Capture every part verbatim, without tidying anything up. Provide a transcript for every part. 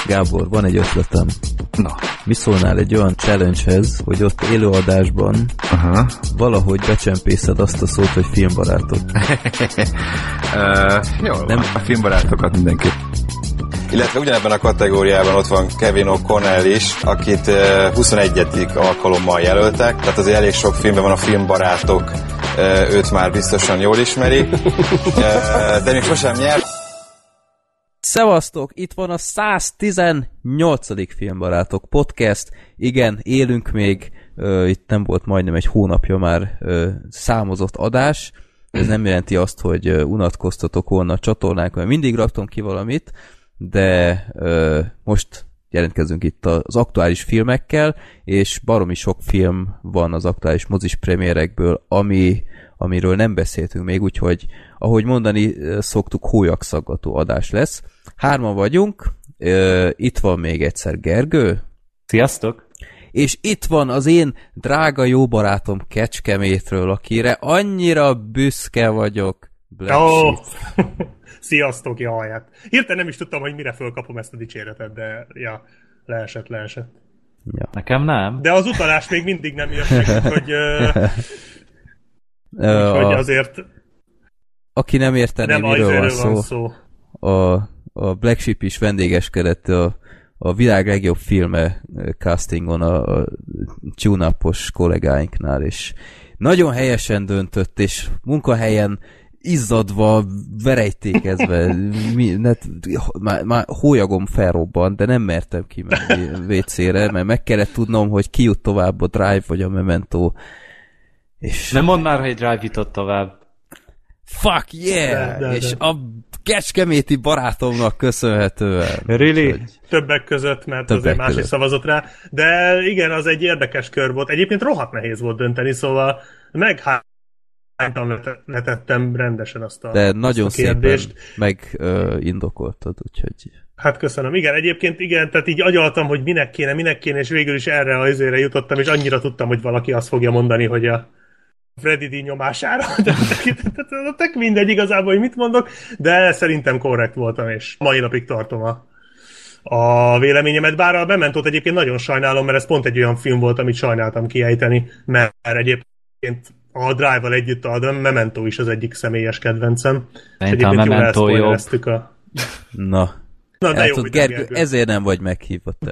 Gábor, van egy ötletem. Na. Mi szólnál egy olyan challenge-hez, hogy ott élőadásban Aha. valahogy becsempészed azt a szót, hogy filmbarátok? uh, jó, nem a filmbarátokat mindenképp. Illetve ugyanebben a kategóriában ott van Kevin O'Connell is, akit uh, huszonegyedik alkalommal jelöltek, tehát azért elég sok filmben van a filmbarátok, uh, őt már biztosan jól ismerik, uh, de még sosem nyert. Szevasztok! Itt van a száztizennyolcadik Filmbarátok podcast. Igen, élünk még, uh, itt nem volt majdnem egy hónapja már uh, számozott adás. Ez nem jelenti azt, hogy uh, unatkoztatok volna a csatornánkon, mert mindig raktam ki valamit, de uh, most jelentkezünk itt az aktuális filmekkel, és baromi sok film van az aktuális mozis premierekből, ami, amiről nem beszéltünk még, úgyhogy ahogy mondani szoktuk, hólyakszaggató adás lesz. Hárman vagyunk, uh, itt van még egyszer Gergő. Sziasztok! És itt van az én drága jó barátom Kecskemétről, akire annyira büszke vagyok. Black oh. Sheep. Sziasztok, jaj, hát. Hirtelen nem is tudtam, hogy mire fölkapom ezt a dicséretet, de ja, leesett, leesett. Ja. Nekem nem. De az utalás még mindig nem jött, hogy, uh, uh, hogy azért aki nem értené, nem miről van szó, van szó. A, a Black Sheep is vendégeskedett a, a világ legjobb filme castingon a, a tune-upos kollégáinknál, és nagyon helyesen döntött, és munkahelyen izzadva, verejtékezve, mi, net, már, már hólyagom felrobbant, de nem mertem kimenni vé cére, mert meg kellett tudnom, hogy ki jut tovább a Drive vagy a Memento. És... Nem mondd már, hogy Drive jutott tovább. Fuck yeah! De, de, de. És a kecskeméti barátomnak köszönhetően. Really? Hogy... Többek között, mert Többek azért más között. is szavazott rá. De igen, az egy érdekes kör volt. Egyébként rohadt nehéz volt dönteni, szóval meg hánytan letettem rendesen azt a, De nagyon azt a kérdést. szépen megindokoltad, uh, úgyhogy... Hát köszönöm. Igen, egyébként igen, tehát így agyaltam, hogy minek kéne, minek kéne, és végül is erre az izére jutottam, és annyira tudtam, hogy valaki azt fogja mondani, hogy a Freddy D nyomására. Tök mindegy igazából, hogy mit mondok, de szerintem korrekt voltam, és mai napig tartom a, a véleményemet. Bár a Mementót egyébként nagyon sajnálom, mert ez pont egy olyan film volt, amit sajnáltam kiejteni, mert egyébként a Drive-val együtt a Memento is az egyik személyes kedvencem. Szerintem a Memento jobb. A... Na, Na de hát jó, ott, Gergő, Gergő, ezért nem vagy meghívva te.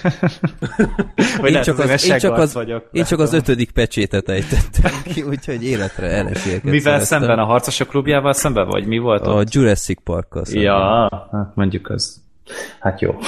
én, csak az, én, csak az, vagyok, én csak az ötödik pecsétet ejtettem ki, úgyhogy életre elesélket. Mivel szereztem. szemben a Harcosok klubjával szemben vagy? Mi volt a ott? Jurassic Parkkal szemben. Ja, hát mondjuk az. Hát jó.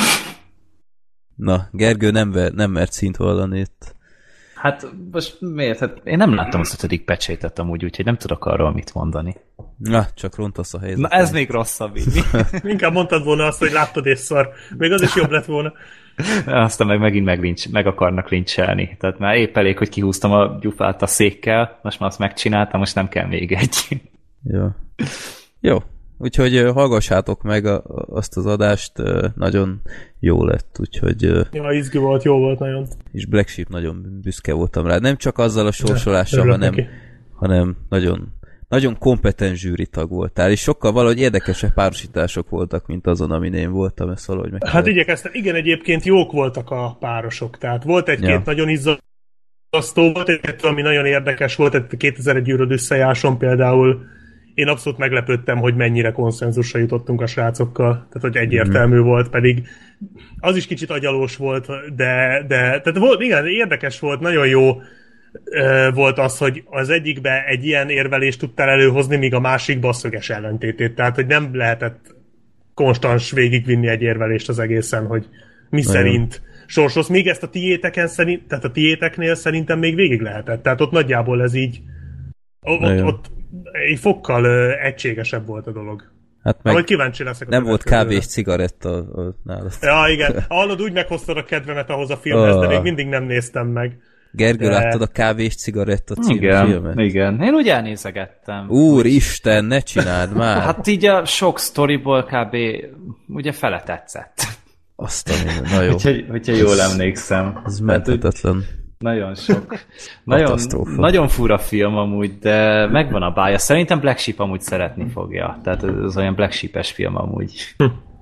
Na, Gergő nem, ver, nem mert szint vallani itt. Hát most miért? Hát én nem láttam az ötödik pecsétet amúgy, úgyhogy nem tudok arról mit mondani. Na, csak rontasz a helyzetet. Na ez még rosszabb így. Inkább mondtad volna azt, hogy láttad és szar. Még az is jobb lett volna. Aztán meg megint meg, lincs, meg akarnak lincselni. Tehát már épp elég, hogy kihúztam a gyufát a székkel, most már azt megcsináltam, most nem kell még egy. Jó. Jó. Úgyhogy hallgassátok meg a, azt az adást, nagyon jó lett, úgyhogy... Ja, izgi volt, jó volt nagyon. És Black Sheep nagyon büszke voltam rá. Nem csak azzal a sorsolással, hanem, hanem nagyon, nagyon kompetens zsűritag voltál, és sokkal valahogy érdekesebb párosítások voltak, mint azon, amin én voltam, ezt valahogy meg. Hát igyekeztem, igen, egyébként jók voltak a párosok, tehát volt egy-két ja. nagyon izzasztó, volt egy-két, ami nagyon érdekes volt, egy kétezer-egy űröd összejáson például. Én abszolút meglepődtem, hogy mennyire konszenzusra jutottunk a srácokkal, tehát hogy egyértelmű mm. volt, pedig az is kicsit agyalós volt, de, de tehát volt, igen, érdekes volt, nagyon jó volt az, hogy az egyikbe egy ilyen érvelést tudtál előhozni, míg a másikba a szöges ellentétét, tehát hogy nem lehetett konstans végigvinni egy érvelést az egészen, hogy mi nagyon. Szerint sorsolsz, még ezt a tiéteken szerint, tehát a tiéteknél szerintem még végig lehetett, tehát ott nagyjából ez így ott, ott egy fokkal ö, egységesebb volt a dolog. Hát meg ahogy kíváncsi leszek. Nem volt kávé és cigaretta nálad. Ja, igen. Hallod, úgy meghoztad a kedvemet ahhoz a filmhez, oh. de még mindig nem néztem meg. Gergő, de... láttad a kávé és cigaretta című igen, filmet? Igen, én úgy elnézegettem. Úristen, ne csináld már! Hát így a sok sztoriból kb. Ugye fele tetszett. Azt a minden, na jó. Úgyhogy, hogyha jól emlékszem. Ez menthetetlen. Nagyon sok. Nagyon, nagyon fura film amúgy, de megvan a bája. Szerintem Black Sheep amúgy szeretni fogja. Tehát ez olyan Black Sheep-es film amúgy.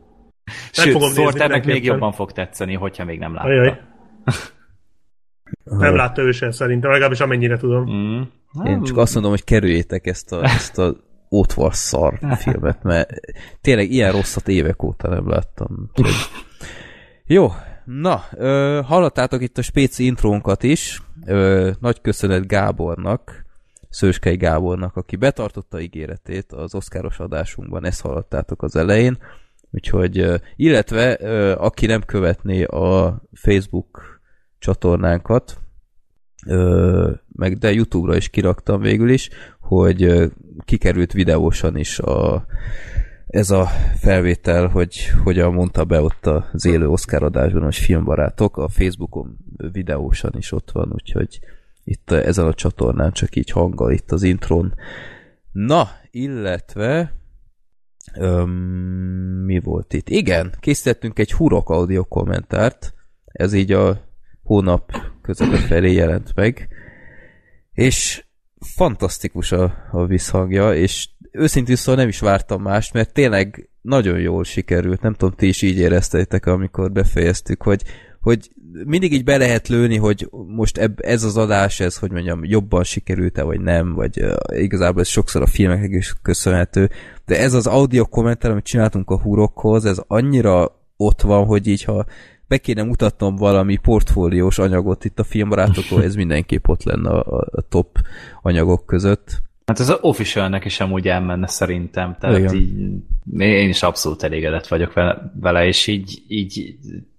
Sőt, Sorternek még jobban fog tetszeni, hogyha még nem látta. Ajaj. Nem látta ő sem szerintem, legalábbis amennyire tudom. Mm. Én csak azt mondom, hogy kerüljétek ezt a, ezt a ótvar szar filmet, mert tényleg ilyen rosszat évek óta nem láttam. Jó, na, ö, hallottátok itt a spéci intrónkat is. Ö, nagy köszönet Gábornak, Szőskei Gábornak, aki betartotta ígéretét az oszkáros adásunkban, ezt hallottátok az elején. Úgyhogy, ö, illetve ö, aki nem követné a Facebook csatornánkat, ö, meg de YouTube-ra is kiraktam végül is, hogy ö, kikerült videósan is a ez a felvétel, hogy hogyan mondta be ott az élő Oscar adásban, hogy filmbarátok, a Facebookon videósan is ott van, úgyhogy itt ezen a csatornán csak így hanggal itt az intrón. Na, illetve öm, mi volt itt? Igen, készítettünk egy Hurok audio kommentárt, ez így a hónap közepe felé jelent meg, és fantasztikus a, a visszhangja, és őszintén szóval nem is vártam mást, mert tényleg nagyon jól sikerült, nem tudom, ti is így éreztétek, amikor befejeztük, hogy, hogy mindig így be lehet lőni, hogy most eb, ez az adás, ez, hogy mondjam, jobban sikerült-e, vagy nem, vagy uh, igazából ez sokszor a filmeknek is köszönhető, de ez az audio kommentár, amit csináltunk a Hurokhoz, ez annyira ott van, hogy így, ha be kéne mutatnom valami portfóliós anyagot itt a filmbarátokról, ez mindenképp ott lenne a, a top anyagok között. Hát ez az officialnek is amúgy elmenne szerintem, tehát igen. Így én is abszolút elégedett vagyok vele, és így, így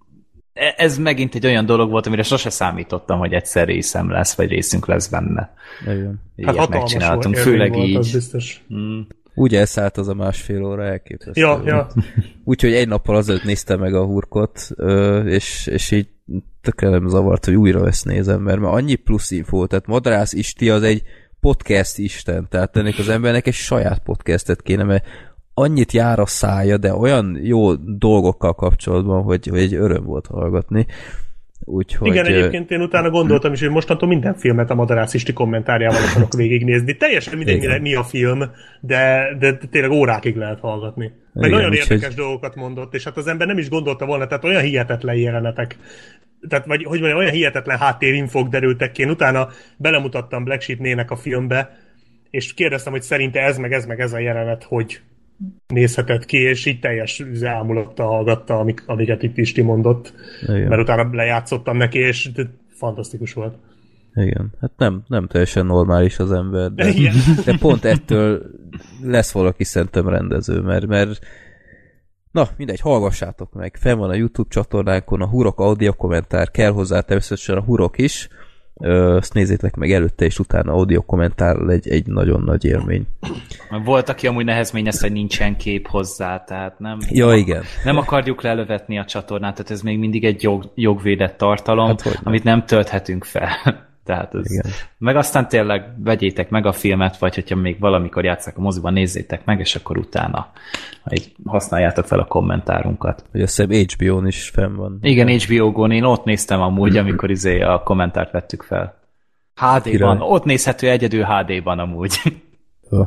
ez megint egy olyan dolog volt, amire sose számítottam, hogy egyszer részem lesz, vagy részünk lesz benne. Igen. Hát megcsináltunk, főleg volt, így. Az biztos. Hmm. Úgy elszállt az a másfél óra, elképesztő. Ja, ja. Úgyhogy egy nappal azért néztem meg a Hurkot, és, és így tökre nem zavart, hogy újra ezt nézem, mert már annyi plusz infó, tehát Madarász Isti az egy podcast isten, tehát ennek az embernek egy saját podcastet kéne, mert annyit jár a szája, de olyan jó dolgokkal kapcsolatban, hogy, hogy egy öröm volt hallgatni. Úgyhogy, igen, egyébként én utána gondoltam is, hogy mostantól minden filmet a Madarász Isti kommentárjával akarok végignézni. Teljesen mindegy, mi a film, de, de tényleg órákig lehet hallgatni. Meg igen, nagyon érdekes hogy... dolgokat mondott, és hát az ember nem is gondolta volna, tehát olyan hihetetlen jelenetek, tehát vagy hogy mondjam, olyan hihetetlen háttérinfók derültek ki. Én utána belemutattam Black Sheep Nének a filmbe, és kérdeztem, hogy szerinte ez meg ez meg ez a jelenet, hogy nézhetett ki, és így teljes ámulattal hallgatta, amik, amiket itt Isti mondott. Igen. Mert utána lejátszottam neki, és fantasztikus volt. Igen, hát nem, nem teljesen normális az ember, de, de pont ettől lesz valaki szerintem rendező, mert, mert na, mindegy, hallgassátok meg, fenn van a YouTube csatornánkon a Hurok audio kommentár, kell hozzá természetesen a Hurok is, Ö, azt nézzétek meg előtte, és utána audio kommentárral egy, egy nagyon nagy élmény. Volt, aki amúgy nehezményezte, hogy nincsen kép hozzá, tehát nem, ja, nem, igen. nem akarjuk lelövetni a csatornát, tehát ez még mindig egy jog, jogvédett tartalom, hát, amit nem tölthetünk fel. Tehát ez, meg aztán tényleg vegyétek meg a filmet, vagy hogyha még valamikor játsszák a moziban, nézzétek meg, és akkor utána így használjátok fel a kommentárunkat. Ugye azt hiszem há bé ó-n is fenn van. Igen, há bé ó-gon én ott néztem amúgy, amikor izé a kommentárt vettük fel. há dé-ban, ott nézhető egyedül há dé-ban amúgy. Jó,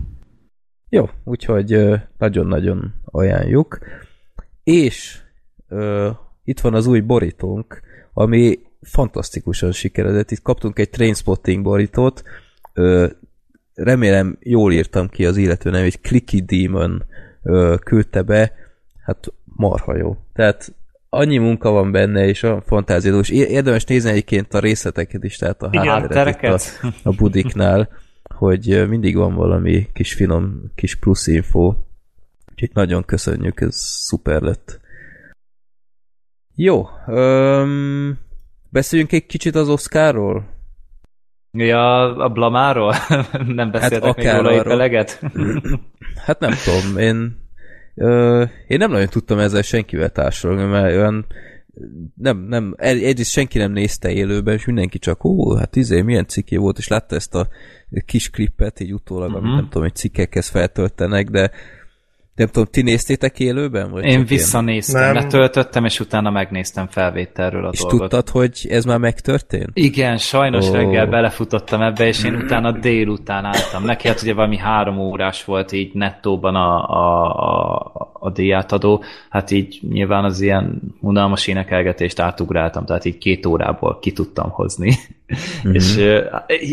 Jó úgyhogy nagyon-nagyon ajánljuk. És uh, itt van az új borítónk, ami fantasztikusan sikeredett. Itt kaptunk egy Trainspotting borítót. Ö, remélem jól írtam ki az illető nem, egy Clicky Demon ö, küldte be. Hát marha jó. Tehát annyi munka van benne, és olyan fantáziadós. Érdemes nézni egyébként a részleteket is, tehát a hátteret a, a budiknál, hogy mindig van valami kis finom, kis plusz info. Úgyhogy nagyon köszönjük, ez szuper lett. Jó, öm, beszéljünk egy kicsit az Oscarról? Ja, a blamáról? Nem beszéltek hát még róla épp eleget? Hát nem tudom, én, ö, én nem nagyon tudtam ezzel senkivel társadalni, mert olyan nem, nem, egyrészt senki nem nézte élőben, és mindenki csak, ó, hát izé, milyen cikké volt, és látta ezt a kis klippet, így utólag, uh-huh. amit nem tudom, hogy cikkekhez feltöltenek, de Nem tudom, ti néztétek élőben? Vagy én visszanéztem, én? letöltöttem, és utána megnéztem felvételről a és dolgot. És tudtad, hogy ez már megtörtént? Igen, sajnos oh. reggel belefutottam ebbe, és én utána délután álltam neki, hát ugye valami három órás volt így nettóban a, a, a, a díjátadó, hát így nyilván az ilyen unalmas énekelgetést átugráltam, tehát így két órából ki tudtam hozni. Mm-hmm. És uh,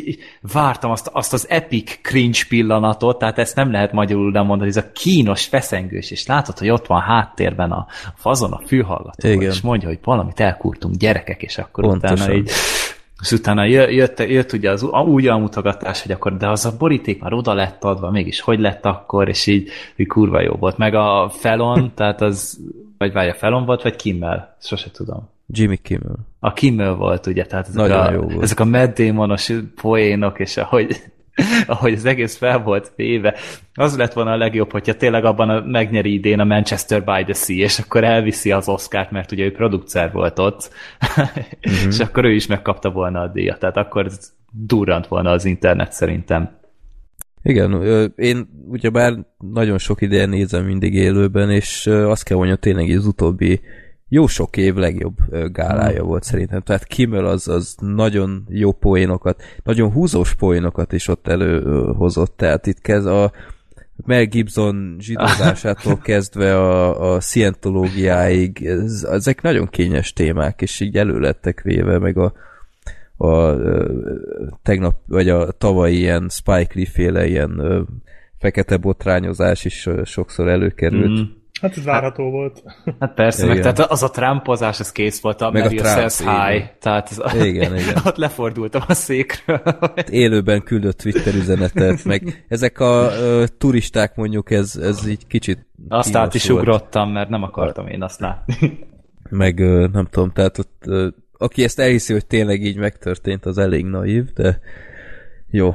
vártam azt, azt az epic cringe pillanatot, tehát ezt nem lehet magyarul nem mondani, ez a kínos, feszengős, és látod, hogy ott van háttérben a fazon, a fülhallgató, és mondja, hogy valamit elkurtunk, gyerekek, és akkor pontosan. Utána így, és utána jött, jött ugye az úgy a mutogatás, hogy akkor, de az a boríték már oda lett adva, mégis hogy lett akkor, és így, így kurva jó volt. Meg a Fallon, tehát az, vagy várja, Fallon volt, vagy Kimmel? Sose tudom. Jimmy Kimmel. A Kimmel volt, ugye, tehát ezek a, ezek a Matt Damonos poénok, és ahogy, ahogy az egész fel volt véve, az lett volna a legjobb, hogyha tényleg abban a megnyeri idén a Manchester by the Sea, és akkor elviszi az Oscart, mert ugye ő producer volt ott, mm-hmm. és akkor ő is megkapta volna a díjat, tehát akkor durrant volna az internet szerintem. Igen, én ugyebár nagyon sok ideje nézem mindig élőben, és azt kell mondjam, tényleg az utóbbi jó sok év legjobb gálája volt szerintem. Tehát Kimmel az, az nagyon jó poénokat, nagyon húzós poénokat is ott előhozott. Tehát itt kezd a Mel Gibson zsidózásától kezdve a, a szientológiáig, ez, ezek nagyon kényes témák, és így elő lettek véve, meg a, a, a tegnap, vagy a tavalyi ilyen Spike Lee féle ilyen fekete botrányozás is sokszor előkerült. Mm. Hát ez várható hát, volt. Hát persze, igen. Meg tehát az a trumpozás, az kész volt, a Mary Yourself High. Tehát az, igen, igen. Ott lefordultam a székről. Élőben küldött Twitter üzenetet, meg ezek a uh, turisták mondjuk, ez, ez így kicsit azt át is volt. Ugrottam, mert nem akartam én azt látni. Meg uh, nem tudom, tehát ott, uh, aki ezt elhiszi, hogy tényleg így megtörtént, az elég naív, de jó,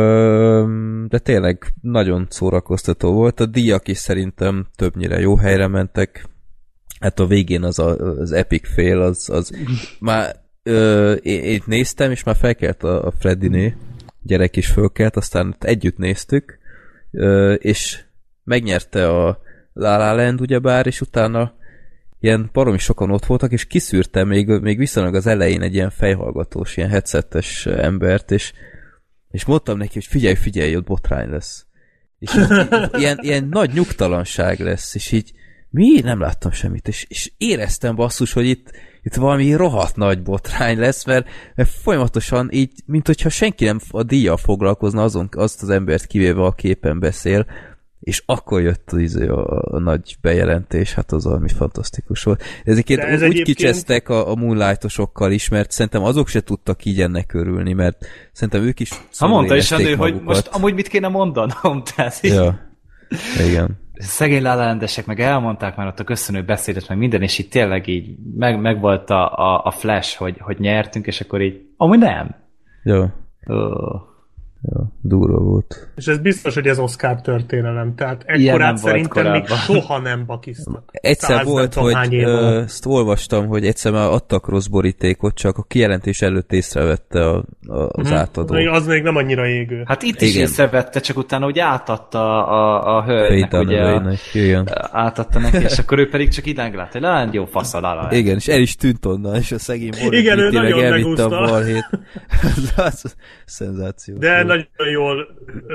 de tényleg nagyon szórakoztató volt. A díjak is szerintem többnyire jó helyre mentek. Hát a végén az a, az epic fél, az, az már ö, én, én néztem, és már felkelt a, a Freddyné, gyerek is fölkelt, aztán együtt néztük, ö, és megnyerte a La La Land ugyebár, és utána ilyen baromi sokan ott voltak, és kiszűrtem még, még viszonylag az elején egy ilyen fejhallgatós, ilyen headsetes embert, és és mondtam neki, hogy figyelj, figyelj, ott botrány lesz. És ilyen, ilyen nagy nyugtalanság lesz, és így mi? Nem láttam semmit, és, és éreztem basszus, hogy itt, itt valami rohadt nagy botrány lesz, mert, mert folyamatosan így, mint hogyha senki nem a díjjal foglalkozna, azon, azt az embert kivéve a képen beszél, és akkor jött az, a, a nagy bejelentés, hát az valami fantasztikus volt. Ezeket ez úgy egyébként... kicsesztek a, a Moonlightosokkal is, mert szerintem azok se tudtak így ennek örülni, mert szerintem ők is ha mondta is Andő, hogy most amúgy mit kéne mondanom, tehát ja. Igen. Szegény lálendesek meg elmondták már ott a köszönő beszédet, meg minden, és itt tényleg így meg, meg volt a, a, a flash, hogy, hogy nyertünk, és akkor így, amúgy nem. Jó. Oh. Ja, durva volt. És ez biztos, hogy ez Oscar történelem, tehát ekkorát szerintem még soha nem bakiztak. Egyszer Száz volt, hogy ö, ezt olvastam, hogy egyszer már adtak rossz borítékot, csak a kijelentés előtt észrevette a, a, az hmm. átadó. Az még nem annyira égő. Hát itt is észrevette, csak utána úgy átadta a, a hölgynek, ugye a, igen. átadta neki, és akkor ő pedig csak idánk lát, hogy lát, jó fasz alá. Igen, és el is tűnt onnan, és a szegény Boris igen, ő nagyon elvitte a balhét. az szenzáció. De nagyon jól,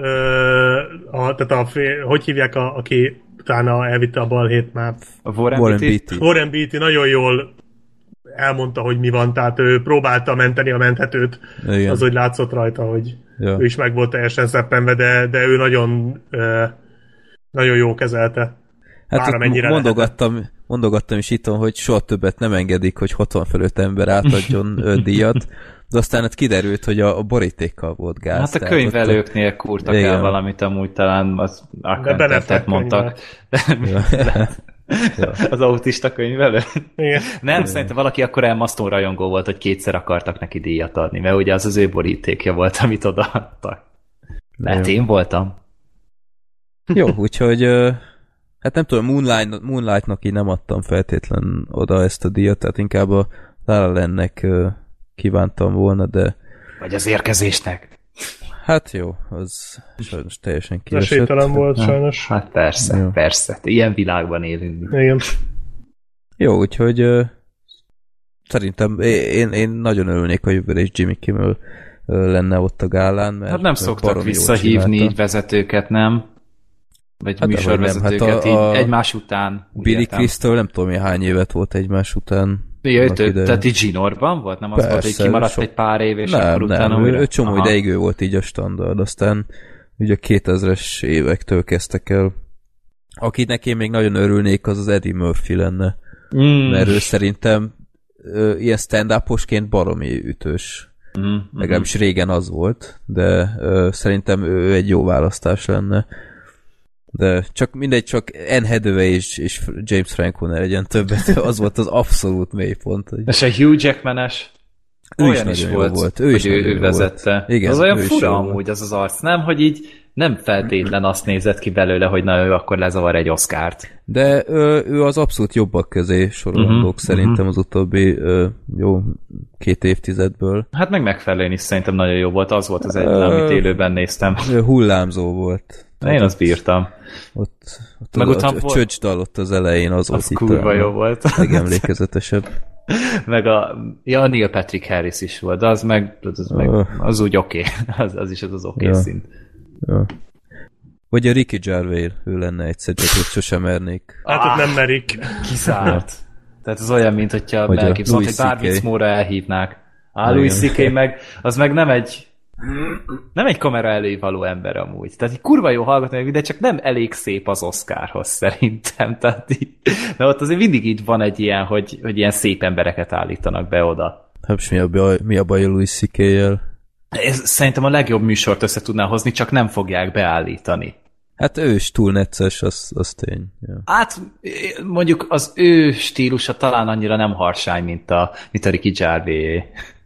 uh, a, tehát a fél, hogy hívják, a, aki utána elvitte a balhét már? A Warren Beatty? Warren Beatty nagyon jól elmondta, hogy mi van, tehát ő próbálta menteni a menthetőt. Igen. Az, hogy látszott rajta, hogy ja. ő is meg volt teljesen szeppenve, de, de ő nagyon uh, nagyon jó kezelte. Hát mondogattam, mondogattam is itthon, hogy soha többet nem engedik, hogy hatvan fölött ember átadjon díjat. De aztán hát kiderült, hogy a, a borítékkal volt gáz. Hát a könyvelőknél kurtak igen. el valamit, amúgy talán az akár mondtak. Az autista könyvelő? Igen. Nem, igen. Szerintem valaki akkor elmasztón rajongó volt, hogy kétszer akartak neki díjat adni, mert ugye az az ő borítékja volt, amit odaadtak. Mert én voltam. Jó, úgyhogy hát nem tudom, Moonlight, Moonlightnak így nem adtam feltétlen oda ezt a díjat, tehát inkább a La La Landnek kívántam volna, de... Vagy az érkezésnek. Hát jó, az sajnos teljesen kiesett. Esélytelen volt sajnos. Hát persze, jó. persze. Ilyen világban élünk. Igen. Jó, úgyhogy uh, szerintem én, én nagyon örülnék, ha jövőre is Jimmy Kimmel uh, lenne ott a gálán, mert hát nem szoktak visszahívni így vezetőket, nem? Vagy hát műsorvezetőket hát a, a így egymás után. Billy Crystal nem tudom, hány évet volt egymás után. Ja, tehát így zsinórban volt? Nem az Persze, volt, hogy kimaradt so... egy pár év, és nem, akkor utána nem, újra? Ő csomó Aha. ideig ő volt így a standard, aztán ugye a kétezres évektől kezdtek el. Akinek én még nagyon örülnék, az az Eddie Murphy lenne. Mm. Mert ő szerintem ö, ilyen stand-uposként baromi ütős. Mm. Legalábbis régen az volt, de ö, szerintem ő egy jó választás lenne. De csak mindegy, csak Anne Hathaway és, és James Franco ne legyen többet, az volt az abszolút mélypont. Hogy... És a Hugh Jackman-es olyan is, is volt, volt, ő is hogy ő, ő vezette. Igen, az olyan fura amúgy az az arc, nem? Hogy így nem feltétlen azt nézett ki belőle, hogy na ő akkor lezavar egy Oscárt. De ő, ő az abszolút jobbak közé sorolandók uh-huh, szerintem uh-huh. az utóbbi ö, jó két évtizedből. Hát meg megfelelően is szerintem nagyon jó volt, az volt az egyben, uh, amit élőben néztem. Hullámzó volt. Én azt bírtam. Ott, ott meg a, a, a csöcsdal ott az elején az, az volt kurva jó volt. Legemlékezetesebb. Meg a, ja, Neil Patrick Harris is volt, de az meg az, meg, az úgy oké. Okay. Az, az is az, az oké okay ja. szint. Ja. Vagy a Ricky Gervais, ő lenne egyszer, csak hogy sosem mernék. Hát ott nem merik. Kizárt. Tehát az olyan, mint hogyha Mel Gibson, hogy Barbie Móra elhívnák. Á, Louis cé ká meg, az meg nem egy nem egy kamera elé való ember amúgy. Tehát így kurva jó hallgatni, de csak nem elég szép az Oscarhoz szerintem. Tehát így, de ott azért mindig így van egy ilyen, hogy, hogy ilyen szép embereket állítanak be oda. Hát mi a baj, mi a baj a Louis cé ká-jel? Ez szerintem a legjobb műsort össze tudná hozni, csak nem fogják beállítani. Hát ő is túl necces, az, az tény. Ja. Hát mondjuk az ő stílusa talán annyira nem harsány, mint a, mint a Ricky Gervais.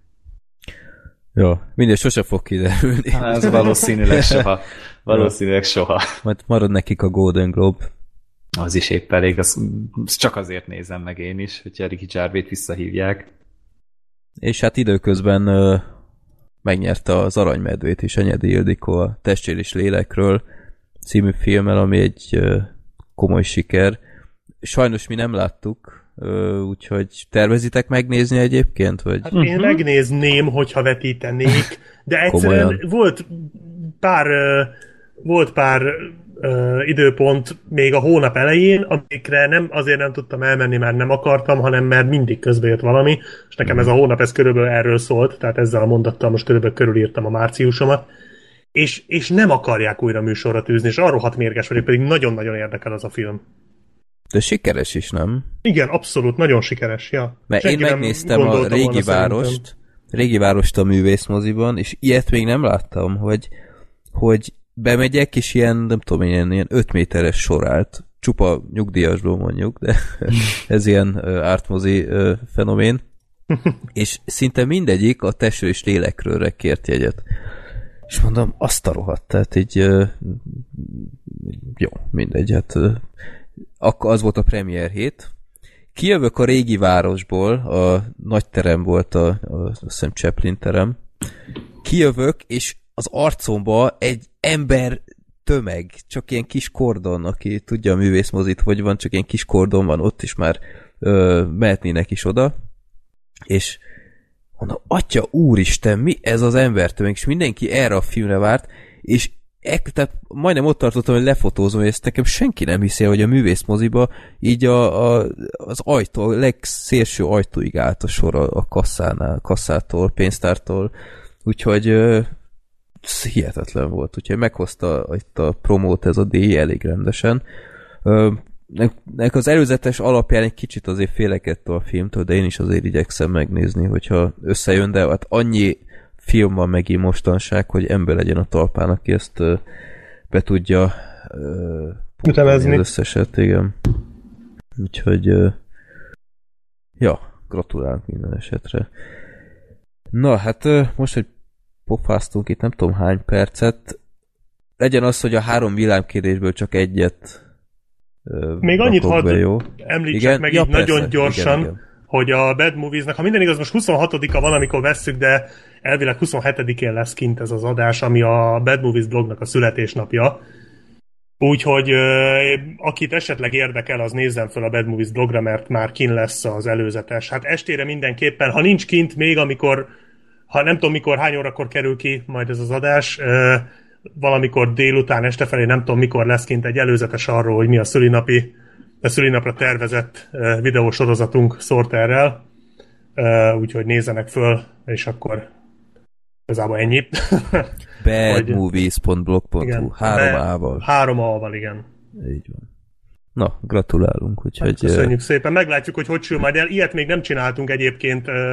Jó, mindegy, sose fog kiderülni. Hát, ez valószínűleg soha. Valószínűleg soha. Majd marad nekik a Golden Globe. Az is épp elég, az, az csak azért nézem meg én is, hogyha Ricky Gervais-t visszahívják. És hát időközben uh, megnyerte az Aranymedvét is Enyedi Ildikó a Testér és lélekről című filmmel, ami egy uh, komoly siker. Sajnos mi nem láttuk, uh, úgyhogy tervezitek megnézni egyébként? Vagy? Hát én megnézném, hogyha vetítenék, de egyszerűen komolyan. volt pár uh, volt pár uh, időpont még a hónap elején, amikre nem, azért nem tudtam elmenni, mert nem akartam, hanem mert mindig közbe jött valami, és nekem ez a hónap ez körülbelül erről szólt, tehát ezzel a mondattal most körülbelül körülírtam a márciusomat, és, és nem akarják újra műsorra tűzni, és arról hat mérges vagyok, pedig nagyon-nagyon érdekel az a film. De sikeres is, nem? Igen, abszolút, nagyon sikeres, ja. Mert Senki én megnéztem a régi várost, szerintem. régi várost a művészmoziban, és ilyet még nem láttam, hogy, hogy bemegyek, és ilyen, nem tudom, ilyen, ilyen öt méteres sor állt. Csupa nyugdíjasból mondjuk, de ez ilyen uh, ártmozi uh, fenomén. És szinte mindegyik a Testről és lélekről kért jegyet. És mondom, azt a rohadt, tehát így uh, jó, mindegy, hát uh, akkor az volt a premier hét. Kijövök a régi városból, a nagy terem volt, a, a, azt hiszem Chaplin terem. Kijövök, és az arcomba egy ember tömeg, csak ilyen kis kordon, aki tudja a művészmozit, hogy van, csak ilyen kis kordon van, ott is már ö, mehetnének is oda, és mondom, atya úristen, mi ez az ember tömeg, és mindenki erre a filmre várt, és ek, tehát majdnem ott tartottam, hogy lefotózom, hogy ezt nekem senki nem hiszi, hogy a művészmoziba így a, a, az ajtó, a legszélső ajtóig állt a sor a, a kasszánál, kasszától, pénztártól, úgyhogy ö, ez hihetetlen volt, úgyhogy meghozta itt a promót ez a díj elég rendesen. Nek az előzetes alapján egy kicsit azért félekedte a filmtől, de én is azért igyekszem megnézni, hogyha összejön, de hát annyi film van megint mostanság, hogy ember legyen a talpán, aki ezt uh, be tudja uh, az összeset, igen. Úgyhogy uh, ja, gratulálunk minden esetre. Na, hát uh, most, hogy pofáztunk itt nem tudom hány percet, legyen az, hogy a három villámkérdésből csak egyet uh, még annyit hadd említsek igen? meg ja, így persze, nagyon gyorsan, igen, igen. hogy a Bad Movies-nak, ha minden igaz, most huszonhatodika van, amikor vesszük, de elvileg huszonhetedikén lesz kint ez az adás, ami a Bad Movies blognak a születésnapja. Úgyhogy akit esetleg érdekel, az nézzen fel a Bad Movies blogra, mert már kint lesz az előzetes. Hát estére mindenképpen, ha nincs kint még, amikor, ha nem tudom mikor, hány órakor kerül ki majd ez az adás, valamikor délután, este felé, nem tudom mikor lesz kint egy előzetes arról, hogy mi a szülinapi, a szülinapra tervezett videósorozatunk Sorterrel. Úgyhogy nézzenek föl, és akkor igazából ennyi. badmovies pont blog pont hu három á-val. Három á-val, igen. Így van. Na, gratulálunk. Úgyhogy, hát köszönjük uh... szépen. Meglátjuk, hogy hogy sül majd el. Ilyet még nem csináltunk egyébként uh,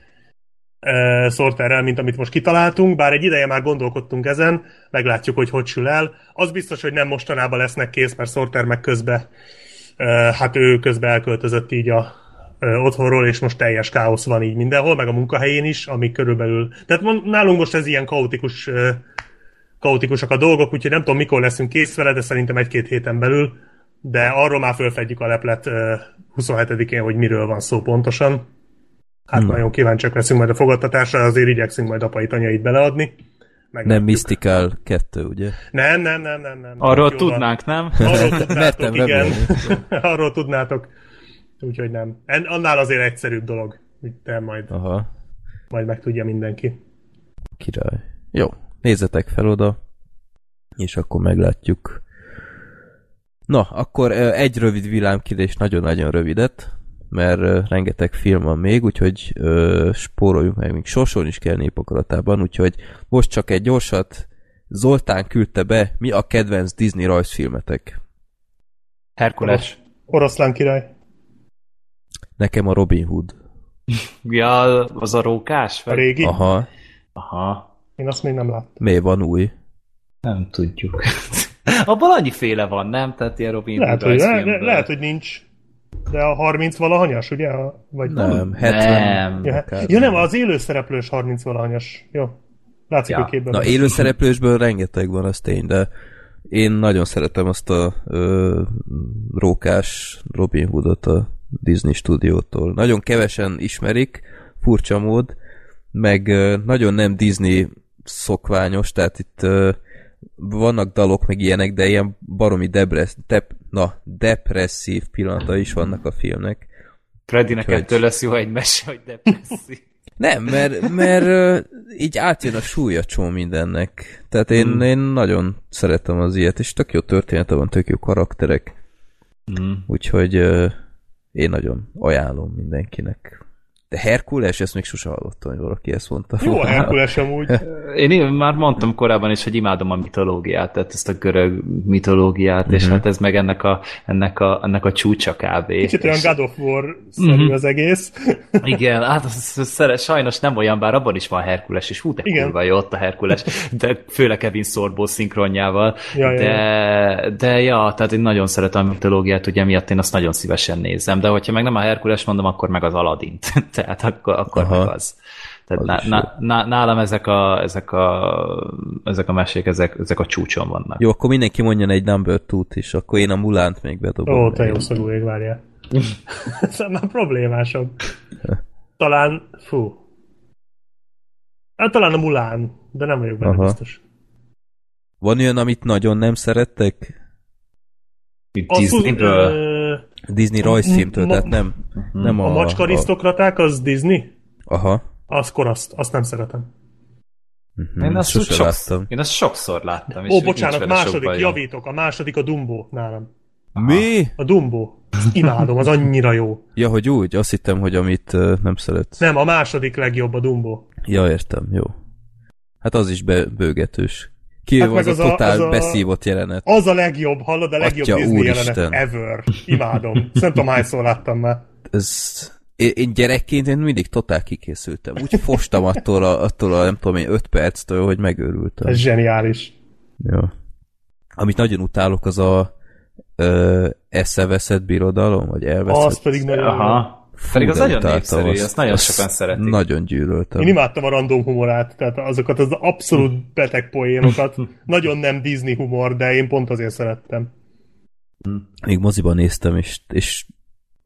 uh, Sorterrel, mint amit most kitaláltunk, bár egy ideje már gondolkodtunk ezen. Meglátjuk, hogy hogy sül el. Az biztos, hogy nem mostanában lesznek kész, mert Sorter meg közben uh, hát ő közben elköltözött így a uh, otthonról, és most teljes káosz van így mindenhol, meg a munkahelyén is, ami körülbelül... Tehát nálunk most ez ilyen kaotikus, uh, kaotikusak a dolgok, úgyhogy nem tudom, mikor leszünk kész vele, de szerintem egy-két héten belül, de arról már fölfedjük a leplet uh, huszonhetedikén, hogy miről van szó pontosan. Hát hmm. nagyon kíváncsiak leszünk majd a fogadtatásra, azért igyekszünk majd apai tanyait beleadni. Nem Mystical kettő, ugye? Nem, nem, nem, nem. nem. Arról tudnánk, nem? Arról tudnátok, igen. Arról tudnátok. Úgyhogy nem. En, annál azért egyszerűbb dolog. De majd, Aha. majd megtudja mindenki. Király. Jó, nézzetek fel oda, és akkor meglátjuk. Na, akkor egy rövid villámkérés, nagyon-nagyon rövidet, mert rengeteg film van még, úgyhogy ö, spóroljunk meg, még sorsolni is kell Népakaratában, úgyhogy most csak egy gyorsat. Zoltán küldte be, mi a kedvenc Disney rajzfilmetek? Herkules. Oroszlán király. Nekem a Robin Hood. Ja, az a rókás? A régi? Aha. Aha. Én azt még nem láttam. Mi van új? Nem tudjuk. Abban annyiféle van, nem? Tehát ilyen Robin lehet, Hood hogy, le, lehet, hogy nincs. De a harminc-valahanyas, ugye? Vagy nem, hetven. Nem. Ja, ja, nem, az élőszereplős harminc-valahanyas. Jó. Látszik, ja. Hogy képben. Na, élőszereplősből rengeteg van, az tény, de én nagyon szeretem azt a ö, rókás Robin Hoodot a Disney stúdiótól. Nagyon kevesen ismerik, furcsa mód, meg ö, nagyon nem Disney szokványos, tehát itt ö, vannak dalok, meg ilyenek, de ilyen baromi depres, dep, na, depresszív pillanata is vannak a filmnek. Freddynek ettől lesz jó egy mese, hogy depresszív. Nem, mert, mert így átjön a súlya csomó mindennek. Tehát én, mm. én nagyon szeretem az ilyet, és tök jó története van, tök jó karakterek. Mm. Úgyhogy én nagyon ajánlom mindenkinek. De Herkules, ezt még sose hallottam, hogy valaki ezt mondta. Jó, a Herkules amúgy. Én, én már mondtam korábban is, hogy imádom a mitológiát, tehát ezt a görög mitológiát, mm-hmm. és hát ez meg ennek a, ennek a, ennek a csúcsa kávé. Kicsit olyan God of War-szerű mm-hmm. az egész. Igen, hát az, az, az, sajnos nem olyan, bár abban is van Herkules, és hú, de kurva jó ott a Herkules, de főleg Kevin Sorbo szinkronjával. Ja, de, ja. de ja, tehát én nagyon szeretem a mitológiát, ugye miatt én azt nagyon szívesen nézem, de hogyha meg nem a Herkules mondom, akkor meg az Aladdint. Tehát akkor, akkor meg az. Tehát az ná, ná, ná, nálam ezek a, ezek a, ezek a mesék, ezek, ezek a csúcson vannak. Jó, akkor mindenki mondjon egy number two-t is, akkor én a Mulánt még bedobom. Ó, te jó szagú ég, várjál. Ez már problémásabb. Talán, fú. Hát talán a Mulán, de nem vagyok benne biztos. Van olyan, amit nagyon nem szerettek? Disneyből? Disney rajzfilmtől, tehát nem, nem a... A macskarisztokraták, az Disney? Aha. Azkor azt, azt nem szeretem. Uh-huh. Én, azt sokszor, én azt sokszor láttam. Ó, bocsánat, második, javítok, a második a Dumbo nálam. Mi? A Dumbo. Imádom, az annyira jó. Ja, hogy úgy? Azt hittem, hogy amit uh, nem szeretsz. Nem, a második legjobb a Dumbo. Ja, értem, jó. Hát az is be, bőgetős. Ki hát az, az a totál az a, beszívott jelenet. Az a legjobb, hallod, a legjobb Atya, Disney úristen. jelenet ever. Imádom. Nem tudom, hányszor láttam már. Ez... Én gyerekként én mindig totál kikészültem. Úgy fostam attól a, attól a nem tudom én, öt perctől, hogy megőrültem. Ez zseniális. Jó. Amit nagyon utálok, az a ö, eszeveszett birodalom, vagy elveszett. Az pedig nagyon... Aha. Fú, pedig az nagyon népszerű, azt, azt nagyon azt sokan szeretik. Nagyon gyűlöltem. Én imádtam a random humorát, tehát azokat az abszolút beteg poénokat. Nagyon nem Disney humor, de én pont azért szerettem. Még moziban néztem, és, és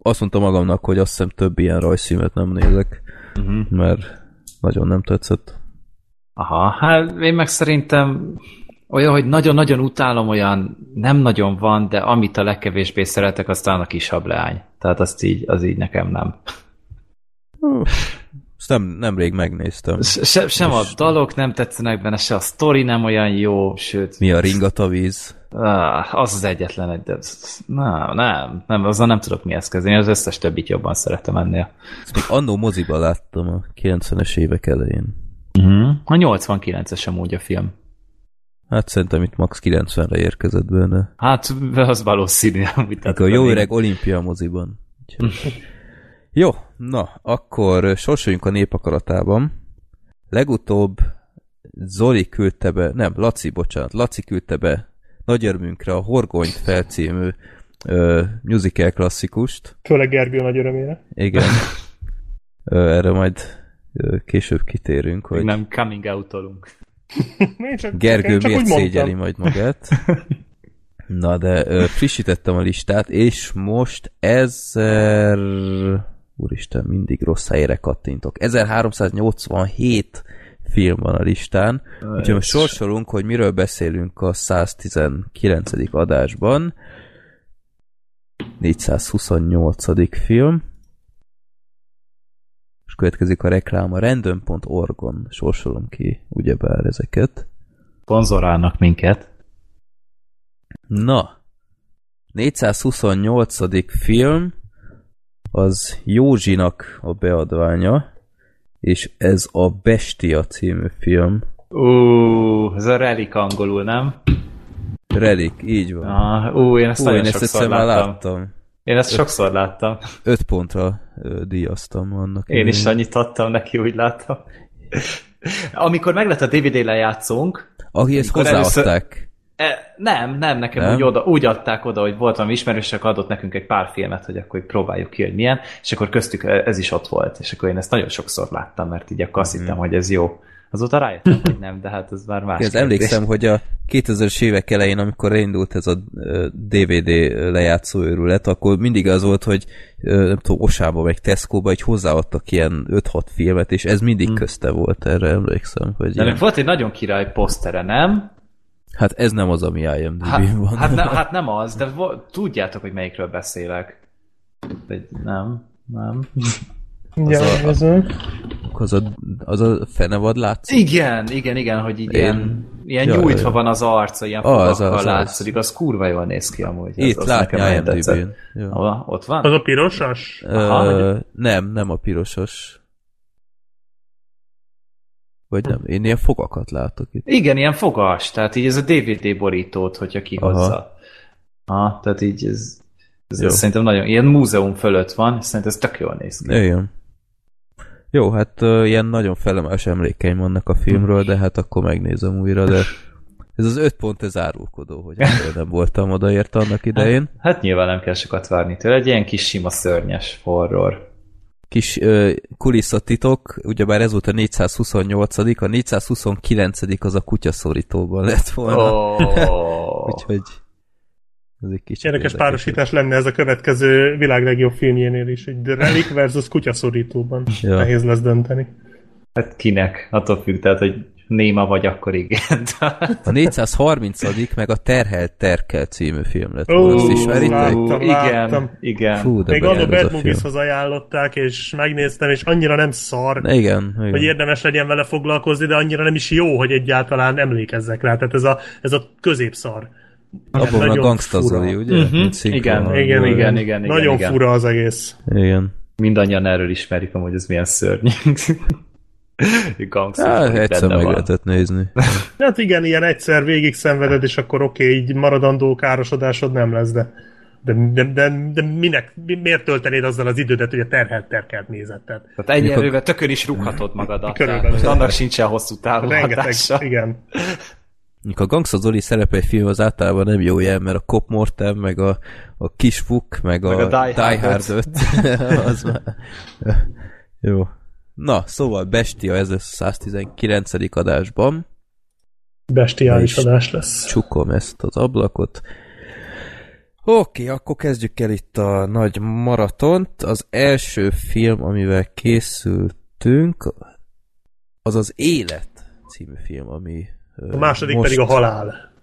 azt mondtam magamnak, hogy azt hiszem több ilyen rajzfilmet nem nézek, uh-huh. mert nagyon nem tetszett. Aha, hát én meg szerintem olyan, hogy nagyon-nagyon utálom, olyan nem nagyon van, de amit a legkevésbé szeretek, aztán a Kis hableány. Tehát azt így, az így nekem nem. Uh, ezt nem, nemrég megnéztem. Se, sem a dalok nem tetszenek benne, se a sztori nem olyan jó, sőt... Mi a Ringatavíz? Ah, az az egyetlen egy, de nem, nem, nem, azzal nem tudok mihez kezdeni, az összes többit jobban szeretem ennél. Ezt még annó moziba láttam a kilencvenes évek elején. Uh-huh. A nyolcvankilences amúgy a film. Hát szerintem itt max. kilencvenre érkezett benne. Hát az valószínű. A jó öreg Olimpia moziban. Jó, na, akkor sorsoljunk a népakaratában. Legutóbb Zoli küldte be, nem, Laci, bocsánat, Laci küldte be nagy örömünkre a Horgonyt felcímű uh, musical klasszikust. Főleg Gergő nagy örömére. Igen. uh, erre majd uh, később kitérünk, hogy... Nem coming out-olunk. Gergő miért szégyeli majd magát. Na, de uh, frissítettem a listát, és most ezer... Úristen, mindig rossz helyre kattintok. ezerháromszáznyolcvanhét film van a listán, úgyhogy most sorsolunk, hogy miről beszélünk a száztizenkilencedik adásban. négyszázhuszonnyolcadik film. És következik a reklám a random pont org-on. Sorsolom ki, ugyebár ezeket. Szponzorálnak minket. Na, négyszázhuszonnyolcadik film az Józsinak a beadványa, és ez a Bestia című film. Ú, ez a Relic angolul, nem? Relic, így van. Ah, ú, én ezt Ú, nagyon én ezt sokszor láttam. láttam. Én ezt öt, sokszor láttam. Öt pontra ö, díjaztam annak. Én is annyit adtam neki, úgy láttam. Amikor meglett a dé vé dé lejátszónk... Aki ezt hozzáadták. Először... E, nem, nem, nekem nem. Úgy, oda, úgy adták oda, hogy volt valami ismerősök, adott nekünk egy pár filmet, hogy akkor próbáljuk ki, hogy milyen, és akkor köztük ez is ott volt, és akkor én ezt nagyon sokszor láttam, mert így akkor azt hittem, mm. hogy ez jó. Azóta rájöttem, hogy nem, de hát ez már más. Ez emlékszem, hogy a kétezres évek elején, amikor elindult ez a dé vé dé lejátszó őrület, akkor mindig az volt, hogy nem tudom, Osába vagy Tesco-ba egy hozzáadtak ilyen öt-hat filmet, és ez mindig mm. közte volt, erre emlékszem. Hogy de ilyen... volt egy nagyon király posztere, nem? Hát ez nem az, ami i em dé bén hát, van. Hát, ne, hát nem az, de vo- tudjátok, hogy melyikről beszélek. De nem, nem. Ja, az, a, az, a, az a fenevad látszik? Igen, igen, igen, hogy így ilyen, ilyen ja, nyújtva ja. van az arca, ilyen fogakkal látszik, az kurva jól néz ki amúgy. Itt az, látni i em dé bén. Ja. Ott van? Az a pirosas? Aha, uh, nem, nem a pirosas. Vagy nem, én ilyen fogakat látok itt. Igen, ilyen fogas, tehát így ez a dé vé dé borítót, hogyha kihozza. Ah, tehát így ez, ez, ez szerintem nagyon, ilyen múzeum fölött van, és szerintem ez tök jól néz ki. Igen. Jó, hát uh, ilyen nagyon felemelős emlékeim vannak a filmről, de hát akkor megnézem újra, de ez az öt pont ez árulkodó, hogy nem voltam odaért annak idején. Hát, hát nyilván nem kell sokat várni tőle, egy ilyen kis sima szörnyes horror. Kis uh, kulisszatitok, ugyebár ez volt a négyszázhuszonnyolcadik, a négyszázhuszonkilencedik az a kutyaszorítóban lett volna. Oh. Úgyhogy ez egy kicsit érdekes párosítás lenne ez a következő világ legjobb filmjénél is, egy The Relic versus kutyaszorítóban. Ja. Nehéz lesz dönteni. Hát kinek? Attól függ, tehát, hogy néma vagy, akkor igen. A négyszázharmincadik meg a Terhelt Terkel című film lett volna. Azt ismeritek? Láttam, igen, láttam. igen. Fú, még annól Bad Movies-hoz ajánlották, és megnéztem, és annyira nem szar, igen, igen. hogy érdemes legyen vele foglalkozni, de annyira nem is jó, hogy egyáltalán emlékezzek rá. Tehát ez a, ez a középszar. Abban a Gangsta Zoli, ugye? Uh-huh. Igen, igen, igen, igen, igen. Nagyon igen. fura az egész. Igen. Mindannyian erről ismerik, amúgy ez milyen szörnyű. Hát, egyszer meg lehetett nézni. Hát igen, ilyen egyszer végig szenveded, és akkor oké, okay, így maradandó károsodásod nem lesz, de, de, de, de, de minek, miért töltenéd azzal az idődet, hogy a Terhelt Terkelt nézed? Tehát, tehát egyenlővel tökön is rúghatod magadat. Körülbelül. Annak sincsen hosszú távú hatása. Igen. A Gangsta Zoli szerepe egy film az általában nem jó jel, mert a Cop Mortem, meg a, a Kisfuk, meg, meg a, a Die Hard öt. Az már... Jó. Na, szóval Bestia, ez lesz a száztizenkilencedik adásban. Bestiális adás lesz. Csukom ezt az ablakot. Oké, okay, akkor kezdjük el itt a nagy maratont. Az első film, amivel készültünk, az az Élet című film, ami... A második most... pedig a Halál.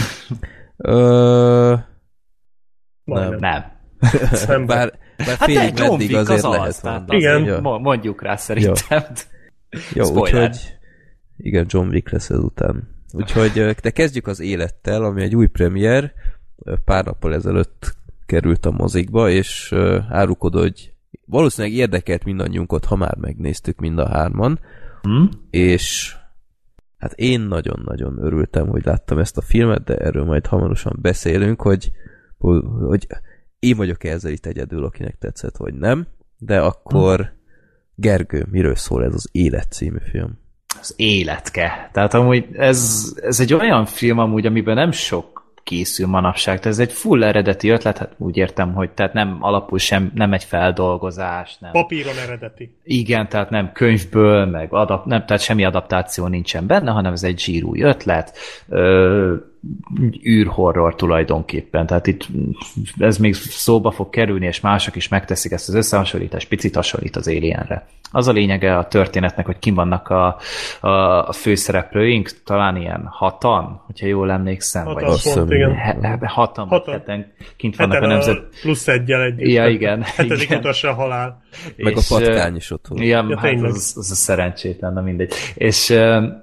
Ö... Nem. Nem. bár, bár hát félig meddig azért az lehet az, mondani. Igen. Ja. Mondjuk rá szerintem. Jó, Jó úgyhogy... Igen, John Wick lesz ezután. Úgyhogy de kezdjük az Élettel, ami egy új premier, pár nappal ezelőtt került a mozikba, és árulkodó, hogy valószínűleg érdekelt mindannyiunkat, ha már megnéztük mind a hárman, hmm? és hát én nagyon-nagyon örültem, hogy láttam ezt a filmet, de erről majd hamarosan beszélünk, hogy, hogy én vagyok ezzel itt egyedül, akinek tetszett, vagy nem, de akkor hmm. Gergő, miről szól ez az Élet című film? Az Életke. Tehát amúgy ez, ez egy olyan film amúgy, amiben nem sok készül manapság. Tehát ez egy full eredeti ötlet, hát úgy értem, hogy tehát nem alapul sem, nem egy feldolgozás. Nem. Papíron eredeti. Igen, tehát nem könyvből, meg adap, nem, tehát semmi adaptáció nincsen benne, hanem ez egy zsírúj ötlet, ö, űrhorror tulajdonképpen. Tehát itt ez még szóba fog kerülni, és mások is megteszik ezt az összehasonlítást, picit hasonlít az Alienre. Az a lényege a történetnek, hogy kim vannak a, a, a főszereplőink, talán ilyen hatan, hogyha jól emlékszem. Hatan, vagy pont, igen. He, hatan, hatan. Heten kint vannak heten a nemzet... A plusz egyel együtt. Ja, igen. Hetedik igen. utasra halál. Meg és, a patkány is ott volt. Ja, ja hát az, az a szerencsétlen, na mindegy. És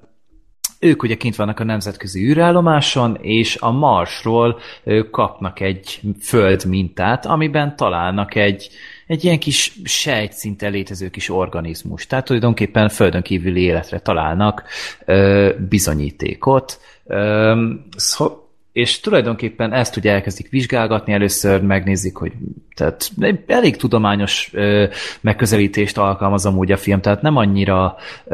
ők ugye kint vannak a nemzetközi űrállomáson, és a Marsról kapnak egy földmintát, amiben találnak egy, egy ilyen kis sejtszinten létező kis organizmus. Tehát tulajdonképpen földön kívüli életre találnak ö, bizonyítékot. Ö, szó, és tulajdonképpen ezt ugye elkezdik vizsgálgatni, először megnézik, hogy tehát elég tudományos ö, megközelítést alkalmaz amúgy a film, tehát nem annyira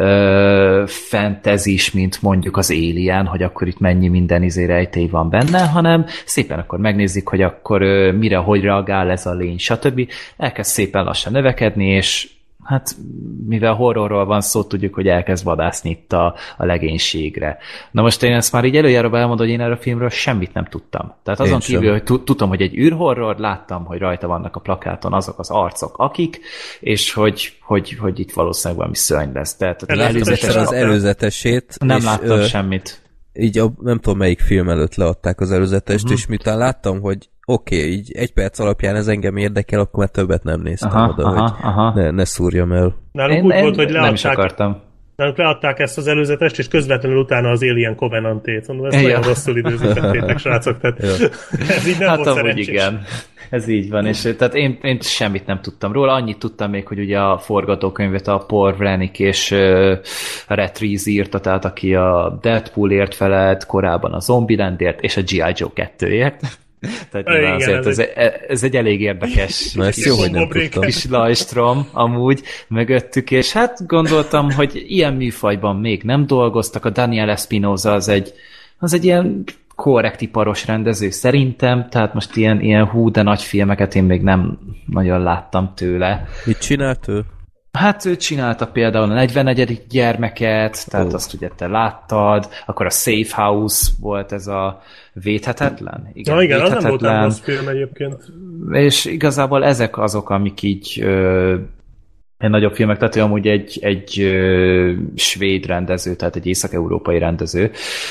ö, fantasy-s, mint mondjuk az Alien, hogy akkor itt mennyi minden izé rejtély van benne, hanem szépen akkor megnézik, hogy akkor ö, mire, hogy reagál ez a lény, stb. Elkezd szépen lassan növekedni, és hát mivel horrorról van szó, tudjuk, hogy elkezd vadászni itt a, a legénységre. Na most én ezt már így előjáróban elmondom, hogy én erről a filmről semmit nem tudtam. Tehát azon én kívül, sem. hogy tudtam, hogy egy űrhorror, láttam, hogy rajta vannak a plakáton azok az arcok, akik, és hogy, hogy, hogy itt valószínűleg valami szörny lesz. Tehát az, előzetes, az előzetesét. Nem és, láttam ö, semmit. Így a, nem tudom melyik film előtt leadták az előzetest, uh-huh. és miután láttam, hogy oké, okay, így egy perc alapján ez engem érdekel, akkor már többet nem néztem aha, oda, aha, hogy aha. Ne, ne szúrjam el. Nálunk én, úgy én volt, hogy leadták, nem is akartam. Nálunk leadták ezt az előzetest, és közvetlenül utána az Alien Covenant-ét. Mondom, ezt ja. nagyon rosszul időzítettétek, srácok. Tehát ja. ez így nem hát volt szerencsés. Igen. Ez így van, és tehát én, én semmit nem tudtam róla, annyit tudtam még, hogy ugye a forgatókönyvet a Paul Wernick és uh, Rhett Reese írta, tehát aki a Deadpoolért felelt, korábban a Zombielandért, és a G I. Joe kettőért. Tehát igen, azért ez, egy... ez egy elég érdekes Na, kis, jó, hogy nem kis lajstrom amúgy mögöttük, és hát gondoltam, hogy ilyen műfajban még nem dolgoztak, a Daniel Espinosa az egy, az egy ilyen korrekt iparos rendező szerintem, tehát most ilyen, ilyen hú, de nagy filmeket én még nem nagyon láttam tőle. Mit csinált ő? Hát ő csinálta például a negyvennegyedik gyermeket, tehát oh. azt ugye te láttad, akkor a Safe House volt ez a védhetetlen. Igen, ja, igen, védhetetlen. Az nem volt rossz film egyébként. És igazából ezek azok, amik így ö, egy nagyobb filmek, tehát ő amúgy egy, egy ö, svéd rendező, tehát egy észak-európai rendező.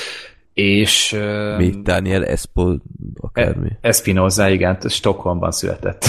És... Ö, Mi? Daniel Espo, akármi? Espinosa, igen, Stockholmban született.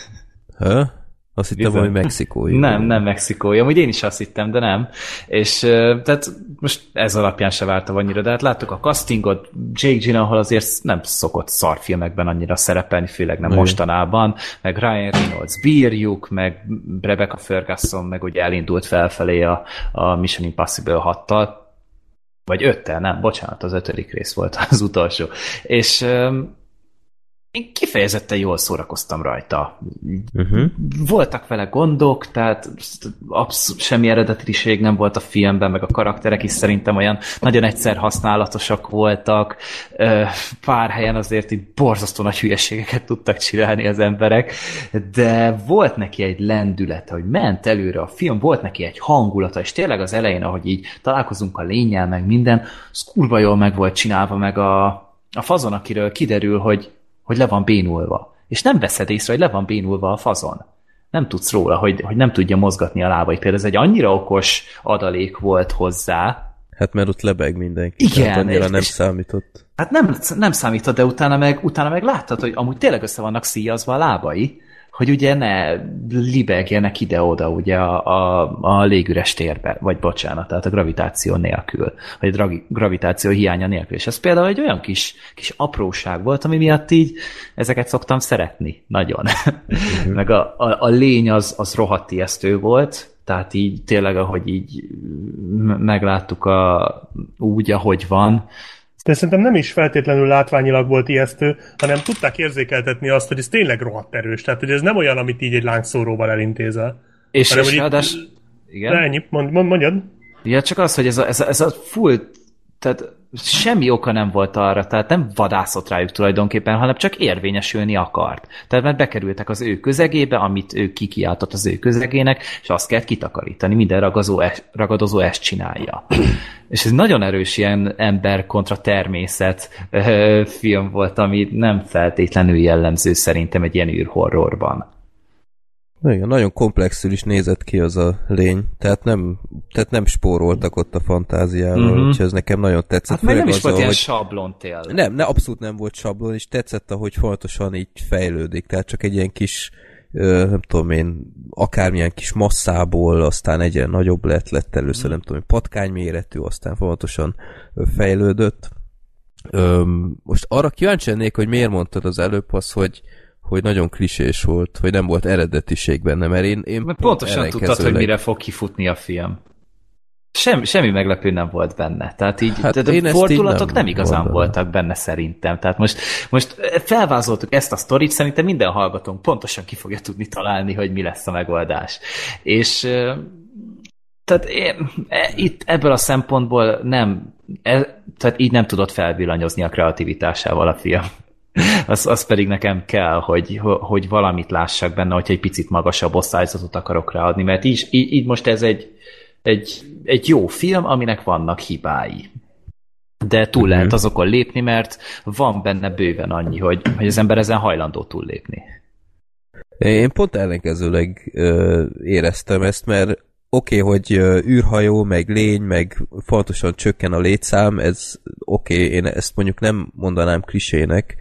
Ha? Azt hittem, hogy mexikói. Nem, nem mexikói. Amúgy én is azt hittem, de nem. És tehát most ez alapján se vártam annyira, de hát láttuk a castingot, Jake Gyllenhaal azért nem szokott szarfilmekben annyira szerepelni, főleg nem Igen. mostanában, meg Ryan Reynolds bírjuk, meg Rebecca Ferguson, meg ugye elindult felfelé a, a Mission Impossible hattal, vagy öttel, nem, bocsánat, az ötödik rész volt az utolsó. És um, én kifejezetten jól szórakoztam rajta. Uh-huh. Voltak vele gondok, tehát abszolút semmi eredetiség nem volt a filmben, meg a karakterek is szerintem olyan nagyon egyszer használatosak voltak. Pár helyen azért itt borzasztó nagy hülyeségeket tudtak csinálni az emberek, de volt neki egy lendülete, hogy ment előre a film, volt neki egy hangulata, és tényleg az elején, ahogy így találkozunk a lénnyel, meg minden, az kurva jól meg volt csinálva, meg a, a fazon, akiről kiderül, hogy hogy le van bénulva. És nem veszed észre, hogy le van bénulva a fazon. Nem tudsz róla, hogy, hogy nem tudja mozgatni a lábait. Például ez egy annyira okos adalék volt hozzá. Hát mert ott lebeg mindenki. Igen. Hát annyira nem számított. Hát nem, nem számított, de utána meg, utána meg láttad, hogy amúgy tényleg össze vannak szíjazva a lábai, hogy ugye ne libegjenek ide-oda ugye a, a, a légüres térbe, vagy bocsánat, tehát a gravitáció nélkül, vagy a gravitáció hiánya nélkül. És ez például egy olyan kis, kis apróság volt, ami miatt így ezeket szoktam szeretni, nagyon. Uh-huh. Meg a, a, a lény az, az rohadt ijesztő volt, tehát így tényleg, ahogy így megláttuk a, úgy, ahogy van. De szerintem nem is feltétlenül látványilag volt ijesztő, hanem tudták érzékeltetni azt, hogy ez tényleg rohadt erős. Tehát, hogy ez nem olyan, amit így egy lángszóróval elintézel. És, hanem, és ráadás... Igen? De ennyi, mond, mond, mondjad. Ja, csak az, hogy ez a, ez a, ez a full... Tehát semmi oka nem volt arra, tehát nem vadászott rájuk tulajdonképpen, hanem csak érvényesülni akart. Tehát mert bekerültek az ő közegébe, amit ő kikiáltott az ő közegének, és azt kellett kitakarítani. Minden ragadozó, ragadozó ezt csinálja. És ez nagyon erős ilyen ember kontra természet film volt, ami nem feltétlenül jellemző szerintem egy ilyen űrhorrorban. Igen, nagyon komplexül is nézett ki az a lény, tehát nem, tehát nem spóroltak ott a fantáziával, mm-hmm. úgyhogy ez nekem nagyon tetszett. Hát meg nem is volt ilyen sablon tényleg. Nem, ne, abszolút nem volt sablon, és tetszett, ahogy folyamatosan így fejlődik, tehát csak egy ilyen kis, nem tudom én, akármilyen kis masszából, aztán egyre nagyobb lett, lett először, mm. nem tudom, patkány méretű, aztán folyamatosan fejlődött. Most arra kíváncsi lennék, hogy miért mondtad az előbb az, hogy hogy nagyon klisés volt, hogy nem volt eredetiség benne, mert én, én mert pont pontosan tudtad, hogy mire fog kifutni a film. Sem, semmi meglepő nem volt benne. Tehát így hát a fordulatok nem, nem igazán mondaná. voltak benne szerintem. Tehát most, most felvázoltuk ezt a sztorit, szerintem minden hallgatónk pontosan ki fogja tudni találni, hogy mi lesz a megoldás. És tehát én, e, itt ebből a szempontból nem, e, tehát így nem tudott felvillanyozni a kreativitásával a film. Az, az pedig nekem kell, hogy, hogy valamit lássak benne, hogyha egy picit magasabb osztályzatot akarok ráadni, mert így, így, így most ez egy, egy, egy jó film, aminek vannak hibái. De túl lehet azokon lépni, mert van benne bőven annyi, hogy, hogy az ember ezen hajlandó túllépni. Én pont ellenkezőleg ö, éreztem ezt, mert oké, okay, hogy űrhajó, meg lény, meg fontosan csökken a létszám, ez oké, okay, én ezt mondjuk nem mondanám klisének,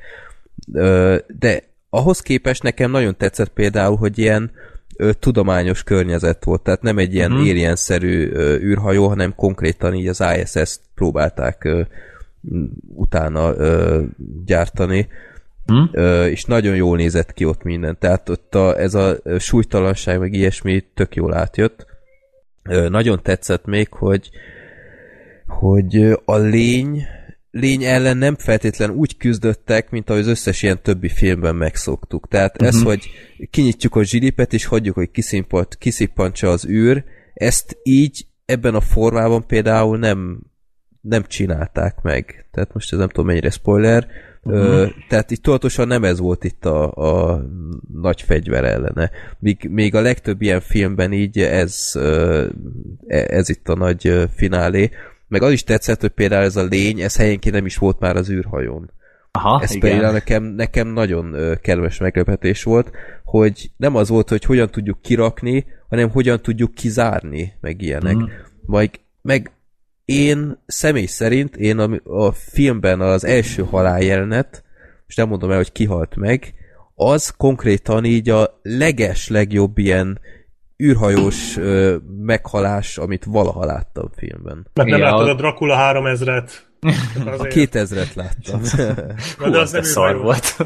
de ahhoz képest nekem nagyon tetszett például, hogy ilyen tudományos környezet volt, tehát nem egy ilyen uh-huh. alien-szerű űrhajó, hanem konkrétan így az I S S-t próbálták utána gyártani, uh-huh. és nagyon jól nézett ki ott minden, tehát ott a, ez a súlytalanság, meg ilyesmi tök jól átjött. Nagyon tetszett még, hogy hogy a lény lény ellen nem feltétlen úgy küzdöttek, mint ahogy az összes ilyen többi filmben megszoktuk. Tehát uh-huh. ez, hogy kinyitjuk a zsilipet, és hagyjuk, hogy kiszippantsa az űr, ezt így ebben a formában például nem, nem csinálták meg. Tehát most ez nem tudom mennyire spoiler, uh-huh. Ö, tehát itt tudatosan nem ez volt itt a, a nagy fegyver ellene. Míg, még a legtöbb ilyen filmben így ez, ez itt a nagy finálé. Meg az is tetszett, hogy például ez a lény, ez helyenként nem is volt már az űrhajón. Aha, ez igen. Például nekem, nekem nagyon kellemes meglepetés volt, hogy nem az volt, hogy hogyan tudjuk kirakni, hanem hogyan tudjuk kizárni, meg ilyenek. Mm. Majd, meg én személy szerint, én a, a filmben az első haláljelenet, és nem mondom el, hogy kihalt meg, az konkrétan így a leges, legjobb ilyen űrhajós ö, meghalás, amit valaha láttam filmben. Mert nem láttad a Dracula háromezret. A kétezret láttam. Hú, de az nem szar volt.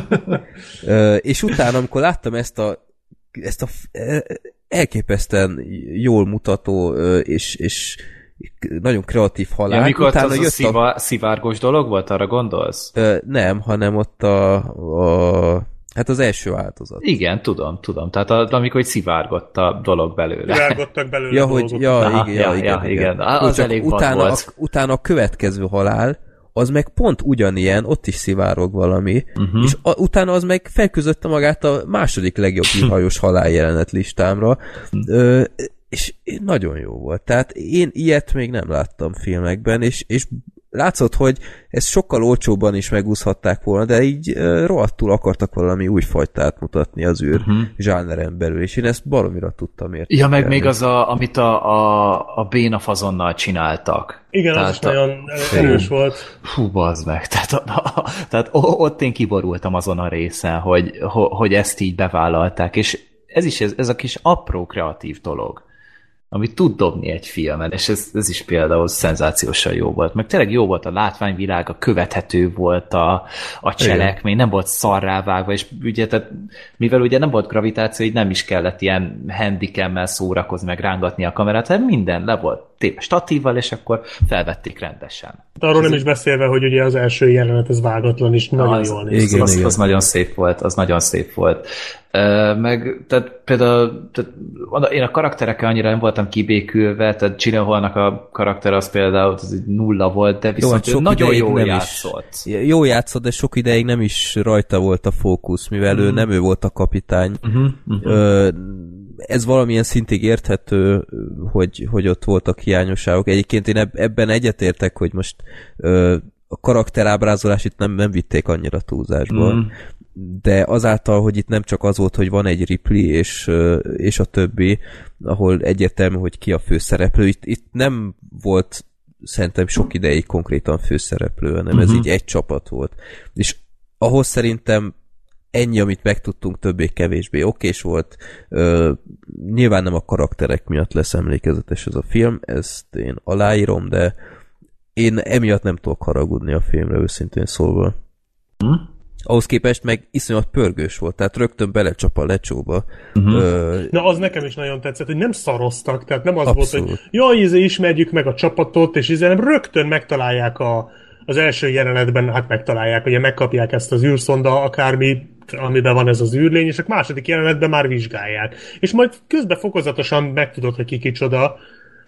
ö, és utána, amikor láttam ezt a, ezt a elképesztően jól mutató ö, és, és nagyon kreatív halál. Ja, amikor utána az a szivá, a szivárgós dolog volt, arra gondolsz? Ö, nem, hanem ott a, a hát az első változat. Igen, tudom, tudom. Tehát a, amikor hogy szivárgott a dolog belőle. Szivárgottak belőle ja, hogy, ja, Aha, igen, ja, igen, ja, igen. igen. Az elég utána, volt. A, utána a következő halál, az meg pont ugyanilyen, ott is szivárog valami, uh-huh. és a, utána az meg felküzdötte magát a második legjobb űrhajós haláljelenet listámra, Ö, és nagyon jó volt. Tehát én ilyet még nem láttam filmekben, és, és látszott, hogy ezt sokkal olcsóbban is megúszhatták volna, de így uh, rohadtul akartak valami új fajtát mutatni az űr uh-huh. zsáneren belül, és én ezt baromira tudtam érteni. Ja, meg még az, a, amit a, a, a béna fazonnal csináltak. Igen, tehát az is a... nagyon erős volt. Hú, bazd meg. Tehát, a, a, tehát ott én kiborultam azon a részen, hogy, hogy ezt így bevállalták, és ez is ez, ez a kis apró kreatív dolog, amit tud dobni egy filmen, és ez, ez is például szenzációsan jó volt. Meg tényleg jó volt a látványvilág, a követhető volt a, a cselekmény, nem volt szarrá vágva, és ugye, tehát, mivel ugye nem volt gravitáció, így nem is kellett ilyen handicam-mel szórakozni, meg rángatni a kamerát, hanem minden le volt téve statívval, és akkor felvették rendesen. De arról nem is beszélve, hogy ugye az első jelenet az vágatlan, és nagyon az, jól néz. Igen, az, az nagyon szép volt, az nagyon szép volt. Uh, meg, tehát például tehát, én a karakterekkel annyira nem voltam kibékülve, tehát Gyllenhaalnak a karakter az például az egy nulla volt, de viszont jó, nagyon jól játszott. Is, jó játszott, de sok ideig nem is rajta volt a fókusz, mivel mm. ő nem ő volt a kapitány. Uh-huh, uh-huh. Uh, ez valamilyen szintig érthető, hogy, hogy ott voltak hiányosságok. Egyébként én ebben egyetértek, hogy most uh, a karakterábrázolás itt nem, nem vitték annyira túlzásba. Mm. De azáltal, hogy itt nem csak az volt, hogy van egy Ripley és, és a többi, ahol egyértelmű, hogy ki a főszereplő, itt, itt nem volt szerintem sok ideig konkrétan főszereplő, hanem uh-huh. ez így egy csapat volt. És ahhoz szerintem ennyi, amit megtudtunk, többé-kevésbé okés volt. Uh, nyilván nem a karakterek miatt lesz emlékezetes ez a film, ezt én aláírom, de én emiatt nem tudok haragudni a filmre, őszintén szólva. Uh-huh. Ahhoz képest meg iszonyat pörgős volt, tehát rögtön belecsap a lecsóba. Uh-huh. Ö... Na, az nekem is nagyon tetszett, hogy nem szaroztak, tehát nem az Abszolút. volt, hogy jaj, izé, ismerjük meg a csapatot, és izé, rögtön megtalálják a, az első jelenetben, hát megtalálják, ugye megkapják ezt az űrszonda, akármi, amiben van ez az űrlény, és a második jelenetben már vizsgálják. És majd közben fokozatosan megtudod, hogy ki kicsoda,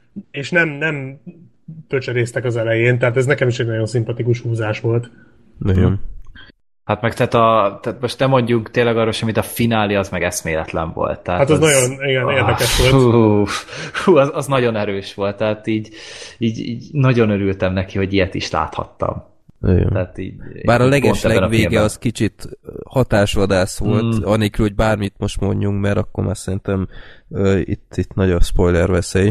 és nem, nem pöcseréztek az elején, tehát ez nekem is egy nagyon szimpatikus húzás volt. Nagyon. Hát meg tehát, a, tehát most nem mondjuk tényleg arról sem, mint a finálé, az meg eszméletlen volt. Tehát hát az, az nagyon igen, érdekes ah, volt. Hú, hú, az, az nagyon erős volt, tehát így, így, így nagyon örültem neki, hogy ilyet is láthattam. Tehát így, bár a legesleg vége az kicsit hatásvadász volt, mm. anélkül, hogy bármit most mondjunk, mert akkor már szerintem uh, itt, itt nagy a spoiler veszély.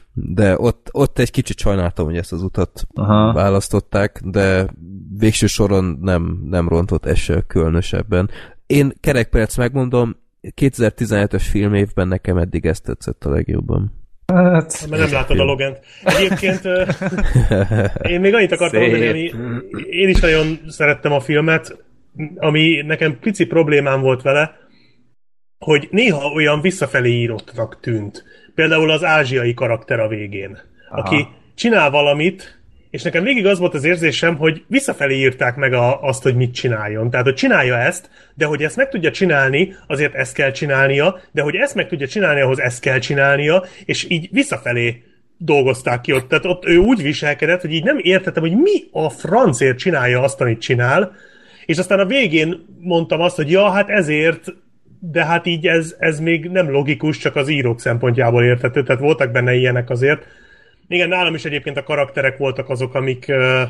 De ott, ott egy kicsit sajnáltam, hogy ezt az utat Aha. választották, de végső soron nem, nem rontott ez se különösebben. Én kerekperc megmondom, kétezer-tizenhetes filmévben nekem eddig ezt tetszett a legjobban. Hát, mert nem látod a Logent. Egyébként én még annyit akartam mondani, hogy én is nagyon szerettem a filmet, ami nekem pici problémám volt vele, hogy néha olyan visszafelé írottnak tűnt. Például az ázsiai karakter a végén, Aha. aki csinál valamit, és nekem végig az volt az érzésem, hogy visszafelé írták meg a, azt, hogy mit csináljon. Tehát, hogy csinálja ezt, de hogy ezt meg tudja csinálni, azért ezt kell csinálnia, de hogy ezt meg tudja csinálni, ahhoz ezt kell csinálnia, és így visszafelé dolgozták ki ott. Tehát ott ő úgy viselkedett, hogy így nem értettem, hogy mi a francért csinálja azt, amit csinál, és aztán a végén mondtam azt, hogy ja, hát ezért, de hát így ez, ez még nem logikus, csak az írók szempontjából érthető, tehát voltak benne ilyenek azért. Igen, nálam is egyébként a karakterek voltak azok, amik, uh,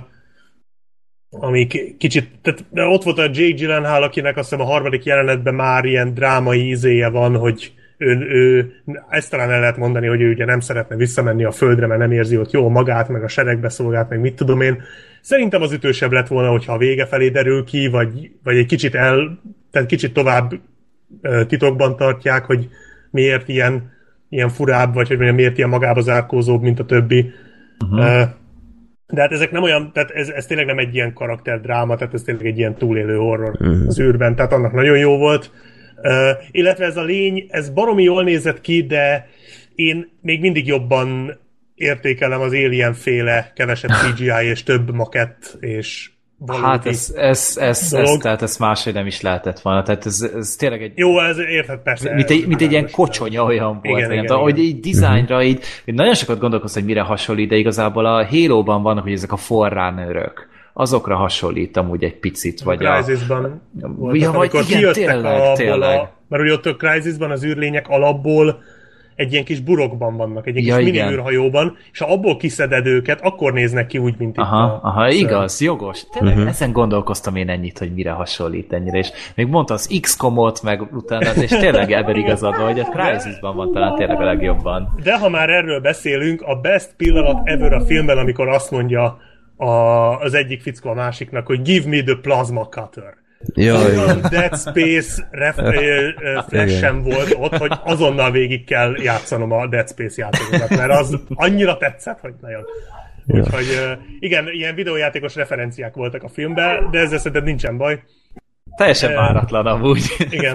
amik kicsit, tehát ott volt a Jake Gyllenhaal, akinek azt hiszem a harmadik jelenetben már ilyen drámai izéje van, hogy ő, ő, ezt talán el lehet mondani, hogy ő ugye nem szeretne visszamenni a földre, mert nem érzi ott jól magát, meg a seregbe szolgált, meg mit tudom én. Szerintem az ütősebb lett volna, hogyha a vége felé derül ki, vagy, vagy egy kicsit el, tehát kicsit tovább uh, titokban tartják, hogy miért ilyen ilyen furább, vagy hogy mondjam, miért ilyen magába zárkózóbb, mint a többi. Uh-huh. De hát ezek nem olyan, tehát ez, ez tényleg nem egy ilyen karakterdráma, tehát ez tényleg egy ilyen túlélő horror uh-huh. az űrben, tehát annak nagyon jó volt. Uh, illetve ez a lény, ez baromi jól nézett ki, de én még mindig jobban értékelem az Alien-féle kevesebb cé gé í és több makett, és hát ez, ez, ez, ez, tehát ez máshogy nem is lehetett volna, tehát ez, ez tényleg egy... Jó, ez érted, persze. Mint egy, mint egy ilyen kocsonya olyan volt. Igen, igen, ahogy igen. Így dizájnra, így, így nagyon sokat gondolkoztam, hogy mire hasonlít, de igazából a Halo-ban vannak, hogy ezek a forrunnerök. Azokra hasonlít amúgy egy picit, vagy a... Crysis-ban voltak, ja, vagy igen, tényleg, a, tényleg. A, mert ugye ott a Crysis-ban az űrlények alapból egy ilyen kis burokban vannak, egy ja, kis mini űrhajóban, és ha abból kiszeded őket, akkor néznek ki úgy, mint aha, itt a... Aha, ször. Igaz, jogos. Tényleg uh-huh. ezen gondolkoztam én ennyit, hogy mire hasonlít ennyire, és még mondta az iksz komot, meg utána, és tényleg ebben igazad van, hogy a Crysisban van talán tényleg a legjobban. De ha már erről beszélünk, a best pillanat ever a filmben, amikor azt mondja a, az egyik fickó a másiknak, hogy give me the plasma cutter. Olyan Dead Space ref- flash sem volt ott, hogy azonnal végig kell játszanom a Dead Space játékokat, mert az annyira tetszett, hogy nagyon. Úgyhogy igen, ilyen videójátékos referenciák voltak a filmben, de ezzel szerintem nincsen baj. Teljesen váratlan amúgy. Igen.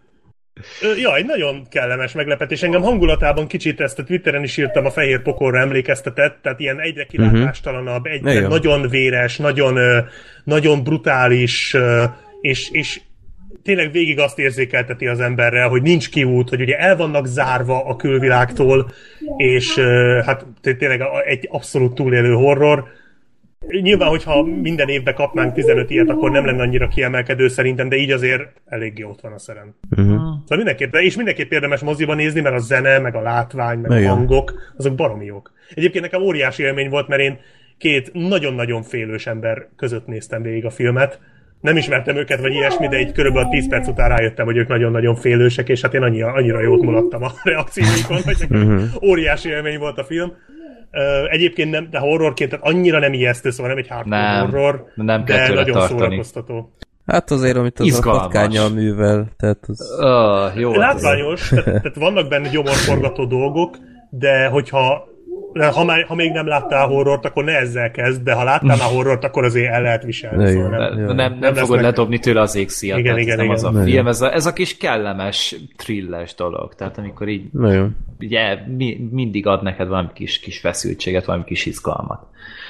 Ja, egy nagyon kellemes meglepetés. Engem hangulatában kicsit, ezt a Twitteren is írtam, a fehér pokolra emlékeztetett, tehát ilyen egyre kilátástalanabb, egyre igen. nagyon véres, nagyon, nagyon brutális, és, és tényleg végig azt érzékelteti az emberrel, hogy nincs kiút, hogy ugye el vannak zárva a külvilágtól, és hát tényleg egy abszolút túlélő horror. Nyilván, hogyha minden évben kapnánk tizenöt ilyet, akkor nem lenne annyira kiemelkedő szerintem, de így azért eléggé ott van a szerem. Uh-huh. Szóval mindenképp, és mindenképp érdemes moziban nézni, mert a zene, meg a látvány, meg igen. a hangok, azok baromi jók. Egyébként nekem óriási élmény volt, mert én két nagyon-nagyon félős ember között néztem végig a filmet. Nem ismertem őket, vagy ilyesmi, de így körülbelül tíz perc után rájöttem, hogy ők nagyon-nagyon félősek, és hát én annyira, annyira jót mulattam a reakcióikon, hogy uh-huh. óriási élmény volt a film. Uh, egyébként nem, de horrorként, tehát annyira nem ijesztő, szóval nem egy hardcore nem, horror, nem de nagyon tartani. Szórakoztató. Hát azért, amit az izgalmas. A patkánnyal művel, tehát az... Oh, jó látványos, tehát, tehát vannak benne gyomorforgató dolgok, de hogyha ha, már, ha még nem láttál horrort, akkor ne ezzel kezd, de ha láttál már horrort, akkor azért el lehet viselni. Szóval nem, nem, nem, nem, nem fogod ledobni tőle az égszíjat. Igen, igen, nem igen. Az a film, ez a, ez a kis kellemes, thriller dolog. Tehát amikor így ugye, mi, mindig ad neked valami kis, kis feszültséget, valami kis izgalmat.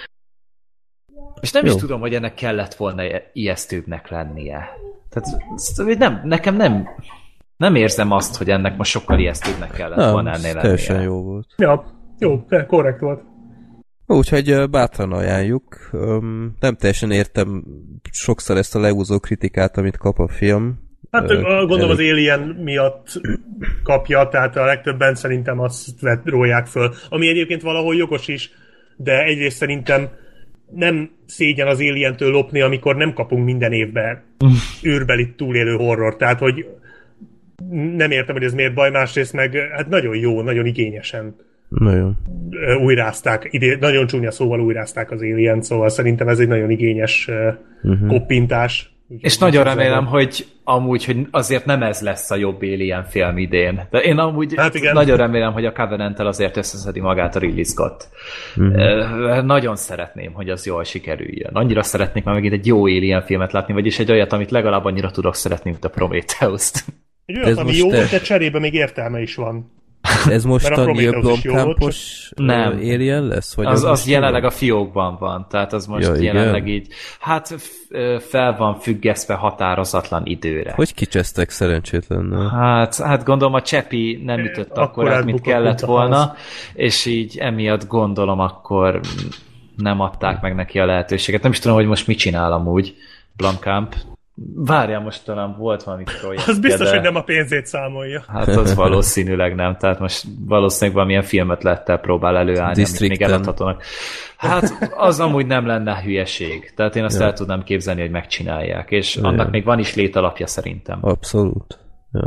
És nem Jó. is tudom, hogy ennek kellett volna ijesztőbbnek lennie. Tehát nem, nekem nem nem érzem azt, hogy ennek most sokkal ijesztőbbnek kellett nem, volna ennél lennie. Teljesen jó volt. Ja. Jó, korrekt volt. Úgyhogy bátran ajánljuk. Nem teljesen értem sokszor ezt a leúzó kritikát, amit kap a film. Hát gondolom az Alien miatt kapja, tehát a legtöbben szerintem azt rólják föl. Ami egyébként valahol jogos is, de egyrészt szerintem nem szégyen az Alientől lopni, amikor nem kapunk minden évben űrbeli túlélő horror. Tehát, hogy nem értem, hogy ez miért baj, másrészt meg hát nagyon jó, nagyon igényesen nagyon. újrázták, ide, nagyon csúnya szóval újrázták az Alien, szóval szerintem ez egy nagyon igényes uh-huh. koppintás. És nagyon remélem, hogy amúgy, hogy azért nem ez lesz a jobb Alien film idén. De én amúgy hát nagyon remélem, hogy a Covenant-tel azért összeszedi magát a Ridley Scott. Uh-huh. Nagyon szeretném, hogy az jól sikerüljön. Annyira szeretnék már megint egy jó Alien filmet látni, vagyis egy olyat, amit legalább annyira tudok szeretni, mint a Prometheus-t. Egy olyat, ami jó, te... de cserébe még értelme is van. Ez most a, a Neil Blomkampos nem. Alien lesz? Vagy az, az, az jelenleg a fiókban van, tehát az most ja, jelenleg így, hát fel van függesztve határozatlan időre. Hogy kicsesztek szerencsétlennel? Hát, hát gondolom a Csepi nem ütött akkorát, mint kellett volna, és így emiatt gondolom akkor nem adták meg neki a lehetőséget. Nem is tudom, hogy most mit csinál amúgy Blomkamp. Várjál, most talán volt valami projekt. Az biztos, de... hogy nem a pénzét számolja. Hát az valószínűleg nem. Tehát most valószínűleg valamilyen filmet lettel próbál előállni, amit még eladhatónak. Hát az amúgy nem lenne hülyeség. Tehát én azt ja. el tudnám képzelni, hogy megcsinálják. És ja. annak még van is létalapja szerintem. Abszolút. Ja.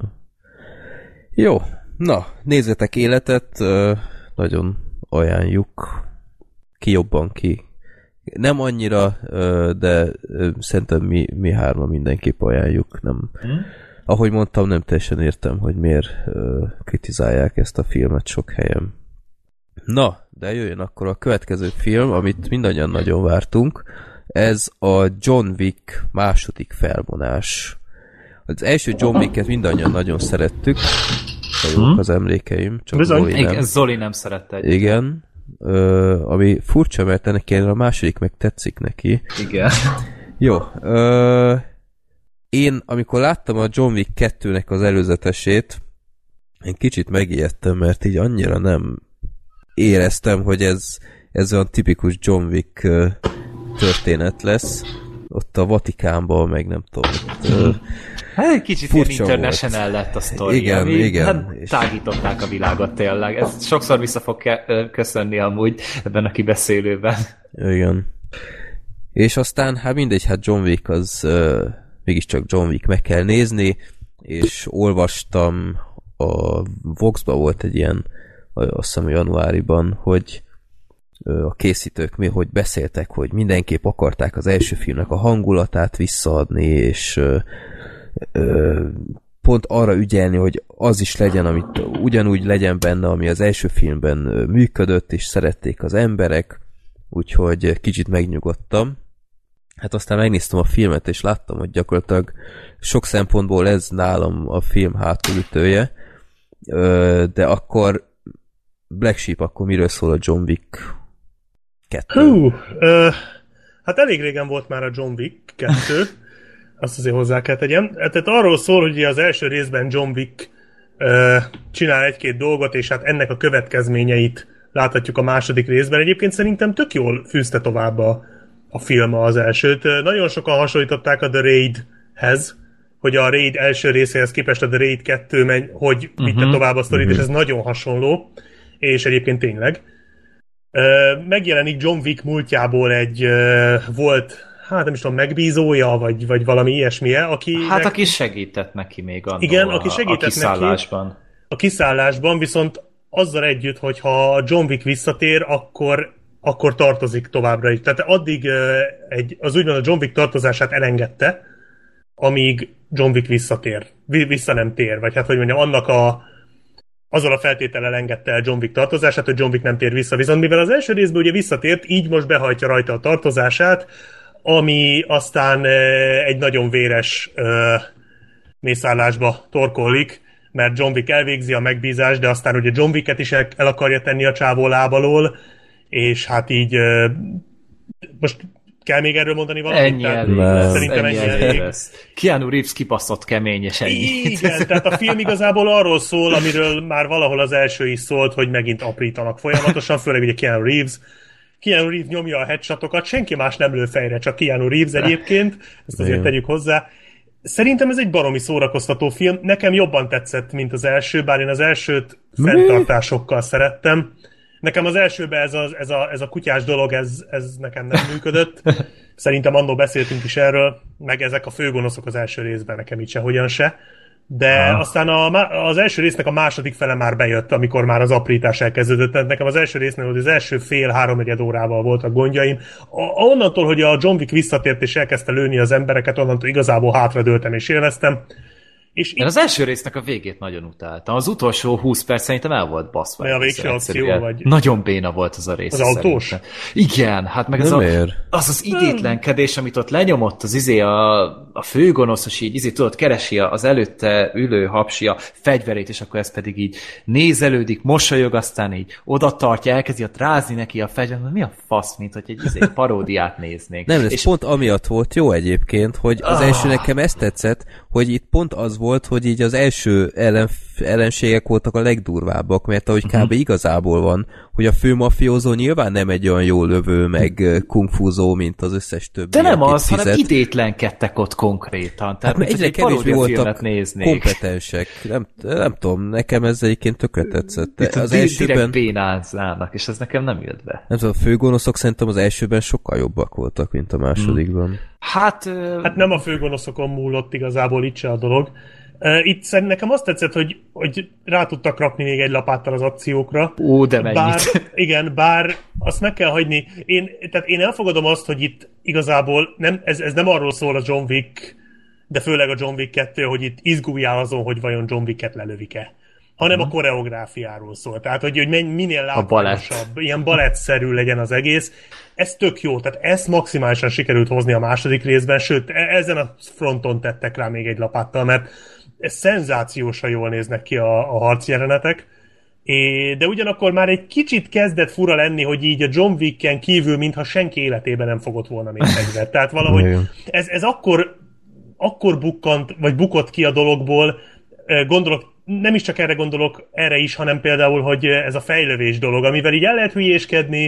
Jó. Na, nézzetek életet. Nagyon ajánljuk. Ki jobban ki. Nem annyira, de szerintem mi, mi hárma mindenképp ajánljuk. Nem. Hmm? Ahogy mondtam, nem teljesen értem, hogy miért kritizálják ezt a filmet sok helyen. Na, de jöjjön akkor a következő film, amit mindannyian nagyon vártunk. Ez a John Wick második felvonás. Az első John Wicket mindannyian nagyon szerettük. Ha jók az emlékeim. Csak Bizony, Zoli nem. Zoli nem szerette. Egyébként. Igen. Uh, ami furcsa, mert ennek ilyen a második meg tetszik neki. Igen. Jó. Uh, én, amikor láttam a John Wick kettőnek az előzetesét, én kicsit megijedtem, mert így annyira nem éreztem, hogy ez, ez olyan tipikus John Wick uh, történet lesz. ott a Vatikánban, meg nem tudom. Ott, hát kicsit ilyen international volt. Lett a sztori. Igen, igen. Hát és... tágították a világot tényleg. Ez sokszor vissza fog köszönni amúgy ebben a kibeszélőben. Igen. És aztán, hát mindegy, hát John Wick az uh, mégiscsak John Wick, meg kell nézni, és olvastam, a Vox-ba volt egy ilyen, azt hiszem januáriban, hogy a készítők mi, hogy beszéltek, hogy mindenképp akarták az első filmnek a hangulatát visszaadni, és ö, ö, pont arra ügyelni, hogy az is legyen, amit ugyanúgy legyen benne, ami az első filmben működött, és szerették az emberek, úgyhogy kicsit megnyugodtam. Hát aztán megnéztem a filmet, és láttam, hogy gyakorlatilag sok szempontból ez nálam a film hátulütője, ö, de akkor Black Sheep, akkor miről szól a John Wick kettő? Hú, ö, hát elég régen volt már a John Wick kettő, azt azért hozzá kell tegyem. Tehát arról szól, hogy az első részben John Wick ö, csinál egy-két dolgot, és hát ennek a következményeit láthatjuk a második részben. Egyébként szerintem tök jól fűzte tovább a, a film az elsőt. Nagyon sokan hasonlították a The Raid-hez, hogy a Raid első részéhez képest a The Raid kettő megy, hogy vitte uh-huh. tovább a sztorit, uh-huh. és ez nagyon hasonló, és egyébként tényleg. Megjelenik John Wick múltjából egy volt, hát nem is tudom, megbízója, vagy, vagy valami ilyesmije, aki... Hát nek... aki segített neki még annól igen, aki segített a kiszállásban. Neki a kiszállásban, viszont azzal együtt, hogy ha John Wick visszatér, akkor, akkor tartozik továbbra is. Tehát addig egy, az úgymond a John Wick tartozását elengedte, amíg John Wick visszatér. Vissza nem tér, vagy hát hogy mondjam, annak a azzal a feltétellel engedte el John Wick tartozását, hogy John Wick nem tér vissza. Viszont mivel az első részben ugye visszatért, így most behajtja rajta a tartozását, ami aztán egy nagyon véres uh, mészállásba torkollik, mert John Wick elvégzi a megbízást, de aztán ugye John Wicket is el, el akarja tenni a csávó lábalól, és hát így uh, most kell még erről mondani valamit? Ennyi elég lesz. Szerintem ennyi, ennyi elég. elég lesz. Keanu Reeves kibaszott kemény, és ennyi. Igen, tehát a film igazából arról szól, amiről már valahol az első is szólt, hogy megint aprítanak folyamatosan, főleg ugye Keanu Reeves. Keanu Reeves nyomja a headshotokat, senki más nem lő fejre, csak Keanu Reeves egyébként, ezt azért tegyük hozzá. Szerintem ez egy baromi szórakoztató film, nekem jobban tetszett, mint az első, bár én az elsőt fenntartásokkal szerettem. Nekem az elsőben ez a, ez a, ez a kutyás dolog, ez, ez nekem nem működött. Szerintem annól beszéltünk is erről, meg ezek a főgonoszok az első részben nekem így sehogyan se. De ah. aztán a, az első résznek a második fele már bejött, amikor már az aprítás elkezdődött. Tehát nekem az első résznél, hogy az első fél-háromnegyed órával voltak gondjaim. A, onnantól, hogy a John Wick visszatért és elkezdte lőni az embereket, onnantól igazából hátradőltem és élveztem. És én az első résznek a végét nagyon utáltam. Az utolsó húsz perc szerintem el volt baszva. A végső akció vagy? Nagyon béna volt az a rész. Az autós? Szerintem. Igen, hát meg az, a, az az idétlenkedés, amit ott lenyomott az izé a, a főgonoszos így, izé tudod, keresi az előtte ülő hapsi a fegyverét, és akkor ez pedig így nézelődik, mosolyog, aztán így oda tartja, elkezdi ott rázni neki a fegyvert. Mi a fasz, mint hogy egy izé paródiát néznénk. Nem, ez és pont amiatt volt jó egyébként, hogy az ah. első nekem ezt tetszett, hogy itt pont az volt, hogy így az első ellen, ellenségek voltak a legdurvábbak, mert ahogy uh-huh. kb. Igazából van, hogy a fő mafiózó nyilván nem egy olyan jó lövő, meg kungfúzó, mint az összes többi. De nem az, fizet. hanem idétlenkedtek ott konkrétan. Tehát hát, egyre kevésbé voltak néznék. kompetensek. Nem, nem tudom, nekem ez egyébként tökre tetszett. Itt az elsőben direkt bénáznának, és ez nekem nem jött be. Nem tudom, a főgonoszok szerintem az elsőben sokkal jobbak voltak, mint a másodikban. Hmm. Hát, hát nem a főgonoszokon múlott igazából itt se a dolog. Itt szerintem nekem azt tetszett, hogy, hogy rá tudtak rakni még egy lapáttal az akciókra. Ó, de mennyit. Bár, igen, bár azt meg kell hagyni. Én, tehát én elfogadom azt, hogy itt igazából nem, ez, ez nem arról szól a John Wick, de főleg a John Wick kettő, hogy itt izguljál azon, hogy vajon John Wicket lelövik-e. Hanem hmm. a koreográfiáról szól. Tehát, hogy, hogy minél látványosabb, ilyen balettszerű legyen az egész. Ez tök jó. Tehát ezt maximálisan sikerült hozni a második részben, sőt, ezen a fronton tettek rá még egy lapáttal, mert ez szenzációsan jól néznek ki a, a harcjelenetek, é, de ugyanakkor már egy kicsit kezdett fura lenni, hogy így a John Wicken kívül, mintha senki életében nem fogott volna még fegyvert. Tehát valahogy ez, ez akkor, akkor bukkant, vagy bukott ki a dologból, gondolok, nem is csak erre gondolok, erre is, hanem például, hogy ez a fejlövés dolog, amivel így el lehet hülyéskedni,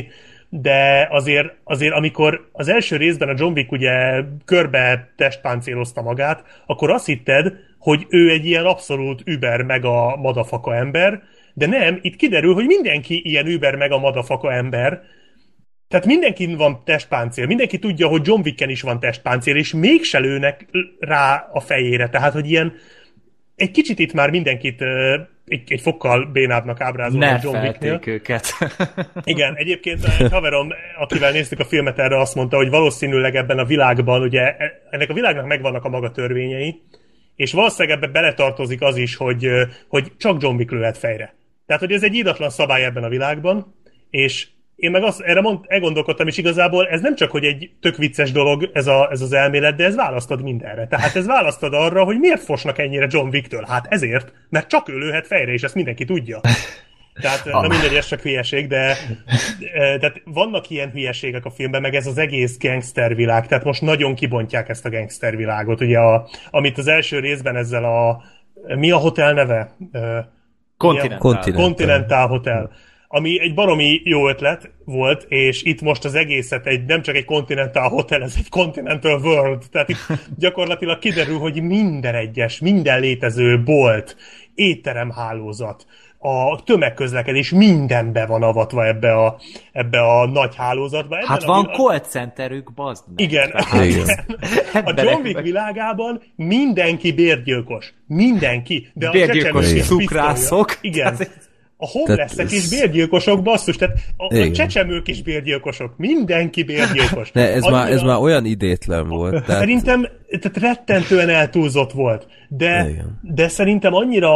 de azért, azért amikor az első részben a John Wick ugye körbe testpáncélozta magát, akkor azt hitted, hogy ő egy ilyen abszolút über mega madafaka ember, de nem, itt kiderül, hogy mindenki ilyen über mega madafaka ember, tehát mindenkin van testpáncél, mindenki tudja, hogy John Wicken is van testpáncél, és mégse lőnek rá a fejére, tehát, hogy ilyen egy kicsit itt már mindenkit egy, egy fokkal bénábbnak ábrázolni a John Wicknél. őket. Igen, egyébként egy haverom, akivel néztük a filmet, erre azt mondta, hogy valószínűleg ebben a világban, ugye ennek a világnak megvannak a maga törvényei, és valószínűleg ebbe beletartozik az is, hogy, hogy csak John Wick lőhet fejre. Tehát, hogy ez egy íratlan szabály ebben a világban, és én meg azt, erre mond, elgondolkodtam, és igazából ez nem csak, hogy egy tök vicces dolog ez, a, ez az elmélet, de ez választod mindenre. Tehát ez választod arra, hogy miért fosnak ennyire John Wicktől. Hát ezért, mert csak ő lőhet fejre, és ezt mindenki tudja. Tehát nem mindegy, ez csak hülyeség, de tehát vannak ilyen hülyeségek a filmben, meg ez az egész gangstervilág, tehát most nagyon kibontják ezt a gangstervilágot, ugye, a, amit az első részben ezzel a, mi a hotel neve? Continental. Continental Hotel. Ami egy baromi jó ötlet volt, és itt most az egészet egy, nem csak egy Continental Hotel, ez egy Continental World. Tehát itt gyakorlatilag kiderül, hogy minden egyes, minden létező bolt, étteremhálózat, a tömegközlekedés minden be van avatva ebbe a, ebbe a nagy hálózatba. Ebben hát a van világ... call centerük, bazd meg. Igen. igen. A John Wick világában mindenki bérgyilkos. Mindenki. De bérgyilkos cukrászok. Igen. A homelessek is bérgyilkosok, basszus, tehát a, a csecsemők is bérgyilkosok, mindenki bérgyilkos. De ez, Annyira... már, ez már olyan idétlen volt. Tehát... Szerintem tehát rettentően eltúlzott volt, de, de szerintem annyira,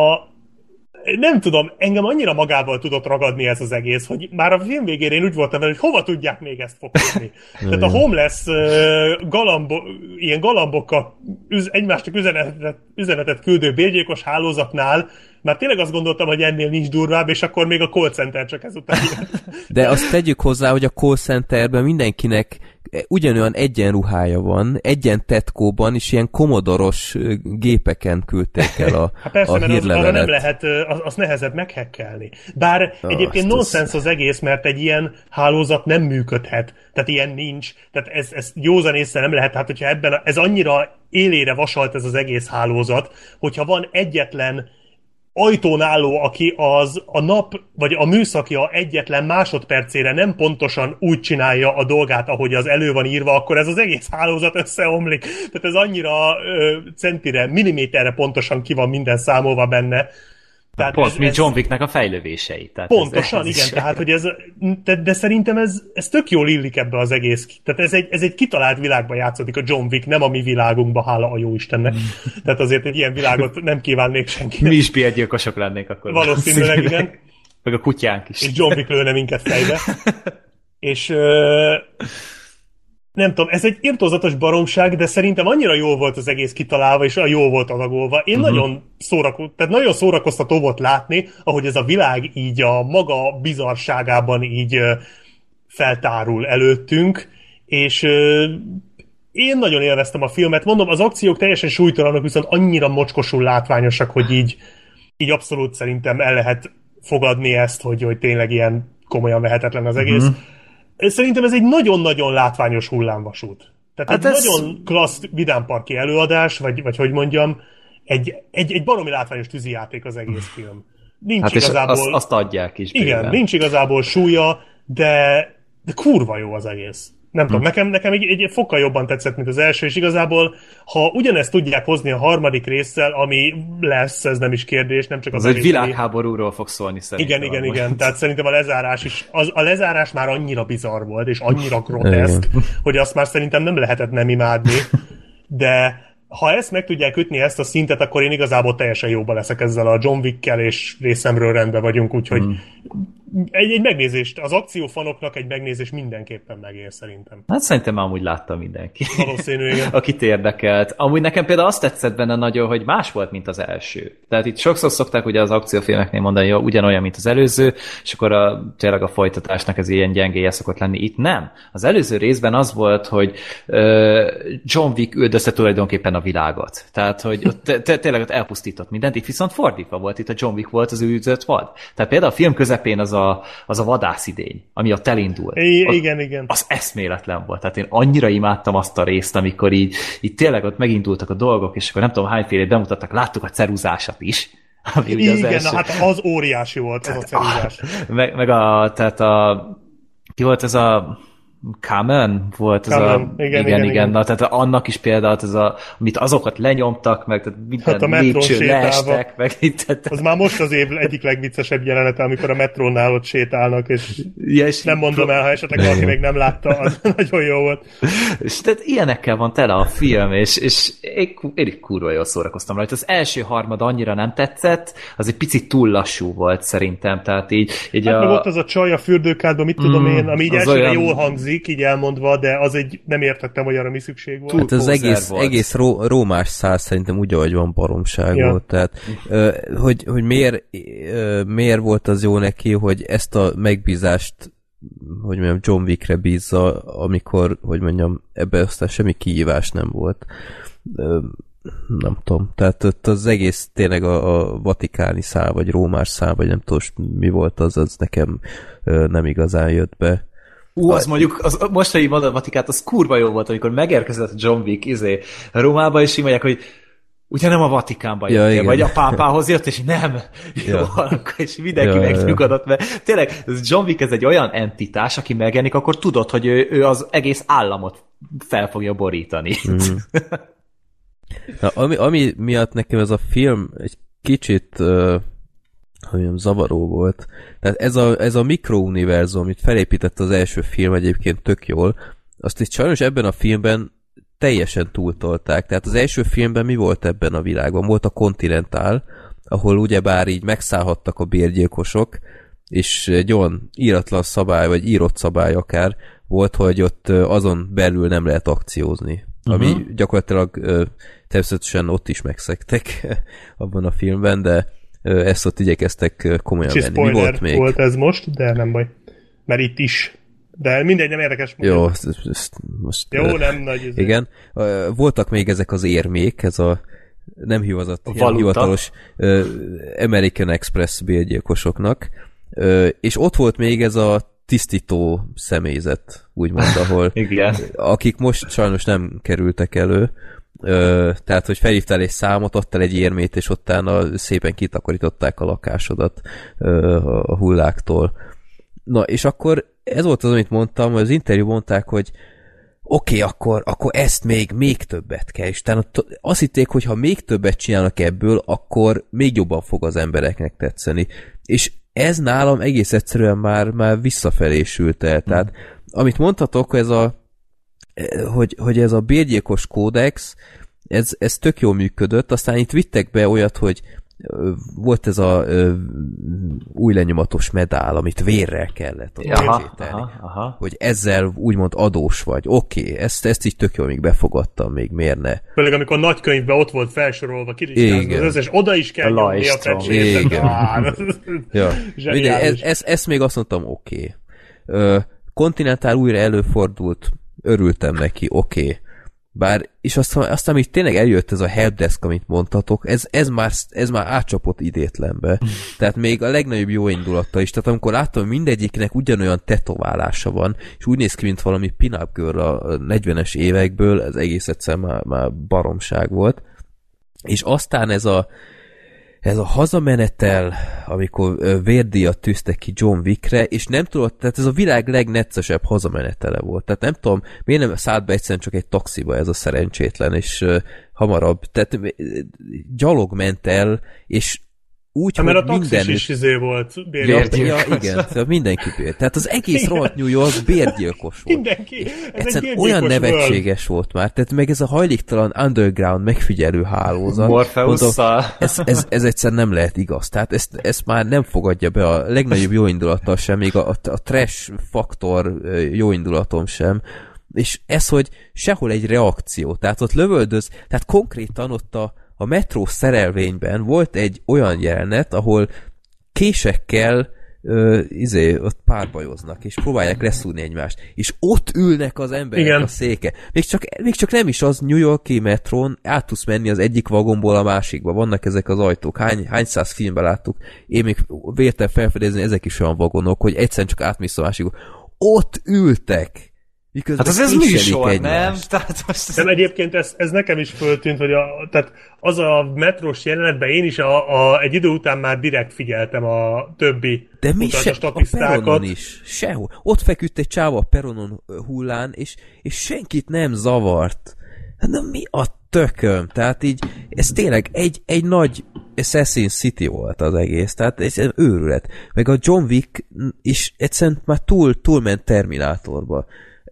nem tudom, engem annyira magával tudott ragadni ez az egész, hogy már a film végére én úgy voltam vele, hogy hova tudják még ezt fokozni. Tehát a homeless galambo, ilyen galambokkal üz, egymásnak üzenetet, üzenetet küldő bérgyilkos hálózatnál már tényleg azt gondoltam, hogy ennél nincs durvább, és akkor még a call center csak ezután jött. De azt tegyük hozzá, hogy a call centerben mindenkinek ugyanolyan egyenruhája van, egyen tetkóban, és ilyen komodoros gépeken küldték el a, hát persze, a mert hírlevelet. Az, arra nem lehet, az, az nehezebb meghekkelni. Bár oh, egyébként nonsens az egész, mert egy ilyen hálózat nem működhet. Tehát ilyen nincs. Tehát ez, ez józan észre nem lehet. Hát, hogyha ebben a, ez annyira élére vasalt ez az egész hálózat, hogyha van egyetlen ajtón álló, aki az a nap, vagy a műszakja egyetlen másodpercére nem pontosan úgy csinálja a dolgát, ahogy az elő van írva, akkor ez az egész hálózat összeomlik. Tehát ez annyira ö, centire, milliméterre pontosan ki van minden számolva benne. Tehát pont, ez, mint John Wicknek a fejlövései. Tehát pontosan, ez, ez igen, is. Tehát, hogy ez, de, de szerintem ez, ez tök jól illik ebbe az egész. Tehát ez egy, ez egy kitalált világban játszódik a John Wick, nem a mi világunkban, hála a jó Istennek. Tehát azért egy ilyen világot nem kívánnék senki. Mi is bérgyilkosok lennék akkor. Valószínűleg, igen. Meg a kutyánk is. És John Wick lőne minket fejbe. És ö, nem tudom, ez egy irtózatos baromság, de szerintem annyira jól volt az egész kitalálva, és olyan jól volt adagolva. Én uh-huh. nagyon, szórakoz, tehát nagyon szórakoztató volt látni, ahogy ez a világ így a maga bizarságában így feltárul előttünk, és én nagyon élveztem a filmet. Mondom, az akciók teljesen súlytalanok, viszont annyira mocskosul látványosak, hogy így, így abszolút szerintem el lehet fogadni ezt, hogy, hogy tényleg ilyen komolyan vehetetlen az egész. Uh-huh. Szerintem ez egy nagyon-nagyon látványos hullámvasút. Tehát hát egy ez... nagyon klassz vidámparki előadás, vagy, vagy hogy mondjam, egy, egy, egy baromi látványos tűzijáték az egész film. Nincs hát igazából... azt, azt adják is. Igen, bőven. Nincs igazából súlya, de, de kurva jó az egész. Nem hm. tudom, nekem, nekem egy, egy fokkal jobban tetszett, mint az első, és igazából, ha ugyanezt tudják hozni a harmadik résszel, ami lesz, ez nem is kérdés, nem csak az... Az egy világháborúról fog szólni szerintem. Igen, igen, igen, tehát szerintem a lezárás is, az, a lezárás már annyira bizarr volt, és annyira groteszk, hogy azt már szerintem nem lehetett nem imádni, de ha ezt meg tudják ütni, ezt a szintet, akkor én igazából teljesen jóba leszek ezzel a John Wickkel, és részemről rendben vagyunk, úgyhogy mm. egy, egy megnézést, az akciófanoknak egy megnézés mindenképpen megér szerintem. Hát szerintem már amúgy látta mindenki. Valószínű, igen. Akit érdekelt. Amúgy nekem például azt tetszett benne nagyon, hogy más volt, mint az első. Tehát itt sokszor szokták ugye az akciófilmeknél mondani, hogy ugyanolyan, mint az előző, és akkor a, tényleg a folytatásnak ez ilyen gyengéje szokott lenni. Itt nem. Az előző részben az volt, hogy uh, John Wick üldözte tulajdonképpen a világot. Tehát, hogy ott te, te, tényleg ott elpusztított mindent. Itt viszont fordítva volt. Itt a John Wick volt az üldözött vad. Tehát például a film közepén az a a, az a vadászidény, ami ott elindult. I- ott, igen, igen. Az eszméletlen volt. Tehát én annyira imádtam azt a részt, amikor így, így tényleg ott megindultak a dolgok, és akkor nem tudom hányfélét bemutattak, láttuk a ceruzásat is. Ami ugye igen, az első... na, hát az óriási volt, az a ceruzás. Meg, meg a, tehát a, ki volt ez a Kamen volt ez Kamen. a... Igen, igen, igen, igen, igen. Na, tehát annak is például, ez a, amit azokat lenyomtak, meg tehát minden Hát a metrón lépcső sétálva. leestek, meg itt. Tehát... Az már most az év egyik legviccesebb jelenete, amikor a metrónál ott sétálnak, és, ja, és nem mondom el, ha esetleg valaki még nem látta, az nagyon jó volt. És tehát ilyenekkel van tele a film, és, és én, én kurva jól szórakoztam rajta. Az első harmad annyira nem tetszett, az egy picit túl lassú volt szerintem, tehát így... így hát a... meg ott az a csaj a fürdőkádban, mit tudom Mm, én, ami így az elsőre olyan- jól hangzik, így elmondva, de az egy, nem értettem, hogy arra mi szükség volt. Hát az Poser egész, volt. egész ró, rómás szál szerintem úgy, ahogy van, baromság Ja. volt. Tehát, ö, hogy, hogy miért, ö, miért volt az jó neki, hogy ezt a megbízást, hogy mondjam, John Wickre bízza, amikor, hogy mondjam, ebben aztán semmi kihívás nem volt. Ö, nem tudom. Tehát ott az egész tényleg a, a vatikáni szál, vagy rómás szál, vagy nem tudom, mi volt az, az nekem ö, nem igazán jött be. Ú, az mondjuk, az, most, hogy mondod Vatikát, az kurva jó volt, amikor megérkezett John Wick izé, Rómába, és így mondják, hogy ugye nem a Vatikánba Ja, jöttél, igen. vagy a pápához jött, és nem. Jó, Ja. akkor, és mindenki Ja, ja, ja. megnyugodott, mert tényleg ez John Wick ez egy olyan entitás, aki megjelenik, akkor tudod, hogy ő, ő az egész államot fel fogja borítani. Mm. Na, ami, ami miatt nekem ez a film egy kicsit uh, hogy mondjam, zavaró volt. Tehát ez a, ez a mikrouniverzum, amit felépített az első film egyébként tök jól, azt itt sajnos ebben a filmben teljesen túltolták. Tehát az első filmben mi volt ebben a világban? Volt a Continental, ahol ugyebár így megszállhattak a bérgyilkosok, és egy olyan íratlan szabály, vagy írott szabály akár volt, hogy ott azon belül nem lehet akciózni. Ami uh-huh. gyakorlatilag ö, természetesen ott is megszegtek abban a filmben, de ö, ezt ott igyekeztek komolyan Kicsi venni. Mi volt még? volt ez most, de nem baj. Mert itt is. De mindegy, nem érdekes. Jó, ezt, ezt most... Jó, ö, nem nagy. Ez igen. Ö, voltak még ezek az érmék, ez a nem hivatott, ilyen hivatalos ö, American Express bérgyilkosoknak, ö, és ott volt még ez a tisztító személyzet, úgymond, ahol Igen. akik most sajnos nem kerültek elő, ö, tehát, hogy felhívtál egy számot, adtál egy érmét, és ottána szépen kitakarították a lakásodat ö, a hulláktól. Na, és akkor ez volt az, amit mondtam, hogy az interjú mondták, hogy oké, okay, akkor, akkor ezt még, még többet kell, és tehát azt hitték, hogy ha még többet csinálnak ebből, akkor még jobban fog az embereknek tetszeni. És ez nálam egész egyszerűen már, már visszafelé sült el. Tehát, amit mondhatok, ez a, hogy, hogy ez a bérgyilkos kódex, ez, ez tök jól működött, aztán itt vittek be olyat, hogy volt ez a ö, új lenyomatos medál, amit vérrel kellett aha, aha, aha. hogy ezzel úgymond adós vagy. Oké, okay, ezt, ezt így tök jól még befogadtam, még miért ne. Főleg amikor a nagykönyvben ott volt felsorolva, kiristázva az összes, oda is kell a nyomni a pecsétet. Igen. Ja. Minden, ez, ez, ezt még azt mondtam, oké. Okay. Continental újra előfordult, örültem neki, oké. Okay. Bár, és aztán, aztán még tényleg eljött ez a helpdesk, amit mondtatok, ez, ez, már, ez már átcsapott idétlenbe. Tehát még a legnagyobb jó indulata is. Tehát amikor láttam, hogy mindegyiknek ugyanolyan tetoválása van, és úgy néz ki, mint valami pin-up girl a negyvenes évekből, ez egész egyszer már, már baromság volt. És aztán ez a ez a hazamenetel, amikor vérdíjat tűztek ki John Wickre, és nem tudott, tehát ez a világ legneccesebb hazamenetele volt. Tehát nem tudom, miért nem szállt be egyszerűen csak egy taxiba ez a szerencsétlen, és uh, hamarabb, tehát uh, gyalog ment el, és úgy, ha, hogy mert a taxis mindenütt... is izé volt Ja, ja, igen, tehát mindenki bér. Tehát az egész rohadt New York bérgyilkos volt. Mindenki. Ez egyszerűen olyan nevetséges volt már. Tehát meg ez a hajléktalan underground megfigyelő hálózat. Morpheusszal. Ez, ez, ez egyszerűen nem lehet igaz. Tehát ezt, ezt már nem fogadja be a legnagyobb jóindulattal sem, még a, a, a trash faktor jóindulatom sem. És ez, hogy sehol egy reakció. Tehát ott lövöldöz, tehát konkrétan ott a A metró szerelvényben volt egy olyan jelenet, ahol késekkel ö, izé, ott párbajoznak, és próbálják leszúrni egymást, és ott ülnek az emberek igen. a széke. Még csak, még csak nem is az New York-i metrón, át tudsz menni az egyik vagomból a másikba, vannak ezek az ajtók, hány, hány száz filmben láttuk, én még véltem felfedezni, ezek is olyan vagonok, hogy egyszerűen csak átmész a másikba. Ott ültek! Hát az ez műsor, nem? Tehát most nem, egyébként ez, ez nekem is föltűnt, hogy a, tehát az a metrós jelenetben én is a, a, egy idő után már direkt figyeltem a többi de mi se, a peronon is, sehol. Ott feküdt egy csáva a peronon hullán, és, és senkit nem zavart. Na mi a tököm? Tehát így, ez tényleg egy, egy nagy Assassin's City volt az egész, tehát ez egy őrület. Meg a John Wick is egyszerűen már túl, túlment Terminátorba.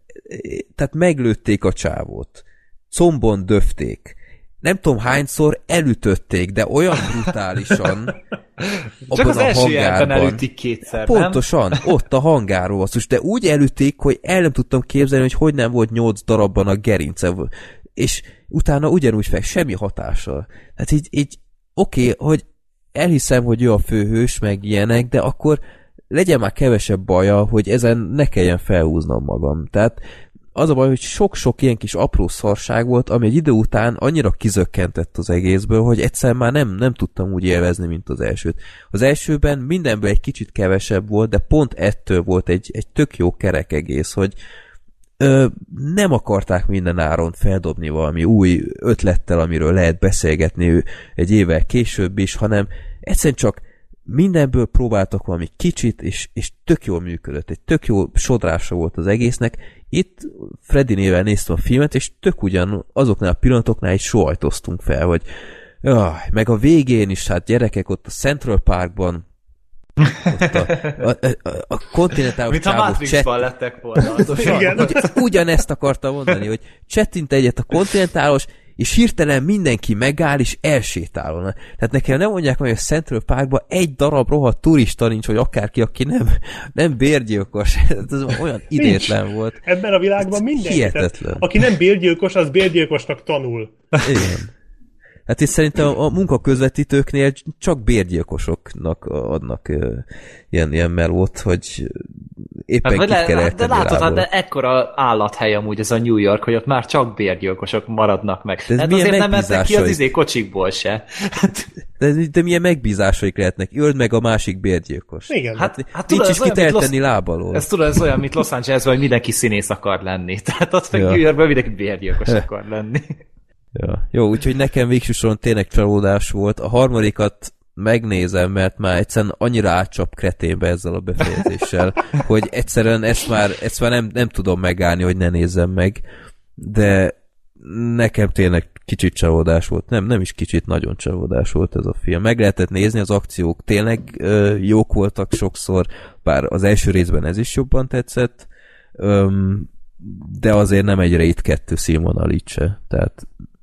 Tehát meglőtték a csávót. Combon döfték. Nem tudom hányszor elütötték, de olyan brutálisan csak az első jelben elütik kétszer, pontosan, nem? Ott a hangáról basszus, de úgy elütték, hogy el nem tudtam képzelni, hogy hogy nem volt nyolc darabban a gerince, és utána ugyanúgy fel, semmi hatással. Hát így, így oké, okay, hogy elhiszem, hogy ő a főhős, meg ilyenek, de akkor legyen már kevesebb baja, hogy ezen ne kelljen felhúznom magam. Tehát az a baj, hogy sok-sok ilyen kis apró szarság volt, ami egy idő után annyira kizökkentett az egészből, hogy egyszerűen már nem, nem tudtam úgy élvezni, mint az elsőt. Az elsőben mindenből egy kicsit kevesebb volt, de pont ettől volt egy, egy tök jó kerek egész, hogy ö, nem akarták minden áron feldobni valami új ötlettel, amiről lehet beszélgetni egy évvel később is, hanem egyszerűen csak mindenből próbáltak valami kicsit, és, és tök jól működött. Egy tök jó sodrása volt az egésznek. Itt Freddy néven néztem a filmet, és tök ugyan azoknál a pillanatoknál is sóhajtoztunk fel, hogy jaj, meg a végén is, hát gyerekek ott a Central Parkban ott a, a, a, a kontinentális mint a Matrixban lettek volna. Ugy, ugyanezt akartam mondani, hogy csettint egyet a kontinentális, és hirtelen mindenki megáll, és elsétálna. Tehát nekem nem mondják meg, hogy a Central Parkban egy darab rohadt turista nincs, vagy akárki, aki nem, nem bérgyilkos. Ez olyan idétlen nincs. Volt. Ebben a világban mindenki. Aki nem bérgyilkos, az bérgyilkosnak tanul. Igen. Hát itt szerintem a munkaközvetítőknél csak bérgyilkosoknak adnak uh, ilyen, ilyen melót, hogy éppen hát, kit kell eltenni. De látod, hát de ekkora állathely amúgy ez a New York, hogy ott már csak bérgyilkosok maradnak meg. De hát azért nem mentek ki az izé kocsikból se. De, de milyen megbízásaik lehetnek? Öld meg a másik bérgyilkos. Igen. Hát, hát nincs is kit eltenni lábalól. Ez tudod, ez olyan, mint Los Angelesben, hogy mindenki színész akar lenni. Tehát ott meg ja. New Yorkban mindenki bérgyilkos akar lenni. Ja. Jó, úgyhogy nekem végső soron tényleg csalódás volt. A harmadikat megnézem, mert már egyszerűen annyira átcsap kreténbe ezzel a befejezéssel, hogy egyszerűen ezt már, ezt már nem, nem tudom megállni, hogy ne nézzem meg. De nekem tényleg kicsit csalódás volt. Nem, nem is kicsit, nagyon csalódás volt ez a film. Meg lehetett nézni, az akciók tényleg ö, jók voltak sokszor, bár az első részben ez is jobban tetszett, Öm, de azért nem egy Raid kettő színvonal itt se. Tehát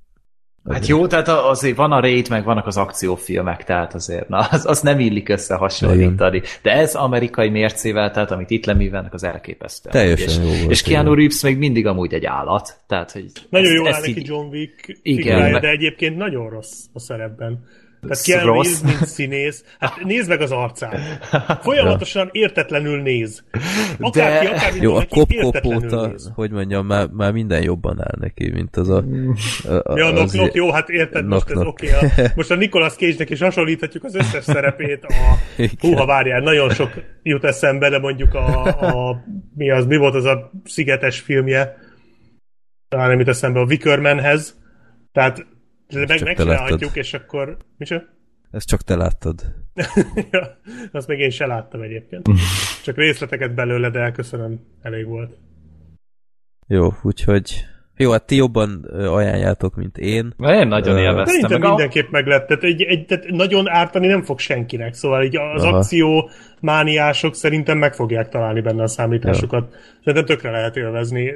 hát jó, tehát azért van a Raid, meg vannak az akciófilmek, tehát azért, na, az, az nem illik összehasonlítani. De ez amerikai mércével, tehát amit itt leművelnek, az elképesztő. Teljesen és, jó volt. És Keanu Reeves még mindig amúgy egy állat. Tehát, hogy nagyon jó áll neki John Wick figurája, de egyébként nagyon rossz a szerepben. Tehát Keanu Reeves, mint színész, hát nézd meg az arcát. Folyamatosan értetlenül néz. Akárki, akármi jó, a Kop-Kop óta, hogy mondjam, már, már minden jobban áll neki, mint az a... a ja, Knock Knock, jó, hát érted, most ez oké. Okay. Most a Nicolas Cage-nek is hasonlíthatjuk az összes szerepét. A, húha, várjál, nagyon sok jut eszembe, de mondjuk a, a mi az, mi volt az a szigetes filmje, talán nem jut eszembe, a Wickermanhez. Tehát de meg megcsinálhatjuk, és akkor... Micsoda? Ezt csak te láttad. Ja, azt még én se láttam egyébként. Csak részleteket belőle, de elköszönöm, elég volt. Jó, úgyhogy... Jó, hát ti jobban ajánljátok, mint én. Én nagyon élveztem. Szerintem meg mindenképp meg lett. Tehát, egy, egy, tehát nagyon ártani nem fog senkinek. Szóval így az aha. akció mániások szerintem meg fogják találni benne a számításokat. Ja. Szerintem tökre lehet élvezni.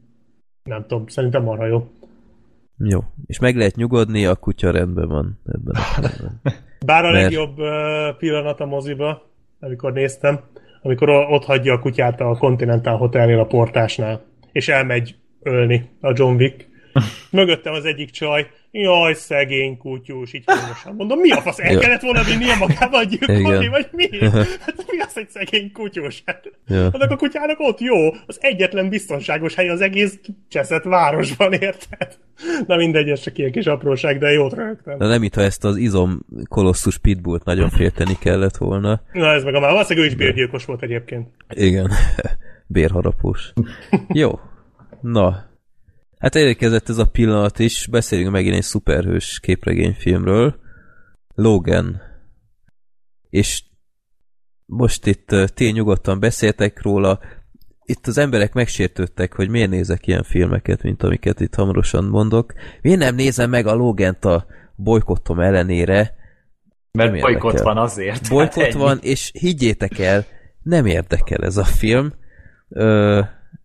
Nem tudom, szerintem marha jó. Jó. És meg lehet nyugodni, a kutya rendben van ebben a filmben. Bár a Mert... legjobb uh, pillanat a moziba, amikor néztem, amikor ott hagyja a kutyát a Continental Hotelnél a portásnál, és elmegy ölni a John Wick. Mögöttem az egyik csaj, Jaj, szegény kutyus, így hangosan mondom, mi a fasz, el kellett volna vinnie magával gyilkolni, vagy mi? Hát mi az egy szegény kutyus? Hát, annak a kutyának ott jó, az egyetlen biztonságos hely az egész cseszett városban, érted? Na mindegy, ez csak ilyen kis apróság, de jót rögtön. De nem, mintha ezt az izom kolosszus pitbullt nagyon félteni kellett volna. Na ez meg a már, valószínűleg ő is bérgyilkos volt egyébként. Igen, bérharapós. Jó, na. Hát elérkezett ez a pillanat is, beszéljünk megint egy szuperhős képregényfilmről, Logan. És most itt ti nyugodtan beszéltek róla, itt az emberek megsértődtek, hogy miért nézek ilyen filmeket, mint amiket itt hamarosan mondok. Miért nem nézem meg a Logant a bolykottom ellenére? Mert bolykott van azért. Bolykott van, és higgyétek el, nem érdekel ez a film. Ö,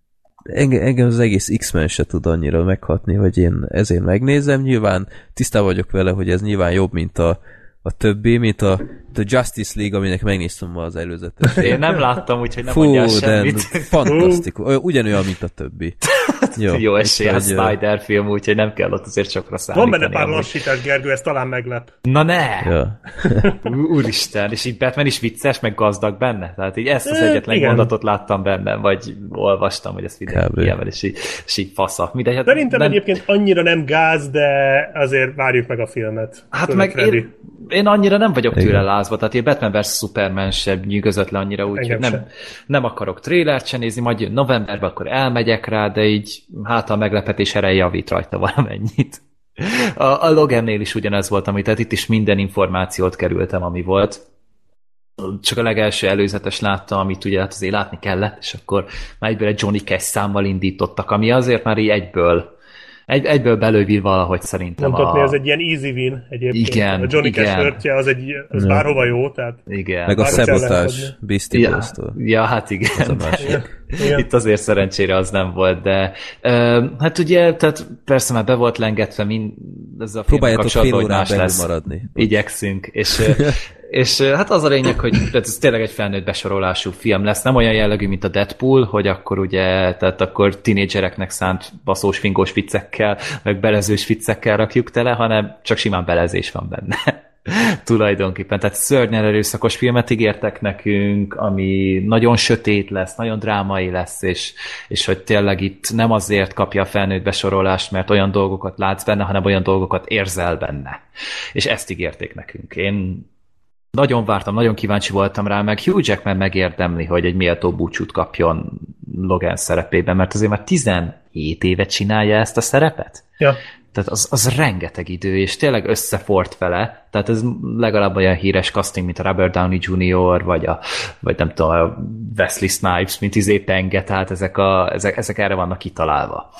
engem, engem az egész X-Men se tud annyira meghatni, hogy én ezért megnézem. Nyilván tisztában vagyok vele, hogy ez nyilván jobb, mint a, a többi, mint a, a Justice League, aminek megnéztem ma az előzetes. Én nem láttam, úgyhogy nem mondjál semmit. Fantasztikus. Ugyanolyan, mint a többi. Jó, Jó esélye a Snyder film, úgyhogy nem kell ott azért sokra számítani. Van benne pár lassítás, Gergő, ez talán meglep. Na ne! Ja. Úristen, és így Batman is vicces, meg gazdag benne? Tehát így ezt az egyetlen Igen. mondatot láttam benne, vagy olvastam, hogy ezt videójával, és így, és így fasza. Mindegy, hát Szerintem nem... egyébként annyira nem gáz, de azért várjuk meg a filmet. Hát meg én, én annyira nem vagyok tőle lázva, tehát én Batman versus. Superman sem nyűgözött le annyira úgy, hogy nem, nem akarok trélert sem nézni, majd jön novemberben, akkor elmegyek rá, de így hát a meglepetés ereje javít rajta valamennyit. A, a Logannél is ugyanez volt, amit tehát itt is minden információt kerültem, ami volt. Csak a legelső előzetes láttam, amit ugye hát azért látni kellett, és akkor már egyből egy Johnny Cash számmal indítottak, ami azért már így egyből Egy, egyből belővír valahogy szerintem. Mondhatni, a... ez egy ilyen easy win egyébként. Igen, a Johnny Cash hörtje, az, egy, az bárhova jó, tehát... Igen. Meg a Szabotás Beastie Boys-tól. Ja, ja, hát igen. Az a másik. Itt azért szerencsére az nem volt, de uh, hát ugye, tehát persze már be volt lengetve mind ez a film kapcsolatban, hogy más lesz. Maradni. Igyekszünk, és és hát az a lényeg, hogy ez tényleg egy felnőtt besorolású film lesz, nem olyan jellegű, mint a Deadpool, hogy akkor ugye, tehát akkor tinédzsereknek szánt baszós, fingós viccekkel, meg belezős viccekkel rakjuk tele, hanem csak simán belezés van benne. Tulajdonképpen. Tehát szörnyen erőszakos filmet ígértek nekünk, ami nagyon sötét lesz, nagyon drámai lesz, és, és hogy tényleg itt nem azért kapja a felnőtt besorolást, mert olyan dolgokat látsz benne, hanem olyan dolgokat érzel benne. És ezt ígérték nekünk. Én nagyon vártam, nagyon kíváncsi voltam rá, meg Hugh Jackman megérdemli, hogy egy méltó búcsút kapjon Logan szerepében, mert azért már tizenhét éve csinálja ezt a szerepet. Ja. Tehát az, az rengeteg idő, és tényleg összefort vele, tehát ez legalább olyan híres casting, mint a Robert Downey junior, vagy, a, vagy nem tudom, a Wesley Snipes, mint izé Penge, tehát ezek, a, ezek, ezek erre vannak kitalálva.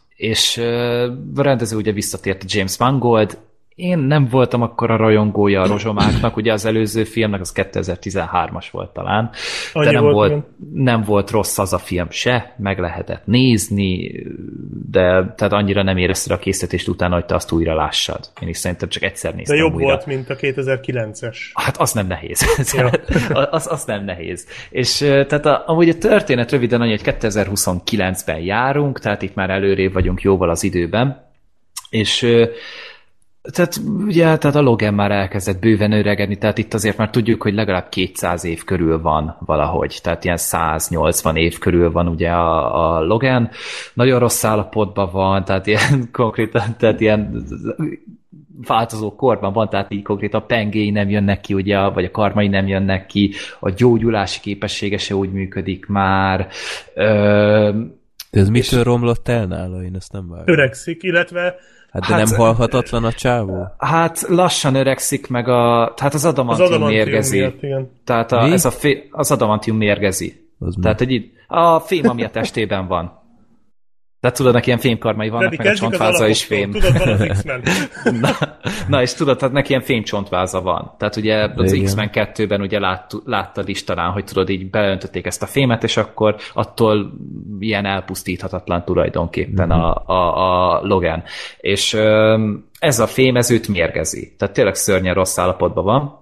És uh, a rendező ugye visszatért a James Mangold. Én nem voltam akkor a rajongója a rozsomáknak, ugye az előző filmnek, az kétezer-tizenhármas volt talán, de Annyi nem volt, volt, nem volt rossz az a film se, meg lehetett nézni, de tehát annyira nem érezted a készítést utána, hogy te azt újra lássad. Én is szerintem csak egyszer néztem újra. De jobb újra. volt, mint a kétezer-kilences. Hát az nem nehéz. Ja. az, az nem nehéz. És tehát a, amúgy a történet röviden annyi, hogy kétezer-huszonkilencben járunk, tehát itt már előrébb vagyunk jóval az időben, és tehát ugye tehát a Logan már elkezdett bőven öregedni, tehát itt azért már tudjuk, hogy legalább kétszáz év körül van valahogy, tehát ilyen száznyolcvan év körül van ugye a, a Logan. Nagyon rossz állapotban van, tehát ilyen konkrétan, tehát ilyen változó korban van, tehát így konkrétan a pengéi nem jönnek ki, ugye, vagy a karmai nem jönnek ki, a gyógyulási képessége se úgy működik már. Ö, De ez mitől romlott el nála? Én ezt nem várom. Öregszik, illetve Hát de hát, nem halhatatlan a csávó? Hát lassan öregszik meg a... Tehát az adamantium, az adamantium mérgezi. Miatt, igen. Tehát a, ez a fé, az adamantium mérgezi. Az tehát egy, a fém, ami a testében van. Tehát tudod, neki ilyen fémkarmai vannak, Freddy, meg a csontváza is fém. Tudod, van az X-Men. na, na, és tudod, tehát neki ilyen fémcsontváza van. Tehát ugye az igen. X-Men kettőben ugye lát, láttad is talán, hogy tudod, így beöntötték ezt a fémet, és akkor attól ilyen elpusztíthatatlan tulajdonképpen mm-hmm. a, a, a Logan. És ez a fém, ez őt mérgezi. Tehát tényleg szörnyen rossz állapotban van.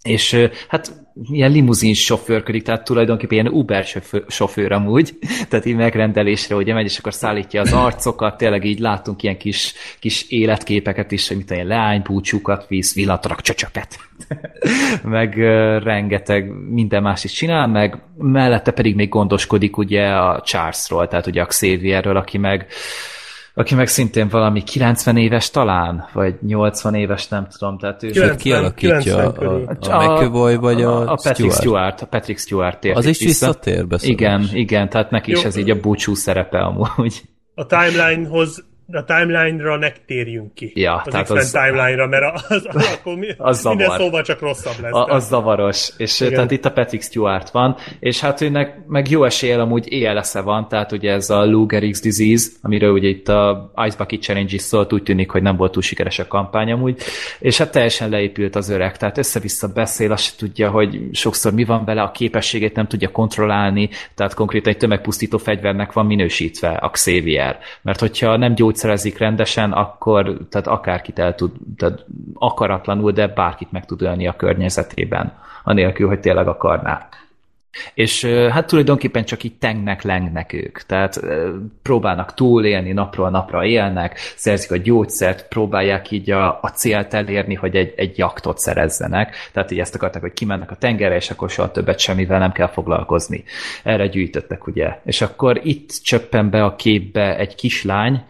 és hát ilyen limuzin sofőrködik, tehát tulajdonképpen ilyen Uber sofőr, sofőr amúgy, tehát így megrendelésre ugye megy, és akkor szállítja az arcokat, tényleg így látunk ilyen kis, kis életképeket is, hogy mit olyan leánybúcsúkat visz, villantanak csöcsöket, meg uh, rengeteg minden más is csinál, meg mellette pedig még gondoskodik ugye a Charlesról, tehát ugye a Xavierről, aki meg aki meg szintén valami kilencven éves talán, vagy nyolcvan éves, nem tudom. Tehát ő kilencven, kialakítja a, a, a McAvoy vagy a, a, a Patrick Stewart. Stewart. A Patrick Stewart tért az is vissza. Visszatér beszélés. Igen, igen, tehát neki Jó. is ez így a búcsú szerepe amúgy. A timelinehoz a timeline-ra ne térjünk ki. Ja, az tehát X-Men az... timeline-ra, mert az, az, akkor mi, az minden zavar. szóval csak rosszabb lesz. A, az zavaros. És igen. Tehát itt a Patrick Stewart van, és hát őnek meg jó eséllyel amúgy é el es-e van, tehát ugye ez a Lou Gehrig's disease, amiről ugye itt a Ice Bucket Challenge is szólt, úgy tűnik, hogy nem volt túl sikeres a kampány amúgy, és hát teljesen leépült az öreg, tehát össze-vissza beszél, azt se tudja, hogy sokszor mi van vele, a képességét nem tudja kontrollálni, tehát konkrétan egy tömegpusztító fegyvernek van minősítve a Xavier, mert hogyha nem gyógyszerezik rendesen, akkor tehát akárkit el tud, tehát akaratlanul, de bárkit meg tud ölni a környezetében, anélkül, hogy tényleg akarná. És hát tulajdonképpen csak így tengnek, lengnek ők. Tehát próbálnak túlélni, napról napra élnek, szerzik a gyógyszert, próbálják így a, a célt elérni, hogy egy, egy jaktot szerezzenek. Tehát így ezt akarták, hogy kimennek a tengerre, és akkor soha többet semmivel nem kell foglalkozni. Erre gyűjtöttek, ugye. És akkor itt csöppen be a képbe egy kislány,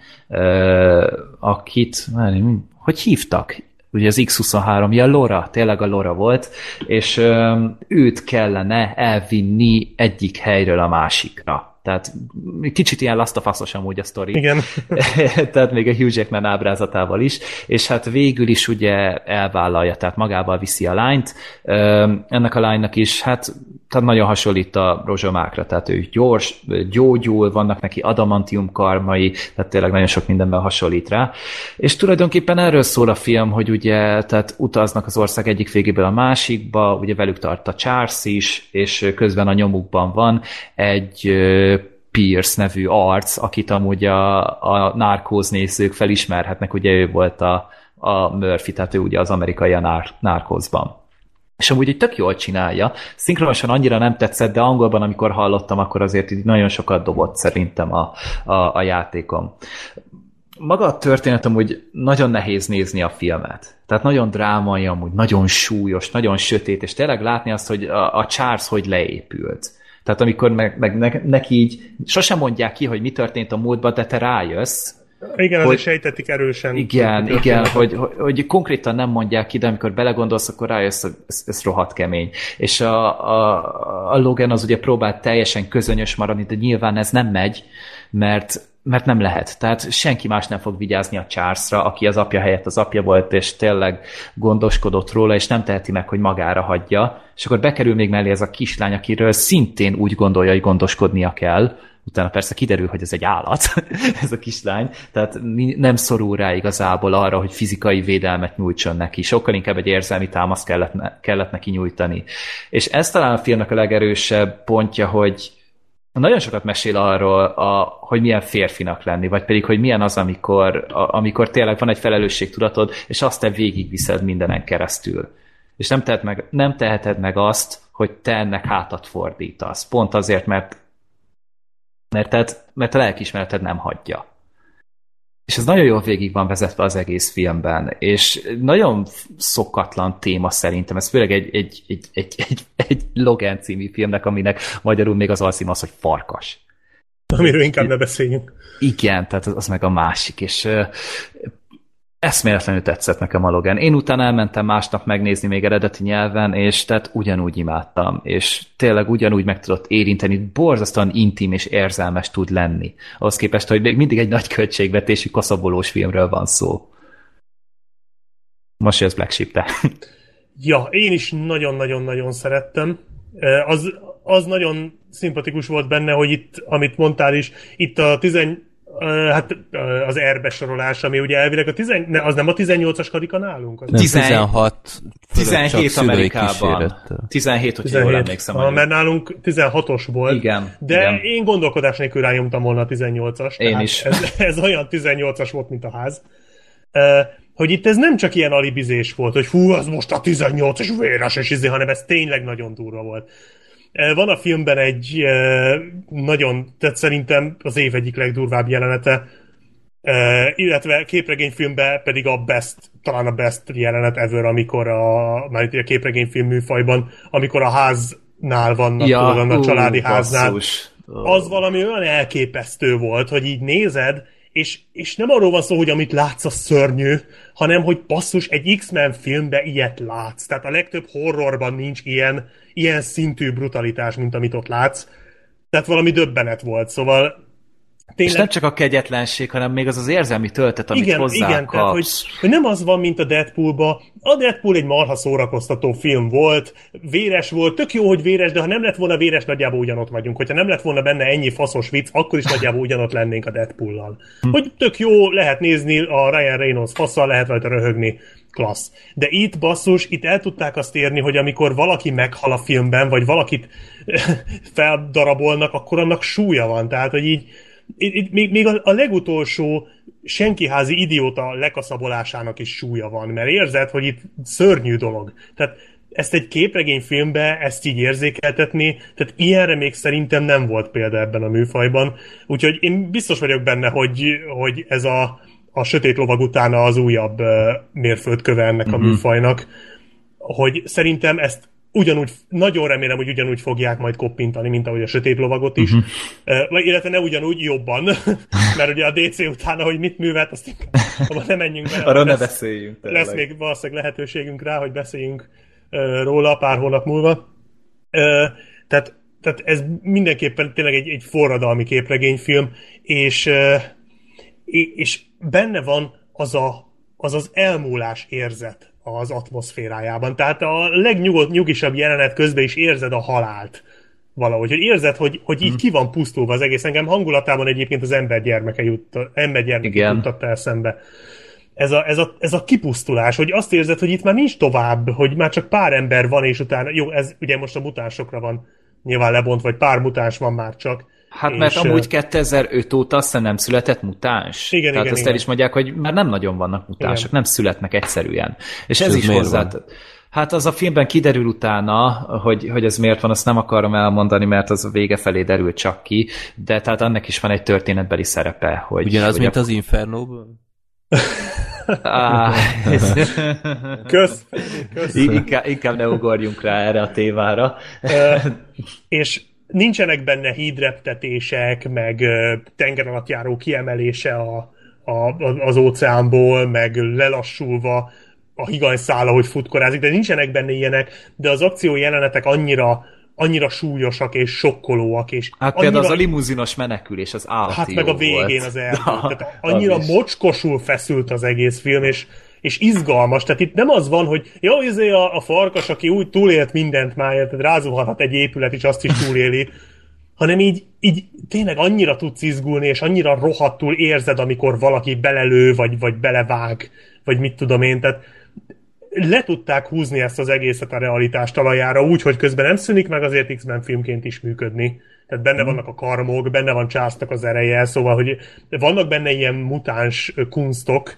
akit, hogy hívtak? Ugye az iksz huszonhárom, ja, Laura, tényleg a Laura volt, és öm, őt kellene elvinni egyik helyről a másikra. Tehát kicsit ilyen Last of Us-os amúgy a sztori. Igen. Tehát még a Hugh Jackman ábrázatával is, és hát végül is ugye elvállalja, tehát magával viszi a lányt. Ennek a lánynak is, hát tehát nagyon hasonlít a rozsomákra, tehát ő gyors, gyógyul, vannak neki adamantium karmai, tehát tényleg nagyon sok mindenben hasonlít rá. És tulajdonképpen erről szól a film, hogy ugye tehát utaznak az ország egyik végéből a másikba, ugye velük tart a Charles is, és közben a nyomukban van egy Pierce nevű arc, akit amúgy a, a narkóz nézők felismerhetnek, ugye ő volt a, a Murphy, tehát ő ugye az amerikai a nár, narkózban. És amúgy így tök jól csinálja. Szinkronosan annyira nem tetszett, de angolban, amikor hallottam, akkor azért így nagyon sokat dobott szerintem a, a, a játékom. Maga a történet amúgy nagyon nehéz nézni a filmet. Tehát nagyon drámai, amúgy nagyon súlyos, nagyon sötét, és tényleg látni azt, hogy a, a Charles hogy leépült. Tehát amikor meg, meg ne, neki így sosem mondják ki, hogy mi történt a múltban, de te rájössz. Igen, azért sejtetik erősen. Igen, igen, hogy, hogy, hogy konkrétan nem mondják ki, de amikor belegondolsz, akkor rájössz, hogy ez, ez rohadt kemény. És a, a, a Logan az ugye próbált teljesen közönyös maradni, de nyilván ez nem megy, mert mert nem lehet. Tehát senki más nem fog vigyázni a Charlesra, aki az apja helyett az apja volt, és tényleg gondoskodott róla, és nem teheti meg, hogy magára hagyja. És akkor bekerül még mellé ez a kislány, akiről szintén úgy gondolja, hogy gondoskodnia kell. Utána persze kiderül, hogy ez egy állat, ez a kislány. Tehát nem szorul rá igazából arra, hogy fizikai védelmet nyújtson neki. Sokkal inkább egy érzelmi támaszt kellett, kellett neki nyújtani. És ez talán a filmnek a legerősebb pontja, hogy nagyon sokat mesél arról, a, hogy milyen férfinak lenni, vagy pedig, hogy milyen az, amikor, a, amikor tényleg van egy felelősségtudatod, és azt te végigviszed mindenen keresztül. És nem, tehet meg, nem teheted meg azt, hogy te ennek hátat fordítasz. Pont azért, mert, mert, tehát, mert a lelkiismereted nem hagyja. És ez nagyon jól végig van vezetve az egész filmben, és nagyon szokatlan téma szerintem, ez főleg egy, egy, egy, egy, egy, egy Logan című filmnek, aminek magyarul még az alcím az, hogy farkas. Amiről inkább ne beszéljünk. Igen, tehát az, az meg a másik, és uh, eszméletlenül tetszett nekem a Logan. Én utána elmentem másnap megnézni még eredeti nyelven, és tehát ugyanúgy imádtam, és tényleg ugyanúgy meg tudott érinteni, borzasztóan intim és érzelmes tud lenni. Ahhoz képest, hogy még mindig egy nagy költségvetésű kaszabolós filmről van szó. Most jössz Black Sheep, te. Ja, én is nagyon-nagyon-nagyon szerettem. Az, az nagyon szimpatikus volt benne, hogy itt, amit mondtál is, itt a tizen hát az R besorolás, ami ugye elvileg a tizen, ne, az nem a tizennyolcas karika nálunk? Az nem, tizenhat tizenhét Amerikában. tizenhét, hogyha jól emlékszem. Ah, mert nálunk tizenhatos volt. Igen. De igen. én gondolkodás nélkül rányomtam volna a tizennyolcas. Én is. Ez, ez olyan tizennyolcas volt, mint a ház. hogy itt ez nem csak ilyen alibizés volt, hogy hú, az most a tizennyolc és véres és izé, hanem ez tényleg nagyon durva volt. Van a filmben egy nagyon, tehát szerintem az év egyik legdurvább jelenete, illetve képregényfilmben pedig a best, talán a best jelenet ever, amikor a, már itt a képregényfilm műfajban, amikor a háznál vannak, ja, tudod, a családi uh, háznál. Az valami olyan elképesztő volt, hogy így nézed, és, és nem arról van szó, hogy amit látsz, az szörnyű, hanem, hogy basszus, egy X-Men filmben ilyet látsz. Tehát a legtöbb horrorban nincs ilyen, ilyen szintű brutalitás, mint amit ott látsz. Tehát valami döbbenet volt, szóval tényleg... És nem csak a kegyetlenség, hanem még az az érzelmi töltet, amit igen, hozzá igen, tehát, hogy, hogy nem az van, mint a Deadpoolba. A Deadpool egy marha szórakoztató film volt, véres volt, tök jó, hogy véres, de ha nem lett volna véres, nagyjából ugyanott vagyunk. Hogyha nem lett volna benne ennyi faszos vicc, akkor is nagyjából ugyanott lennénk a Deadpoollal. Hogy tök jó, lehet nézni, a Ryan Reynolds faszal, lehet rajta röhögni, klassz. De itt basszus, itt el tudták azt érni, hogy amikor valaki meghal a filmben, vagy valakit feldarabolnak, akkor annak súlya van. Tehát, hogy így Itt, itt még, még a, a legutolsó senkiházi idióta lekaszabolásának is súlya van, mert érzed, hogy itt szörnyű dolog. Tehát ezt egy képregényfilmbe, ezt így érzékeltetni, tehát ilyenre még szerintem nem volt példa ebben a műfajban. Úgyhogy én biztos vagyok benne, hogy, hogy ez a, a Sötét Lovag utána az újabb uh, mérföldköve ennek mm-hmm. a műfajnak, hogy szerintem ezt ugyanúgy, nagyon remélem, hogy ugyanúgy fogják majd koppintani, mint ahogy a Sötét Lovagot is. Uh-huh. Uh, illetve ne ugyanúgy, jobban. Mert ugye a dé cé utána, hogy mit művelt, azt inkább nem menjünk bele. Arról ne beszéljünk. Tényleg. Lesz még valószínűleg lehetőségünk rá, hogy beszéljünk uh, róla pár hónap múlva. Uh, tehát, tehát ez mindenképpen tényleg egy, egy forradalmi képregényfilm, és, uh, és benne van az a, az, az elmúlás érzet az atmoszférájában. Tehát a legnyugodt, nyugisabb jelenet közben is érzed a halált valahogy. Hogy érzed, hogy, hogy így hmm. ki van pusztulva az egész. Engem hangulatában egyébként az embergyermeke jutta, embergyermeke juttatta eszembe. Ez a, ez, a, ez a kipusztulás, hogy azt érzed, hogy itt már nincs tovább, hogy már csak pár ember van, és utána, jó, ez ugye most a mutánsokra van nyilván lebont, vagy pár mutáns van már csak. Hát mert amúgy kétezer-öt óta azt nem született mutáns. Igen, Tehát igen, azt igen. el is mondják, hogy már nem nagyon vannak mutánsok, igen. nem születnek egyszerűen. És, és ez, ez is hozzá... Van? Hát az a filmben kiderül utána, hogy, hogy ez miért van, azt nem akarom elmondani, mert az a vége felé derül csak ki, de tehát annak is van egy történetbeli szerepe. Hogy, ugyanaz, hogy mint a... az Infernóban? Ah, ez... Kösz, kösz. Inkább, inkább ne ugorjunk rá erre a témára. Uh, és nincsenek benne hídreptetések, meg uh, tengeralattjáró kiemelése a, a, az óceánból, meg lelassulva a higanyszál, ahogy futkorázik, de nincsenek benne ilyenek, de az akció jelenetek annyira annyira súlyosak és sokkolóak. És hát annyira... például az a limuzinos menekülés, az állat Hát meg a végén volt. Az erdő. Tehát annyira mocskosul feszült az egész film, és, és izgalmas. Tehát itt nem az van, hogy jó, izé a, a farkas, aki úgy túlélt mindent már, tehát rázuhanhat egy épület, és azt is túléli, hanem így, így tényleg annyira tudsz izgulni, és annyira rohadtul érzed, amikor valaki belelő, vagy, vagy belevág, vagy mit tudom én. Tehát le tudták húzni ezt az egészet a realitás talajára úgy, hogy közben nem szűnik meg azért X-Men filmként is működni. Tehát benne vannak a karmok, benne van Charlesnak az ereje, szóval, hogy vannak benne ilyen mutáns kunstok,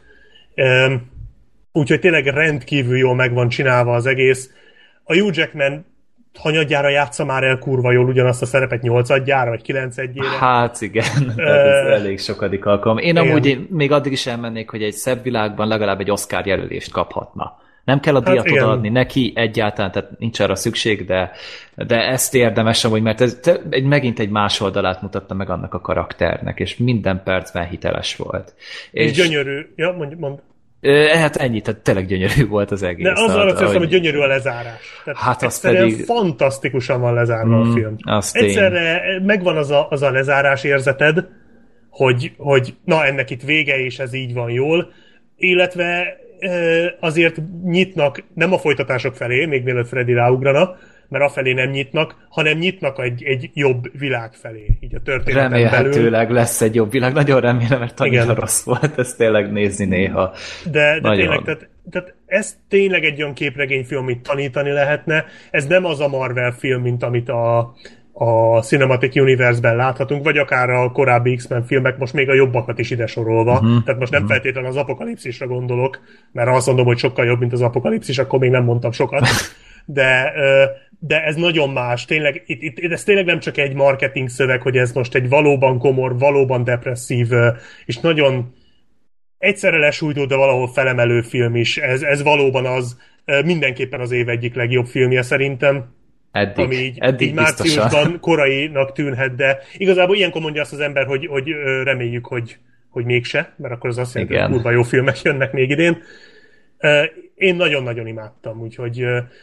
úgyhogy tényleg rendkívül jól meg van csinálva az egész. A Hugh Jackman hanyadjára játsza már el kurva jól ugyanazt a szerepet, nyolcadjára, vagy kilencedjére. Hát igen, ez elég sokadik alkalom. Én igen. amúgy én még addig is elmennék, hogy egy szebb világban legalább egy Oscar jelölést kaphatna. Nem kell a díjat hát odaadni neki egyáltalán, tehát nincs arra szükség, de, de ezt érdemes amúgy, mert ez egy, megint egy más oldalát mutatta meg annak a karakternek, és minden percben hiteles volt. És, és gyönyörű. Ja, mondj, mondd. Hát ennyi, tehát tényleg gyönyörű volt az egész. De azzal azt hiszem, hogy gyönyörű a lezárás. Tehát hát az pedig... fantasztikusan van lezárva mm, a film. Egyszerre megvan az a, az a lezárás érzeted, hogy, hogy na ennek itt vége, és ez így van jól, illetve azért nyitnak, nem a folytatások felé, még mielőtt Freddy ráugrana, mert afelé nem nyitnak, hanem nyitnak egy, egy jobb világ felé, így a történeten belül. Remélhetőleg lesz egy jobb világ, nagyon remélem, mert annyira rossz volt ezt tényleg nézni néha. De, de tényleg, tehát, tehát ez tényleg egy olyan képregényfilm, amit tanítani lehetne. Ez nem az a Marvel film, mint amit a a Cinematic Universe-ben láthatunk, vagy akár a korábbi X-Men filmek, most még a jobbakat is ide sorolva. Uh-huh. Tehát most nem uh-huh. feltétlenül az Apokalipszisra gondolok, mert ha azt mondom, hogy sokkal jobb, mint az Apokalipszis, akkor még nem mondtam sokat. De, de ez nagyon más. Tényleg, itt, itt, ez tényleg nem csak egy marketing szöveg, hogy ez most egy valóban komor, valóban depresszív, és nagyon egyszerre lesújtó, de valahol felemelő film is. Ez, ez valóban az, mindenképpen az év egyik legjobb filmje szerintem. Eddig, ami így, eddig így márciusban korainak tűnhet, de igazából ilyenkor mondja azt az ember, hogy, hogy reméljük, hogy, hogy mégse, mert akkor az azt jelenti, hogy kurva jó filmek jönnek még idén. Én nagyon-nagyon imádtam, úgyhogy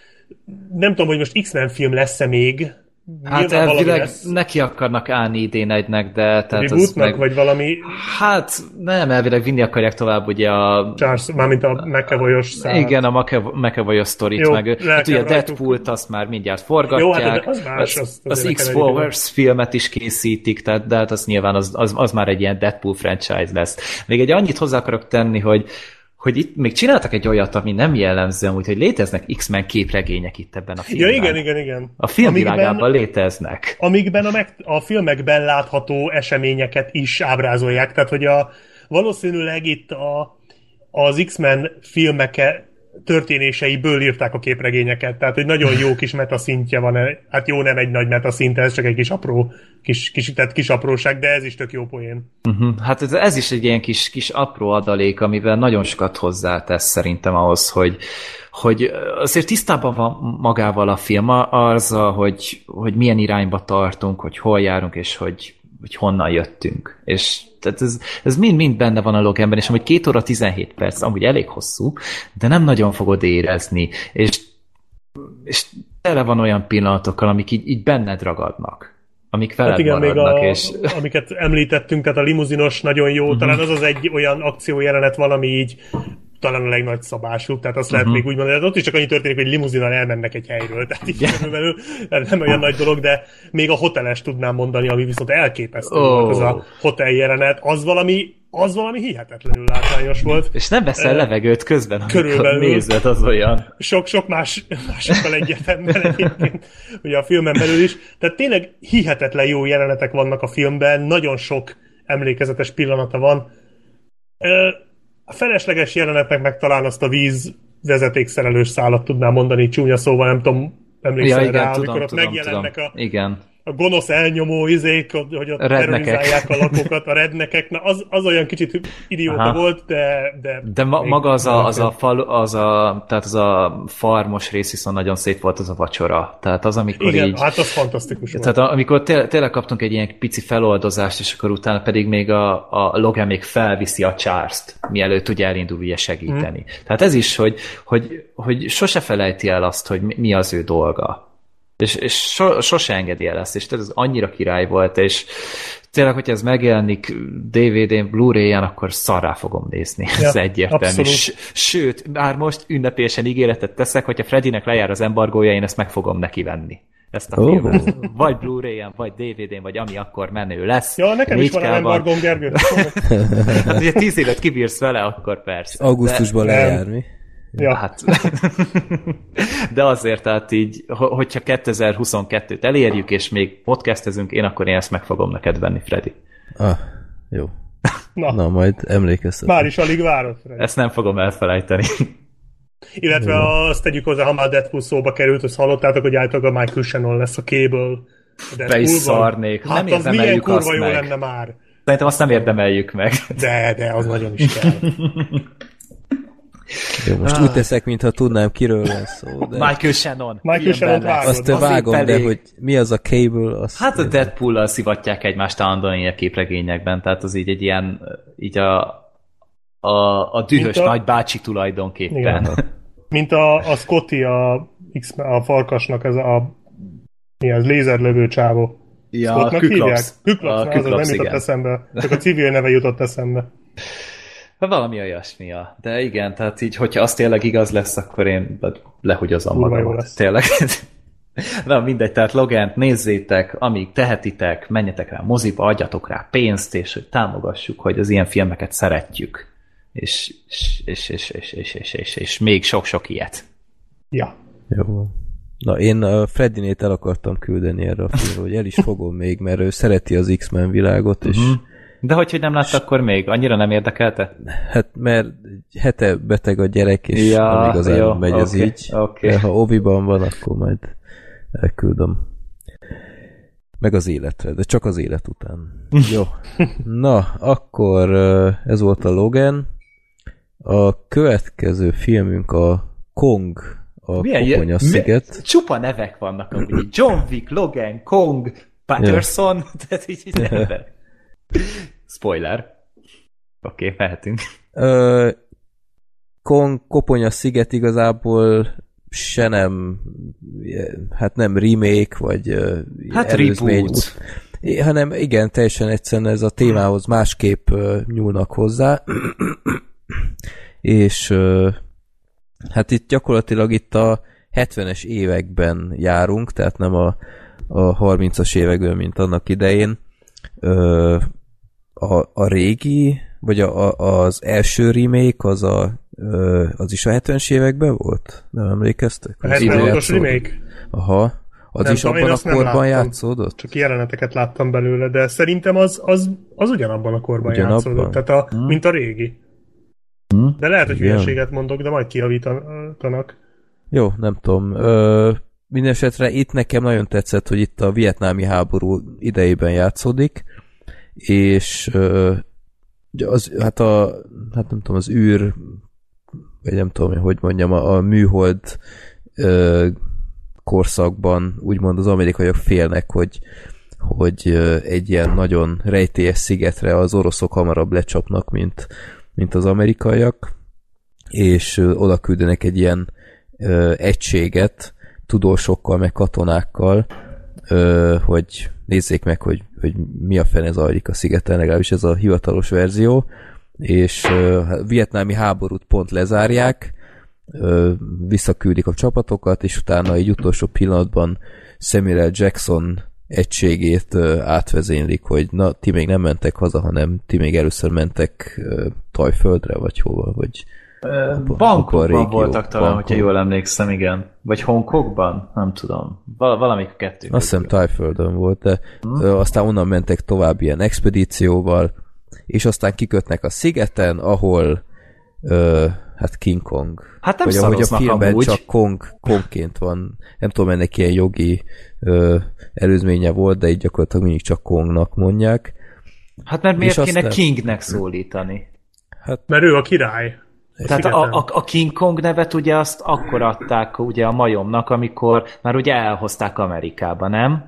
nem tudom, hogy most X-Men film lesz-e még. Hát elvileg neki akarnak állni idén egynek, de... Tehát az meg... vagy valami... Hát nem, elvileg vinni akarják tovább ugye a... Charles, mármint a McAvoy-os szállat. Igen, a McAvoy-os sztorit, jó, meg hát ugye a Deadpool-t azt már mindjárt forgatják. Jó, hát az más. Az, az, az X-Force filmet is készítik, tehát, de hát az nyilván az, az, az már egy ilyen Deadpool franchise lesz. Még egy annyit hozzá akarok tenni, hogy hogy itt még csináltak egy olyat, ami nem jellemző, amúgy, hogy léteznek X-Men képregények itt ebben a filmben. Ja, igen, igen, igen. A filmvilágában léteznek. Amikben a, meg, a filmekben látható eseményeket is ábrázolják. Tehát, hogy a, valószínűleg itt a, az X-Men filmeke történéseiből írták a képregényeket. Tehát, hogy nagyon jó kis metaszintje van. Hát jó, nem egy nagy metaszint, ez csak egy kis apró, kis, kis, tehát kis apróság, de ez is tök jó poén. Uh-huh. Hát ez, ez is egy ilyen kis, kis apró adalék, amivel nagyon sokat hozzátesz szerintem ahhoz, hogy, hogy azért tisztában van magával a film, azzal, hogy, hogy milyen irányba tartunk, hogy hol járunk, és hogy, hogy honnan jöttünk. És tehát ez, ez mind-mind benne van a Loganben, és amúgy két óra tizenhét perc, amúgy elég hosszú, de nem nagyon fogod érezni, és, és tele van olyan pillanatokkal, amik így, így benned ragadnak, amik veled hát igen, maradnak. Még a, és... amiket említettünk, tehát a limuzinos nagyon jó, uh-huh. talán az az egy olyan akciójelenet valami így talán a legnagy szabású, tehát azt lehet uh-huh. még úgy mondani, de ott is csak annyi történik, hogy limuzinnal elmennek egy helyről, tehát így yeah. körülbelül nem olyan nagy dolog, de még a hoteles tudnám mondani, ami viszont elképesztő oh. volt az a hotel jelenet, az valami, az valami hihetetlenül látványos volt. És nem veszel uh, levegőt közben, amikor nézed, az olyan. Sok-sok más, másokkal egyetemben egyébként, ugye a filmen belül is, tehát tényleg hihetetlen jó jelenetek vannak a filmben, nagyon sok emlékezetes pillanata van. Uh, A felesleges jelenetnek meg talán azt a víz vezetékszerelős szálat tudnám mondani, csúnya szóval, nem tudom, emlékszel ja, rá, tudom, amikor ott tudom, megjelennek tudom. A, igen. a gonosz elnyomó izék, hogy ott terrorizálják a lakókat, a rednekek, na az, az olyan kicsit idióta Aha. volt, de... De, de ma, maga az a, az, a fal, az a, tehát az a farmos rész viszont nagyon szép volt az a vacsora. Tehát az, amikor igen, így... hát az fantasztikus volt. Tehát amikor té- tényleg kaptunk egy ilyen pici feloldozást, és akkor utána pedig még a, a Logan még felviszi a Charles-t, mielőtt ugye elindul ugye segíteni. Hmm. Tehát ez is, hogy, hogy, hogy sose felejti el azt, hogy mi az ő dolga. És, és so, sose engedi el ezt, és tehát ez annyira király volt, és tényleg, hogyha ez megjelenik dé vé dén, Blu-ray-en, akkor szarrá fogom nézni. Ja, ez egyértelmű. S, sőt, már most ünnepélyesen ígéretet teszek, hogyha Freddynek lejár az embargója, én ezt meg fogom neki venni. Ezt a oh. filmet. Vagy Blu-ray-en, vagy dé vé dén, vagy ami akkor menő lesz. Ja, nekem is van embargóm, Gergő. Hát ugye tíz évet kibírsz vele, akkor persze. Augusztusban de... lejár, mi? Ja. Hát. De azért, tehát így, hogyha kétezer-huszonkettőt elérjük, és még podcastezünk, én akkor én ezt meg fogom neked venni, Freddy. Ah, jó. Na, Na majd emlékeztetem. Már is alig várod, Freddy. Ezt nem fogom elfelejteni. Illetve jó. Azt tegyük hozzá, ha már Deadpool szóba került, azt hallottátok, hogy általában a Michael Shannon lesz a Cable. Be is szarnék. Hát nem az milyen kurva jó lenne már. Szerintem azt nem érdemeljük meg. De, de, az nagyon is kell. Jó, most ah. úgy teszek, mintha tudnám, kiről lesz szó. De... Michael Shannon. Michael Shannon vágod. Azt te vágom, de hogy mi az a Cable? Azt hát a Deadpool-lal szivatják egymást állandóan ilyen képregényekben, tehát az így egy ilyen, így a, a, a dühös a... nagybácsi tulajdonképpen. Igen. Mint a, a Scotty, a, X, a farkasnak, ez a mi az, lézerlövő csávó. Ja, a Küklops. Küklops, az nem jutott eszembe. Csak a civil neve jutott eszembe. Valami olyasmi, de igen, tehát így, hogyha az tényleg igaz lesz, akkor én lehugyozom magamat. Tényleg. Na mindegy, tehát Logant nézzétek, amíg tehetitek, menjetek rá moziba, adjatok rá pénzt, és hogy támogassuk, hogy az ilyen filmeket szeretjük. És, és, és, és, és, és, és, és, és még sok-sok ilyet. Ja. Jó. Na, én a Freddinét el akartam küldeni erre a filmre, hogy el is fogom még, mert ő szereti az X-Men világot, és... Uh-huh. De hogy, hogy nem látta akkor még? Annyira nem érdekelte? Hát, mert hete beteg a gyerek, és ja, nem igazán jó, megy okay, az így. Okay. De ha oviban van, akkor majd elküldöm. Meg az életre, de csak az élet után. Jó. Na, akkor ez volt a Logan. A következő filmünk a Kong, a Koponya sziget. Csupa nevek vannak, amúgy. John Wick, Logan, Kong, Patterson, ja. Tehát így, így nem. Spoiler. Oké, okay, mehetünk. Ö, Kong, Koponya sziget igazából se nem, hát nem remake, vagy hát előzmény, út, hanem igen, teljesen egyszerűen ez a témához másképp nyúlnak hozzá. És hát itt gyakorlatilag itt a hetvenes években járunk, tehát nem a, a harmincas években, mint annak idején. A, a régi, vagy a, a, az első remake, az, a, az is a hetvenes években volt? Nem emlékeztek? A hetvenhatos remake? Aha. Az nem is tudom, abban a korban játszódott? Csak jeleneteket láttam belőle, de szerintem az, az, az ugyanabban a korban ugyanabban? játszódott, tehát a, hmm. mint a régi. Hmm. De lehet, hogy hülyeséget mondok, de majd kijavítanak. Jó, nem tudom. Ö, mindenesetre itt nekem nagyon tetszett, hogy itt a vietnámi háború idejében játszódik, és ö, az, hát a, hát nem tudom, az űr, vagy nem tudom, hogy mondjam, a, a műhold ö, korszakban úgymond az amerikaiak félnek, hogy, hogy egy ilyen nagyon rejtélyes szigetre az oroszok hamarabb lecsapnak, mint, mint az amerikaiak, és oda küldenek egy ilyen ö, egységet tudósokkal, meg katonákkal, ö, hogy nézzék meg, hogy, hogy mi a fene zajlik a szigeten, legalábbis ez a hivatalos verzió, és ö, a vietnámi háborút pont lezárják, ö, visszaküldik a csapatokat, és utána egy utolsó pillanatban Samuel Jackson egységét ö, átvezénylik, hogy na, ti még nem mentek haza, hanem ti még először mentek ö, Tajföldre, vagy hova, vagy Bangkokban voltak talán, Bangkok. Hogyha jól emlékszem, igen. Vagy Hongkongban? Nem tudom. Val- valamik a kettő. Azt hiszem Tajföldön volt, de hmm. ö, aztán onnan mentek tovább ilyen expedícióval, és aztán kikötnek a szigeten, ahol ö, hát King Kong. Hát nem vagy ahogy a filmben amúgy. Csak Kong, Kongként van. Nem tudom, ennek ilyen jogi ö, előzménye volt, de így gyakorlatilag mindig csak Kongnak mondják. Hát mert miért kéne aztán... Kingnek szólítani? Hát, mert ő a király. Tehát a, a, a King Kong nevet ugye azt akkor adták ugye a majomnak, amikor már ugye elhozták Amerikába, nem?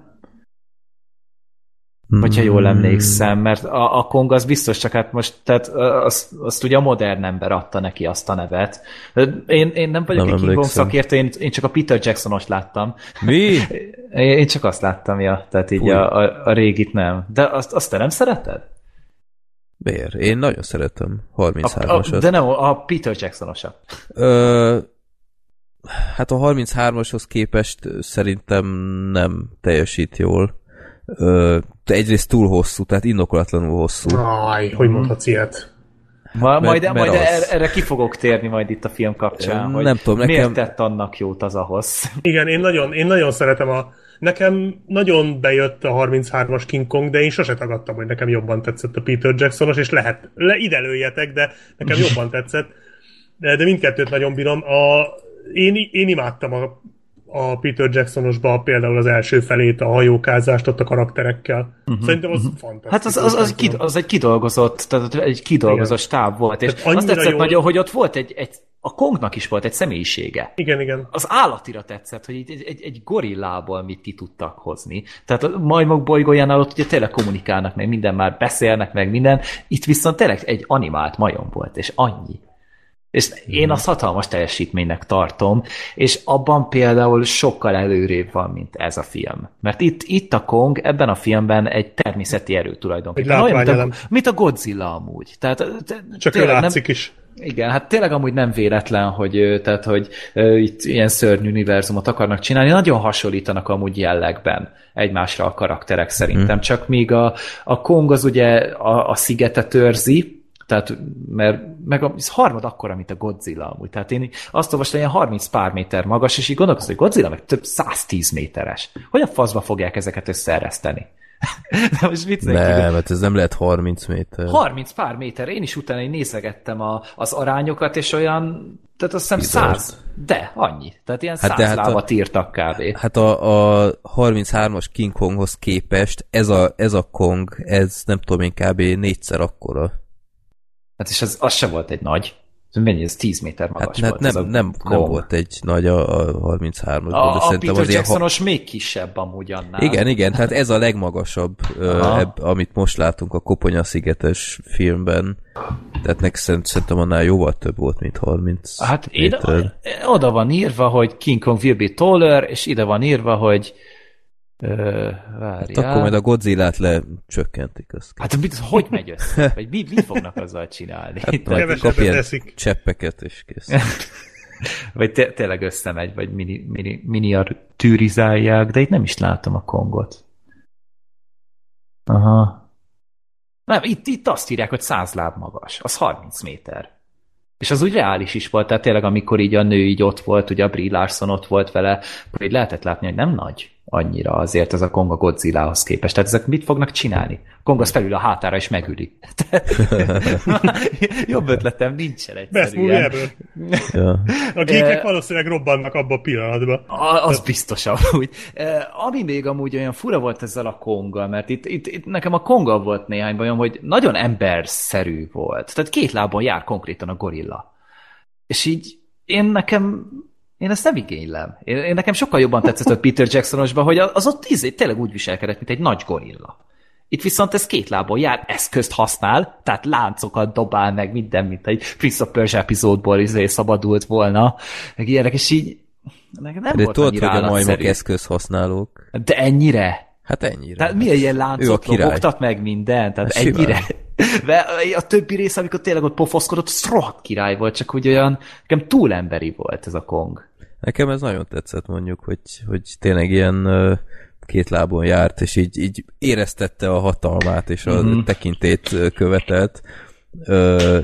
Hogyha jól emlékszem, mert a, a Kong az biztos csak hát most, tehát azt, azt ugye a modern ember adta neki azt a nevet. Én, én nem vagyok nem egy King Kong szakértő, én, én csak a Peter Jacksonost láttam. Mi? Én csak azt láttam, ja, tehát így a, a, a régit nem. De azt, azt te nem szereted? Miért? Én nagyon szeretem harminchármasat. De nem, a Peter Jacksonosat. Ö, hát a harminchármashoz képest szerintem nem teljesít jól. Ö, egyrészt túl hosszú, tehát indokolatlanul hosszú. Aj, hogy mondhatsz ilyet? Ma, majd mert, majd mert erre ki fogok térni majd itt a film kapcsán, hogy nem tudom, miért nekem... tett annak jót az ahhoz. Igen, én nagyon, én nagyon szeretem a... Nekem nagyon bejött a harminchármas King Kong, de én sose tagadtam, hogy nekem jobban tetszett a Peter Jacksonos, és lehet, le, ide lőjetek, de nekem jobban tetszett. De, de mindkettőt nagyon bírom. A, én, én imádtam a, a Peter Jacksonosba például az első felét, a hajókázást ott a karakterekkel. Uh-huh, Szerintem az uh-huh. fantasztikus. Hát az, az, az, kid, az egy kidolgozott, tehát egy kidolgozott stáb volt, és azt tetszett jól... nagyon, hogy ott volt egy, egy a Kongnak is volt egy személyisége. Igen, igen. Az állatira tetszett, hogy egy, egy, egy gorillából mit ki tudtak hozni. Tehát a majmok bolygójánál ott ugye tényleg kommunikálnak, meg minden, már beszélnek, meg minden. Itt viszont tényleg egy animált majom volt, és annyi. És én azt hatalmas teljesítménynek tartom, és abban például sokkal előrébb van, mint ez a film. Mert itt, itt a Kong ebben a filmben egy természeti erő tulajdonképpen. Olyan, mint a, mint a Godzilla amúgy. Tehát, csak ő látszik nem, is. Igen, hát tényleg amúgy nem véletlen, hogy, tehát, hogy uh, itt ilyen szörnyű univerzumot akarnak csinálni. Nagyon hasonlítanak amúgy jellegben egymásra a karakterek szerintem. Mm. Csak míg a, a Kong az ugye a, a szigetet őrzi, Tehát, mert meg a harmad akkora, mint a Godzilla amúgy. Tehát én azt olvastam, ilyen harminc pár méter magas, és így gondolkoztam, hogy Godzilla meg több száztíz méteres. Hogyan faszba fogják ezeket összeereszteni? De most nem, hát ez nem lehet harminc méter. harminc pár méter. Én is utána nézegettem a, az arányokat, és olyan, tehát azt hiszem száz. De, annyi. Tehát ilyen hát száz lábat hát írtak kb. Hát a, a harminchármas King Konghoz képest ez a, ez a Kong, ez nem tudom én kb. négyszer akkora. Hát és az, az se volt egy nagy. Mennyi, ez tíz méter magas hát, volt. Hát nem, nem, nem volt egy nagy a, a harminchármas. A, a Peter Jacksonos ha... még kisebb amúgy annál. Igen, igen, tehát ez a legmagasabb, ö, ebb, amit most látunk a Koponya-szigetes filmben. Tehát nekem szerintem annál jóval több volt, mint harminc Hát méter. Ide, oda van írva, hogy King Kong will be taller, és ide van írva, hogy Ö, hát akkor majd a Godzillát lecsökkentik azt. Hát mit, hogy megy össze? Vagy mi, mit fognak azzal csinálni? Hát majd kap ilyen cseppeket, és kész. Vagy té- tényleg összemegy, vagy mini, mini, miniatűrizálják, de itt nem is látom a Kongot. Aha. Nem, itt, itt azt írják, hogy száz láb magas. Az harminc méter. És az úgy reális is volt, tehát tényleg amikor így a nő így ott volt, ugye a Brie Larson ott volt vele, akkor így lehetett látni, hogy nem nagy annyira azért ez a Kong a Godzillához képest. Tehát ezek mit fognak csinálni? A Kong az felül a hátára és megüli. Jobb ötletem nincsen egyszerűen. Ja. A gékek valószínűleg robbannak abba a pillanatban. A, az biztos amúgy. Ami még amúgy olyan fura volt ezzel a Konggal, mert itt, itt, itt nekem a Konggal volt néhány bajom, hogy nagyon emberszerű volt. Tehát két lábon jár konkrétan a gorilla. És így én nekem Én ezt nem igénylem. Én, én nekem sokkal jobban tetszett a Peter Jacksonosban, hogy az ott tíz, tényleg úgy viselkedett, mint egy nagy gorilla. Itt viszont ez két lábon jár, eszközt használ, tehát láncokat dobál meg, minden, mint egy Prince of Persia epizódból izé szabadult volna, meg ilyenek, és így nem de volt tudod, annyira hogy a majmok állatszerű. Eszközhasználók. De ennyire? Hát ennyire. Tehát milyen ilyen láncot lobogtat meg minden? Tehát hát ennyire. De a többi rész, amikor tényleg ott pofoszkodott, az rohadt király volt, csak úgy olyan, nekem túl emberi volt ez a Kong. Nekem ez nagyon tetszett mondjuk, hogy, hogy tényleg ilyen uh, két lábon járt, és így, így éreztette a hatalmát, és a mm-hmm. tekintét követelt. Uh,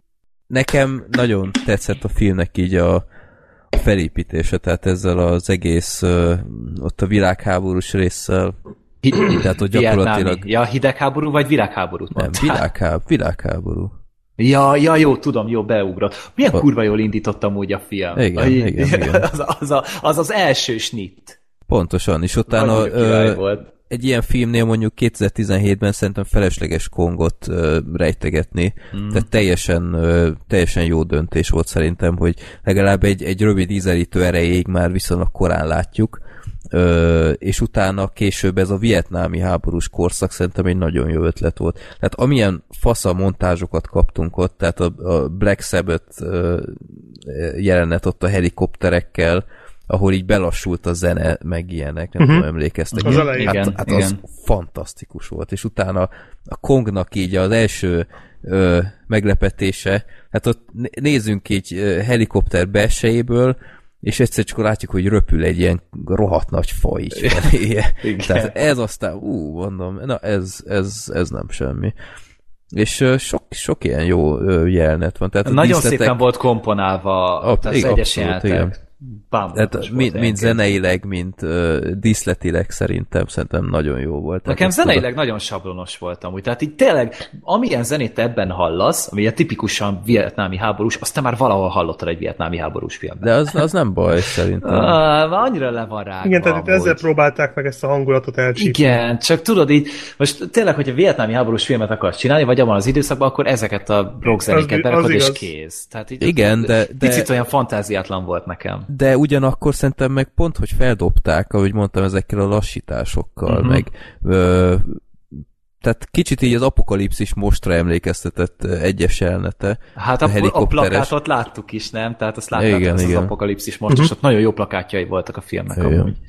nekem nagyon tetszett a filmnek így a, a felépítése, tehát ezzel az egész uh, ott a világháborús résszel. Hi- tehát, hogy gyakorlatilag... Ja, hidegháború vagy világháborút mondtál? Nem, világháború. világháború. Ja, ja, jó, tudom, jó, beugrott. Milyen a... kurva jól indítottam úgy a film. Igen, a, igen, igen. Az, az, a, az az első snitt. Pontosan, és utána ö, egy ilyen filmnél mondjuk kétezer-tizenhétben szerintem felesleges Kongot ö, rejtegetni. Mm. Tehát teljesen, ö, teljesen jó döntés volt szerintem, hogy legalább egy, egy rövid ízelítő erejéig már viszonylag korán látjuk. Ö, és utána később ez a vietnámi háborús korszak szerintem egy nagyon jó ötlet volt. Tehát amilyen fasza montázsokat kaptunk ott, tehát a, a Black Sabbath ö, jelenet ott a helikopterekkel, ahol így belassult a zene, meg ilyenek, nem uh-huh. tudom, emlékeztek. Az hát igen, hát igen. az fantasztikus volt. És utána a Kongnak így az első ö, meglepetése, hát ott nézzünk így helikopter belsejéből, és egyszer csak látjuk, hogy röpül egy ilyen rohadt nagy fa így van. Tehát ez aztán, ú, mondom, na ez, ez, ez nem semmi. És uh, sok, sok ilyen jó uh, jelenet van. Tehát nagyon díszletek... szépen volt komponálva Ab, az igen, egyes abszolút, jelenetek. Tehát mind, mind zeneileg, mind uh, díszletileg szerintem szerintem nagyon jó volt. Nekem zeneileg oda... nagyon sablonos voltam úgy. Tehát így tényleg, amilyen zenét te ebben hallasz, ami a tipikusan vietnámi háborús, azt te már valahol hallottad egy vietnámi háborús filmben. De az, az nem baj szerintem. Uh, annyira le van rágva. Igen, tehát itt ezzel próbálták meg ezt a hangulatot elcsípni. Igen, csak tudod így, most tényleg, hogyha vietnámi háborús filmet akarsz csinálni, vagy abban az időszakban, akkor ezeket a rockzenéket berakod és kész. Tehát így igen, de, de... picit olyan fantáziátlan volt nekem. De ugyanakkor szerintem meg pont, hogy feldobták, ahogy mondtam, ezekkel a lassításokkal, uh-huh. meg ö, tehát kicsit így az apokalipszis mostra emlékeztetett egyes jelenete. Hát a, a, a plakátot láttuk is, nem? Tehát azt láttátok, igen, az, igen. Az apokalipszis mostra, uh-huh. és ott nagyon jó plakátjai voltak a filmnek igen. amúgy.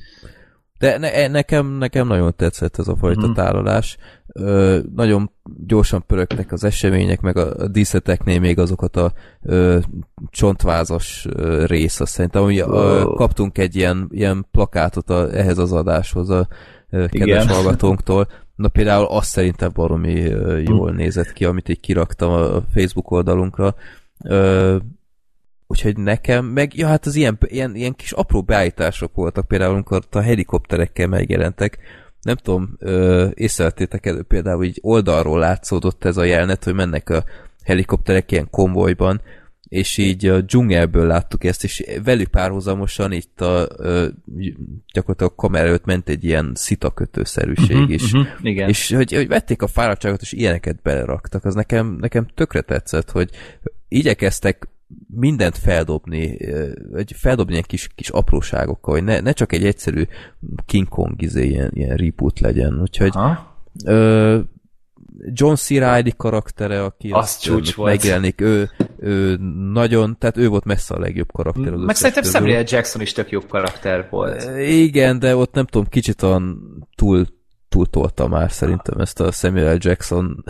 De ne, nekem, nekem nagyon tetszett ez a fajta mm. tálalás. Ö, nagyon gyorsan pörögtek az események, meg a, a díszleteknél még azokat a ö, csontvázas ö, rész, azt szerintem, ami oh. ö, kaptunk egy ilyen, ilyen plakátot a, ehhez az adáshoz a ö, kedves hallgatónktól. Na például azt szerintem baromi jól nézett ki, amit így kiraktam a Facebook oldalunkra. Ö, úgyhogy nekem, meg ja, hát az ilyen, ilyen, ilyen kis apró beállítások voltak, például amikor a helikopterekkel megjelentek. Nem tudom, ö, észrevettétek elő például, így oldalról látszódott ez a jelenet, hogy mennek a helikopterek ilyen konvojban, és így a dzsungelből láttuk ezt, és velük párhuzamosan itt a ö, gyakorlatilag a kamera előtt ment egy ilyen szitakötőszerűség uh-huh, is. Uh-huh, igen. És hogy, hogy vették a fáradtságot, és ilyeneket beleraktak. Az nekem, nekem tökre tetszett, hogy igyekeztek mindent feldobni, vagy feldobni ilyen kis, kis apróságokkal, hogy ne, ne csak egy egyszerű King Kong izé, ilyen, ilyen reboot legyen. Úgyhogy ö, John C. Reilly karaktere, aki az csúcs volt. Megjelenik, ő, ő nagyon, tehát ő volt messze a legjobb karakter. Meg szerintem Samuel Jackson is tök jobb karakter volt. Igen, de ott nem tudom, kicsit olyan túl túltolta már szerintem ezt a Samuel Jackson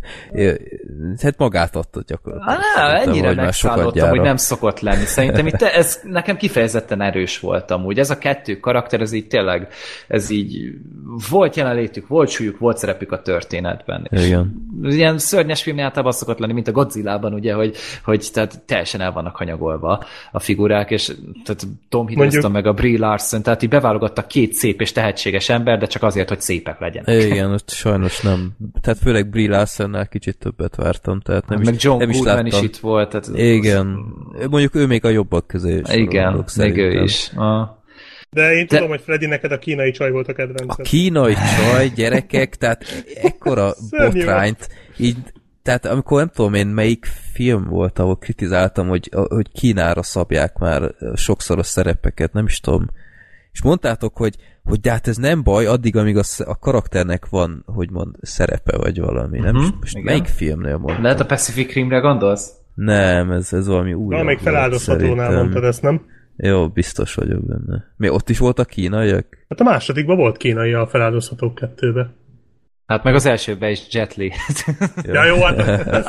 hát magát adta gyakorlatilag. Ah, ennyire megszállottam, hogy nem szokott lenni. Szerintem itt ez nekem kifejezetten erős volt amúgy. Ez a kettő karakter, ez így tényleg, ez így volt jelenlétük, volt súlyuk, volt szerepük a történetben. Igen. Ilyen szörnyes filmnél általában szokott lenni, mint a Godzilla-ban, ugye, hogy, hogy tehát teljesen el vannak hanyagolva a figurák, és tehát Tom Hiddleston meg a Brie Larson, tehát így beválogattak két szép és tehetséges ember, de csak azért, hogy szépek legyenek. Igen, ott sajnos nem. Tehát főleg Brie Larsonnál kicsit többet vártam, tehát nem meg is, John nem is Goodman láttam. is itt volt. Tehát igen. Az... Mondjuk ő még a jobbak közé is. Igen, még ő is. Ah. De én De... tudom, hogy Freddy, neked a kínai csaj volt a kedvenced. A kínai csaj, gyerekek, tehát ekkora botrányt, így, tehát amikor nem tudom én melyik film volt, ahol kritizáltam, hogy, hogy Kínára szabják már sokszor a szerepeket, nem is tudom. És mondtátok, hogy, hogy de hát ez nem baj, addig, amíg a, a karakternek van, hogy mond, szerepe, vagy valami. Nem? Uh-huh, most igen. Melyik filmnél mondtam? Lehet a Pacific Rimre gondolsz? Nem, ez, ez valami új. Na, még feláldozhatónál mondtad ezt, nem? Jó, biztos vagyok benne. Mi ott is voltak kínaiak? Hát a másodikban volt kínai a feláldozhatók kettőbe. Hát meg az elsőben is Jet Li. Ja, jó, hát...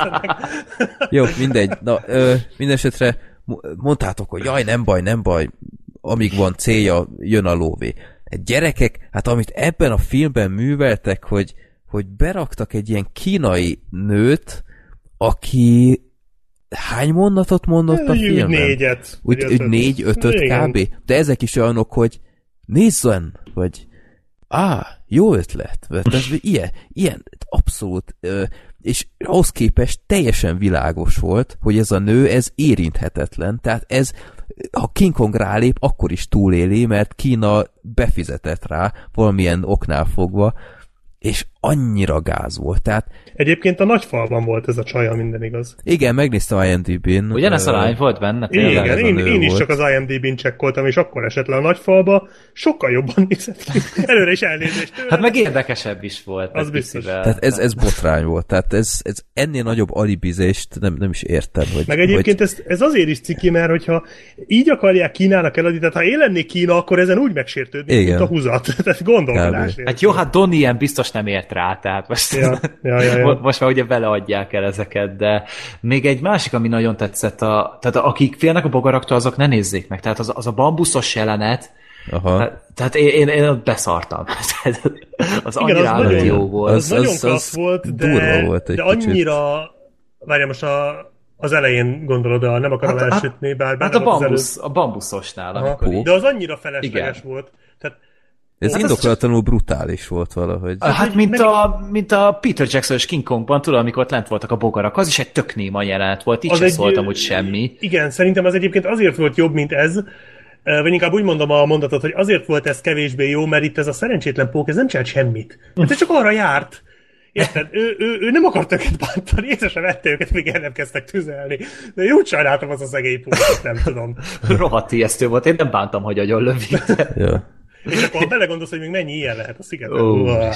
Jó, mindegy. Na, ö, mindesetre mondtátok, hogy jaj, nem baj, nem baj, amíg van célja, jön a lóvé. Gyerekek, hát amit ebben a filmben műveltek, hogy, hogy beraktak egy ilyen kínai nőt, aki hány mondatot mondott a filmben? Négyet. Úgy, úgy négy, ötöt kb. De ezek is olyanok, hogy nézzen, vagy á, jó ötlet. Ez, ilyen, ilyen abszolút, és ahhoz képest teljesen világos volt, hogy ez a nő, ez érinthetetlen. Tehát ez, ha King Kong rálép, akkor is túléli, mert Kína befizetett rá, valamilyen oknál fogva, és annyira gáz volt. Tehát... Egyébként a Nagyfalban volt ez a csaja, minden igaz. Igen, megnéztem IMDb-n. Ugyanez a lány volt benne? Tényleg, igen, én, én is csak az IMDb-n csekkoltam, és akkor esett le a Nagyfalba, sokkal jobban nézett ki. Előre is elnézést tőle. Hát meg érdekesebb is volt. Az biztos. Tehát ez, ez botrány volt. Tehát ez, ez ennél nagyobb alibizést nem, nem is értem. Hogy, meg egyébként hogy... ez, ez azért is ciki, mert hogyha így akarják Kínának eladni, tehát ha én lennék Kína, akkor ezen úgy megsértődnék, mint a húzat. Tehát gondolkodás. Hát jó, hát Donnie ilyen biztos nem ért rá, tehát most, ja, ja, ja, ja. most már ugye beleadják el ezeket, de még egy másik, ami nagyon tetszett, a, tehát akik félnek a bogaraktól, azok ne nézzék meg, tehát az, az a bambuszos jelenet, aha. Tehát, tehát én, én, én beszartam. Az igen, annyira az nagyon, jó volt. Az, az, az nagyon klassz volt, de, volt egy de annyira... Várjál, most a, az elején gondolod, a, nem akarom hát, elsütni, bár hát a, bambusz, a bambuszosnál. Amikor de az annyira felesleges igen. volt. Tehát, ez hát indokolatlanul csak... brutális volt valahogy. Hát, hát mint, meg... a, mint a Peter Jackson-os King Kongban, tudod, amikor ott lent voltak a bogarak, az is egy tök néma jelenet volt, így sem szóltam, hogy semmi. Igen, szerintem az egyébként azért volt jobb, mint ez, vagy inkább úgy mondom a mondatot, hogy azért volt ez kevésbé jó, mert itt ez a szerencsétlen pók, ez nem csinált semmit. Hát ez csak arra járt. Érted? Ő, ő, ő nem akart őket bántani, észre sem vette őket, még el nem kezdtek tüzelni. De én úgy sajnáltam az a szegény pókot, nem tudom. Rohadt ijesztő volt, én nem bántam, hogy agyon lövít. Ja. És akkor ha belegondolsz, hogy még mennyi ilyen lehet a szigeten. Oh.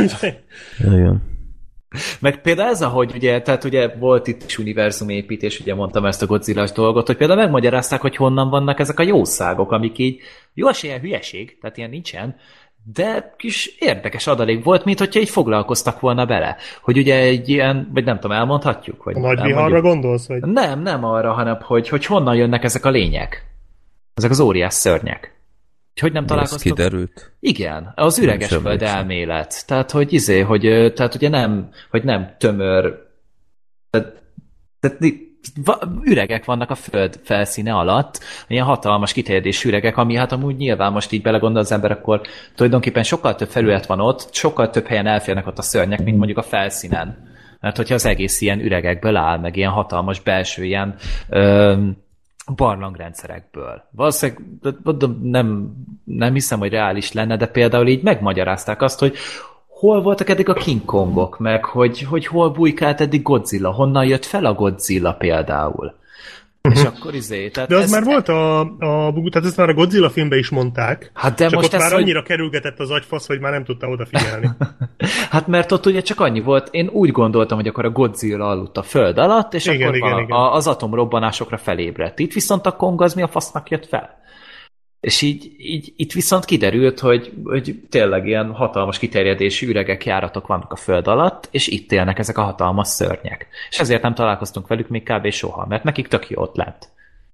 Igen. Meg például ez, ahogy ugye, tehát ugye volt itt is univerzumépítés, ugye mondtam ezt a Godzilla-s dolgot, hogy például megmagyarázták, hogy honnan vannak ezek a jószágok, amik így jó esélyen hülyeség, tehát ilyen nincsen, de kis érdekes adalék volt, mint hogyha így foglalkoztak volna bele. Hogy ugye egy ilyen, vagy nem tudom, elmondhatjuk? Vagy a nagy viharra gondolsz? Vagy? Nem, nem arra, hanem hogy, hogy honnan jönnek ezek a lények. Ezek az óriás szörnyek. Hogy nem találkoztunk? kiderült? Igen, az üreges föld elmélet. Tehát, hogy izé, hogy, tehát ugye nem, hogy nem tömör, tehát, tehát üregek vannak a föld felszíne alatt, ilyen hatalmas kiterjedésű üregek, ami hát amúgy nyilván most így belegondol az ember, akkor tulajdonképpen sokkal több felület van ott, sokkal több helyen elférnek ott a szörnyek, mint mondjuk a felszínen. Mert hogyha az egész ilyen üregekből áll, meg ilyen hatalmas belső ilyen öm, barlangrendszerekből. Valószínűleg nem, nem hiszem, hogy reális lenne, de például így megmagyarázták azt, hogy hol voltak eddig a King Kongok, meg hogy, hogy hol bujkált eddig Godzilla, honnan jött fel a Godzilla például. Uh-huh. És akkor izé... Tehát de az ez, már volt a, a... Tehát ezt már a Godzilla filmben is mondták. Hát de csak most ott már hogy... annyira kerülgetett az agyfasz, hogy már nem tudta odafigyelni. Hát mert ott ugye csak annyi volt, én úgy gondoltam, hogy akkor a Godzilla aludt a föld alatt, és igen, akkor igen, a, igen. A, az atomrobbanásokra felébredt. Itt viszont a Kong az mi a fasznak jött fel? És így, így itt viszont kiderült, hogy, hogy tényleg ilyen hatalmas kiterjedésű üregek, járatok vannak a föld alatt, és itt élnek ezek a hatalmas szörnyek. És ezért nem találkoztunk velük még kb. Soha, mert nekik tök jó ott lent.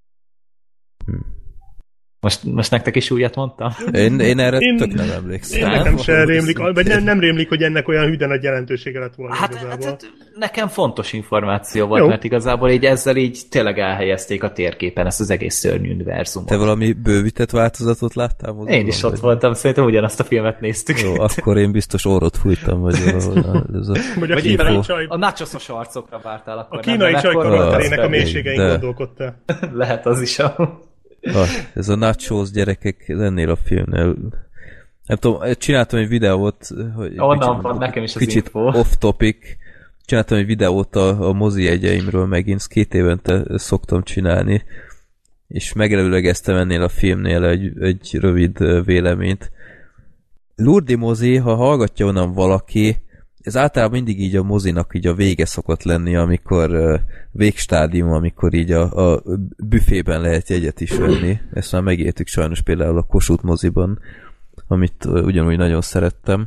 Most, most nektek is újat mondtam? Én, én erre én, tök nem emlékszem. Én nekem sem rémlik, vagy nem, nem rémlik, hogy ennek olyan hűden nagy jelentősége lett volna hát, igazából. Hát, nekem fontos információ volt, jó. Mert igazából így ezzel így tényleg elhelyezték a térképen ezt az egész szörnyű univerzumot. Te valami bővített változatot láttál? Mozgóban, én is ott vagy? voltam, szerintem ugyanazt a filmet néztük. Jó, akkor én biztos orrot fújtam, vagy ez a, vagy a kínai csaj. A nachosos arcokra vártál akkor. A kínai csaj karakterének a mélységein de... gondolkodtál. Lehet az is a... Ah, ez a nachos gyerekek ennél a filmnél. Nem tudom, csináltam egy videót, hogy onnan van nekem is az kicsit info. off topic. Csináltam egy videót a, a mozi jegyeimről, megint két évente szoktam csinálni, és megelőlegeztem ennél a filmnél egy, egy rövid véleményt. Lourdes mozi, ha hallgatja onnan valaki, ez általában mindig így a mozinak így a vége szokott lenni, amikor uh, végstádium, amikor így a, a büfében lehet jegyet is venni. Ezt már megéltük sajnos például a Kossuth moziban, amit uh, ugyanúgy nagyon szerettem.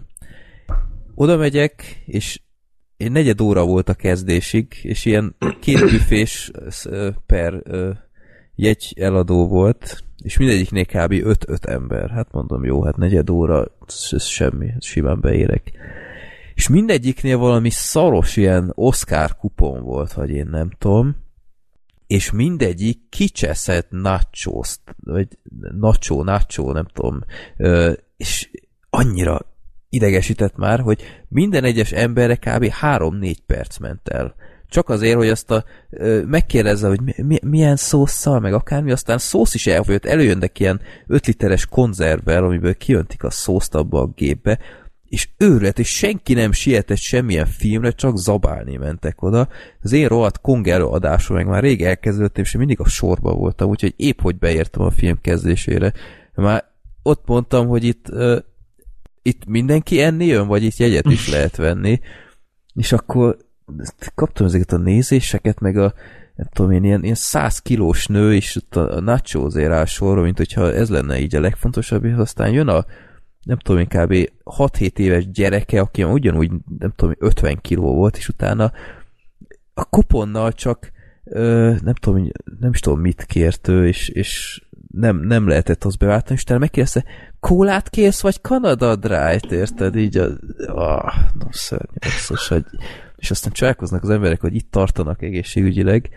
Oda megyek, és én negyed óra volt a kezdésig, és ilyen két büfés uh, per uh, jegy eladó volt, és mindegyiknél kb. öt-öt ember. Hát mondom, jó, hát negyed óra, ez semmi, simán beérek. És mindegyiknél valami szaros ilyen Oscar kupon volt, vagy én nem tudom, és mindegyik kicseszett nachos-t, vagy nacho, nacho, nem tudom, és annyira idegesített már, hogy minden egyes emberre kb. három-négy perc ment el. Csak azért, hogy azt a, megkérdezze, hogy mi, mi, milyen szósszal, meg akármi, aztán szósz is elfogyott, előjönnek ilyen öt literes konzervvel, amiből kijöntik a szószt abba a gépbe, és őrület, és senki nem sietett semmilyen filmre, csak zabálni mentek oda. Az én rohadt Kong előadásról meg már rég elkezdődtem, és mindig a sorba voltam, úgyhogy épp hogy beértem a film kezdésére. Már ott mondtam, hogy itt, uh, itt mindenki enni jön, vagy itt jegyet is lehet venni, és akkor kaptam ezeket a nézéseket, meg a nem tudom én, ilyen, ilyen száz kilós nő, és ott a nachózért áll sorra, mint hogyha ez lenne így a legfontosabb, és aztán jön a nem tudom én, kb. hat-hét éves gyereke, aki ugyanúgy, nem tudom, ötven kiló volt, és utána a kuponnal csak ö, nem tudom, nem is tudom, mit kért ő, és, és nem, nem lehetett azt beváltani, és utána megkérdezte, kólát kérsz, vagy Canada Dry-t, érted? Így a... Ah, no, szörnyű, basszus, hogy... És aztán csálkoznak az emberek, hogy itt tartanak egészségügyileg.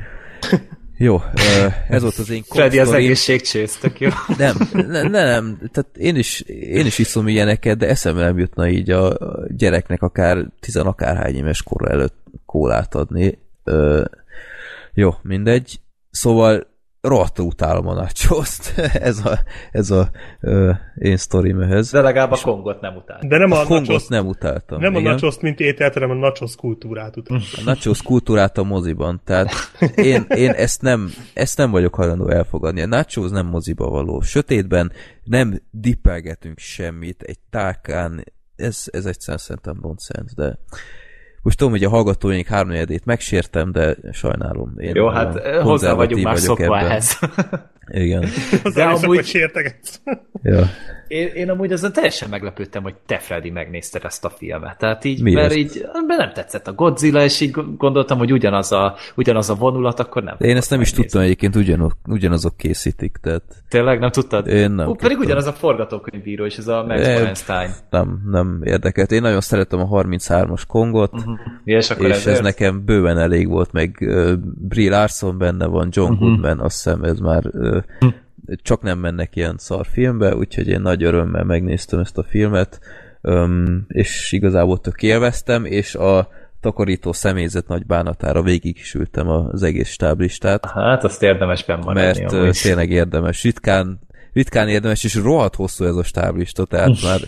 Jó, ez volt az én Freddy az egészségcsész, tök jó. Nem, nem, nem, tehát én is, én is iszom ilyeneket, de eszembe nem jutna így a gyereknek akár tizenakárhány éves kora előtt kólát adni. Ö, jó, mindegy. Szóval rohadtul utálom a nachoszt. ez a, ez a ö, én sztorim ehhez. De legalább a Kongot nem utáltam. De nem a, a Kongot nachos, nem utáltam. Nem igen. a nachoszt, mint ételt, hanem a nachos kultúrát utáltam. A nachos kultúrát a moziban. Tehát én, én ezt, nem, ezt nem vagyok hajlandó elfogadni. A nachos nem moziba való. Sötétben nem dippelgetünk semmit. Egy tálkán, ez, ez egyszerűen szerintem nonsense, de most tudom, hogy a hallgatóink háromnegyedét megsértem, de sajnálom. Én jó, hát hozzá vagyunk már szokva ehhez. Igen. De amúgy... sértegetsz. Ja. Én, én amúgy azon teljesen meglepődtem, hogy te, Freddy, megnézted ezt a filmet. Tehát így, Miért? mert így mert nem tetszett a Godzilla, és így gondoltam, hogy ugyanaz a, ugyanaz a vonulat, akkor nem. Én ezt nem is tudtam, egyébként ugyanok, ugyanazok készítik, tehát... Tényleg nem tudtad? Én nem Hú, pedig ugyanaz a forgatókönyvíró, és ez a Max Weinstein. Nem, nem érdekelt. Én nagyon szeretem a harminchármas Kongot, uh-huh. ja, és, akkor és ez nekem bőven elég volt, meg uh, Brie Larson benne van, John uh-huh. Goodman, azt hiszem ez már uh, uh-huh. csak nem mennek ilyen szar filmbe, úgyhogy én nagy örömmel megnéztem ezt a filmet, um, és igazából tök élveztem, és a takarító személyzet nagy bánatára végig is ültem az egész stáblistát. Hát azt érdemes bennmaradni. Mert uh, tényleg érdemes. Ritkán, ritkán érdemes, és rohadt hosszú ez a stáblista, tehát már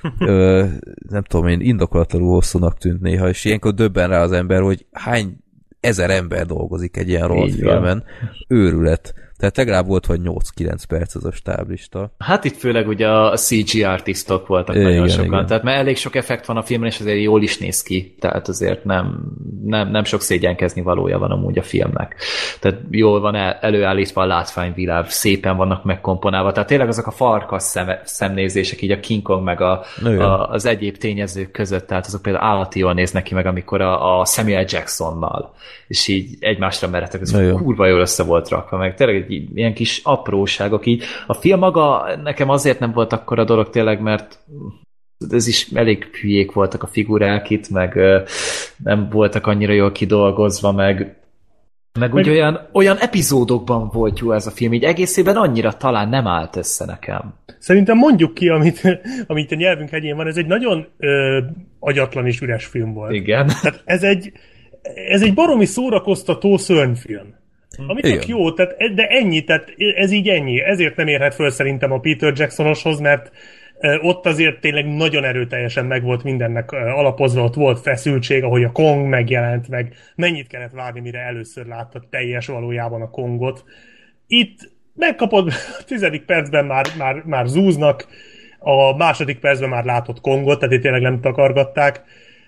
ö, nem tudom én, indokolatlanul hosszúnak tűnt néha, és ilyenkor döbben rá az ember, hogy hány ezer ember dolgozik egy ilyen rohadt filmen. Őrület. Tehát legalább volt, hogy nyolc-kilenc perc az a stáblista. Hát itt főleg ugye a cé gé artistok voltak igen, nagyon sokan. Igen. Tehát mert elég sok effekt van a filmben, és azért jól is néz ki. Tehát azért nem, nem, nem sok szégyenkezni valója van amúgy a filmnek. Tehát jól van el, előállítva a látványvilág, szépen vannak megkomponálva. Tehát tényleg azok a farkas szem, szemnézések, így a King Kong meg a, a, az egyéb tényezők között, tehát azok például állati jól néznek ki meg, amikor a, a Samuel Jacksonnal, és így egymásra meredtek, ez jó. Kurva jól össze volt rakva, meg tényleg így, ilyen kis apróságok így. A film maga nekem azért nem volt akkora dolog tényleg, mert ez is elég hülyék voltak a figurák itt, meg nem voltak annyira jól kidolgozva, meg meg úgy meg... olyan, olyan epizódokban volt jó ez a film, így egészében annyira talán nem állt össze nekem. Szerintem mondjuk ki, amit, amit a nyelvünk hegyén van, ez egy nagyon ö, agyatlan és üres film volt. Igen. Tehát ez egy, ez egy baromi szórakoztató szörnyfilm. Ami tök jó, tehát, de ennyi, tehát ez így ennyi. Ezért nem érhet föl szerintem a Peter Jacksonoshoz, mert ott azért tényleg nagyon erőteljesen meg volt mindennek alapozva, ott volt feszültség, ahogy a Kong megjelent, meg mennyit kellett várni, mire először láttad teljes valójában a Kongot. Itt megkapod, a tizedik percben már, már, már zúznak, a második percben már látott Kongot, tehát itt tényleg nem takargatták,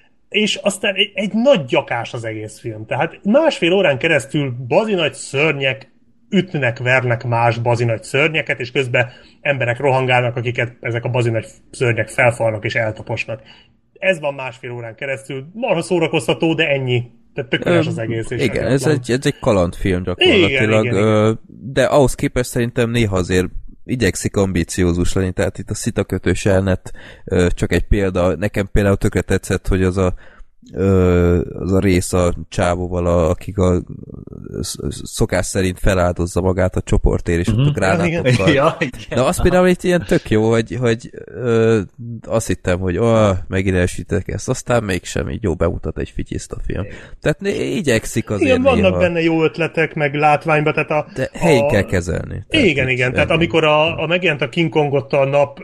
és aztán egy, egy nagy gyakás az egész film. Tehát másfél órán keresztül bazinagy szörnyek ütnek, vernek más bazinagy szörnyeket, és közben emberek rohangálnak, akiket ezek a bazinagy szörnyek felfalnak és eltaposnak. Ez van másfél órán keresztül. Marha szórakoztató, de ennyi. Tehát tökéletes az egész. És igen, ez egy, ez egy kalandfilm gyakorlatilag. Igen, igen, igen. De ahhoz képest szerintem néha azért igyekszik ambiciózus lenni, tehát itt a szitakötős elnet csak egy példa. Nekem például tökre tetszett, hogy az a az a rész a csávóval, a, akik a szokás szerint feláldozza magát a csoportért, és uh-huh. ott a gránátokkal. Ja, de az például itt ilyen tök jó, hogy, hogy ö, azt hittem, hogy oh, megint elsítek ezt, aztán mégsem így jó bemutat egy fityiszt a film. Tehát igyekszik azért igen, vannak néha. Benne jó ötletek, meg látványba, tehát a... De helyén a... kell kezelni. Igen, igen, tehát amikor a, a megjelent a King Kongot a nap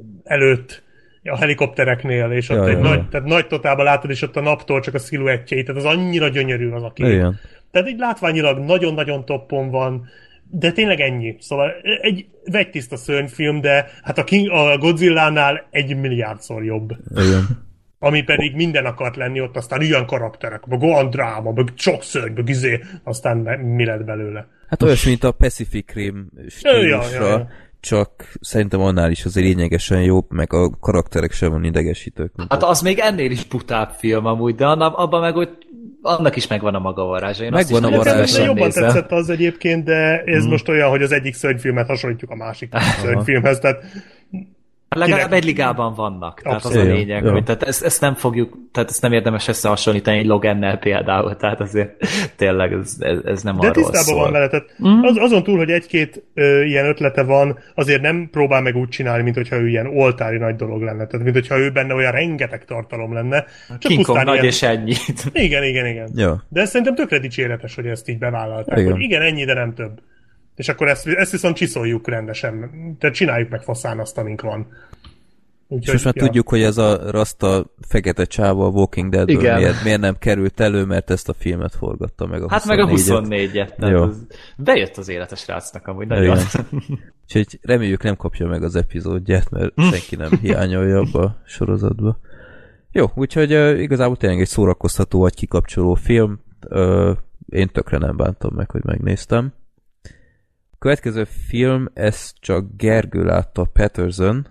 előtt a helikoptereknél, és ott ja, egy ja, nagy, ja. Tehát nagy totálban látod, és ott a naptól csak a sziluettjei, tehát az annyira gyönyörű az a kép. Igen. Tehát így látványilag nagyon-nagyon toppon van, de tényleg ennyi. Szóval egy vegytiszta szörnyfilm, de hát a, King, a Godzilla-nál egy milliárdszor jobb. Igen. Ami pedig minden akart lenni ott, aztán ilyen karakterek, meg olyan dráma, meg sok szörny, meg izé, aztán mi lett belőle. Hát olyasmi, mint a Pacific Rim stílusra. Ja, ja, ja. Csak szerintem annál is azért lényegesen jobb, meg a karakterek sem van idegesítők. Hát az még ennél is butább film amúgy, de abban meg hogy annak is megvan a maga varázsa. Én megvan a varázsa. Jobban nézem. Tetszett az egyébként, de ez hmm. most olyan, hogy az egyik szörnyfilmet hasonlítjuk a másik szörnyfilmhez, tehát legalább kinek... egy ligában vannak, tehát abszolút. Az a lényeg, hogy tehát ezt, ezt nem fogjuk, tehát ezt nem érdemes összehasonlítani egy Logannel például, tehát azért tényleg ez, ez, ez nem de arról tisztában szól. Van vele, tehát mm. az, azon túl, hogy egy-két ö, ilyen ötlete van, azért nem próbál meg úgy csinálni, mint hogyha ő ilyen oltári nagy dolog lenne, tehát mint hogyha ő benne olyan rengeteg tartalom lenne. Csak King Kong nagy ilyen... és ennyi. Igen, igen, igen. Ja. De ez szerintem tökre dicséretes, hogy ezt így bevállalták, igen. Hogy igen, ennyi, de nem több. És akkor ezt, ezt viszont csiszoljuk rendesen. Tehát csináljuk meg faszán azt, amink van. Úgyhogy, most már ja. tudjuk, hogy ez a rasta fekete csáva a Walking Deadből miért, miért nem került elő, mert ezt a filmet forgatta meg a hát meg a huszonnégyet. Az bejött az élet a srácnak amúgy nagyon. Úgyhogy reméljük nem kapja meg az epizódját, mert senki nem hiányolja abba a sorozatba. Jó, úgyhogy uh, igazából tényleg egy szórakoztató vagy kikapcsoló film. Uh, én tökre nem bántam meg, hogy megnéztem. A következő film, ezt csak Gergő látta, Patterson,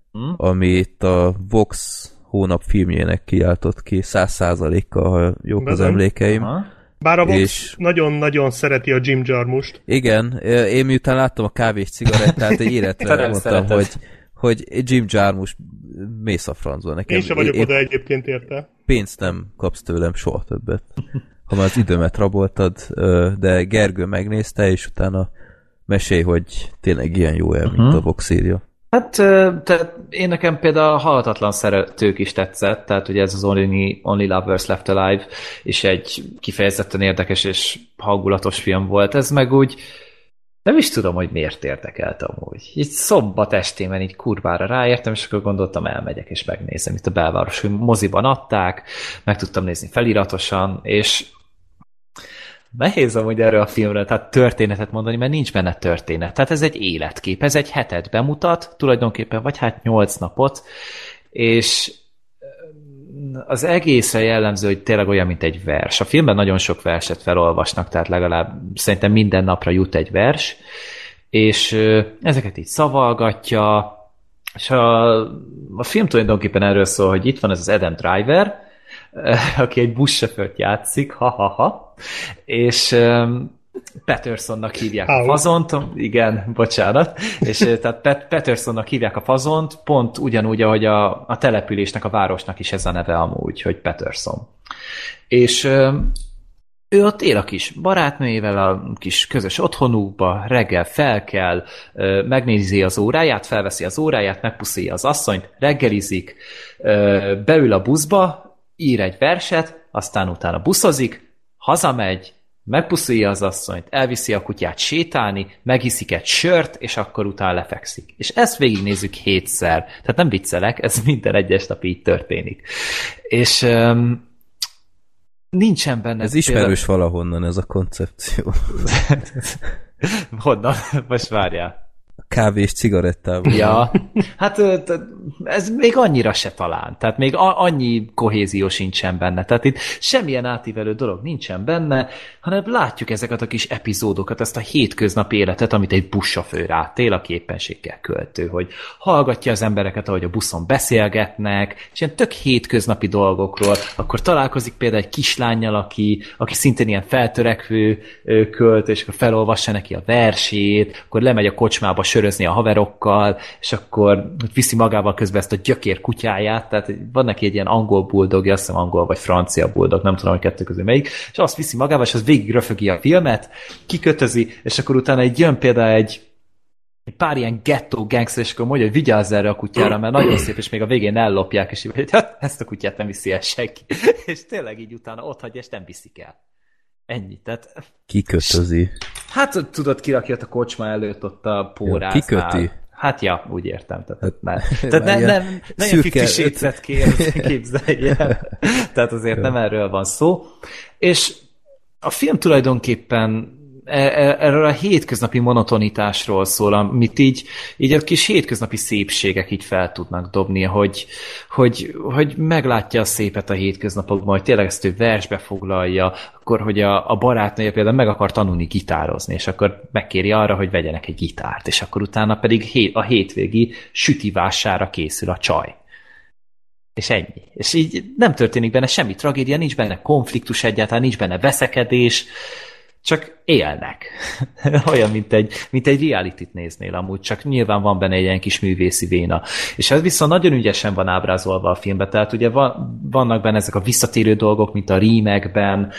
hmm? amit a Vox hónap filmjének kiáltott ki, száz százalékkal, ha jók az emlékeim. Aha. Bár a Vox és... nagyon-nagyon szereti a Jim Jarmusch-t. Igen, én miután láttam a kávés cigarettát, egy életre mondtam, hogy, hogy Jim Jarmusch mész a francba nekem. Én sem vagyok én, oda egyébként érte. Pénzt nem kapsz tőlem soha többet. Ha már az időmet raboltad, de Gergő megnézte, és utána mesélj, hogy tényleg ilyen jó el, mint uh-huh. a Vox írja. Hát tehát én nekem például a Halhatatlan Szeretők is tetszett, tehát ugye ez az Only, Only Lovers Left Alive, és egy kifejezetten érdekes és hangulatos film volt. Ez meg úgy nem is tudom, hogy miért érdekelt amúgy. Így szombat estémen így kurvára ráértem, és akkor gondoltam, elmegyek és megnézem. Itt a belvárosi moziban adták, meg tudtam nézni feliratosan, és nehéz amúgy erről a filmről, tehát történetet mondani, mert nincs benne történet. Tehát ez egy életkép, ez egy hetet bemutat, tulajdonképpen, vagy hát nyolc napot, és az egészre jellemző, hogy tényleg olyan, mint egy vers. A filmben nagyon sok verset felolvasnak, tehát legalább szerintem minden napra jut egy vers, és ezeket így szavalgatja, és a, a film tulajdonképpen erről szól, hogy itt van ez az Adam Driver, aki egy buszsofőrt játszik, ha-ha-ha, és um, Pattersonnak hívják a fazont, igen, bocsánat, és tehát Pat- Pattersonnak hívják a fazont, pont ugyanúgy, ahogy a, a településnek, a városnak is ez a neve amúgy, hogy Patterson. És um, ő ott él a kis barátnőjével, a kis közös otthonukba, reggel felkel, megnézi az óráját, felveszi az óráját, megpuszilja az asszonyt, reggelizik, beül a buszba, ír egy verset, aztán utána buszozik, hazamegy, megpuszilja az asszonyt, elviszi a kutyát sétálni, megiszik egy sört, és akkor utána lefekszik. És ezt végignézzük hétszer. Tehát nem viccelek, ez minden egyes nap így történik. És um, nincsen benne... Ez ismerős például... valahonnan ez a koncepció. Honnan? Most várjál. Kávés cigarettával. Ja, hát ez még annyira se talán. Tehát még annyi kohézió sincsen benne. Tehát itt semmilyen átívelő dolog nincsen benne, hanem látjuk ezeket a kis epizódokat, ezt a hétköznapi életet, amit egy buszsofőr átél, aki éppenséggel költő, hogy hallgatja az embereket, ahogy a buszon beszélgetnek, és ilyen tök hétköznapi dolgokról. Akkor találkozik például egy kislánnyal, aki, aki szintén ilyen feltörekvő költő, és akkor felolvassa neki a versét, akkor lemegy a kocsmába sörözni a haverokkal, és akkor viszi magával közben ezt a gyökér kutyáját, tehát van neki egy ilyen angol buldogja, azt hiszem angol vagy francia buldog, nem tudom, hogy kettő közül melyik, és azt viszi magával, és az végig röfögi a filmet, kikötözi, és akkor utána egy jön például egy, egy pár ilyen gettó gangster, és akkor mondja, hogy vigyázz erre a kutyára, mert nagyon szép, és még a végén ellopják, és így, hogy hát, ezt a kutyát nem viszi el senki. És tényleg így utána ott hagyja, és nem viszik el. Ennyi, tehát... Kikötözi. Hát tudod, kirakja a kocsma előtt ott a póráznál. Ja, kiköti. Hát ja, úgy értem. Tehát, hát, ne, tehát ne, nem, nem ilyen Fifty Shades-et képzelj el. Tehát azért nem erről van szó. És a film tulajdonképpen erről a hétköznapi monotonitásról szól, amit így, így a kis hétköznapi szépségek így fel tudnak dobni, hogy, hogy, hogy meglátja a szépet a hétköznapokban, hogy tényleg ezt ő versbe foglalja, akkor, hogy a, a barátnője például meg akar tanulni gitározni, és akkor megkéri arra, hogy vegyenek egy gitárt, és akkor utána pedig hét, a hétvégi sütivására készül a csaj. És ennyi. És így nem történik benne semmi tragédia, nincs benne konfliktus egyáltalán, nincs benne veszekedés, csak élnek. Olyan, mint egy, mint egy reality-t néznél amúgy, csak nyilván van benne egy ilyen kis művészi véna. És ez viszont nagyon ügyesen van ábrázolva a filmben, tehát ugye van, vannak benne ezek a visszatérő dolgok, mint a rímekben.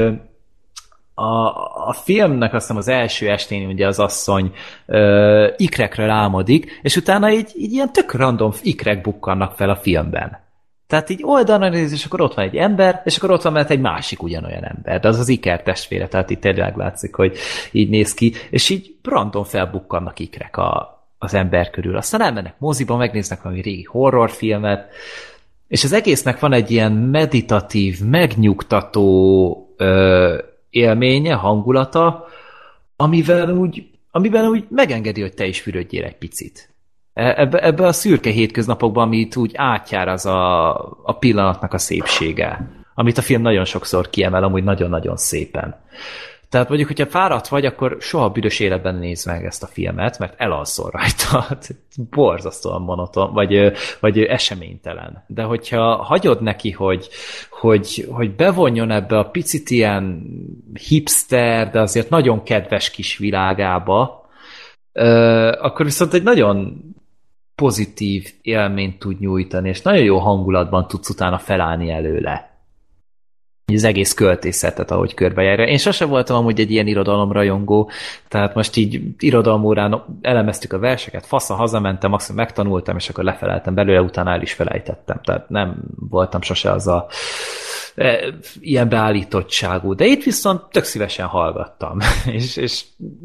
A, a filmnek azt hiszem az első estén ugye az asszony ö, ikrekről álmodik, és utána így, így ilyen tök random ikrek bukkannak fel a filmben. Tehát így oldalra néz, és akkor ott van egy ember, és akkor ott van mellett egy másik ugyanolyan ember. De az az iker testvére, tehát itt tényleg látszik, hogy így néz ki, és így random felbukkannak ikrek a, az ember körül. Aztán elmennek moziba, megnéznek valami régi horrorfilmet, és az egésznek van egy ilyen meditatív, megnyugtató ö, élménye, hangulata, amivel úgy, amiben úgy megengedi, hogy te is fürödjél egy picit. Ebbe, ebbe a szürke hétköznapokban, amit úgy átjár az a, a pillanatnak a szépsége, amit a film nagyon sokszor kiemel, amúgy nagyon-nagyon szépen. Tehát mondjuk, hogyha fáradt vagy, akkor soha büdös életben nézd meg ezt a filmet, mert elalszol rajta. Borzasztóan monoton, vagy, vagy eseménytelen. De hogyha hagyod neki, hogy, hogy, hogy bevonjon ebbe a picit ilyen hipster, de azért nagyon kedves kis világába, akkor viszont egy nagyon pozitív élményt tud nyújtani, és nagyon jó hangulatban tudsz utána felállni előle. Az egész költészetet, ahogy körbejárja. Én sose voltam amúgy egy ilyen irodalomrajongó, tehát most így irodalmórán elemeztük a verseket, fasza, hazamentem, maximum megtanultam, és akkor lefeleltem belőle, utána el is felejtettem. Tehát nem voltam sose az a e, ilyen beállítottságú. De itt viszont tök szívesen hallgattam. és, és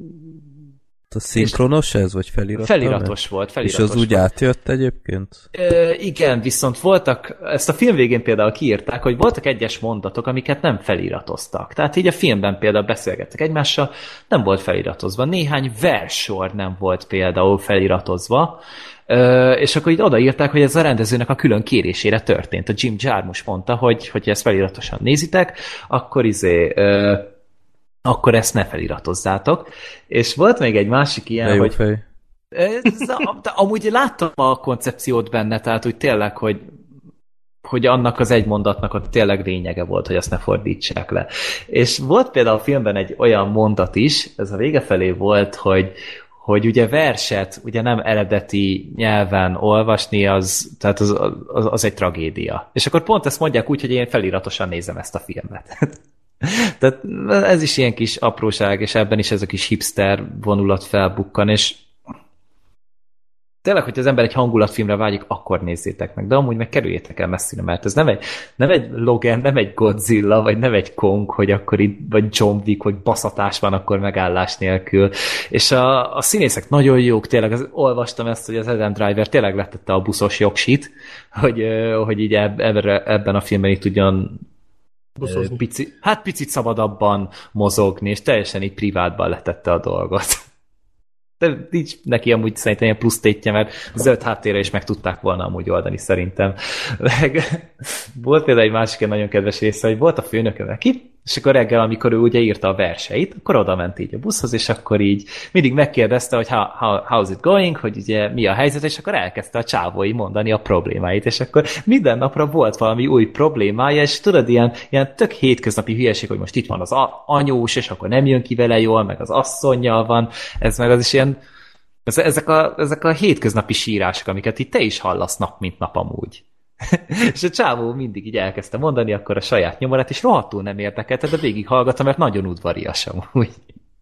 a szinkronos ez, vagy feliratos? Feliratos volt. Feliratos és az úgy volt. átjött egyébként? E, igen, viszont voltak, ezt a film végén például kiírták, hogy voltak egyes mondatok, amiket nem feliratoztak. Tehát így a filmben például beszélgettek egymással, nem volt feliratozva. Néhány verssor nem volt például feliratozva, e, és akkor így odaírták, hogy ez a rendezőnek a külön kérésére történt. A Jim Jarmusch mondta, hogy hogy ezt feliratosan nézitek, akkor izé... E, akkor ezt ne feliratozzátok. És volt még egy másik ilyen, hogy... Fej. Amúgy láttam a koncepciót benne, tehát úgy tényleg, hogy, hogy annak az egy mondatnak a tényleg lényege volt, hogy azt ne fordítsák le. És volt például a filmben egy olyan mondat is, ez a vége felé volt, hogy, hogy ugye verset ugye nem eredeti nyelven olvasni, az, tehát az, az, az egy tragédia. És akkor pont ezt mondják úgy, hogy én feliratosan nézem ezt a filmet. Tehát ez is ilyen kis apróság, és ebben is ez a kis hipster vonulat felbukkan, és tényleg, hogy az ember egy hangulatfilmre vágyik, akkor nézzétek meg, de amúgy meg kerüljétek el messzire, mert ez nem egy, nem egy Logan, nem egy Godzilla, vagy nem egy Kong, hogy akkor itt, vagy John Wick, hogy baszatás van akkor megállás nélkül. És a, a színészek nagyon jók, tényleg, az, olvastam ezt, hogy az Adam Driver tényleg letette a buszos jogsit, hogy, hogy így eb, ebben a filmben itt tudjon Pici, hát picit szabadabban mozogni, és teljesen így privátban letette a dolgot. De nincs neki amúgy szerintem ilyen plusz tétje, mert zöld háttérre is meg tudták volna amúgy oldani szerintem. Meg, volt például egy másik nagyon kedves része, hogy volt a főnöke neki, és akkor reggel, amikor ő ugye írta a verseit, akkor oda ment így a buszhoz, és akkor így mindig megkérdezte, hogy how, how, how's it going, hogy ugye mi a helyzet, és akkor elkezdte a csávói mondani a problémáit, és akkor minden napra volt valami új problémája, és tudod, ilyen, ilyen tök hétköznapi hülyeség, hogy most itt van az anyós, és akkor nem jön ki vele jól, meg az asszonnyal van, ez meg az is ilyen, ezek a, ezek a hétköznapi sírások, amiket itt te is hallasz nap, mint nap amúgy. És a csávó mindig így elkezdte mondani akkor a saját nyomorát, és rohadtul nem érdekelte, de végighallgattam, mert nagyon udvarias amúgy.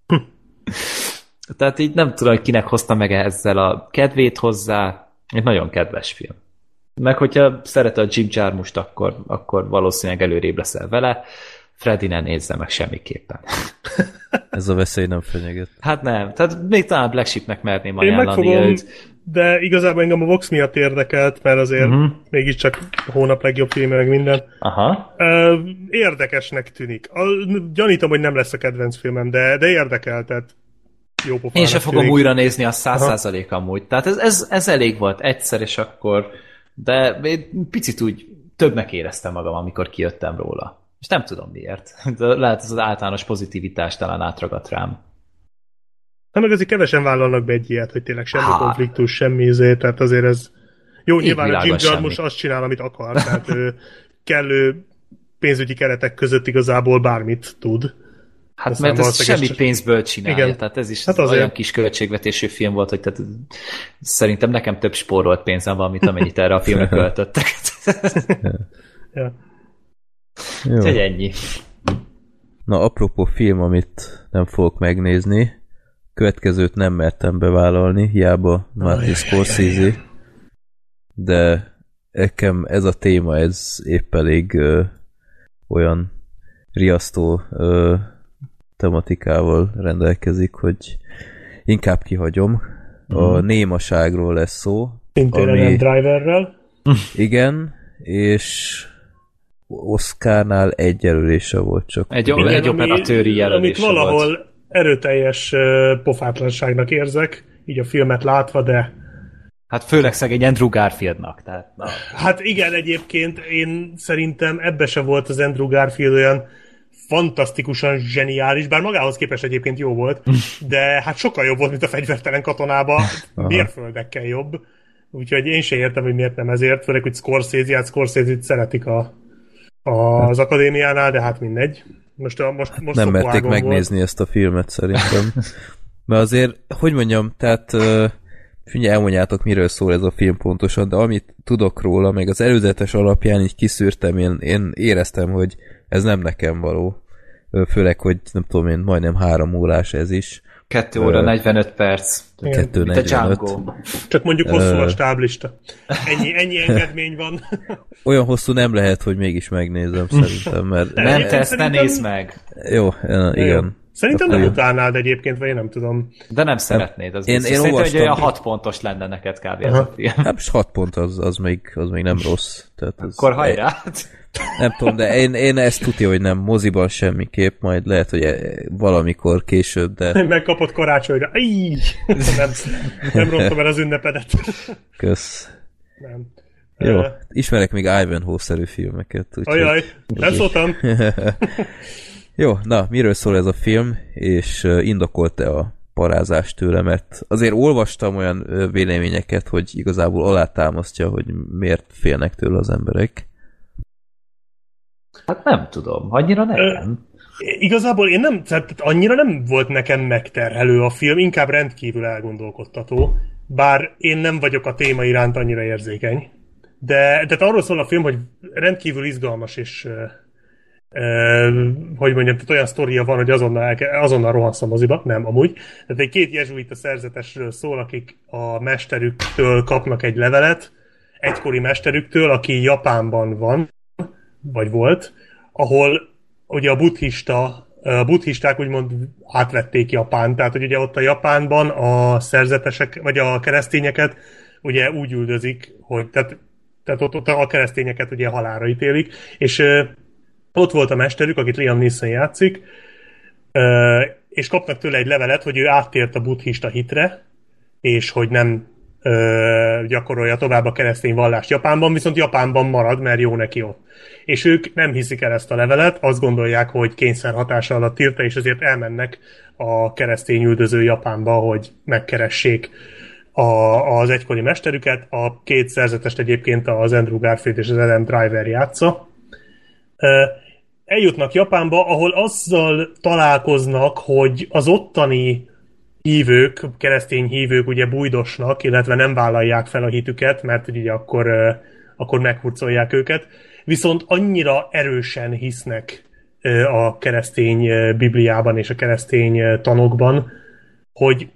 Tehát így nem tudom, hogy kinek hozta meg ezzel a kedvét hozzá. Egy nagyon kedves film. Meg hogyha szereted a Jim Jarmusch-t, akkor, akkor valószínűleg előrébb leszel vele. Freddy ne nézze meg semmiképpen. Ez a veszély nem fenyeget. Hát nem. Tehát még talán Black Sheepnek merném ajánlani. Én megfogom, őt. De igazából engem a Vox miatt érdekelt, mert azért uh-huh. mégiscsak a hónap legjobb filme, meg minden. Aha. Érdekesnek tűnik. Gyanítom, hogy nem lesz a kedvenc filmem, de, de érdekel, tehát jó pofának Én sem fogom tűnik. újra nézni a száz százalék amúgy. Tehát ez, ez, ez elég volt egyszer, és akkor de picit úgy többnek éreztem magam, amikor kijöttem róla. És nem tudom miért. De lehet ez az általános pozitivitás talán átragadt rám. Na meg azért kevesen vállalnak be egy ilyet, hogy tényleg semmi Há. konfliktus, semmi izé, tehát azért ez... Jó, így nyilván a Jim Jarmusch azt csinál, amit akar, tehát ő kellő pénzügyi keretek között igazából bármit tud. Hát aztán mert ezt semmi pénzből csinálja, igen. Tehát ez is hát olyan kis költségvetésű film volt, hogy tehát szerintem nekem több spórolt pénzem van, mint amennyit erre a filmre költöttek. Ja. Úgyhogy ennyi. Na, apropó film, amit nem fogok megnézni, következőt nem mertem bevállalni, hiába Martin Scorsese, de nekem ez a téma, ez épp elég ö, olyan riasztó ö, tematikával rendelkezik, hogy inkább kihagyom. A némaságról lesz szó. Szintén ami... Driverrel. Igen, és Oscarnál egy jelölése volt csak. Egy, igen, egy operatőri jelölése amit valahol volt. Erőteljes uh, pofátlanságnak érzek, így a filmet látva, de... Hát főleg szegény Andrew Garfieldnak. Tehát, hát igen, egyébként én szerintem ebbe se volt az Andrew Garfield olyan fantasztikusan zseniális, bár magához képest egyébként jó volt, de hát sokkal jobb volt, mint a Fegyvertelen katonában, mérföldekkel jobb. Úgyhogy én sem értem, hogy miért nem ezért, főleg, hogy Scorsese, hát Scorsese-t szeretik a, a, az akadémiánál, de hát mindegy. Most, a, most, most nem merték megnézni volt. Ezt a filmet szerintem. Mert azért, hogy mondjam, tehát figyelj, elmondjátok, miről szól ez a film pontosan, de amit tudok róla, meg az előzetes alapján így kiszűrtem, én, én éreztem, hogy ez nem nekem való. Főleg, hogy nem tudom én, majdnem három órás ez is. Kettő óra, uh, negyvenöt perc. Kettő negyvenöt. Csak mondjuk hosszú uh, a stáblista. Ennyi, ennyi engedmény van. Olyan hosszú nem lehet, hogy mégis megnézem szerintem, mert... Nem, te ezt ne nézd meg. Jó, uh, igen. Szerintem nem utálnád egyébként, vagy én nem tudom. De nem szeretnéd. Az én, én Szerintem, olvastam, hogy olyan hat pontos lenne neked kb. Ez a film. Hát most hat pont az, az, még, az még nem rossz. Tehát az, akkor hajrá! Nem tudom, de én, én ezt tudja, hogy nem moziban semmiképp, majd lehet, hogy valamikor később, de... Megkapott karácsonyra. Így! Nem, nem rontom el az ünnepedet. Kösz. Nem. Jó, uh, ismerek még Ivanhoe-szerű filmeket. Úgyhogy... Ajaj, nem szóltam. Jó, na, miről szól ez a film, és indokolt-e a parázást tőle, mert azért olvastam olyan véleményeket, hogy igazából alátámasztja, hogy miért félnek tőle az emberek. Hát nem tudom, annyira nekem. Igazából én nem, tehát annyira nem volt nekem megterhelő a film, inkább rendkívül elgondolkodtató, bár én nem vagyok a téma iránt annyira érzékeny. De, de arról szól a film, hogy rendkívül izgalmas és uh, uh, hogy mondjam, tehát olyan sztoria van, hogy azonnal, elke, azonnal rohansz a moziba, nem amúgy. Tehát egy két jezsuita szerzetesről szól, akik a mesterüktől kapnak egy levelet, egykori mesterüktől, aki Japánban van, vagy volt, ahol ugye a buddhista, a buddhisták úgymond átvették Japánt, tehát hogy ugye ott a Japánban a szerzetesek, vagy a keresztényeket ugye úgy üldözik, hogy tehát, tehát ott, ott a keresztényeket ugye halálra ítélik, és ö, ott volt a mesterük, akit Liam Neeson játszik, ö, és kapnak tőle egy levelet, hogy ő áttért a buddhista hitre, és hogy nem ö, gyakorolja tovább a keresztény vallást Japánban, viszont Japánban marad, mert jó neki ott. És ők nem hiszik el ezt a levelet, azt gondolják, hogy kényszer hatása alatt írta, és ezért elmennek a keresztény üldöző Japánba, hogy megkeressék a, az egykori mesterüket. A két szerzetest egyébként az Andrew Garfield és az Adam Driver játsza. Eljutnak Japánba, ahol azzal találkoznak, hogy az ottani hívők, keresztény hívők ugye bújdosnak, illetve nem vállalják fel a hitüket, mert ugye akkor, akkor meghurcolják őket. Viszont annyira erősen hisznek a keresztény Bibliában és a keresztény tanokban, hogy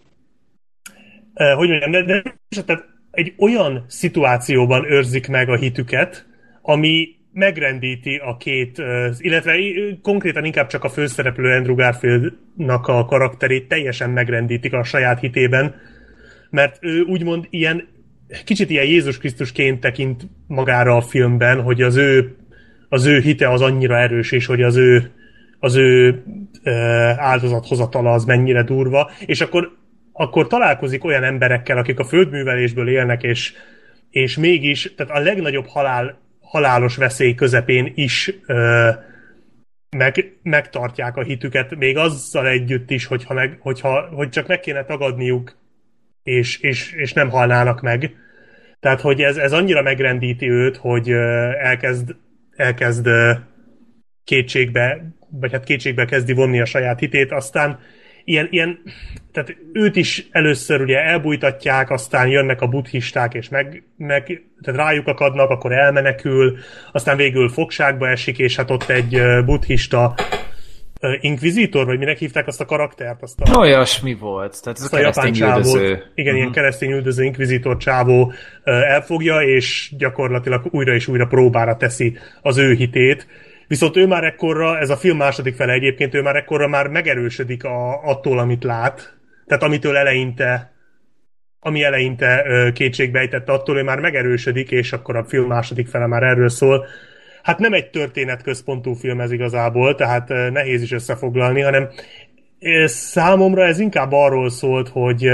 hogy mondjam, de, de tehát egy olyan szituációban őrzik meg a hitüket, ami megrendíti a két, illetve konkrétan inkább csak a főszereplő Andrew Garfieldnak a karakterét teljesen megrendítik a saját hitében, mert ő úgymond ilyen kicsit ilyen Jézus Krisztusként tekint magára a filmben, hogy az ő, az ő hite az annyira erős, és hogy az ő, az ő áldozathozatala az mennyire durva, és akkor, akkor találkozik olyan emberekkel, akik a földművelésből élnek, és, és mégis, tehát a legnagyobb halál, halálos veszély közepén is ö, meg, megtartják a hitüket, még azzal együtt is, hogyha, meg, hogyha hogy csak meg kéne tagadniuk, és, és, és nem halnának meg. Tehát, hogy ez, ez annyira megrendíti őt, hogy elkezd, elkezd kétségbe, vagy hát kétségbe kezdi vonni a saját hitét, aztán ilyen, ilyen, tehát őt is először ugye elbújtatják, aztán jönnek a buddhisták, és meg, meg tehát rájuk akadnak, akkor elmenekül, aztán végül fogságba esik, és hát ott egy buddhista inkvizitor, vagy minek hívták azt a karaktert? Azt a, olyasmi volt. Tehát ez a keresztény üldöző. Igen, uh-huh. Ilyen keresztény üldöző inkvizitor csávó elfogja, és gyakorlatilag újra és újra próbára teszi az ő hitét. Viszont ő már ekkorra, ez a film második fele egyébként, ő már ekkorra már megerősödik a, attól, amit lát. Tehát amitől eleinte, ami eleinte kétségbejtette, attól ő már megerősödik, és akkor a film második fele már erről szól. Hát nem egy történetközpontú film ez igazából, tehát nehéz is összefoglalni, hanem számomra ez inkább arról szólt, hogy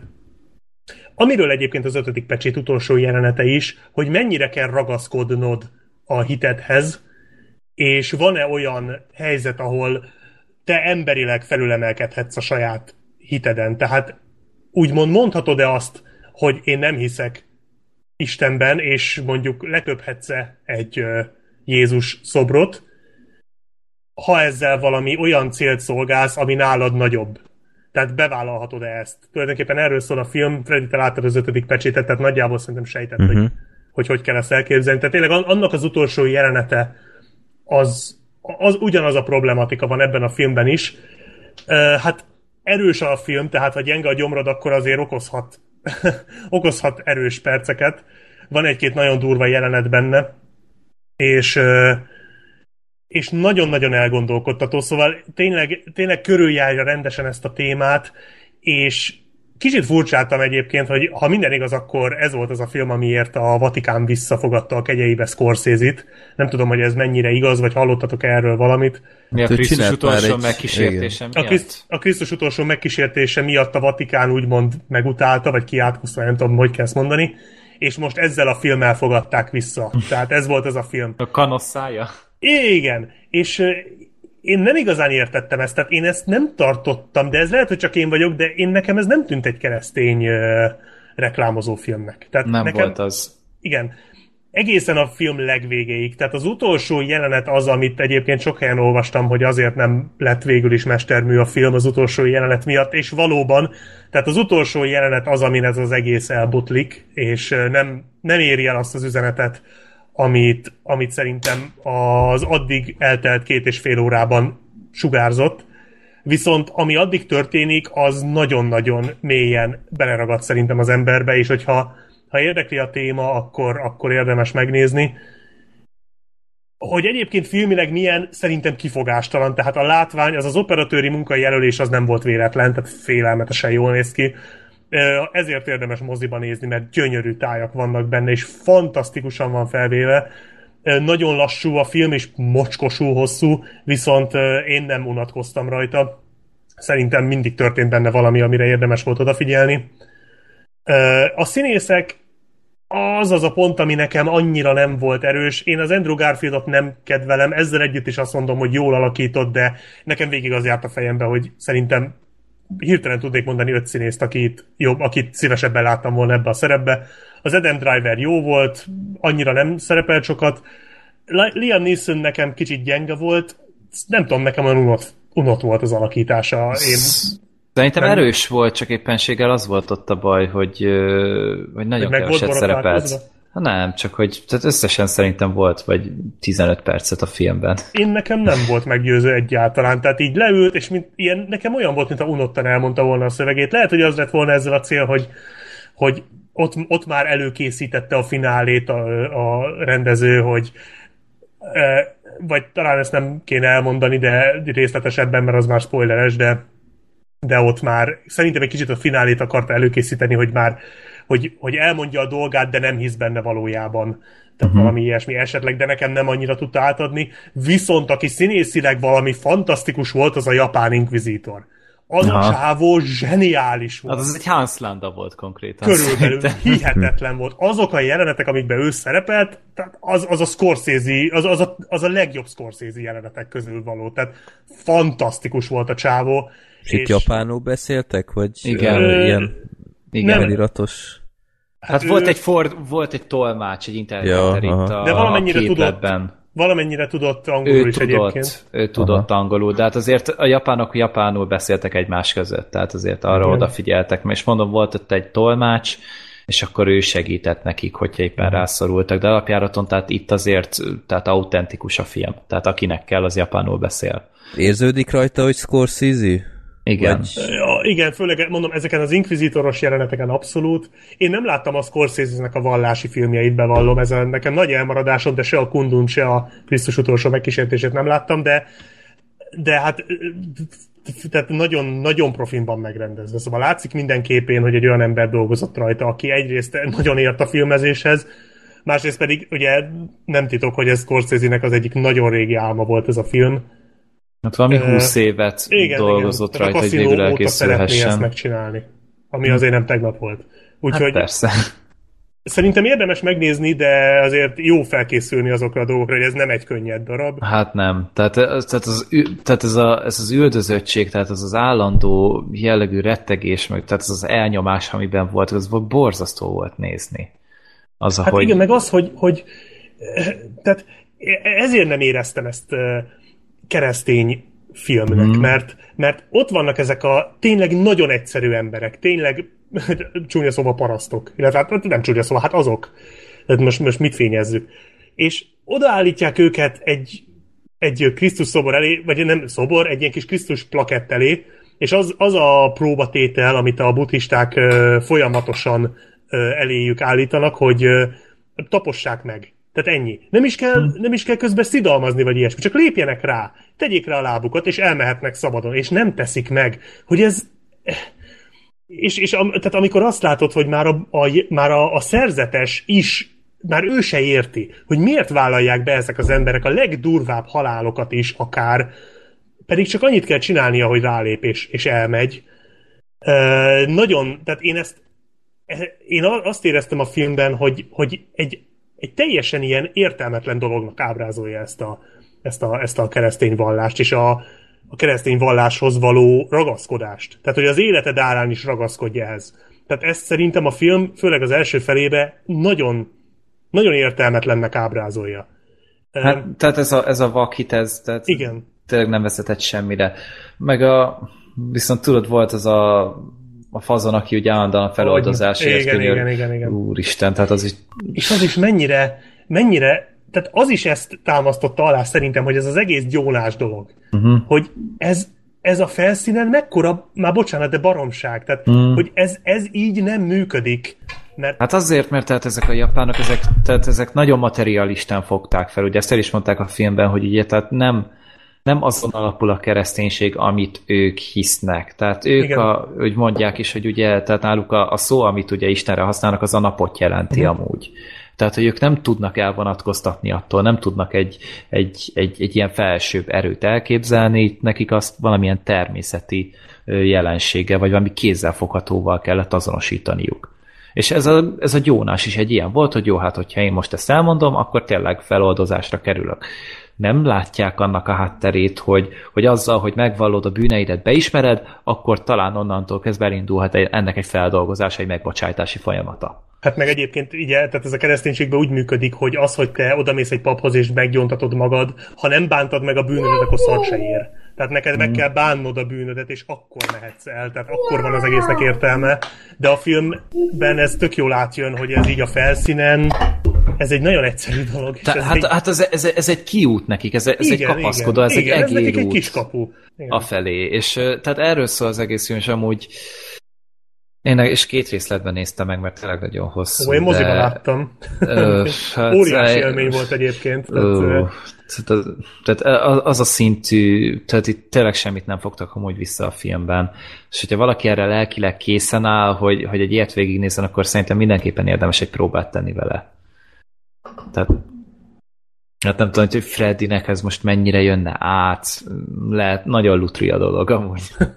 amiről egyébként az ötödik pecsét utolsó jelenete is, hogy mennyire kell ragaszkodnod a hitedhez, és van-e olyan helyzet, ahol te emberileg felülemelkedhetsz a saját hiteden. Tehát úgymond mondhatod-e azt, hogy én nem hiszek Istenben, és mondjuk leköphetsz-e egy uh, Jézus szobrot, ha ezzel valami olyan célt szolgálsz, ami nálad nagyobb. Tehát bevállalhatod-e ezt? Tulajdonképpen erről szól a film, Freddy, te láttad az ötödik pecsétet, tehát nagyjából szerintem sejtett, uh-huh. hogy, hogy hogy kell ezt elképzelni. Tehát tényleg annak az utolsó jelenete az, az ugyanaz a problematika van ebben a filmben is. Uh, hát erős a film, tehát ha gyenge a gyomrod, akkor azért okozhat, okozhat erős perceket. Van egy-két nagyon durva jelenet benne, és, és nagyon-nagyon elgondolkodtató, szóval tényleg, tényleg körüljárja rendesen ezt a témát, és kicsit furcsáltam egyébként, hogy ha minden igaz, akkor ez volt az a film, amiért a Vatikán visszafogadta a kegyeibe Scorsese-t. Nem tudom, hogy ez mennyire igaz, vagy hallottatok erről valamit. Mi a Krisztus utolsó megkísértése miatt? A, Kriszt, a Krisztus utolsó megkísértése miatt a Vatikán úgymond megutálta, vagy kiátkozta, nem tudom, hogy kell ezt mondani, és most ezzel a filmmel fogadták vissza. Tehát ez volt ez a film. A kanosszája? Igen, és én nem igazán értettem ezt, tehát én ezt nem tartottam, de ez lehet, hogy csak én vagyok, de én nekem ez nem tűnt egy keresztény uh, reklámozó filmnek. Tehát nem nekem, volt az. Igen. Egészen a film legvégéig. Tehát az utolsó jelenet az, amit egyébként sok helyen olvastam, hogy azért nem lett végül is mestermű a film az utolsó jelenet miatt, és valóban, tehát az utolsó jelenet az, amin ez az egész elbutlik, és nem, nem éri el azt az üzenetet, amit, amit szerintem az addig eltelt két és fél órában sugárzott. Viszont ami addig történik, az nagyon-nagyon mélyen beleragad szerintem az emberbe, és hogyha ha érdekli a téma, akkor, akkor érdemes megnézni. Hogy egyébként filmileg milyen, szerintem kifogástalan, tehát a látvány, az az operatőri munkajelölés az nem volt véletlen, tehát félelmetesen jól néz ki. Ezért érdemes moziba nézni, mert gyönyörű tájak vannak benne, és fantasztikusan van felvéve. Nagyon lassú a film, és mocskosul hosszú, viszont én nem unatkoztam rajta. Szerintem mindig történt benne valami, amire érdemes volt odafigyelni. A színészek az az a pont, ami nekem annyira nem volt erős. Én az Andrew Garfieldot nem kedvelem, ezzel együtt is azt mondom, hogy jól alakított, de nekem végig az járt a fejembe, hogy szerintem hirtelen tudnék mondani öt színészt, akit, jobb, akit szívesebben láttam volna ebbe a szerepbe. Az Adam Driver jó volt, annyira nem szerepelt sokat. Liam Neeson nekem kicsit gyenge volt, nem tudom, nekem olyan unott, unott volt az alakítása. Én Szerintem nem... erős volt, csak éppenséggel az volt ott a baj, hogy, hogy nagyon hogy keveset szerepelt. Ha nem, csak hogy tehát összesen szerintem volt vagy tizenöt percet a filmben. Én nekem nem volt meggyőző egyáltalán, tehát így leült, és mint, ilyen, nekem olyan volt, mint a unottan elmondta volna a szövegét. Lehet, hogy az lett volna ezzel a cél, hogy, hogy ott, ott már előkészítette a finálét a, a rendező, hogy vagy talán ezt nem kéne elmondani, de részletesebben, mert az már spoileres, de de ott már szerintem egy kicsit a finálét akarta előkészíteni, hogy már hogy, hogy elmondja a dolgát, de nem hisz benne valójában. Tehát uh-huh. valami ilyesmi esetleg, de nekem nem annyira tudta átadni. Viszont aki színészileg valami fantasztikus volt, az a japán inkvizítor. Az Aha. a csávó zseniális volt. Az egy Hans Landa volt konkrétan. Körülbelül hihetetlen volt. Azok a jelenetek, amikben ő szerepelt, tehát az, az a Scorsese, az, az, a, az a legjobb Scorsese jelenetek közül való. Tehát fantasztikus volt a csávó. És itt japánul beszéltek? Vagy igen. Ö, ilyen igen. feliratos? Hát, hát ő... volt, egy for, volt egy tolmács, egy interpreter ja, itt a, de valamennyire a képletben. Tudott, valamennyire tudott angolul ő is tudott, egyébként. Ő tudott aha. angolul, de hát azért a japánok japánul beszéltek egymás között, tehát azért arra igen. odafigyeltek. És mondom, volt ott egy tolmács, és akkor ő segített nekik, hogyha éppen uh-huh. rászorultak, de alapjáraton, tehát itt azért tehát autentikus a film. Tehát akinek kell, az japánul beszél. Érződik rajta, hogy Scorsese? Igen. Vagy... Ja, igen, főleg mondom, ezeken az inkvizítoros jeleneteken abszolút. Én nem láttam a Scorsese-nek a vallási filmjeit, bevallom, ez a, nekem nagy elmaradásom, de se a Kundun, se a Krisztus utolsó megkísértését nem láttam, de de hát tehát nagyon, nagyon profin van megrendezve. Szóval látszik minden képén, hogy egy olyan ember dolgozott rajta, aki egyrészt nagyon ért a filmezéshez, másrészt pedig ugye nem titok, hogy ez Scorsese-nek az egyik nagyon régi álma volt ez a film. Hát valami húsz évet igen, dolgozott igen. rajta, hogy végül elkészülhessen. Ezt megcsinálni, ami azért nem tegnap volt. Úgyhogy, hát persze. Szerintem érdemes megnézni, de azért jó felkészülni azokra a dolgokra, hogy ez nem egy könnyed darab. Hát nem. Tehát, tehát, az, tehát ez, a, ez az üldözöttség, tehát az az állandó jellegű rettegés, meg tehát ez az elnyomás, amiben volt, az borzasztó volt nézni. Az, hát ahogy... igen, meg az, hogy, hogy tehát ezért nem éreztem ezt keresztény filmnek, mm. mert, mert ott vannak ezek a tényleg nagyon egyszerű emberek, tényleg csúnya szóval parasztok, illetve hát nem csúnya szóval, hát azok. Most, most mit fényezzük. És odaállítják őket egy, egy Krisztus szobor elé, vagy nem szobor, egy ilyen kis Krisztus plakett elé, és az, az a próbatétel, amit a buddhisták folyamatosan eléjük állítanak, hogy tapossák meg. Tehát ennyi. Nem is kell, nem is kell közben szidalmazni, vagy ilyesmi. Csak lépjenek rá, tegyék rá a lábukat, és elmehetnek szabadon. És nem teszik meg, hogy ez... És, és am, tehát amikor azt látod, hogy már, a, a, már a, a szerzetes is, már ő se érti, hogy miért vállalják be ezek az emberek a legdurvább halálokat is akár, pedig csak annyit kell csinálnia, hogy rálép és, és elmegy. Uh, nagyon, tehát én ezt én azt éreztem a filmben, hogy, hogy egy, egy teljesen ilyen értelmetlen dolognak ábrázolja ezt a, ezt a, ezt a keresztény vallást, és a, a keresztény valláshoz való ragaszkodást. Tehát, hogy az életed árán is ragaszkodj ehhez. Tehát ezt szerintem a film, főleg az első felébe nagyon, nagyon értelmetlennek ábrázolja. Hát, um, tehát ez a, ez a vakhit, ez tehát igen. Tényleg nem vezetett semmire. Meg a, viszont tudod, volt az a a fazon, aki ugye állandóan a feloldozásért. Igen, igen, igen, igen, igen. Úristen, tehát az is... És az is mennyire, mennyire, tehát az is ezt támasztotta alá szerintem, hogy ez az egész gyónás dolog. Uh-huh. Hogy ez, ez a felszínen mekkora, már bocsánat, de baromság. Tehát, uh-huh. hogy ez, ez így nem működik. Mert... Hát azért, mert tehát ezek a japánok, ezek, tehát ezek nagyon materialistán fogták fel. Ugye ezt el is mondták a filmben, hogy ugye, tehát nem nem azon alapul a kereszténység, amit ők hisznek. Tehát ők, a, hogy mondják is, hogy ugye, tehát náluk a, a szó, amit ugye Istenre használnak, az a napot jelenti uh-huh. amúgy. Tehát, hogy ők nem tudnak elvonatkoztatni attól, nem tudnak egy, egy, egy, egy ilyen felsőbb erőt elképzelni, nekik azt valamilyen természeti jelenséggel, vagy valami kézzelfoghatóval kellett azonosítaniuk. És ez a, ez a gyónás is egy ilyen volt, hogy jó, hát hogyha én most ezt elmondom, akkor tényleg feloldozásra kerülök. Nem látják annak a hátterét, hogy, hogy azzal, hogy megvallod a bűneidet, beismered, akkor talán onnantól kezdve elindulhat ennek egy feldolgozása, egy megbocsájtási folyamata. Hát meg egyébként ugye, tehát ez a kereszténységben úgy működik, hogy az, hogy te odamész egy paphoz és meggyóntatod magad, ha nem bántad meg a bűnödet, akkor szart se ér. Tehát neked meg kell bánnod a bűnödet, és akkor mehetsz el. Tehát akkor van az egésznek értelme. De a filmben ez tök jól átjön, hogy ez így a felszínen, ez egy nagyon egyszerű dolog. Te, ez hát egy... hát ez, ez, ez egy kiút nekik, ez, ez igen, egy kapaszkodó, igen, ez igen, egy egérút. Ez nekik egy kiskapu afelé. És tehát erről szól az egész film, és amúgy én és két részletben néztem meg, mert tényleg nagyon hosszú. Ó, én moziban de... láttam. Ö, hát, óriási élmény volt egyébként. Ö, tehát, tehát az a szintű, tehát itt tényleg semmit nem fogtak amúgy vissza a filmben. És hogyha valaki erre lelkileg készen áll, hogy, hogy egy ilyet végignézzen, akkor szerintem mindenképpen érdemes egy próbát tenni vele. Tehát hát nem tudom, hogy Freddynek ez most mennyire jönne át. Lehet, nagyon lutri a dolog amúgy.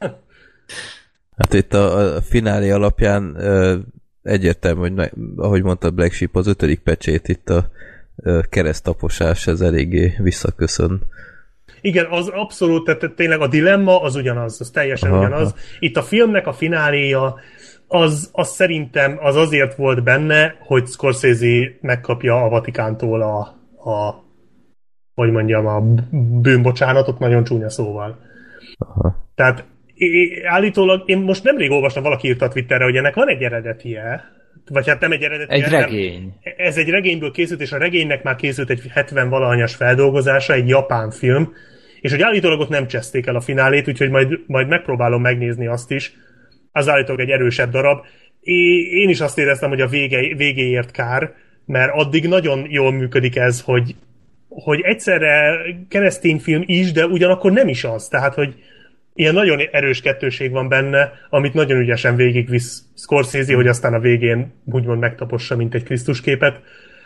Hát itt a, a finálé alapján ö, egyértelmű, hogy ahogy mondta Black Sheep, az ötödik pecsét itt a ö, keresztaposás, ez eléggé visszaköszön. Igen, az abszolút, tehát tényleg a dilemma az ugyanaz, az teljesen aha, ugyanaz. Itt a filmnek a fináléja az, az szerintem az azért volt benne, hogy Scorsese megkapja a Vatikántól a, a hogy mondjam, a bűnbocsánatot nagyon csúnya szóval. Aha. Tehát É, állítólag, én most nemrég olvastam, valaki írta a Twitterre, hogy ennek van egy eredetie, vagy hát nem egy eredetie. Egy regény. Ez egy regényből készült, és a regénynek már készült egy hetven valahanyas feldolgozása, egy japán film, és hogy állítólag ott nem cseszték el a finálét, úgyhogy majd, majd megpróbálom megnézni azt is. Az állítólag egy erősebb darab. É, én is azt éreztem, hogy a vége, végéért kár, mert addig nagyon jól működik ez, hogy, hogy egyszerre keresztény film is, de ugyanakkor nem is az. Tehát, hogy ilyen nagyon erős kettőség van benne, amit nagyon ügyesen végigvisz Scorsese, hogy aztán a végén úgymond megtapossa, mint egy Krisztusképet.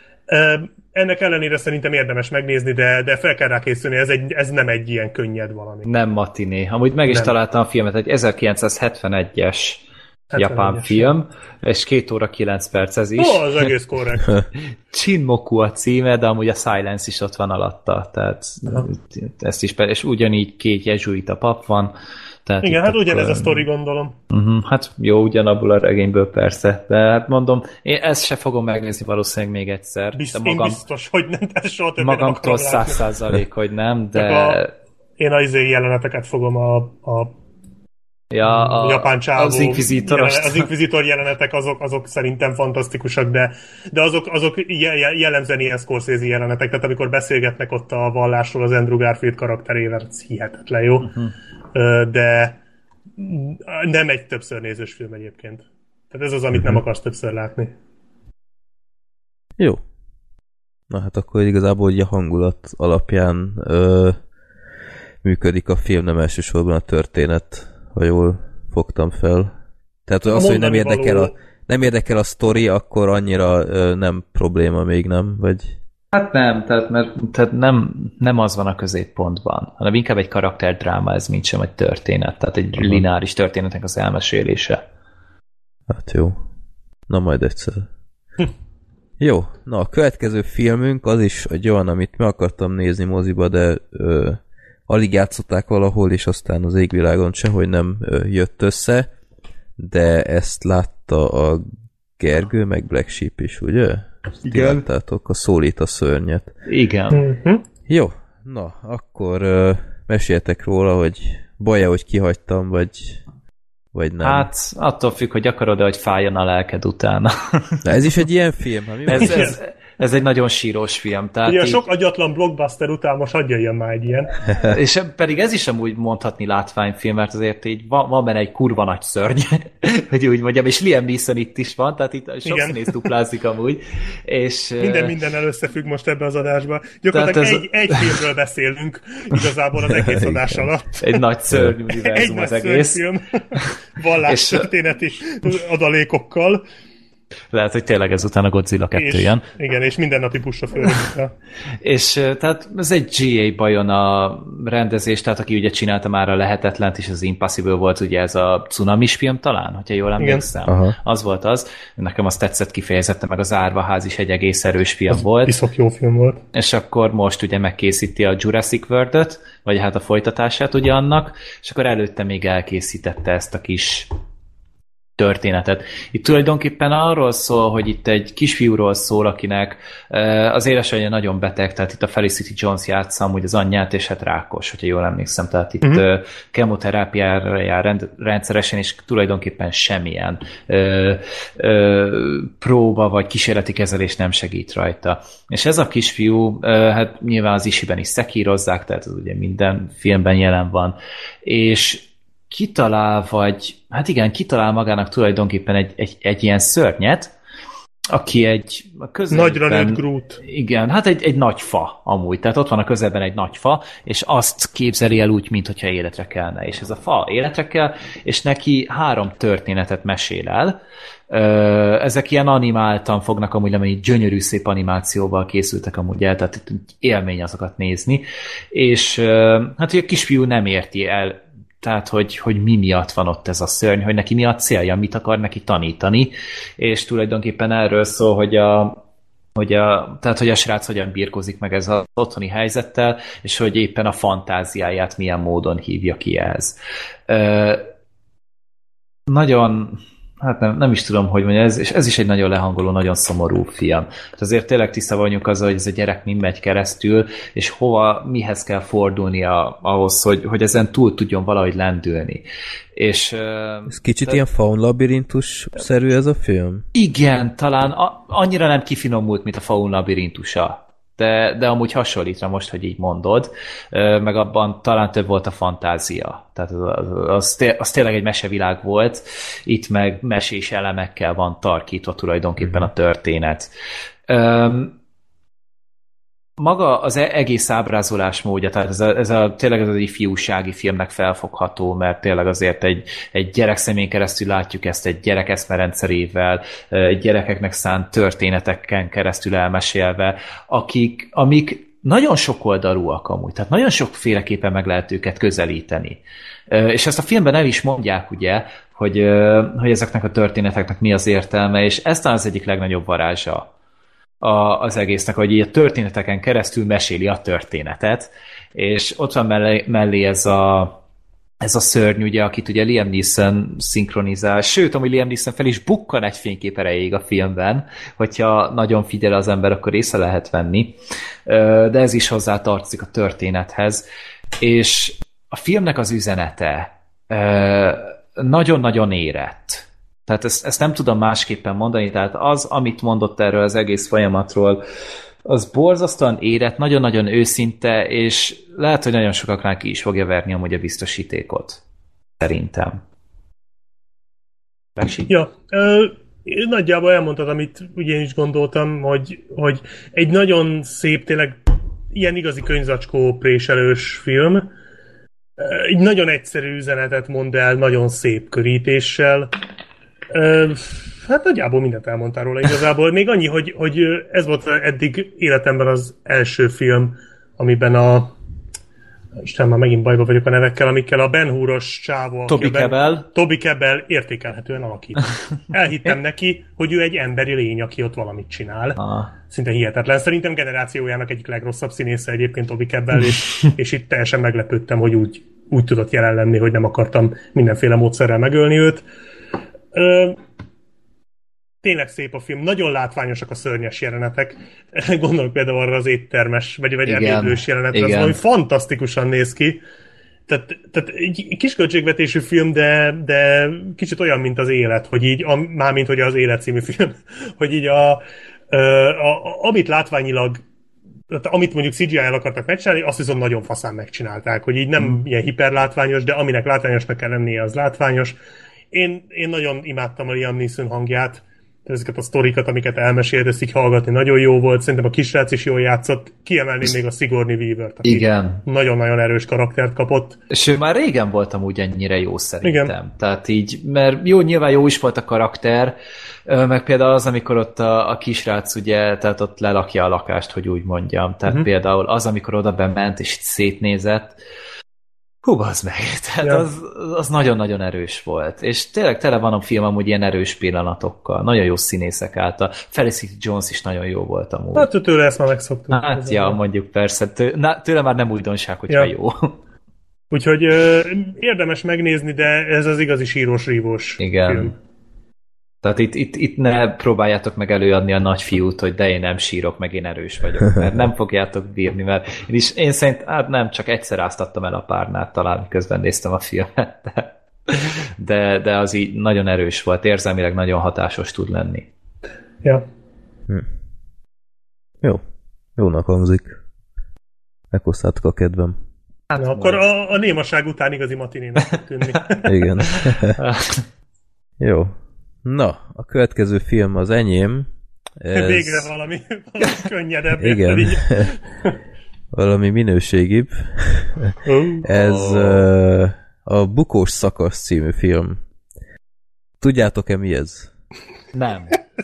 Ennek ellenére szerintem érdemes megnézni, de, de fel kell rá készülni, ez, egy, ez nem egy ilyen könnyed valami. Nem matiné. Amúgy meg is nem. Találtam a filmet, egy ezerkilencszázhetvenegyes japán film, és két óra kilenc perc ez is. Ó, az egész korrekt. Chinmoku a címe, de amúgy a Silence is ott van alatta, tehát aha. ezt is, és ugyanígy két jezsuita pap van. Tehát igen, hát ugyanez a sztori, gondolom. Uh-huh, hát jó, ugyanabból a regényből persze, de hát mondom, én ezt se fogom megnézni valószínűleg még egyszer. Bizt, de magam, én biztos, hogy nem, de soha többé magamtól száz százalék, hogy nem, de... A, én az jeleneteket fogom a, a ja, a japán csávó, az inkvizitor, az inkvizitor jelenetek, azok, azok szerintem fantasztikusak, de, de azok, azok jellemzően ilyen Scorsese jelenetek, tehát amikor beszélgetnek ott a vallásról az Andrew Garfield karakterével, ez hihetetlen jó. Uh-huh. De nem egy többször nézős film egyébként. Tehát ez az, amit uh-huh. nem akarsz többször látni. Jó. Na hát akkor igazából ugye a hangulat alapján ö, működik a film, nem elsősorban a történet, ha jól fogtam fel. Tehát az, hogy nem érdekel, való... a, nem érdekel a sztori, akkor annyira ö, nem probléma még, nem? Vagy... Hát nem, tehát, mert, tehát nem, nem az van a középpontban, hanem inkább egy karakterdráma ez, mint sem egy történet, tehát egy aha. lineáris történetnek az elmesélése. Hát jó. Na majd egyszer. Jó, na a következő filmünk az is egy olyan, amit meg akartam nézni moziba, de ö, alig játszották valahol, és aztán az égvilágon sehogy nem ö, jött össze, de ezt látta a Gergő, meg Black Sheep is, ugye? Igen. Láttátok a Szólít a szörnyet. Igen. Uh-huh. Jó, na, akkor ö, meséltek róla, hogy baj-e, hogy kihagytam, vagy, vagy nem. Hát, attól függ, hogy akarod-e, hogy fájjon a lelked utána. De ez is egy ilyen film? Hát mi ez, ez, ez egy nagyon sírós film. Tehát ugye a így... sok agyatlan blockbuster után most hagyja ilyen már egy ilyen. És pedig ez is amúgy mondhatni látványfilm, mert azért így van, van benne egy kurva nagy szörny, hogy úgy mondjam, és Liam Neeson itt is van, tehát itt sok színész duplázik amúgy. És, minden mindennel összefügg most ebbe az adásba. Gyakorlatilag ez... egy, egy filmről beszélünk igazából az egész adás alatt. Egy nagy szörny univerzum az egész. Egy nagy szörnyfilm, vallástörténeti adalékokkal. Lehet, hogy tényleg ezután a Godzilla kettő jön. Igen, és mindennapi buszsofőrökkel. És tehát ez egy gé á Bayona rendezés, tehát aki ugye csinálta már a Lehetetlent, és az Impossible volt ugye ez a cunamis film talán, hogyha jól emlékszem. Az volt az. Nekem azt tetszett kifejezetten, meg az Árvaház is egy egész erős film az volt. Piszok jó film volt. És akkor most ugye megkészíti a Jurassic World-öt, vagy hát a folytatását ugye annak, és akkor előtte még elkészítette ezt a kis történetet. Itt tulajdonképpen arról szól, hogy itt egy kisfiúról szól, akinek az édesanyja nagyon beteg, tehát itt a Felicity Jones játsza amúgy az anyját, és hát rákos, hogyha jól emlékszem, tehát itt uh-huh. kemoterápiára jár rend, rendszeresen, és tulajdonképpen semmilyen ö, ö, próba vagy kísérleti kezelés nem segít rajta. És ez a kisfiú, ö, hát nyilván az isiben is szekírozzák, tehát ez ugye minden filmben jelen van, és kitalál, vagy hát igen, kitalál magának tulajdonképpen egy, egy, egy ilyen szörnyet, aki egy közelben... Nagyra nőtt Groot. Igen, hát egy, egy nagy fa amúgy, tehát ott van a közelben egy nagy fa, és azt képzeli el úgy, mintha életre kelne, és ez a fa életre kell, és neki három történetet mesél el. Ezek ilyen animáltan fognak amúgy lenni, gyönyörű szép animációval készültek amúgy el, tehát élmény azokat nézni, és hát ugye a kisfiú nem érti el, tehát, hogy, hogy mi miatt van ott ez a szörny, hogy neki mi a célja, mit akar neki tanítani, és tulajdonképpen erről szól, hogy a, hogy a, tehát, hogy a srác hogyan birkózik meg ez az otthoni helyzettel, és hogy éppen a fantáziáját milyen módon hívja ki ehhez. Ö, nagyon... Hát nem, nem is tudom, hogy mondja, ez, és ez is egy nagyon lehangoló, nagyon szomorú film. Tehát azért tényleg tiszta vagyunk azzal, hogy ez a gyerek mind megy keresztül, és hova, mihez kell fordulnia ahhoz, hogy, hogy ezen túl tudjon valahogy lendülni. És, ez kicsit de, ilyen faun labirintus-szerű ez a film? Igen, talán a, annyira nem kifinomult, mint a faun labirintusa. De, de amúgy hasonlít rá most, hogy így mondod, meg abban talán több volt a fantázia. Tehát az, az, té- az tényleg egy mesevilág volt, itt meg mesés elemekkel van tarkítva tulajdonképpen a történet. Um, maga az egész ábrázolás módja, tehát ez a, ez a tényleg ez az ifjúsági filmnek felfogható, mert tényleg azért egy, egy gyerek szemén keresztül látjuk ezt egy gyerek eszmerendszerével, egy gyerekeknek szánt történeteken keresztül elmesélve, akik, amik nagyon sok oldalúak amúgy, tehát nagyon sokféleképpen meg lehet őket közelíteni. És ezt a filmben el is mondják, ugye, hogy, hogy ezeknek a történeteknek mi az értelme, és ez talán az egyik legnagyobb varázsa az egésznek, hogy így a történeteken keresztül meséli a történetet, és ott van mellé, mellé ez a ez a szörny, ugye, akit ugye Liam Neeson szinkronizál, sőt, amúgy Liam Neeson fel is bukkan egy fénykép erejéig a filmben, hogyha nagyon figyel az ember, akkor észre lehet venni, de ez is hozzá tartozik a történethez, és a filmnek az üzenete nagyon-nagyon érett. Tehát ezt, ezt nem tudom másképpen mondani, tehát az, amit mondott erről az egész folyamatról, az borzasztóan érett, nagyon-nagyon őszinte, és lehet, hogy nagyon sokaknál ki is fogja verni amúgy a biztosítékot. Szerintem. Megsik? Ja, ö, nagyjából elmondtad, amit ugye én is gondoltam, hogy, hogy egy nagyon szép, tényleg ilyen igazi könyvzacskó préselős film, egy nagyon egyszerű üzenetet mond el, nagyon szép körítéssel. Ö, Hát nagyjából mindent elmondtál róla igazából. Még annyi, hogy, hogy ez volt eddig életemben az első film, amiben a... Isten, már megint bajba vagyok a nevekkel, amikkel a Ben Hur-os csávó... Toby Kebbell. Toby Kebbell értékelhetően alakít. Elhittem neki, hogy ő egy emberi lény, aki ott valamit csinál. Ah. Szinte hihetetlen. Szerintem generációjának egyik legrosszabb színésze egyébként Toby Kebbell, és, és itt teljesen meglepődtem, hogy úgy, úgy tudott jelen lenni, hogy nem akartam mindenféle módszerrel megölni őt. Ö, Tényleg szép a film, nagyon látványosak a szörnyes jelenetek. Gondolok például arra az éttermes, vagy, vagy ebédlős jelenetre, az valami fantasztikusan néz ki. Tehát, tehát egy kisköltségvetésű film, de, de kicsit olyan, mint az élet, hogy így, a, mármint hogy az Élet című film, hogy így a, a, a, amit látványilag, amit mondjuk cé gé í-jel akartak megcsinálni, azt viszont nagyon faszán megcsinálták, hogy így nem mm. ilyen hiperlátványos, de aminek látványosnak kell lennie, az látványos. Én, én nagyon imádtam a Liam Neeson hangját, ezeket a sztorikat, amiket elmesélt, ezt így hallgatni nagyon jó volt, szerintem a kisrác is jól játszott, kiemelném még a Sigourney Weavert, aki igen. nagyon-nagyon erős karaktert kapott. És ő már régen voltam úgy ennyire jó szerintem. Igen. Tehát így, mert jó, nyilván jó is volt a karakter, meg például az, amikor ott a, a kisrác ugye, tehát ott lelakja a lakást, hogy úgy mondjam. Tehát uh-huh. például az, amikor oda bement és szétnézett, hú, bazd meg, tehát ja. az, az nagyon-nagyon erős volt. És tényleg tele van a film amúgy ilyen erős pillanatokkal. Nagyon jó színészek által. Felicity Jones is nagyon jó volt amúgy. Hát tőle ezt már megszoktuk. Hát ja, mondjuk persze. Tő, na, tőle már nem újdonság, hogyha ja. jó. Úgyhogy ö, érdemes megnézni, de ez az igazi sírós-rívós igen. film. Tehát itt, itt, itt ne próbáljátok meg előadni a nagyfiút, hogy de én nem sírok, meg én erős vagyok, mert nem fogjátok bírni, mert én, is, én szerint, hát nem, csak egyszer áztattam el a párnát, talán közben néztem a filmet, de, de, de az így nagyon erős volt, érzelmileg nagyon hatásos tud lenni. Ja. Hm. Jó. Jónak hangzik. Meghoztátok a kedvem. Hát na, akkor a, a némaság után igazi matinének fog tűnni. Igen. Jó. Na, a következő film az enyém. Ez... Végre valami, valami könnyedebb. Igen. Valami minőségibb. Ez uh, a Bukós szakasz című film. Tudjátok-e mi ez? Nem.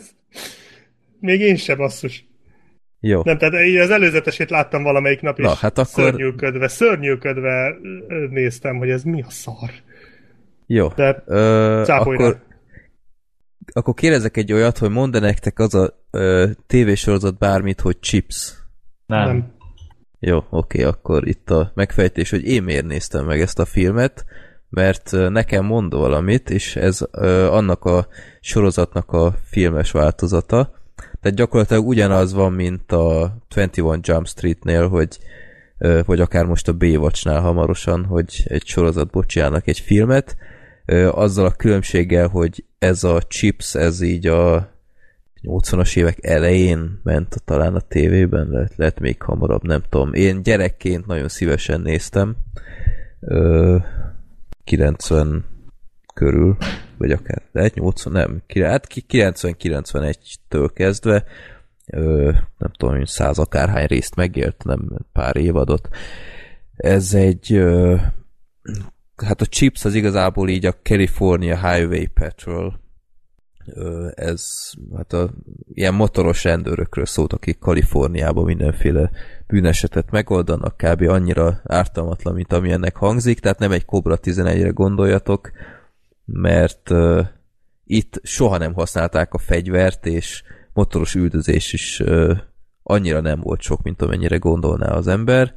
Még én sem, basszus. Jó. Nem, tehát így az előzetesét láttam valamelyik nap, és Na, hát akkor... szörnyűködve, szörnyűködve néztem, hogy ez mi a szar. Jó. De uh, akkor... Akkor kérdezek egy olyat, hogy mondd nektek az a ö, tévésorozat bármit, hogy Chips. Nem. Nem. Jó, oké, akkor itt a megfejtés, hogy én miért néztem meg ezt a filmet, mert nekem mond valamit, és ez ö, annak a sorozatnak a filmes változata. Tehát gyakorlatilag ugyanaz van, mint a huszonegy Jump Streetnél, hogy ö, vagy akár most a Baywatchnál hamarosan, hogy egy sorozatból csinálnak egy filmet, ö, azzal a különbséggel, hogy ez a Chips, ez így a nyolcvanas évek elején ment talán a tévében, lehet, lehet még hamarabb, nem tudom. Én gyerekként nagyon szívesen néztem, ö, kilencven körül, vagy akár lehet nyolcvan, nem, hát kilencven-kilencvenegytől kezdve, ö, nem tudom, hogy száz akárhány részt megélt, nem pár évadot. Ez egy ö, hát a Chips az igazából így a California Highway Patrol ez hát a ilyen motoros rendőrökről szólt, akik Kaliforniában mindenféle bűnesetet megoldanak, kb. Annyira ártalmatlan, mint ami ennek hangzik, tehát nem egy Cobra tizenegyre gondoljatok, mert uh, itt soha nem használták a fegyvert, és motoros üldözés is uh, annyira nem volt sok, mint amennyire gondolná az ember,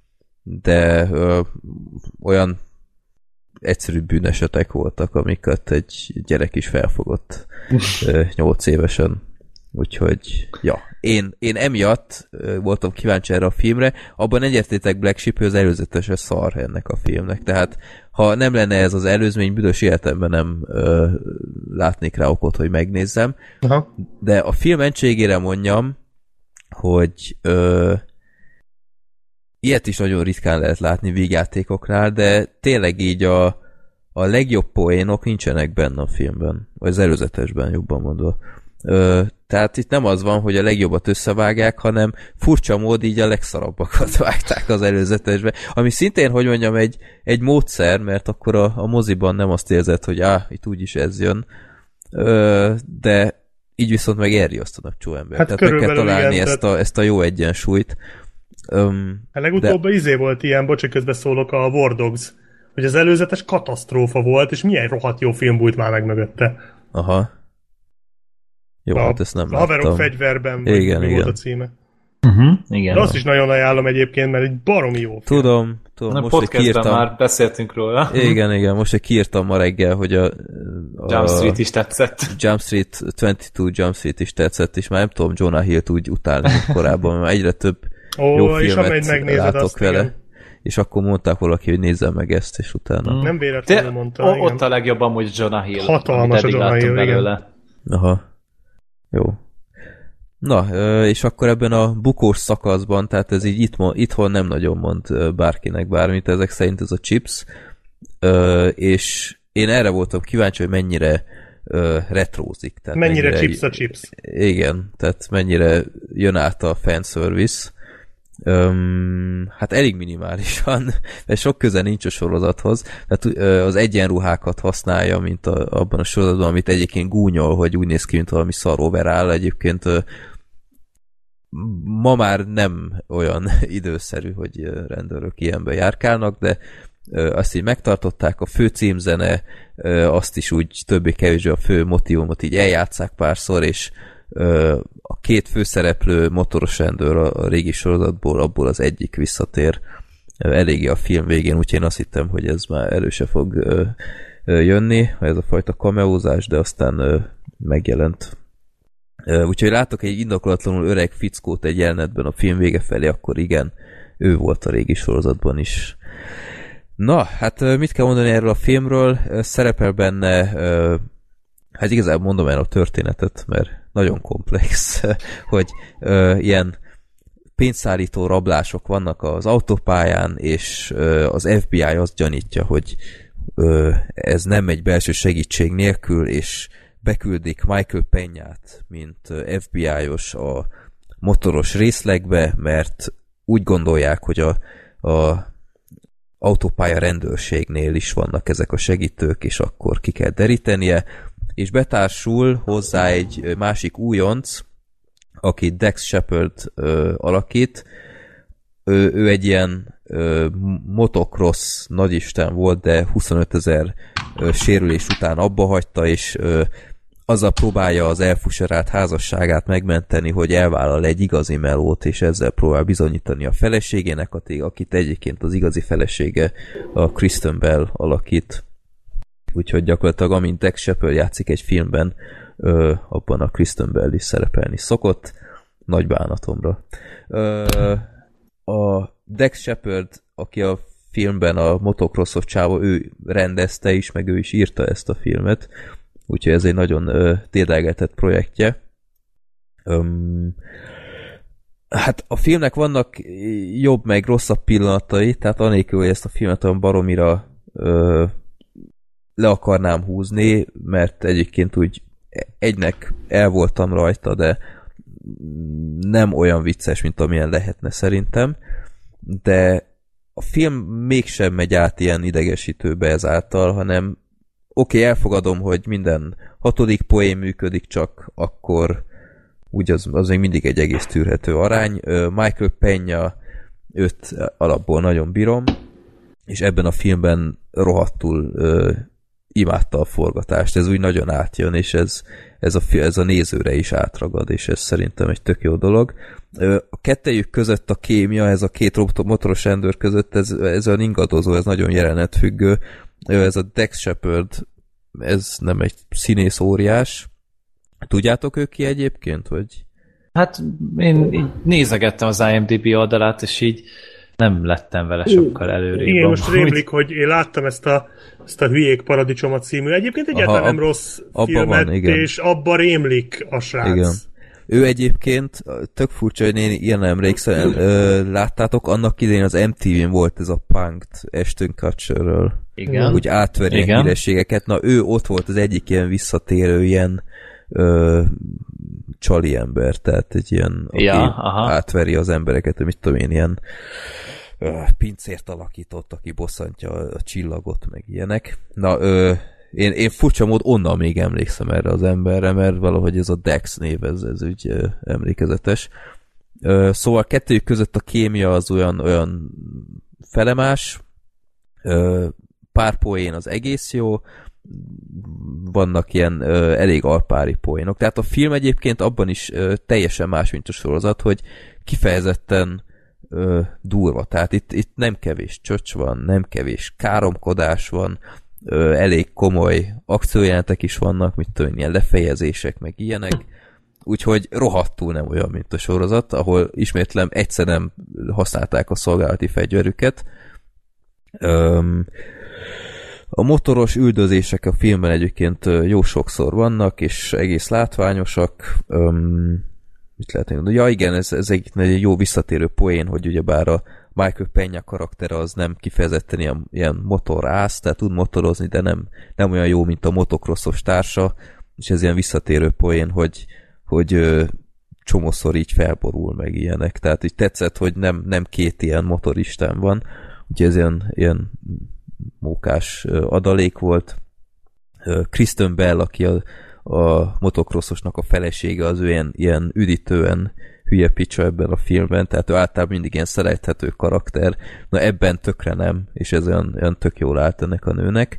de uh, olyan egyszerű bűnesetek voltak, amiket egy gyerek is felfogott nyolc évesen. Úgyhogy, ja, én, én emiatt voltam kíváncsi erre a filmre, abban egyetértek Black Sheep, hogy az előzetese szar ennek a filmnek, tehát ha nem lenne ez az előzmény, büdös életemben nem ö, látnék rá okot, hogy megnézzem. Aha. De a film mentségére mondjam, hogy ö, ilyet is nagyon ritkán lehet látni vígjátékoknál, de tényleg így a, a legjobb poénok nincsenek benne a filmben, vagy az előzetesben jobban mondva. Ö, tehát itt nem az van, hogy a legjobbat összevágják, hanem furcsa mód így a legszarabbakat vágták az előzetesbe, ami szintén, hogy mondjam, egy, egy módszer, mert akkor a, a moziban nem azt érzed, hogy á, itt úgyis ez jön, Ö, de így viszont meg elriasztanak csó ember. Hát tehát meg kell találni igen, ezt, tehát... a, ezt a jó egyensúlyt. Um, a legutóbb de... izé volt ilyen, bocs, közben szólok, a War Dogs, hogy az előzetes katasztrófa volt, és milyen rohadt jó film bújt már meg mögötte. Aha. Jó, a, hát ezt nem láttam. A Haverok fegyverben igen, igen. volt a címe. Uh-huh, igen. De azt is nagyon ajánlom egyébként, mert egy baromi jó film. Tudom, tudom. Na, most, podcastben kiírtam... már beszéltünk róla. Igen, igen, most egy kiírtam ma reggel, hogy a, a Jump Street is tetszett. Jump Street, huszonkettő Jump Street is tetszett, és már nem tudom Jonah Hill-t úgy utálni, mint korábban, mert egyre több Ó, jó filmet látok azt, vele. Igen. És akkor mondták valaki, hogy nézzem meg ezt, és utána... Mm. Nem véletlenül mondta. O- ott a legjobb amúgy Jonah Hill. Hatalmas a Jonah Hill, igen. Aha. Jó. Na, és akkor ebben a bukós szakaszban, tehát ez így itthon, itthon nem nagyon mond bárkinek bármit, ezek szerint ez a Chips, és én erre voltam kíváncsi, hogy mennyire retrózik. Tehát mennyire, mennyire chips a chips. Igen, tehát mennyire jön át a fanservice. Um, hát elég minimálisan, mert sok köze nincs a sorozathoz, tehát az egyenruhákat használja, mint a, abban a sorozatban, amit egyébként gúnyol, hogy úgy néz ki, mint valami szar overall. Egyébként ma már nem olyan időszerű, hogy rendőrök ilyenben járkálnak, de azt így megtartották, a fő címzene, azt is úgy többé-kevésbé a fő motívumot így eljátszák párszor, és a két főszereplő motoros rendőr a régi sorozatból, abból az egyik visszatér eléggé a film végén, úgyhogy én azt hittem, hogy ez már előse fog jönni, ez a fajta cameózás, de aztán megjelent. Úgyhogy látok egy indokolatlanul öreg fickót egy jelenetben a film vége felé, akkor igen, ő volt a régi sorozatban is. Na, hát mit kell mondani erről a filmről? Szerepel benne, hát igazából mondom el a történetet, mert nagyon komplex, hogy ilyen pénzszállító rablások vannak az autópályán, és az ef bé i azt gyanítja, hogy ez nem egy belső segítség nélkül, és beküldik Michael Peñát, mint ef bé i-os a motoros részlegbe, mert úgy gondolják, hogy a, a autópálya rendőrségnél is vannak ezek a segítők, és akkor ki kell derítenie, és betársul hozzá egy másik újonc, aki Dax Shepard ö, alakít. Ő, ő egy ilyen ö, motocross nagyisten volt, de huszonötezer sérülés után abba hagyta, és ö, azzal próbálja az elfuserált házasságát megmenteni, hogy elvállal egy igazi melót, és ezzel próbál bizonyítani a feleségének, akit egyébként az igazi felesége a Kristen Bell alakít. Úgyhogy gyakorlatilag amint Dax Shepard játszik egy filmben, ö, abban a Kristen Bell is szerepelni szokott, nagy bánatomra. Ö, a Dax Shepard, aki a filmben a motocrossos csáva, ő rendezte is, meg ő is írta ezt a filmet, úgyhogy ez egy nagyon ö, térdelgetett projektje. Öm, hát a filmnek vannak jobb meg rosszabb pillanatai, tehát anélkül, hogy ezt a filmet olyan baromira ö, le akarnám húzni, mert egyébként úgy egynek el voltam rajta, de nem olyan vicces, mint amilyen lehetne szerintem, de a film mégsem megy át ilyen idegesítőbe ezáltal, hanem okay, elfogadom, hogy minden hatodik poén működik, csak akkor úgy az, az még mindig egy egész tűrhető arány. Michael Peña, őt alapból nagyon bírom, és ebben a filmben rohadtul ö, imádta a forgatást, ez úgy nagyon átjön, és ez, ez, a, ez a nézőre is átragad, és ez szerintem egy tök jó dolog. A kettejük között a kémia, ez a két motoros rendőr között, ez, ez olyan ingadozó, ez nagyon jelenetfüggő. Ez a Dax Shepard, ez nem egy színész óriás. Tudjátok ők ki egyébként, vagy? Hát én így nézegettem az IMDb oldalát, és így nem lettem vele sokkal előrébb. Igen, most rémlik, hogy én láttam ezt a, ezt a Hülyék Paradicsoma című. Egyébként egyáltalán nem rossz filmet, van, és abba rémlik a srác. Igen. Ő egyébként, tök furcsa, hogy én ilyen emlékszem, láttátok, annak idején az em té vén volt ez a Punk'd Ashton Kutcherről. Igen. Úgy átverni a hírességeket. Na, ő ott volt az egyik ilyen visszatérő, ilyen ö, csali ember, tehát egy ilyen, aki ja, átveri az embereket, mit tudom én, ilyen ö, pincért alakított, aki bosszantja a csillagot, meg ilyenek. Na, ö, én, én furcsa mód onnan még emlékszem erre az emberre, mert valahogy ez a Dax név, ez, ez úgy ö, emlékezetes. Ö, szóval kettőjük között a kémia az olyan, olyan felemás, ö, pár poén az egész jó, vannak ilyen ö, elég alpári poénok. Tehát a film egyébként abban is ö, teljesen más, mint a sorozat, hogy kifejezetten ö, durva. Tehát itt, itt nem kevés csöcs van, nem kevés káromkodás van, ö, elég komoly akciójelenetek is vannak, mit tudom, ilyen lefejezések, meg ilyenek. Úgyhogy rohadtul nem olyan, mint a sorozat, ahol ismétlem egyszer nem használták a szolgálati fegyverüket. Öm, A motoros üldözések a filmben egyébként jó sokszor vannak, és egész látványosak. Öm, mit lehet mondani? Ja igen, ez, ez egy, egy jó visszatérő poén, hogy ugyebár a Michael Peña karaktere az nem kifejezetten ilyen, ilyen motorász, tehát tud motorozni, de nem, nem olyan jó, mint a motocrossos társa, és ez ilyen visszatérő poén, hogy, hogy ö, csomószor így felborul meg ilyenek. Tehát így tetszett, hogy nem, nem két ilyen motoristán van, úgyhogy ez ilyen, ilyen mókás adalék volt. Kristen Bell, aki a, a motocrossosnak a felesége, az ő ilyen, ilyen üdítően hülye picsa ebben a filmben, tehát ő általában mindig ilyen szerethető karakter. Na ebben tökre nem, és ez olyan, olyan tök jól állt ennek a nőnek.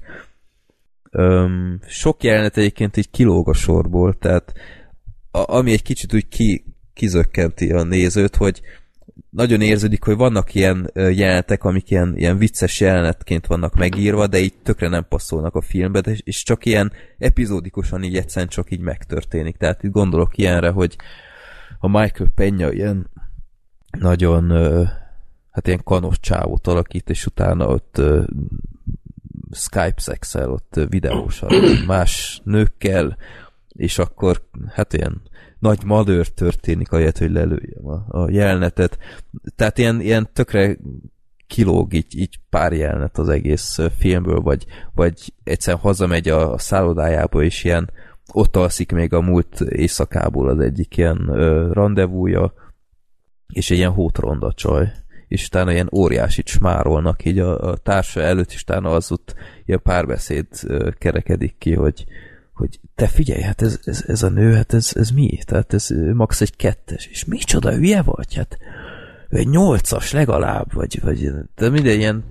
Öm, sok jelenet egyébként így kilóg a sorból, tehát a, ami egy kicsit úgy ki, kizökkenti a nézőt, hogy nagyon érződik, hogy vannak ilyen jelenetek, amik ilyen, ilyen vicces jelenetként vannak megírva, de így tökre nem passzolnak a filmbe, de, és csak ilyen epizódikusan így egyszerűen csak így megtörténik. Tehát itt gondolok ilyenre, hogy a Michael Peña ilyen nagyon hát ilyen kanos csávót alakít, és utána ott Skype szexel, ott videósan más nőkkel, és akkor hát ilyen nagy madőr történik, ahelyett, hogy lelőjem a, a jelenetet. Tehát ilyen, ilyen tökre kilóg így, így pár jelenet az egész filmből, vagy, vagy egyszerűen hazamegy a, a szállodájába, és ilyen ott alszik még a múlt éjszakából az egyik ilyen ö, rendezvúja, és egy ilyen hótronda csaj. És utána ilyen óriásit smárolnak így a, a társa előtt, és utána az ott ilyen párbeszéd ö, kerekedik ki, hogy hogy te figyelj, hát ez, ez, ez a nő, hát ez, ez mi? Tehát ez max egy kettes, és micsoda hülye vagy? Hát ő egy nyolcas legalább, vagy, vagy de minden ilyen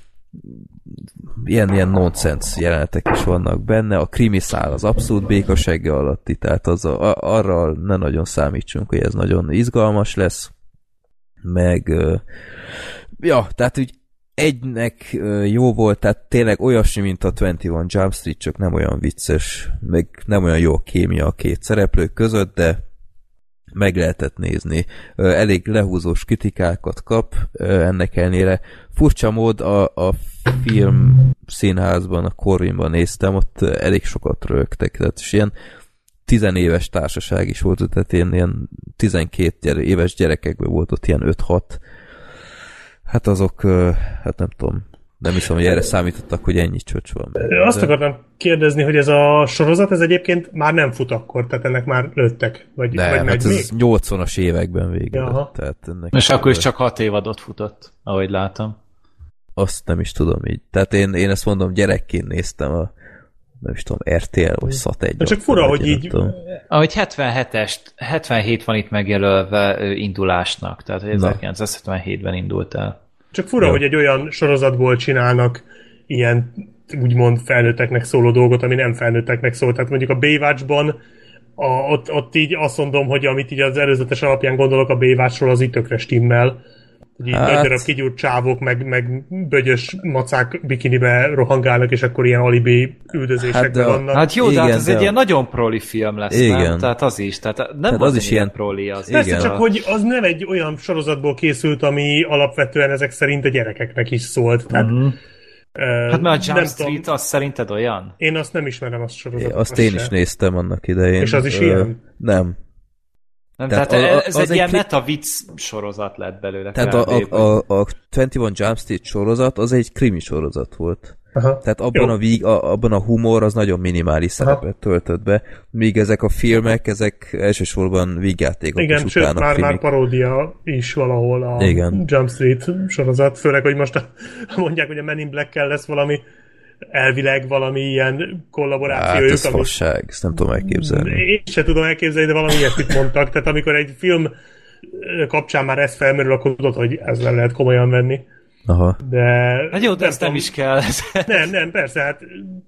ilyen, ilyen nonsense jelenetek is vannak benne, a krimi szál az abszolút békasegge alatti, tehát az a, arra ne nagyon számítsunk, hogy ez nagyon izgalmas lesz, meg ja, tehát úgy egynek jó volt, tehát tényleg olyasmi, mint a huszonegy Jump Street, csak nem olyan vicces, meg nem olyan jó kémia a két szereplő között, de meg lehetett nézni. Elég lehúzós kritikákat kap ennek ellenére. Furcsa mód a, a film színházban, a Corvinban néztem, ott elég sokat rögtek, tehát és ilyen tizenéves társaság is volt, tehát ilyen, ilyen tizenkét éves gyerekekből volt ott ilyen öt-hat. Hát azok, hát nem tudom, nem hiszem, hogy erre számítottak, hogy ennyi csöcs van. De... Azt akartam kérdezni, hogy ez a sorozat, ez egyébként már nem fut akkor, tehát ennek már lőttek, vagy, nem, vagy hát megy ez még? nyolcvanas években végül. Tehát ennek és akkor is csak hat évadot futott, ahogy látom. Azt nem is tudom így. Tehát én, én ezt mondom, gyerekként néztem a nem is tudom, er té el vagy szat egy. Csak fura, hogy így... Ahogy hetvenhetes, hetvenhét van itt megjelölve indulásnak, tehát ezerkilencszázhetvenhétben indult el. Csak fura, ja. hogy egy olyan sorozatból csinálnak ilyen úgymond felnőtteknek szóló dolgot, ami nem felnőtteknek szól. Tehát mondjuk a Baywatch-ban a, ott, ott így azt mondom, hogy amit így az előzetes alapján gondolok a Baywatchról, az így tökre stimmel. Így hát... nagy darab kigyúrt csávok, meg, meg bögyös macák bikinibe rohangálnak, és akkor ilyen alibi üldözésekben hát vannak. Hát jó, igen, de hát ez de egy a... ilyen nagyon proli film lesz, igen. nem? Tehát az is. Tehát nem tehát az, az is ilyen proli. Az persze, igen. csak hogy az nem egy olyan sorozatból készült, ami alapvetően ezek szerint a gyerekeknek is szólt. Tehát, mm-hmm. uh, hát mert a Jump Street, az szerinted olyan? Én azt nem ismerem, azt sorozatot. É, azt én is néztem annak idején. És az is uh, ilyen? Nem. Nem, tehát, tehát a, ez egy ilyen kli... meta-vicc sorozat lett belőle. Tehát a, a, a, a huszonkettő Jump Street sorozat az egy krimi sorozat volt. Aha. Tehát abban a, víg, a, abban a humor az nagyon minimális szerepet Aha. töltött be, míg ezek a filmek, ezek elsősorban vígjátékok. Igen, és sőt, már, már paródia is valahol a Igen. Jump Street sorozat, főleg, hogy most a, mondják, hogy a Men in Black-kel lesz valami elvileg valami ilyen kollaborációjuk. Hát ez ami... fasság, ezt nem tudom elképzelni. Én sem tudom elképzelni, de valami ilyesmit mondtak. Tehát amikor egy film kapcsán már ez felmerül, akkor tudod, hogy ez nem lehet komolyan venni. Aha. De... Hát jó, de ezt nem is kell. Nem, nem, persze, hát...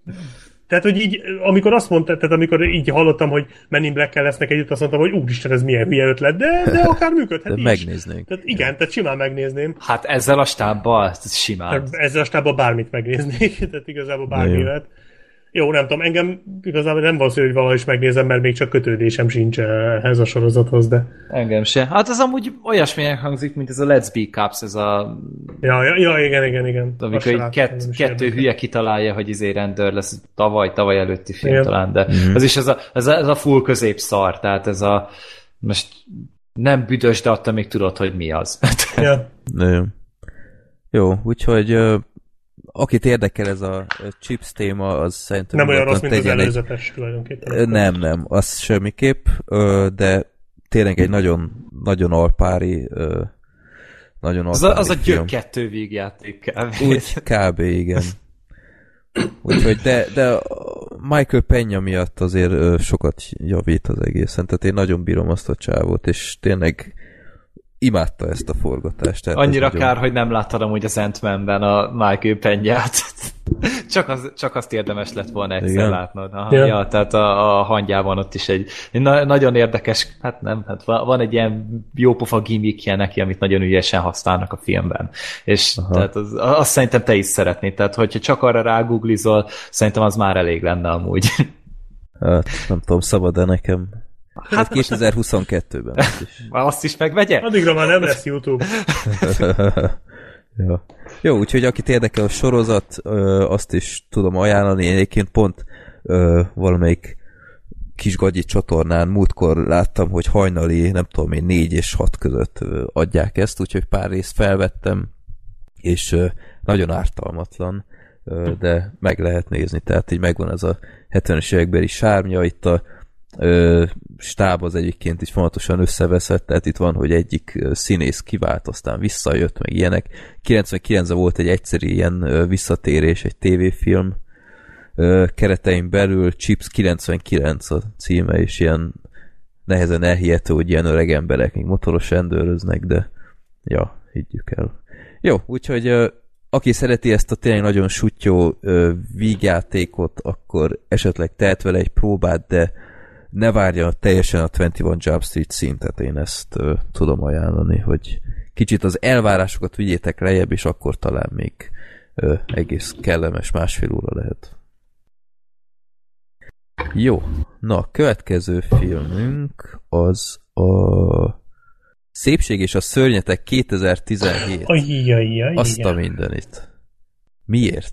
Tehát, hogy így, amikor azt mondtad, tehát amikor így hallottam, hogy Men in Black-kel lesznek együtt, azt mondtam, hogy úristen, ez milyen hülye ötlet, de, de akár működhet de is. Megnéznénk. Tehát igen, tehát simán megnézném. Hát ezzel a stábbal simán. Ezzel a stábbal bármit megnéznék, tehát igazából bármivel. Jó, nem tudom, engem igazából nem valószínű, hogy valahogy is megnézem, mert még csak kötődésem sincs ehhez a sorozathoz, de... Engem se. Hát ez amúgy olyasmilyen hangzik, mint ez a Let's Be Cops, ez a... Ja, ja, ja igen, igen, igen. Amikor egy kett, kettő hülye kitalálja, hogy izé rendőr lesz, tavaly, tavaly előtti film igen. talán, de mm. az is ez a, ez, a, ez a full középszar, tehát ez a... Most nem büdös, de attól még tudod, hogy mi az. Ja. Jó. Jó, úgyhogy... Akit érdekel ez a chips téma, az szerintem... Nem olyan rossz, mint az előzetes egy... tulajdonképpen. Nem, nem, az semmiképp, de tényleg egy nagyon, nagyon alpári nagyon alpári Az a, az a film. Gyök kettő vígjáték kb. Úgy kb. Igen. Úgyhogy, de, de Michael Peña miatt azért sokat javít az egészen, tehát én nagyon bírom azt a csávót, és tényleg imádta ezt a forgatást. Annyira nagyon... kár, hogy nem láttad amúgy az Ant-Man-ben a Michael Peñát. csak, az, csak azt érdemes lett volna egyszer Igen. látnod. Aha, ja. Ja, tehát a, a hangyában ott is egy, egy na, nagyon érdekes, hát nem, hát van egy ilyen jópofa gimmickje neki, amit nagyon ügyesen használnak a filmben. És tehát az, azt szerintem te is szeretnéd. Tehát, hogyha csak arra rágooglizol, szerintem az már elég lenne amúgy. Hát, nem tudom, szabad-e nekem? Hát kétezer-huszonkettőben azt is. Azt is megvegye? Addigra már nem lesz YouTube. Jó. Jó, úgyhogy akit érdekel a sorozat, azt is tudom ajánlani. Én egyébként pont valamelyik kis gagyi csatornán múltkor láttam, hogy hajnali, nem tudom én, négy és hat között adják ezt, úgyhogy pár részt felvettem, és nagyon ártalmatlan, de meg lehet nézni. Tehát így megvan ez a hetvenes évekbeli sármja, itt a Ö, stáb az egyébként is fontosan összeveszett, tehát itt van, hogy egyik színész kivált, aztán visszajött, meg ilyenek. kilencvenkilencben volt egy egyszerű ilyen ö, visszatérés, egy tévéfilm ö, keretein belül, Chips kilencvenkilenc a címe, és ilyen nehezen elhihető, hogy ilyen öreg emberek még motoros rendőröznek, de ja, higgyük el. Jó, úgyhogy ö, aki szereti ezt a tényleg nagyon suttyó ö, vígjátékot, akkor esetleg tehet vele egy próbát, de ne várja teljesen a huszonkettő Jump Street szintet, én ezt uh, tudom ajánlani, hogy kicsit az elvárásokat vigyétek lejjebb, és akkor talán még uh, egész kellemes másfél óra lehet. Jó, na, a következő filmünk az a Szépség és a szörnyetek kétezer-tizenhét. Ajjajjaj. Azt a mindenit. Miért?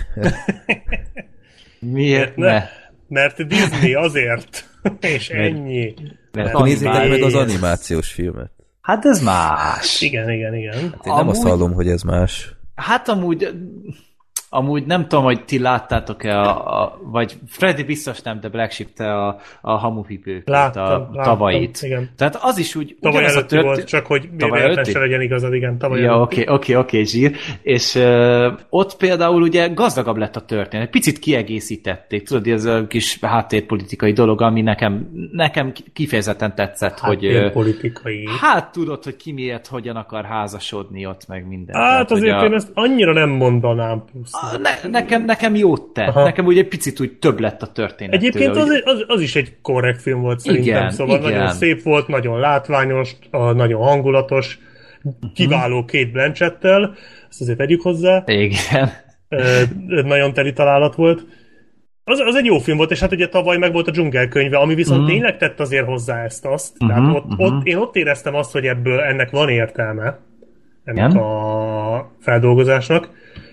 Miért ne? Mert Disney azért. És ennyi. Mert akkor nézzétek meg az animációs filmet. Hát ez más. Igen, igen, igen. Hát én amúgy... nem azt hallom, hogy ez más. Hát amúgy... amúgy nem tudom, hogy ti láttátok-e, a, a, vagy Freddy biztos nem, de Black Sheep, te a, a hamupipőket, a tavait. Igen. Tehát az is úgy... Tavaly előtti tört... volt, csak hogy véletlenül legyen igazad, igen. Tavaly ja, oké, oké, oké, zsír. És uh, ott például ugye gazdagabb lett a történet. Picit kiegészítették. Tudod, ez a kis háttérpolitikai dolog, ami nekem, nekem kifejezetten tetszett, hogy... Háttérpolitikai. Hát tudod, hogy ki miért, hogyan akar házasodni ott, meg minden. Hát tehát, azért a... én ezt annyira nem mondanám. A, ne, nekem, nekem jót tett. Aha. Nekem úgy egy picit úgy több lett a történet. Egyébként tőle, az, hogy... az, az is egy korrekt film volt szerintem. Igen, szóval igen. nagyon szép volt, nagyon látványos, nagyon hangulatos, kiváló Kate Blanchettel, ezt azért tegyük hozzá. Igen. E, nagyon teli találat volt. Az, az egy jó film volt, és hát ugye tavaly meg volt a Dzsungelkönyve, ami viszont uh-huh. tényleg tett azért hozzá ezt-azt. Uh-huh, Tehát ott, uh-huh. ott, én ott éreztem azt, hogy ebből ennek van értelme, ennek Igen? a feldolgozásnak.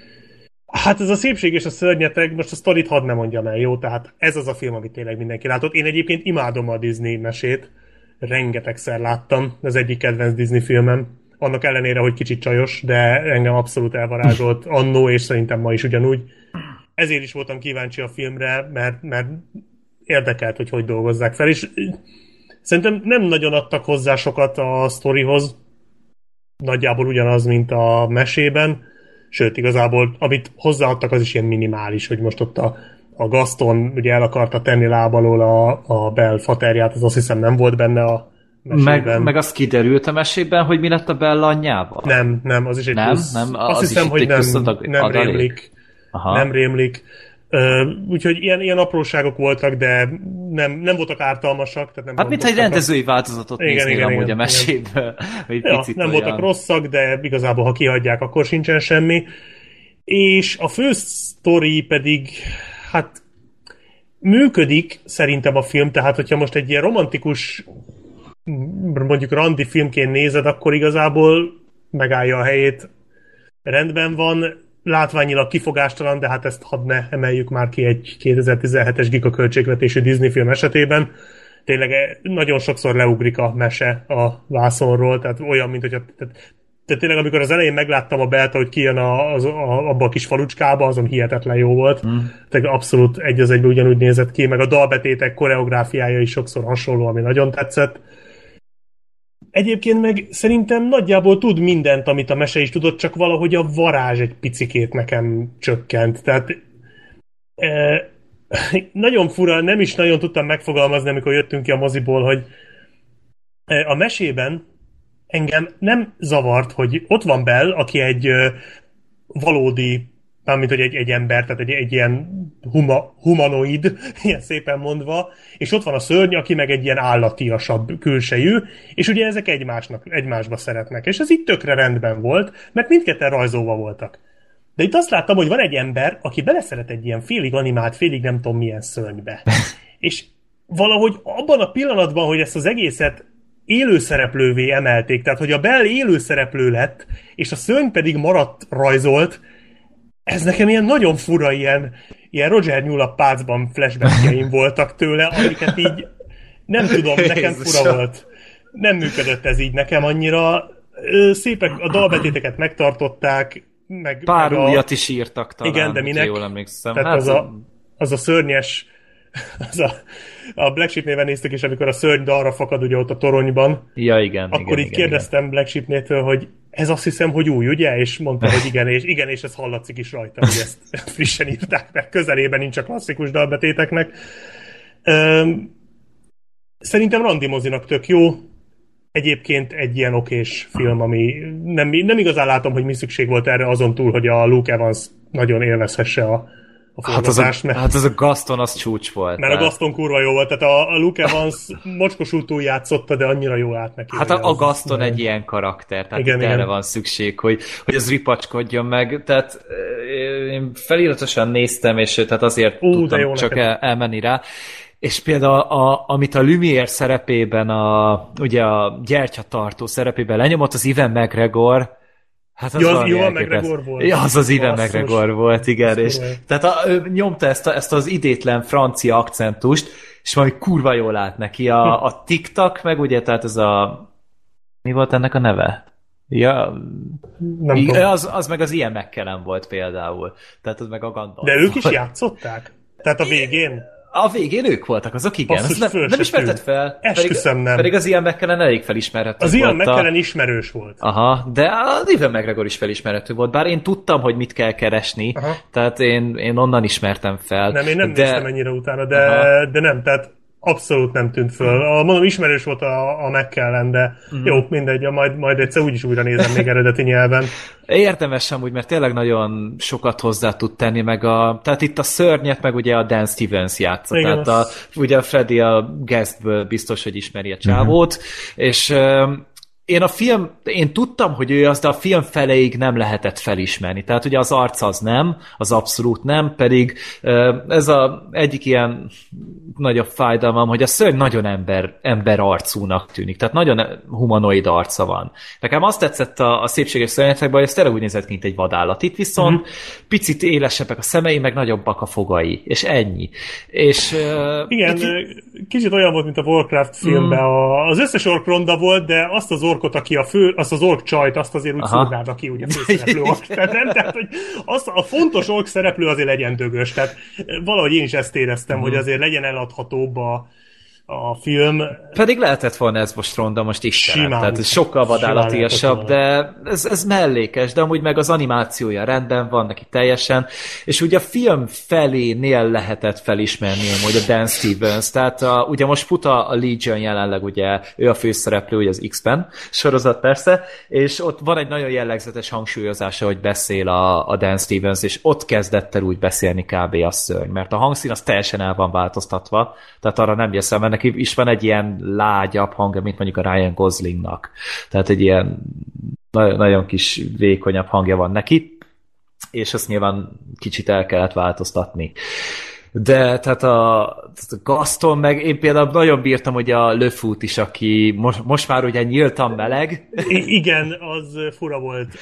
Hát ez a szépség és a szörnyeteg, most a sztorit hadd ne mondjam el, jó? Tehát ez az a film, amit tényleg mindenki látott. Én egyébként imádom a Disney mesét, rengetegszer láttam, az egyik kedvenc Disney filmem. Annak ellenére, hogy kicsit csajos, de engem abszolút elvarázsolt annó, és szerintem ma is ugyanúgy. Ezért is voltam kíváncsi a filmre, mert, mert érdekelt, hogy hogy dolgozzák fel, és szerintem nem nagyon adtak hozzá sokat a sztorihoz, nagyjából ugyanaz, mint a mesében, sőt, igazából, amit hozzáadtak, az is ilyen minimális, hogy most ott a, a Gaston ugye el akarta tenni lábalól a, a Belle faterját, az azt hiszem nem volt benne a mesében. Meg, meg az kiderült a mesében, hogy mi lett a Bella anyjával? Nem, nem, az is egy nem, plusz. Nem, azt az hiszem, hogy nem, adag, nem rémlik. Aha. Nem rémlik. Uh, úgyhogy ilyen, ilyen apróságok voltak, de nem, nem voltak ártalmasak. Tehát nem hát mintha egy rendezői változatot néznél amúgy a meséből. Ja, nem olyan. voltak rosszak, de igazából ha kihagyják, akkor sincsen semmi. És a fő sztori pedig hát működik szerintem a film, tehát hogyha most egy ilyen romantikus mondjuk randi filmként nézed, akkor igazából megállja a helyét. Rendben van, látványilag kifogástalan, de hát ezt hadd ne emeljük már ki egy kétezer-tizenhetes gigaköltségvetésű Disney film esetében. Tényleg nagyon sokszor leugrik a mese a vászonról, tehát olyan, mint hogyha... Tehát, tehát tényleg, amikor az elején megláttam a Belta, hogy kijön a, az, a, abba a kis falucskába, azon hihetetlen jó volt. Mm. Tehát abszolút egy az egyben ugyanúgy nézett ki, meg a dalbetétek koreográfiája is sokszor hasonló, ami nagyon tetszett. Egyébként meg szerintem nagyjából tud mindent, amit a mese is tudott, csak valahogy a varázs egy picikét nekem csökkent. Tehát e, nagyon fura, nem is nagyon tudtam megfogalmazni, amikor jöttünk ki a moziból, hogy e, a mesében engem nem zavart, hogy ott van Belle, aki egy e, valódi, mármint hogy egy, egy ember, tehát egy, egy ilyen huma, humanoid, ilyen szépen mondva, és ott van a szörny, aki meg egy ilyen állatiasabb külsejű, és ugye ezek egymásnak, egymásba szeretnek. És ez itt tökre rendben volt, mert mindketten rajzolva voltak. De itt azt láttam, hogy van egy ember, aki beleszeret egy ilyen félig animált, félig nem tudom milyen szörnybe. És valahogy abban a pillanatban, hogy ezt az egészet élőszereplővé emelték, tehát hogy a Belle élőszereplő lett, és a szörny pedig maradt rajzolt, ez nekem ilyen nagyon fura, ilyen, ilyen Roger Newell a pácban flashbackjeim voltak tőle, amiket így nem tudom, nekem fura volt. Nem működött ez így nekem annyira. Szépek, a dalbetéteket megtartották, meg, pár meg újat is írtak talán, igen, de minek? Jól emlékszem. Tehát hát, az, a, az a szörnyes, az a, a Black Sheep néven néztek, és amikor a szörny dalra fakad ugye ott a toronyban, ja, igen, akkor igen, így igen, kérdeztem igen. Black Sheep-nétől, hogy ez azt hiszem, hogy új, ugye? És mondta, hogy igen, és igen, és ez hallatszik is rajta, hogy ezt frissen írták, mert közelében nincs a klasszikus dalbetéteknek. Üm, szerintem Randi mozinak tök jó. Egyébként egy ilyen okés film, ami nem, nem igazán látom, hogy mi szükség volt erre, azon túl, hogy a Luke Evans nagyon élvezhesse a, a forgatást. Hát az a, mert, hát az a Gaston az csúcs volt. Mert tehát. A Gaston kurva jó volt, tehát a, a Luke Evans mocskosútul játszotta, de annyira jó állt neki. Hát a, a Gaston az, egy ilyen karakter, tehát igen, itt igen. erre van szükség, hogy, hogy az ripacskodjon meg, tehát én feliratosan néztem, és tehát azért Ú, tudtam csak el, elmenni rá. És például, a, amit a Lumière szerepében, a, ugye a gyertyatartó szerepében lenyomott az Ewan McGregor, hát az ja, az Ewan McGregor volt. Ja, az az Ewan McGregor volt, igen. És, tehát a, ő nyomta ezt, a, ezt az idétlen francia akcentust, és valami kurva jól állt neki. A, a TikTok meg ugye, tehát ez a... Mi volt ennek a neve? Ja, nem igen, az, az meg az Ian McKellen volt például. Tehát az meg a Gandalf. De ők is játszották? Tehát a végén? A végén ők voltak, azok igen. Basszus, nem, nem ismerted fel? Esküszöm, nem. Pedig az Ian McKellen elég felismerhető az volt. Az Ian McKellen a... ismerős volt. Aha, de az Ewan McGregor is felismerhető volt, bár én tudtam, hogy mit kell keresni, aha. Tehát én, én onnan ismertem fel. Nem, én nem de... néztem ennyire utána, de, de nem, tehát abszolút nem tűnt föl. A, mondom, ismerős volt a, a McKellen, de mm. jó, mindegy, majd, majd egyszer úgyis újra nézem még eredeti nyelven. Érdemes sem úgy, mert tényleg nagyon sokat hozzá tud tenni, meg a, tehát itt a szörnyet, meg ugye a Dan Stevens játszott. Igen, tehát az... a, ugye a Freddy a Guestből biztos, hogy ismeri a csávót, mm-hmm. és én a film, én tudtam, hogy ő az, de a film feleig nem lehetett felismerni. Tehát ugye az arc az nem, az abszolút nem, pedig ez a egyik ilyen nagyobb fájdalmam, hogy a szörny nagyon ember, ember arcúnak tűnik. Tehát nagyon humanoid arca van. Nekem azt tetszett a, a szépséges szörnyetekben, hogy ez tényleg úgy nézett, mint egy vadállat. Itt viszont mm-hmm. picit élesebbek a szemei, meg nagyobbak a fogai. És ennyi. És, uh, igen, itt... kicsit olyan volt, mint a Warcraft filmben. Mm. Az összes ork ronda volt, de azt az orkot, aki a fő, azt az ork csajt, azt azért úgy szúrnád, aki ugye főszereplő ork. Tehát nem, tehát, hogy az, a fontos ork szereplő azért legyen dögös. Tehát valahogy én is ezt éreztem, mm. hogy azért legyen eladhatóbb a, a film. Pedig lehetett volna ez most ronda, most Istenem. Simán, tehát ez sokkal vadállatiasabb, de ez, ez mellékes, de amúgy meg az animációja rendben van neki teljesen, és ugye a film felénél lehetett felismerni, hogy a Dan Stevens, tehát a, ugye most fut a, a Legion jelenleg, ugye ő a főszereplő, ugye az X-Men sorozat persze, és ott van egy nagyon jellegzetes hangsúlyozása, hogy beszél a, a Dan Stevens, és ott kezdett el úgy beszélni kb. A szörny, mert a hangszín az teljesen el van változtatva, tehát arra nem jössz el, neki is van egy ilyen lágyabb hangja, mint mondjuk a Ryan Goslingnak. Tehát egy ilyen nagyon, nagyon kis vékonyabb hangja van neki, és ezt nyilván kicsit el kellett változtatni. De tehát a, a Gaston meg, én például nagyon bírtam, hogy a Le Fut is, aki most, most már ugye nyíltan meleg. I- igen, az fura volt.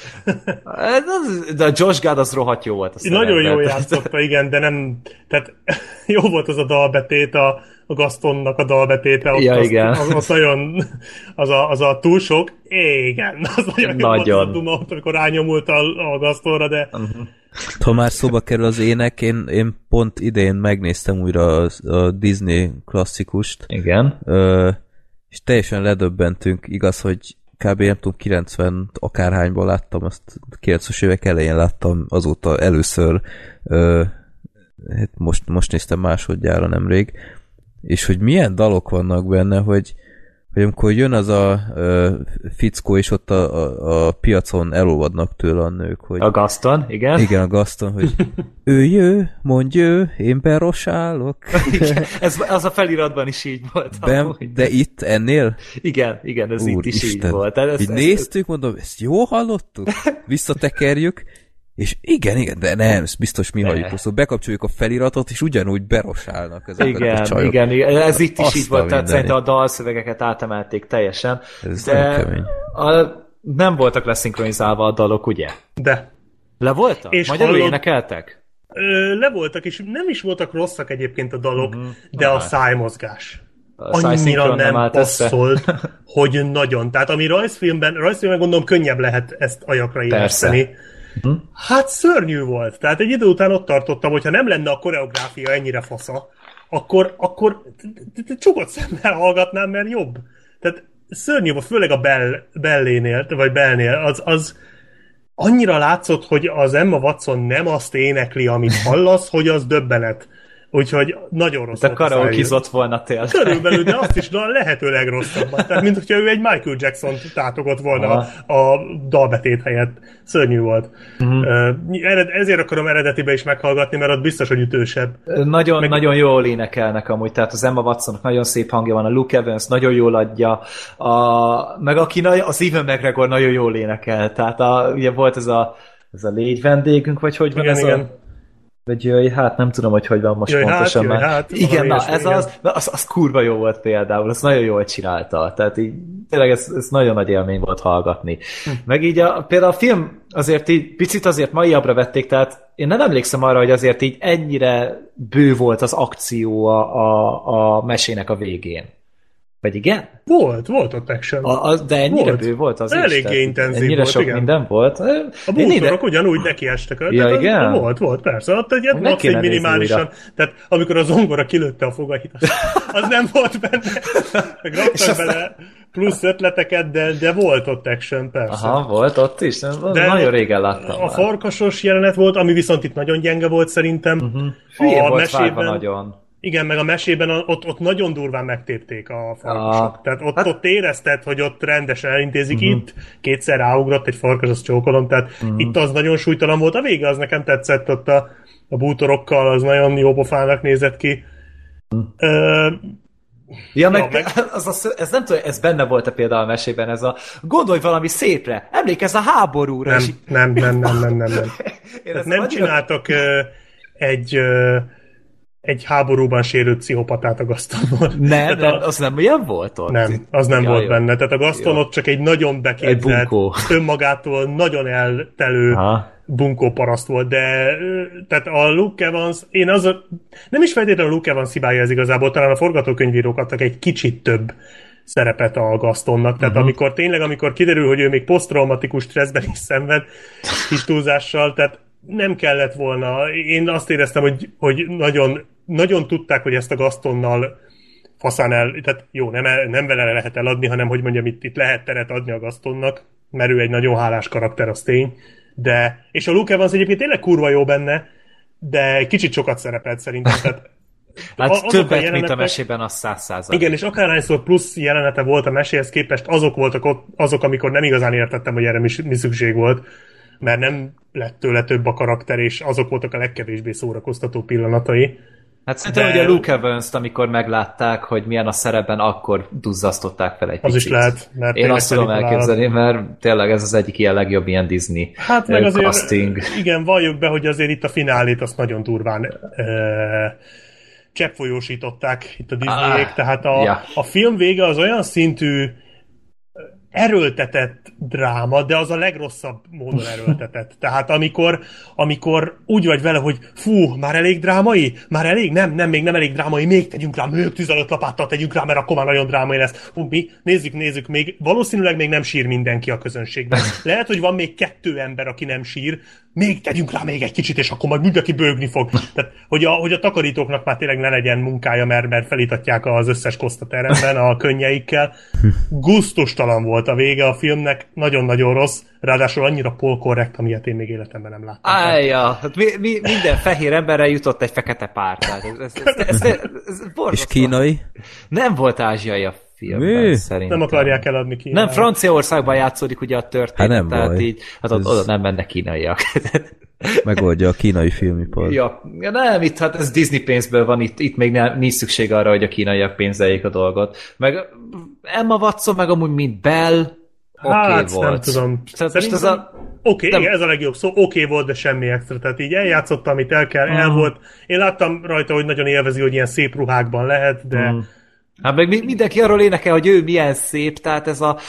De a Josh Gad az rohadt jó volt. Nagyon jól játszotta, igen, de nem, tehát jó volt az a dalbetét, a, a Gastonnak a dalbetéte. Ott ja, az, igen. Az, az nagyon, az a, az a túl sok, igen, az nagyon, nagyon. Jó volt az a duma, amikor rányomult a, a Gastonra, de uh-huh. Ha már szóba kerül az ének, én, én pont idén megnéztem újra a, a Disney klasszikust. Igen. Ö, és teljesen ledöbbentünk, igaz, hogy kb. Nem tudom, kilencven akárhányban láttam, azt kilencvenes évek elején láttam azóta először, ö, hát most, most néztem másodjára nemrég, és hogy milyen dalok vannak benne, hogy hogy amikor jön az a uh, fickó, és ott a, a, a piacon elolvadnak tőle a nők, hogy... A Gaston, igen? Igen, a Gaston, hogy ő jö, mondj ő, én berosálok. ez, az a feliratban is így volt. Ben, de itt ennél? Igen, igen, ez Úr, itt is Isten. Így volt. Ez, így ez, néztük, mondom, ezt jól hallottuk? Visszatekerjük, és igen, igen, de nem, ezt biztos mi halljuk. Szóval bekapcsoljuk a feliratot, és ugyanúgy berosálnak ezek igen, a csajok. Igen, igen, ez itt is Azt így volt, tehát szerintem a dalszövegeket átemelték teljesen. Ez de a, nem voltak leszinkronizálva a dalok, ugye? De. Le voltak? És magyarul hallod... énekeltek? Ö, le voltak, és nem is voltak rosszak egyébként a dalok, uh-huh. de a szájmozgás. A annyira nem, nem passzolt, hogy nagyon. Tehát ami rajzfilmben, rajzfilmben gondolom könnyebb lehet ezt ajakra éleszteni. Uh-huh. Hát szörnyű volt. Tehát egy idő után ott tartottam, hogyha nem lenne a koreográfia ennyire fasza, akkor, akkor csukott szemmel hallgatnám, mert jobb. Tehát szörnyű volt, főleg a Bell, Bellénél, vagy Bellnél, az, az annyira látszott, hogy az Emma Watson nem azt énekli, amit hallasz, hogy az döbbenet. Úgyhogy nagyon rossz. De karaokizott volna tényleg. Körülbelül, de azt is a lehető legrosszabban. Tehát, mint hogyha ő egy Michael Jackson tátogott volna a, a dalbetét helyett. Szörnyű volt. Uh-huh. Ezért akarom eredetibe is meghallgatni, mert ott biztos, hogy ütősebb. Nagyon, Meg... nagyon jól énekelnek amúgy. Tehát az Emma Watsonnak nagyon szép hangja van, a Luke Evans nagyon jól adja. A... Meg aki az Ewan McGregor nagyon jól énekel. Tehát a, ugye volt ez a, ez a légy vendégünk, vagy hogy van igen, ez igen. a... Vagy jöjj, hát nem tudom, hogy hogy van most jöjj pontosan hát, már. Hát, igen, na, ez az, na, az, az kurva jó volt például, az nagyon jól csinálta. Tehát így, tényleg ez, ez nagyon nagy élmény volt hallgatni. Hm. Meg így a, például a film azért így picit azért maiabbra vették, tehát én nem emlékszem arra, hogy azért így ennyire bő volt az akció a, a, a mesének a végén. Vagy igen? Volt, volt ott action. A, a, de ennyire volt. Bő volt az eléggé is. Eléggé intenzív ennyire volt, sok igen. minden volt. A bútorok ugyanúgy nekiestek. Ja, az, igen? Volt, volt, persze. Ott egy max egy minimálisan. Tehát amikor a zongora kilőtte a fogait, az, az nem volt benne. Meg raktak bele plusz ötleteket, de, de volt ott action, persze. Aha, volt ott is. De nagyon régen láttam. A már. Farkasos jelenet volt, ami viszont itt nagyon gyenge volt szerintem. Uh-huh. Hülyén a volt mesében, nagyon. Igen, meg a mesében ott, ott nagyon durván megtépték a farkasok. Ah. Tehát ott, hát... ott érezted, hogy ott rendesen elintézik. Uh-huh. Itt kétszer ráugrott egy farkas, azt csókolom, tehát uh-huh. itt az nagyon súlytalan volt. A vége az nekem tetszett, ott a, a bútorokkal, az nagyon jó pofának nézett ki. Uh-huh. Uh, Ja, meg, meg... Az, az, ez nem tudom, ez benne volt-e például a mesében, ez a gondolj valami szépre, emlékezz a háborúra. Nem, és... nem, nem, nem, nem, nem, nem. nem annyira... csináltak uh, egy... Uh, egy háborúban sérült pszichopatát a Gastonból. Nem, nem a... az nem ilyen volt ott? Nem, az nem ja, volt jó. benne. Tehát a Gaston jó. ott csak egy nagyon beképzelt, önmagától nagyon eltelő Aha. bunkó paraszt volt, de tehát a Luke Evans, én az a, nem is feltétlenül a Luke Evans hibája ez igazából, talán a forgatókönyvírók adtak egy kicsit több szerepet a Gastonnak. Tehát uh-huh. amikor tényleg, amikor kiderül, hogy ő még posztraumatikus stresszben is szenved, kis túlzással, tehát nem kellett volna. Én azt éreztem, hogy, hogy nagyon, nagyon tudták, hogy ezt a Gastonnal faszán el, tehát jó, nem, nem vele lehet eladni, hanem hogy mondjam, itt, itt lehet teret adni a Gastonnak, mert ő egy nagyon hálás karakter, az tény. De, és a Luke Evans egyébként tényleg kurva jó benne, de kicsit sokat szerepelt szerintem. Tehát hát többet, mint a mesében, az száz százalék. Igen, és akárhányszor plusz jelenete volt a meséhez képest, azok voltak ott, azok, amikor nem igazán értettem, hogy erre mi, mi szükség volt, mert nem lett tőle több a karakter, és azok voltak a legkevésbé szórakoztató pillanatai. Hát szerintem, de... hogy a Luke Evans-t, amikor meglátták, hogy milyen a szerepben, akkor duzzasztották fel egy az picit. Az is lehet. Mert én azt tudom elképzelni, mert tényleg ez az egyik ilyen legjobb ilyen Disney hát meg azért, casting. Igen, valljuk be, hogy azért itt a finálét azt nagyon durván e, cseppfolyósították itt a Disneyék, ah, tehát a, ja. a film vége az olyan szintű erőltetett dráma, de az a legrosszabb módon erőltetett. Tehát amikor, amikor úgy vagy vele, hogy fú, már elég drámai? Már elég? Nem, nem, még nem elég drámai, még tegyünk rá, még tizenöt lapáttal tegyünk rá, mert akkor már nagyon drámai lesz. Fú, mi? Nézzük, nézzük, még valószínűleg még nem sír mindenki a közönségben. Lehet, hogy van még kettő ember, aki nem sír, még tegyünk rá még egy kicsit, és akkor majd mindenki bőgni fog. Tehát, hogy a, hogy a takarítóknak már tényleg ne legyen munkája, mert, mert felítatják az összes kosztateremben a könnyeikkel. Gusztustalan volt a vége a filmnek, nagyon-nagyon rossz, ráadásul annyira polkorrekt, amilyet én még életemben nem láttam. Ájja, hát mi, mi, minden fehér emberre jutott egy fekete pár. Tehát ez, ez, ez, ez, ez, ez és kínai? Nem volt ázsiai a filmben, szerintem. Nem akarják eladni Kínára. Nem, Franciaországban játszódik ugye a történet, hát nem tehát baj. Így, hát ez... oda nem mennek kínaiak. Megoldja a kínai filmipar. Ja, ja, nem, itt hát ez Disney pénzből van, itt, itt még nem, nincs szükség arra, hogy a kínaiak pénzeljék a dolgot. Meg Emma Watson, meg amúgy mint Belle, oké okay hát, volt. nem tudom. Ez a... Oké, okay, ez a legjobb szó, oké okay volt, de semmi extra. Tehát így eljátszotta, amit el kell, mm. el volt. Én láttam rajta, hogy nagyon élvezi, hogy ilyen szép ruhákban lehet, de... Mm. Hát meg mindenki arról énekel, hogy ő milyen szép, tehát ez a...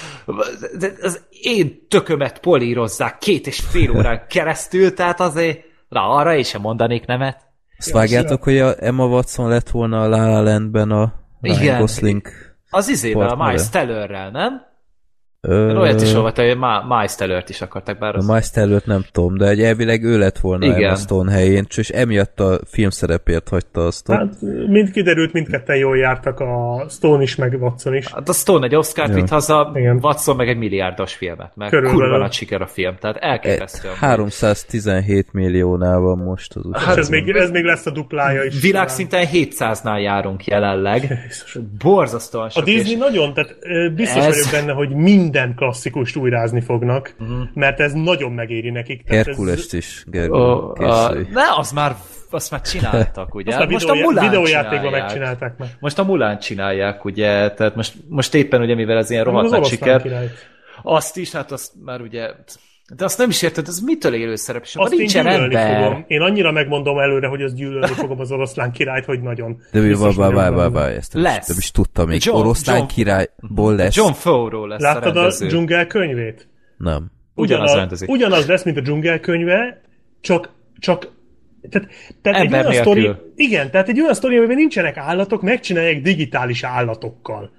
az én tökömet polírozzák két és fél órán keresztül, tehát azért... Na, arra én sem mondanék nemet. Azt vágjátok, hogy a Emma Watson lett volna a La La Landben a Ryan Gosling az izével, a Miles Tellerrel, nem? Ö... Olyat is olvata, hogy Miles Tellert is akartak, bár az... A Miles Tellert nem tudom, de egy elvileg ő lett volna igen. Emma Stone helyén, és emiatt a filmszerepért hagyta azt. Hát, mind kiderült, mindketten jól jártak, a Stone is, meg Watson is. Hát a Stone egy Oscar-t vitt haza, igen. Watson meg egy milliárdos filmet, mert körülbelül. Kurva nagy siker a film, tehát elképesztően. háromszáztizenhét milliónál van most az után. Hát ez még, ez még lesz a duplája is. Világszinten hétszáznál járunk jelenleg. Borzasztóan sok. A Disney és... nagyon, tehát biztos ez... vagyok benne, hogy mind minden klasszikust újrázni fognak, uh-huh. mert ez nagyon megéri nekik. Herkulest ez... is, Gergő, oh, uh, Ne, az már, azt már csináltak, ugye? Azt a most videó, a Mulán videójátékban megcsinálták meg. Most a Mulán csinálják, ugye? Tehát most, most éppen, ugye, mivel ez ilyen rohadt nagy siker. Királyt. Azt is, hát azt már ugye... De azt nem is érted, ez mitől élő szerep? És azt nincsen ember. Fogom. Én annyira megmondom előre, hogy az gyűlölni fogom az oroszlán királyt, hogy nagyon. De mi van, várj, várj, várj, ezt lesz. Nem is tudtam még. John, oroszlán John, királyból lesz. John Favreau lesz. Láttad a, a dzsungel könyvét? Nem. Ugyanaz rendezi. Ugyanaz lesz, mint a dzsungel könyve, csak, csak tehát, tehát egy olyan sztori, igen, tehát egy olyan sztori, amiben nincsenek állatok, megcsinálják digitális állatokkal.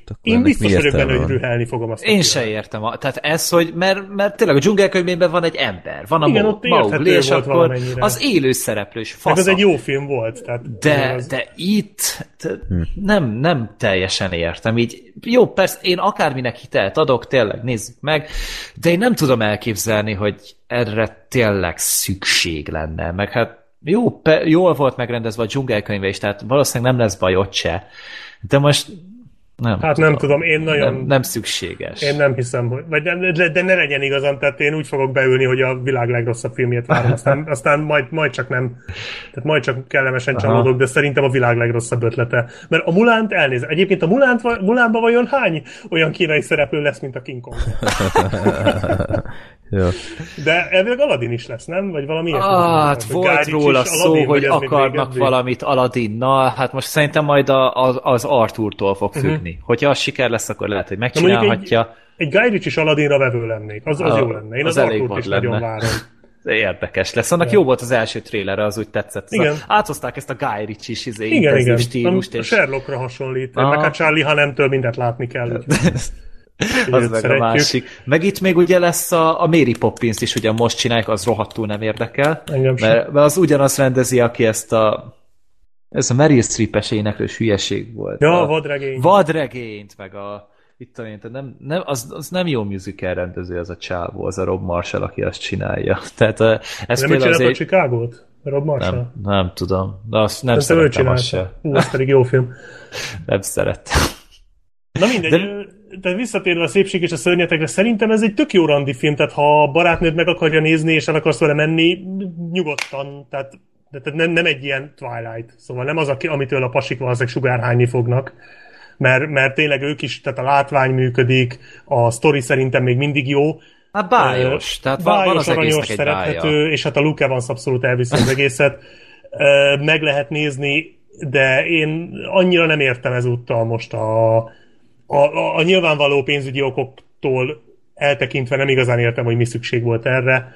most akkor én biztos vagyok benne, hogy rühelni fogom azt. Én se értem. A, tehát ez, hogy mert, mert tényleg a dzsungelkönyvében van egy ember, van a igen, Mo- ott Mowgli, és akkor valamennyire. Az élő szereplős fasz. Ez egy jó film volt. Tehát de, az... de itt hm. nem, nem teljesen értem. Így, jó, persze, én akárminek hitelt adok, tényleg nézzük meg, de én nem tudom elképzelni, hogy erre tényleg szükség lenne. Meg hát jó, pe, jól volt megrendezve a dzsungelkönyve is, tehát valószínűleg nem lesz baj ott se. De most nem. Hát tudom. nem tudom, én nagyon... Nem, nem szükséges. Én nem hiszem, hogy... Vagy de, de ne legyen igazam, tehát én úgy fogok beülni, hogy a világ legrosszabb filmjét várom, aztán, aztán majd, majd csak nem... Tehát majd csak kellemesen aha. csalódok, de szerintem a világ legrosszabb ötlete. Mert a Mulánt elnézem. Egyébként a Mulánt, Mulánban vajon hány olyan kínai szereplő lesz, mint a King Kong? Ja. De elvileg Aladdin is lesz, nem? Vagy valami ilyesmi? Hát volt róla szó, Aladdin, hogy akarnak valamit Aladinnal, hát most szerintem majd a, a, az Arthurtól fog függni. Uh-huh. Hogyha az siker lesz, akkor lehet, hogy megcsinálhatja. Egy, egy Guy Ritchie is Aladdinra vevő lennék, az, az a, jó lenne. Én az, az Arthurt is lenne. Nagyon várom. Érdekes lesz. Annak jó volt az első trailer, az úgy tetszett. Igen. Áthozták ezt a Guy Ritchie-s izé, igen, igen. stílust. A, és... a Sherlockra hasonlít, ah. meg a Charlie Hunnamtől mindent látni kell. Az meg a másik. Meg itt még ugye lesz a, a Mary Poppins is, ugye most csinálják, az rohadtul nem érdekel. Mert, mert az ugyanaz rendezi, aki ezt a ez a Meryl Streep-es éneklős hülyeség volt. Ja, a vadregény. Vadregényt, meg a itt tudom, nem, nem, az, az nem jó musical rendező az a csávó, az a Rob Marshall, aki azt csinálja. Tehát ez nem csinálta azért... a Chicago-t? Rob Marshall? Nem, nem tudom. De azt nem Szerintem szerettem azt se. Hú, az pedig jó film. Nem szerettem. Na mindegy, de... tehát visszatérve a Szépség és a szörnyetekre, szerintem ez egy tök jó randi film, tehát ha a barátnőd meg akarja nézni, és el akarsz vele menni, nyugodtan, tehát, tehát nem, nem egy ilyen Twilight, szóval nem az, amitől a pasik valószínűleg sugárhányni fognak, mert, mert tényleg ők is, tehát a látvány működik, a sztori szerintem még mindig jó. Hát bájos, uh, tehát bájos, van az aranyos, szerethető, és hát a Luke Evans abszolút elviszi az egészet. Uh, meg lehet nézni, de én annyira nem értem ezúttal most a A, a, a nyilvánvaló pénzügyi okoktól eltekintve nem igazán értem, hogy mi szükség volt erre,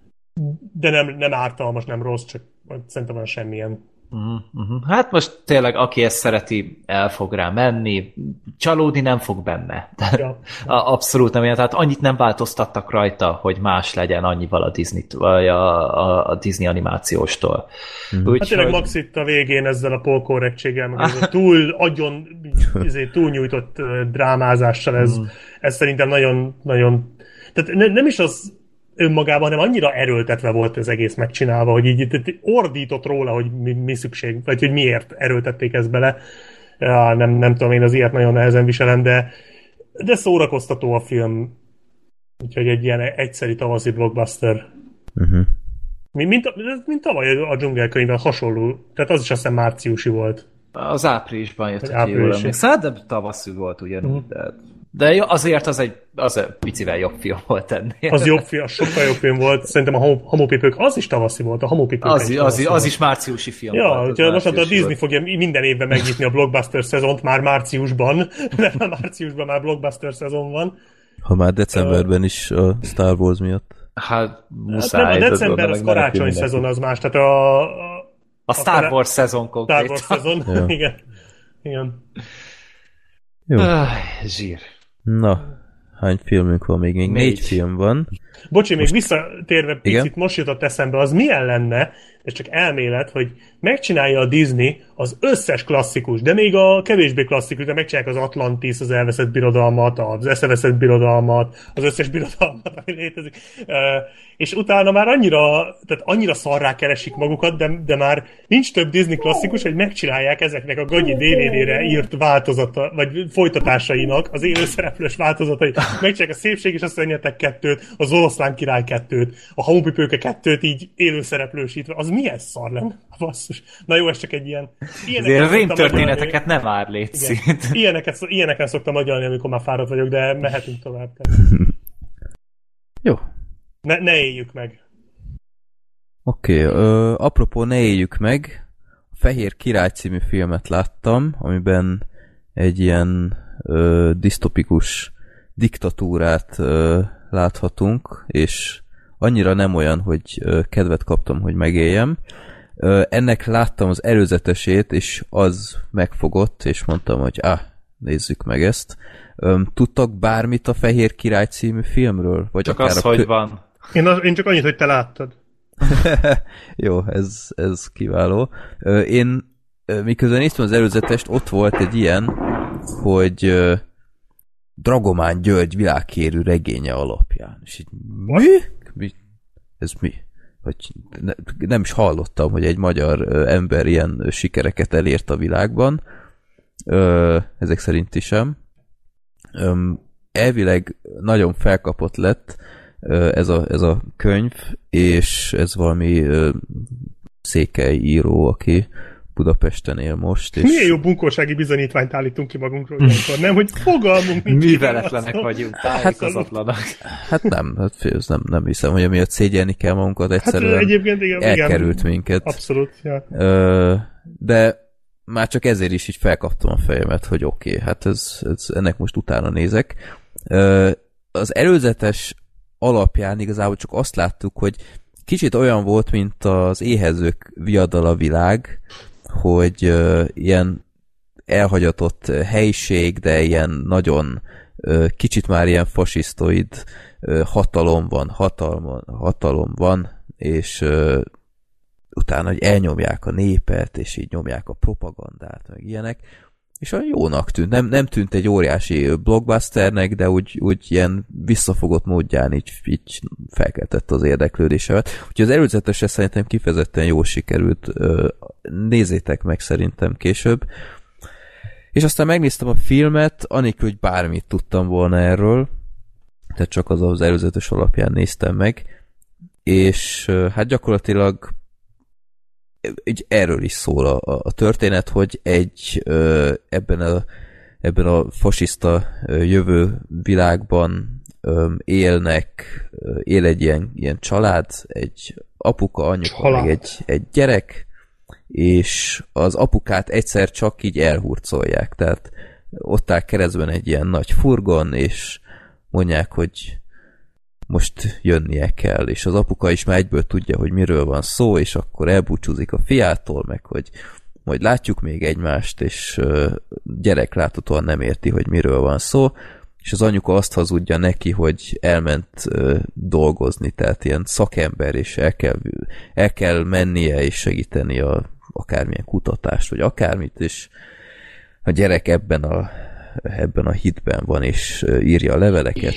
de nem, nem ártalmas, nem rossz, csak szerintem van semmilyen. Uh-huh, uh-huh. Hát most tényleg, aki ezt szereti, el fog rá menni, csalódni nem fog benne. Ja. Abszolút nem ilyen, tehát annyit nem változtattak rajta, hogy más legyen annyival a Disney, vagy a, a, a Disney animációstól. Uh-huh. Úgy, hát tényleg hogy... max itt a végén ezzel a polkorrektséggel, meg ez a túl agyon túlnyújtott drámázással, ez, uh-huh. ez szerintem nagyon, nagyon tehát ne, nem is az önmagában, hanem annyira erőltetve volt az egész megcsinálva, hogy így ordított róla, hogy mi, mi szükség, vagy hogy miért erőltették ezt bele. Ja, nem, nem tudom, én az ilyet nagyon nehezen viselem, de, de szórakoztató a film. Úgyhogy egy ilyen egyszeri tavaszi blockbuster. Uh-huh. Mint, mint, mint tavaly a dzsungelkönyvvel hasonló, tehát az is azt hiszem márciusi volt. Az áprilisban jött, hogy jól emlékszem. De tavaszú volt ugyanúgy, uh-huh. de... De jó, azért az egy, az egy picivel jobb film volt ennél. Az jobb film, sokkal jobb film volt. Szerintem a Hamupipők az is tavaszi volt. A Hamupipők az, az, az is márciusi film ja, volt. Ja, most a Disney volt. Fogja minden évben megnyitni a blockbuster szezont már márciusban, mert már márciusban már blockbuster szezon van. Ha már decemberben uh, is a Star Wars miatt. Hát muszáj. Hát nem, a december az karácsony szezon az más, tehát a... A, a Star a Wars szezon konkrétan. Star Wars szezon, igen. Igen. Jó. Ah, zsír. Na, hány filmünk van még? Még négy, négy film van. Bocsi, még most... visszatérve picit, igen? Most jutott eszembe, az milyen lenne, ez csak elmélet, hogy megcsinálja a Disney az összes klasszikus, de még a kevésbé klasszikus, de megcsinálják az Atlantis, az elveszett birodalmat, az eszeveszett birodalmat, az összes birodalmat, ami létezik. Uh, és utána már annyira, tehát annyira szarrá keresik magukat, de, de már nincs több Disney klasszikus, hogy megcsinálják ezeknek a gagyi dé vé dé-re írt változata, vagy folytatásainak, az élőszereplős változatai. Megcsinálják a Szépség és a Szörnyetek kettőt, az Oroszlán király kettőt, a Hamupipőke kettőt így élőszereplősítve. Az milyen szar lenne? Basszus. Na jó, ez csak egy ilyen... Azért rémtörténeteket nem vár, légy szint. Ilyeneket, ilyeneken szoktam agyalni, amikor már fáradt vagyok, de mehetünk tovább. Jó. Ne, ne éljük meg. Oké, okay, apropó ne éljük meg, a Fehér Király című filmet láttam, amiben egy ilyen ö, disztopikus diktatúrát ö, láthatunk, és annyira nem olyan, hogy ö, kedvet kaptam, hogy megéljem. Ö, ennek láttam az előzetesét, és az megfogott, és mondtam, hogy ah, nézzük meg ezt. Öm, tudtak bármit a Fehér Király című filmről? Vagy csak akár az, a hogy kö... van. Én, az, én csak annyit, hogy te láttad. Jó, ez, ez kiváló. Én miközben néztem az előzetest, ott volt egy ilyen, hogy Dragomán György világhírű regénye alapján. És így, mi? mi? Ez mi? Hogy ne, nem is hallottam, hogy egy magyar ember ilyen sikereket elért a világban. Ezek szerint is sem. Elvileg nagyon felkapott lett ez a, ez a könyv, és ez valami székely író, aki Budapesten él most. És... Milyen jó bunkósági bizonyítványt állítunk ki magunkról ilyenkor, nem? Hogy fogalmunk nincs. Műveletlenek vagyunk, tájékozatlanak. Hát nem, hát ez nem, nem hiszem, hogy amiatt szégyelni kell magunkat, egyszerűen hát, egyébként, igen, elkerült igen, minket. Abszolút, ja. De már csak ezért is így felkaptam a fejemet, hogy oké, okay, hát ez, ez, ennek most utána nézek. Az előzetes alapján igazából csak azt láttuk, hogy kicsit olyan volt, mint az Éhezők viadala világ, hogy uh, ilyen elhagyatott helység, de ilyen nagyon uh, kicsit már ilyen fasisztoid uh, hatalom van, hatalom, hatalom van, és uh, utána, hogy elnyomják a népet, és így nyomják a propagandát, meg ilyenek, és olyan jónak tűnt. Nem, nem tűnt egy óriási blockbusternek, de úgy, úgy ilyen visszafogott módján így, így felkeltett az érdeklődésemet. Úgyhogy az előzetesre szerintem kifejezetten jól sikerült. Nézzétek meg szerintem később. És aztán megnéztem a filmet, anélkül, hogy bármit tudtam volna erről, tehát csak az az előzetes alapján néztem meg, és hát gyakorlatilag így erről is szól a, a történet, hogy egy ö, ebben, a, ebben a fasiszta ö, jövő világban ö, élnek, ö, él egy ilyen, ilyen család, egy apuka, anyuka, meg egy, egy gyerek, és az apukát egyszer csak így elhurcolják, tehát ott áll keresztben egy ilyen nagy furgon, és mondják, hogy most jönnie kell, és az apuka is már egyből tudja, hogy miről van szó, és akkor elbúcsúzik a fiától, meg hogy majd látjuk még egymást, és gyerek láthatóan nem érti, hogy miről van szó, és az anyuka azt hazudja neki, hogy elment dolgozni, tehát ilyen szakember, és el kell, el kell mennie, és segíteni a akármilyen kutatást, vagy akármit, és a gyerek ebben a, ebben a hitben van, és írja a leveleket,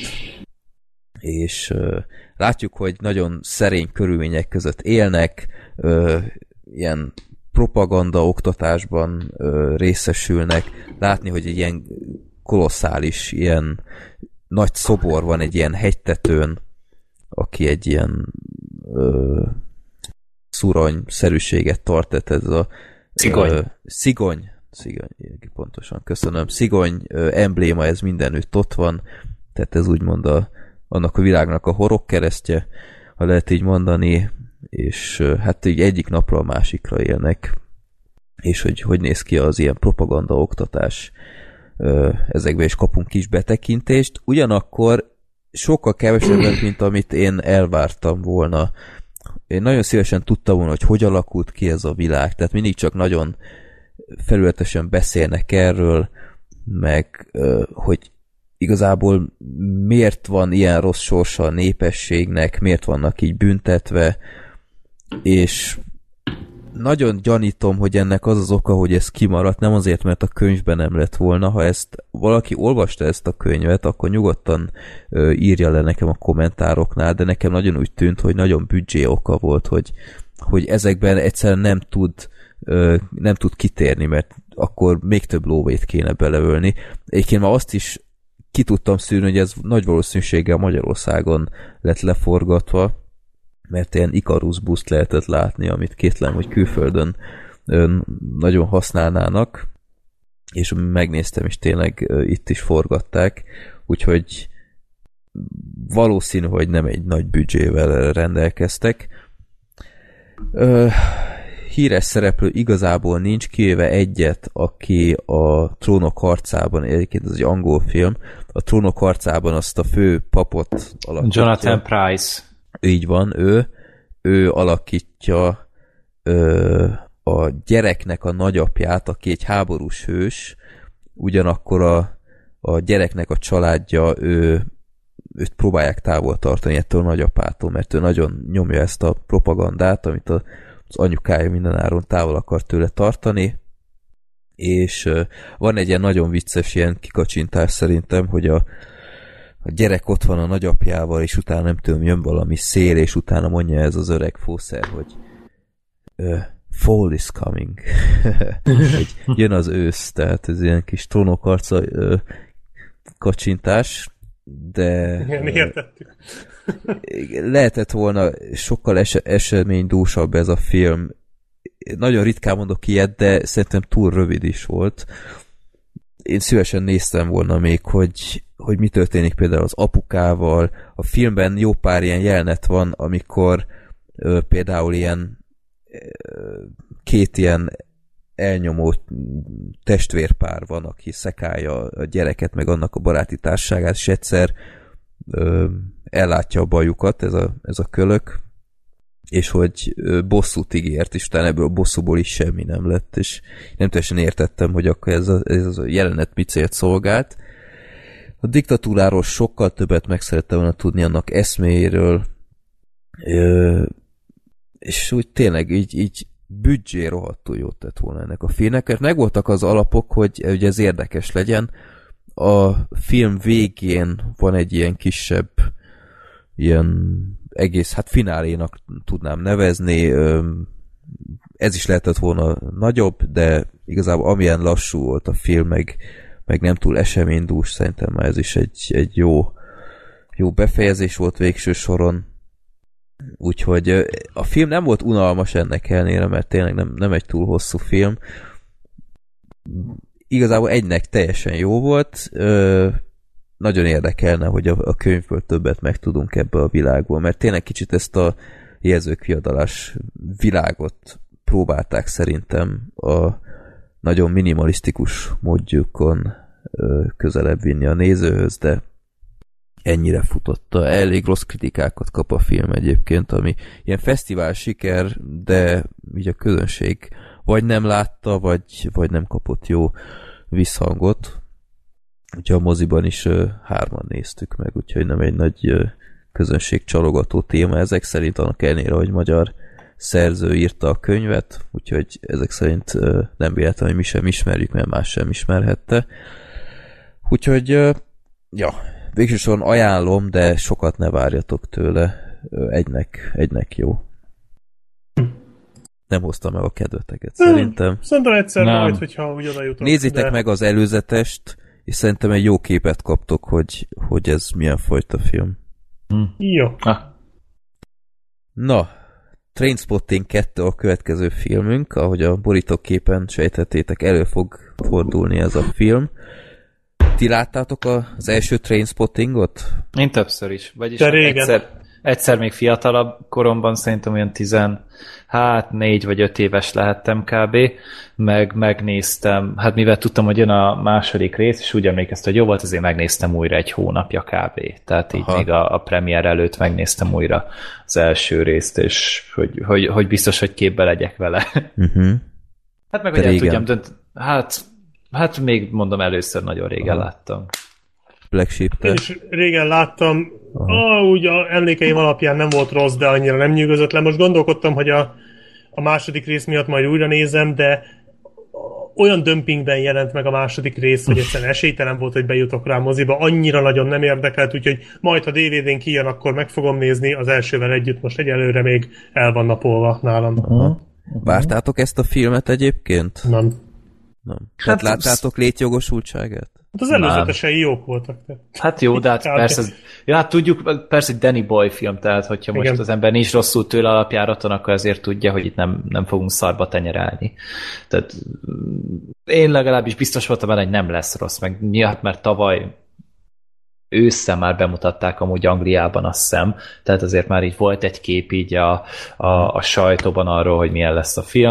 és uh, látjuk, hogy nagyon szerény körülmények között élnek, uh, ilyen propaganda oktatásban uh, részesülnek, látni, hogy egy ilyen kolosszális, ilyen nagy szobor van egy ilyen hegytetőn, aki egy ilyen uh, szuronyszerűséget tart, ez a szigony. Uh, szigony, szigony, pontosan, köszönöm, szigony uh, embléma, ez mindenütt ott van, tehát ez úgymond a annak a világnak a horog keresztje, ha lehet így mondani, és hát így egyik napra a másikra élnek, és hogy hogy néz ki az ilyen propaganda oktatás, ezekbe is kapunk kis betekintést, ugyanakkor sokkal kevesebbet, mint amit én elvártam volna. Én nagyon szívesen tudtam volna, hogy hogy alakult ki ez a világ, tehát mindig csak nagyon felületesen beszélnek erről, meg hogy igazából miért van ilyen rossz sorsa a népességnek, miért vannak így büntetve, és nagyon gyanítom, hogy ennek az az oka, hogy ez kimaradt, nem azért, mert a könyvben nem lett volna. Ha ezt valaki olvasta ezt a könyvet, akkor nyugodtan ö, írja le nekem a kommentároknál, de nekem nagyon úgy tűnt, hogy nagyon büdzsé oka volt, hogy, hogy ezekben egyszerűen nem tud, ö, nem tud kitérni, mert akkor még több lóvét kéne beleölni. Egyébként már azt is ki tudtam szűrni, hogy ez nagy valószínűséggel Magyarországon lett leforgatva, mert ilyen Icarus buszt lehetett látni, amit kétlem, hogy külföldön nagyon használnának, és megnéztem is, tényleg itt is forgatták, úgyhogy valószínű, hogy nem egy nagy büdzsével rendelkeztek. Híres szereplő igazából nincs, kivéve egyet, aki a Trónok harcában, egyébként ez egy angol film, a Trónok harcában azt a fő papot alakítja. Jonathan Pryce. Így van, ő. Ő alakítja ö, a gyereknek a nagyapját, aki egy háborús hős, ugyanakkor a, a gyereknek a családja, ő, őt próbálják távol tartani ettől a nagyapától, mert ő nagyon nyomja ezt a propagandát, amit a, az anyukája mindenáron távol akar tőle tartani, és uh, van egy ilyen nagyon vicces ilyen kikacsintás szerintem, hogy a, a gyerek ott van a nagyapjával, és utána nem tudom, jön valami szél, és utána mondja ez az öreg fószer, hogy uh, fall is coming. Hogy jön az ősz, tehát ez ilyen kis trónokarca uh, kacsintás, de igen, értettük. Lehetett volna sokkal es- eseménydúsabb ez a film. Nagyon ritkán mondok ilyet, de szerintem túl rövid is volt. Én szívesen néztem volna még, hogy, hogy mi történik például az apukával. A filmben jó pár ilyen jelenet van, amikor ö, például ilyen ö, két ilyen elnyomó testvérpár van, aki szekálja a gyereket, meg annak a baráti társaságát, és egyszer ö, ellátja a bajukat, ez a, ez a kölök, és hogy ö, bosszút ígért, és utána ebből a bosszúból is semmi nem lett, és nem teljesen értettem, hogy akkor ez a, ez a jelenet mit célt szolgált. A diktatúráról sokkal többet meg szerettem volna tudni, annak eszméjéről, ö, és úgy tényleg így, így büdzsé rohadtul jót tett volna ennek a filmnek, mert megvoltak az alapok, hogy, hogy ez érdekes legyen. A film végén van egy ilyen kisebb, ilyen egész, hát finálénak tudnám nevezni. Ez is lehetett volna nagyobb, de igazából amilyen lassú volt a film, meg, meg nem túl eseménydús, szerintem már ez is egy, egy jó, jó befejezés volt végső soron. Úgyhogy a film nem volt unalmas ennek ellenére, mert tényleg nem, nem egy túl hosszú film. Igazából egynek teljesen jó volt. Ö, nagyon érdekelne, hogy a, a könyvből többet megtudunk ebből a világból, mert tényleg kicsit ezt a jelzőkiadalás világot próbálták szerintem a nagyon minimalisztikus módjukon ö, közelebb vinni a nézőhöz, de ennyire futotta. Elég rossz kritikákat kap a film egyébként, ami ilyen fesztivál siker, de így a közönség vagy nem látta, vagy, vagy nem kapott jó visszhangot. Úgyhogy a moziban is uh, hárman néztük meg, úgyhogy nem egy nagy uh, közönség csalogató téma ezek szerint, annak ellenére, hogy magyar szerző írta a könyvet, úgyhogy ezek szerint uh, nem véletlen, hogy mi sem ismerjük, mert más sem ismerhette. Úgyhogy uh, ja, végsősorban ajánlom, de sokat ne várjatok tőle. Egynek, egynek jó. Nem hoztam meg a kedveteket, nem, szerintem. Szerintem egyszer nem. Majd, hogyha úgy oda jutok. Nézzétek de... meg az előzetest, és szerintem egy jó képet kaptok, hogy, hogy ez milyen fajta film. Hm. Jó. Ah. Na, Trainspotting kettő a következő filmünk, ahogy a borítóképen sejtettétek, elő fog fordulni ez a film. Ti láttátok az első Trainspottingot? Én többször is. Vagyis egyszer, egyszer még fiatalabb koromban, szerintem olyan tizen, hát négy vagy öt éves lehettem kb. Meg megnéztem, hát mivel tudtam, hogy jön a második rész, és úgy emlékeztem, hogy jó volt, azért megnéztem újra egy hónapja kb. Tehát így Aha. még a, a premier előtt megnéztem újra az első részt, és hogy, hogy, hogy biztos, hogy képbe legyek vele. Uh-huh. Hát meg, hogy el tudjam dönteni. Hát Hát még mondom, először nagyon régen Aha. láttam. Black Sheep. Én is régen láttam. Ah, úgy a emlékeim alapján nem volt rossz, de annyira nem nyűgözött le. Most gondolkodtam, hogy a, a második rész miatt majd újra nézem, de olyan dömpingben jelent meg a második rész, hogy egyszerűen esélytelen volt, hogy bejutok rá moziba. Annyira nagyon nem érdekelt, úgyhogy majd, ha dé vé dén kijön, akkor meg fogom nézni. Az elsővel együtt most egyelőre még el van napolva nálam. Aha. Vártátok ezt a filmet egyébként? Nem. Nem. Hát láttátok létjogosultságát? Hát az előzetesei jók voltak. Te. Hát jó, de hát persze, ja, hát tudjuk, persze egy Danny Boy film, tehát hogyha Igen. most az ember nincs rosszul tőle alapjáraton, akkor azért tudja, hogy itt nem, nem fogunk szarba tenyerelni. Tehát én legalábbis biztos voltam benne, hogy nem lesz rossz, meg miatt, mert tavaly ősszel már bemutatták amúgy Angliában, azt hiszem, tehát azért már így volt egy kép így a, a, a sajtóban arról, hogy milyen lesz a film.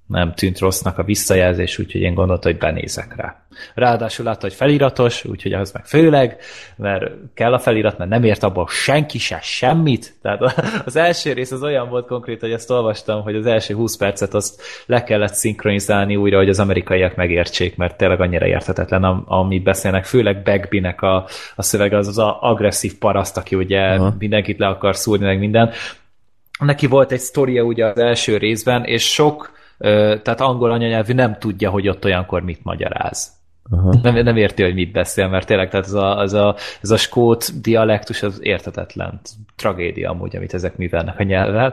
nem tűnt rossznak a visszajelzés, úgyhogy én gondoltam, hogy benézek rá. Ráadásul látta, hogy feliratos, úgyhogy az meg főleg, mert kell a felirat, mert nem ért abból senki se semmit. Tehát az első rész az olyan volt konkrét, hogy ezt olvastam, hogy az első húsz percet azt le kellett szinkronizálni újra, hogy az amerikaiak megértsék, mert tényleg annyira érthetetlen, amit beszélnek. Főleg Bagbynek a, a szövege, az az a agresszív paraszt, aki ugye Aha. mindenkit le akar szúrni, meg minden. Neki volt egy sztoria ugye az első részben, és sok, tehát angol anyanyelvű nem tudja, hogy ott olyankor mit magyaráz. Nem, nem érti, hogy mit beszél, mert tényleg tehát ez, a, ez, a, ez a skót dialektus az érthetetlen. Tragédia amúgy, amit ezek művelnek a nyelvvel.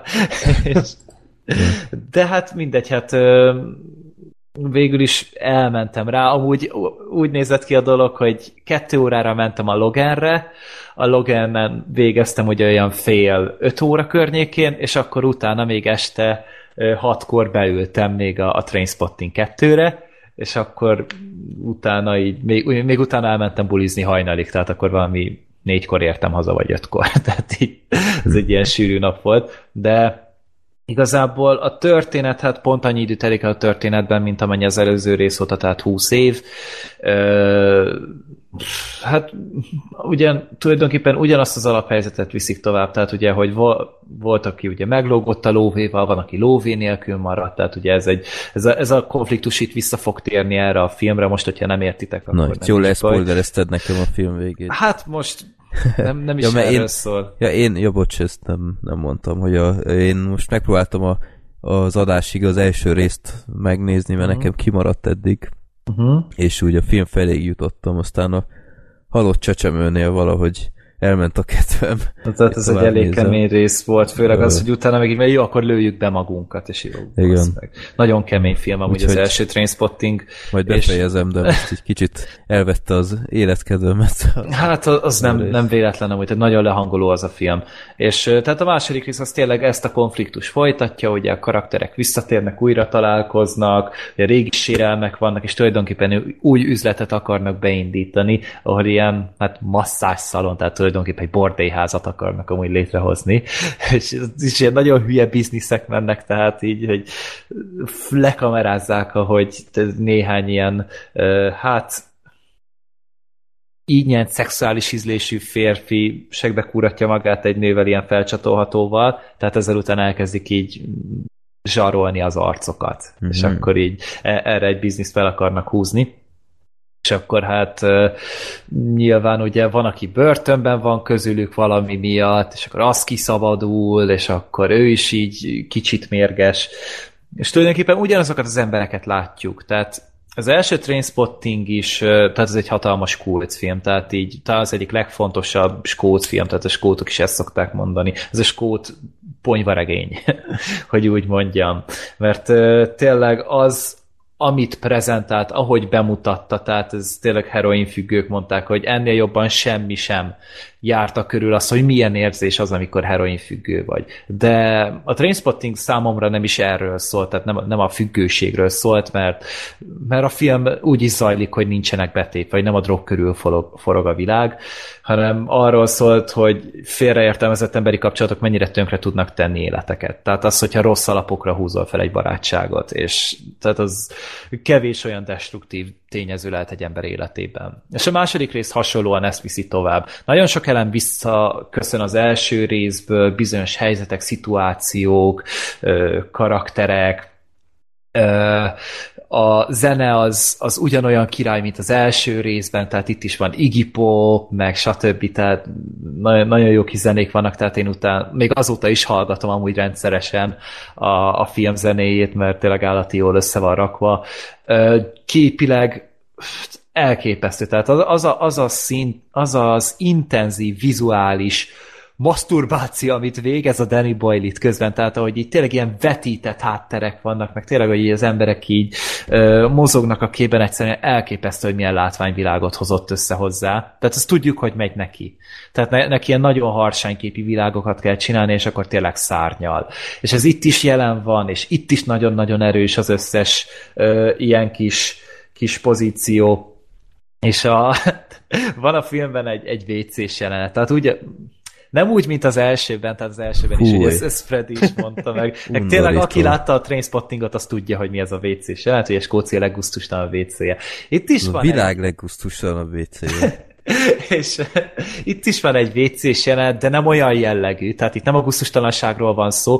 De hát mindegy, hát végül is elmentem rá. Amúgy úgy nézett ki a dolog, hogy kettő órára mentem a Loganre, a Logannen végeztem ugye olyan fél öt óra környékén, és akkor utána még este hatkor beültem még a, a Trainspotting kettőre, és akkor utána így, még, még utána elmentem bulizni hajnalig, tehát akkor valami négykor értem haza, vagy ötkor, tehát így ez egy ilyen sűrű nap volt, de igazából a történet, hát pont annyi idő telik a történetben, mint amennyi az előző rész óta, tehát húsz év. Ö, hát ugyan, tulajdonképpen ugyanazt az alaphelyzetet viszik tovább, tehát ugye, hogy volt, aki ugye meglógott a lóvéval, van, aki lóvé nélkül maradt, tehát ugye ez, egy, ez, a, ez a konfliktus itt vissza fog térni erre a filmre, most, hogyha nem értitek, akkor Na, nem jó leszpoilerezted nekem a film végét. Hát most nem, nem is ja, erről én, szól. Ja, én, ja, bocs, ezt nem, nem mondtam, hogy a, én most megpróbáltam a, az adásig az első részt megnézni, mert uh-huh. nekem kimaradt eddig, uh-huh. és úgy a film feléig jutottam, aztán a halott csecsemőnél valahogy elment a kedvem. Tehát ez egy elég nézem. kemény rész volt, főleg az, hogy utána meg így, mert jó, akkor lőjük be magunkat, és jó. Igen. Meg. Nagyon kemény film, amúgy Úgyhogy az első Trainspotting. Majd befejezem, és... de most egy kicsit elvette az életkedvemet. Hát az, az nem, nem véletlen, amúgy, tehát nagyon lehangoló az a film. És tehát a második rész az tényleg ezt a konfliktus folytatja, ugye a karakterek visszatérnek, újra találkoznak, ugye régi sérelmek vannak, és tulajdonképpen új üzletet akarnak beindítani, ahol ilyen hát masszázszalon, tehát tulajdonképpen egy bordélyházat akarnak amúgy létrehozni, és is ilyen nagyon hülye bizniszek mennek, tehát így, hogy lekamerázzák, ahogy néhány ilyen, hát így nyert szexuális ízlésű férfi segbekúratja magát egy nővel ilyen felcsatolhatóval, tehát ezzel után elkezdik így zsarolni az arcokat, mm-hmm. és akkor így erre egy bizniszt fel akarnak húzni. És akkor hát uh, nyilván ugye van, aki börtönben van közülük valami miatt, és akkor az kiszabadul, és akkor ő is így kicsit mérges. És tulajdonképpen ugyanazokat az embereket látjuk. Tehát az első Trainspotting is, uh, tehát ez egy hatalmas kultfilm, tehát így talán az egyik legfontosabb skót film, tehát a skótok is ezt szokták mondani. Ez a skót ponyvaregény, hogy úgy mondjam. Mert uh, tényleg az amit prezentált, ahogy bemutatta, tehát ez tényleg heroinfüggők mondták, hogy ennél jobban semmi sem járta körül az, hogy milyen érzés az, amikor heroinfüggő vagy. De a Trainspotting számomra nem is erről szólt, tehát nem, nem a függőségről szólt, mert, mert a film úgy is zajlik, hogy nincsenek betép, vagy nem a drog körül forog, forog a világ, hanem arról szólt, hogy félreértelmezett emberi kapcsolatok mennyire tönkre tudnak tenni életeket. Tehát az, hogyha rossz alapokra húzol fel egy barátságot, és tehát az kevés olyan destruktív tényező lehet egy ember életében. És a második rész hasonlóan ezt viszi tovább. Nagyon sok elem visszaköszön az első részből, bizonyos helyzetek, szituációk, karakterek, a zene az, az ugyanolyan király, mint az első részben, tehát itt is van Iggy Pop, meg stb. Tehát nagyon, nagyon jó kis zenék vannak, tehát én után, még azóta is hallgatom amúgy rendszeresen a, a film zenéjét, mert tényleg állati jól össze van rakva. Képileg elképesztő, tehát az, az, a, az, a szín, az az intenzív, vizuális maszturbáció, amit végez a Danny Boyle itt közben, tehát ahogy így tényleg ilyen vetített hátterek vannak, meg tényleg, hogy az emberek így ö, mozognak a képben, egyszerűen elképesztő, hogy milyen látványvilágot hozott össze hozzá. Tehát ezt tudjuk, hogy megy neki. Tehát ne, neki ilyen nagyon harsányképi világokat kell csinálni, és akkor tényleg szárnyal. És ez itt is jelen van, és itt is nagyon-nagyon erős az összes ö, ilyen kis, kis pozíció. És a, van a filmben egy, egy vé cés jelenet. Tehát ugye nem úgy, mint az elsőben, tehát az elsőben Fúj. is, hogy ezt, ezt Freddy is mondta meg. meg tényleg, aki látta a Trainspottingot, az tudja, hogy mi az a vé cé, és lehet, hogy a Skócia leggusztustalan a vé cé-je. Itt is a van világ egy... leggusztustalan a vé cé-je. és itt is van egy vé cés jelenet, de nem olyan jellegű, tehát itt nem a gusztustalanságról van szó,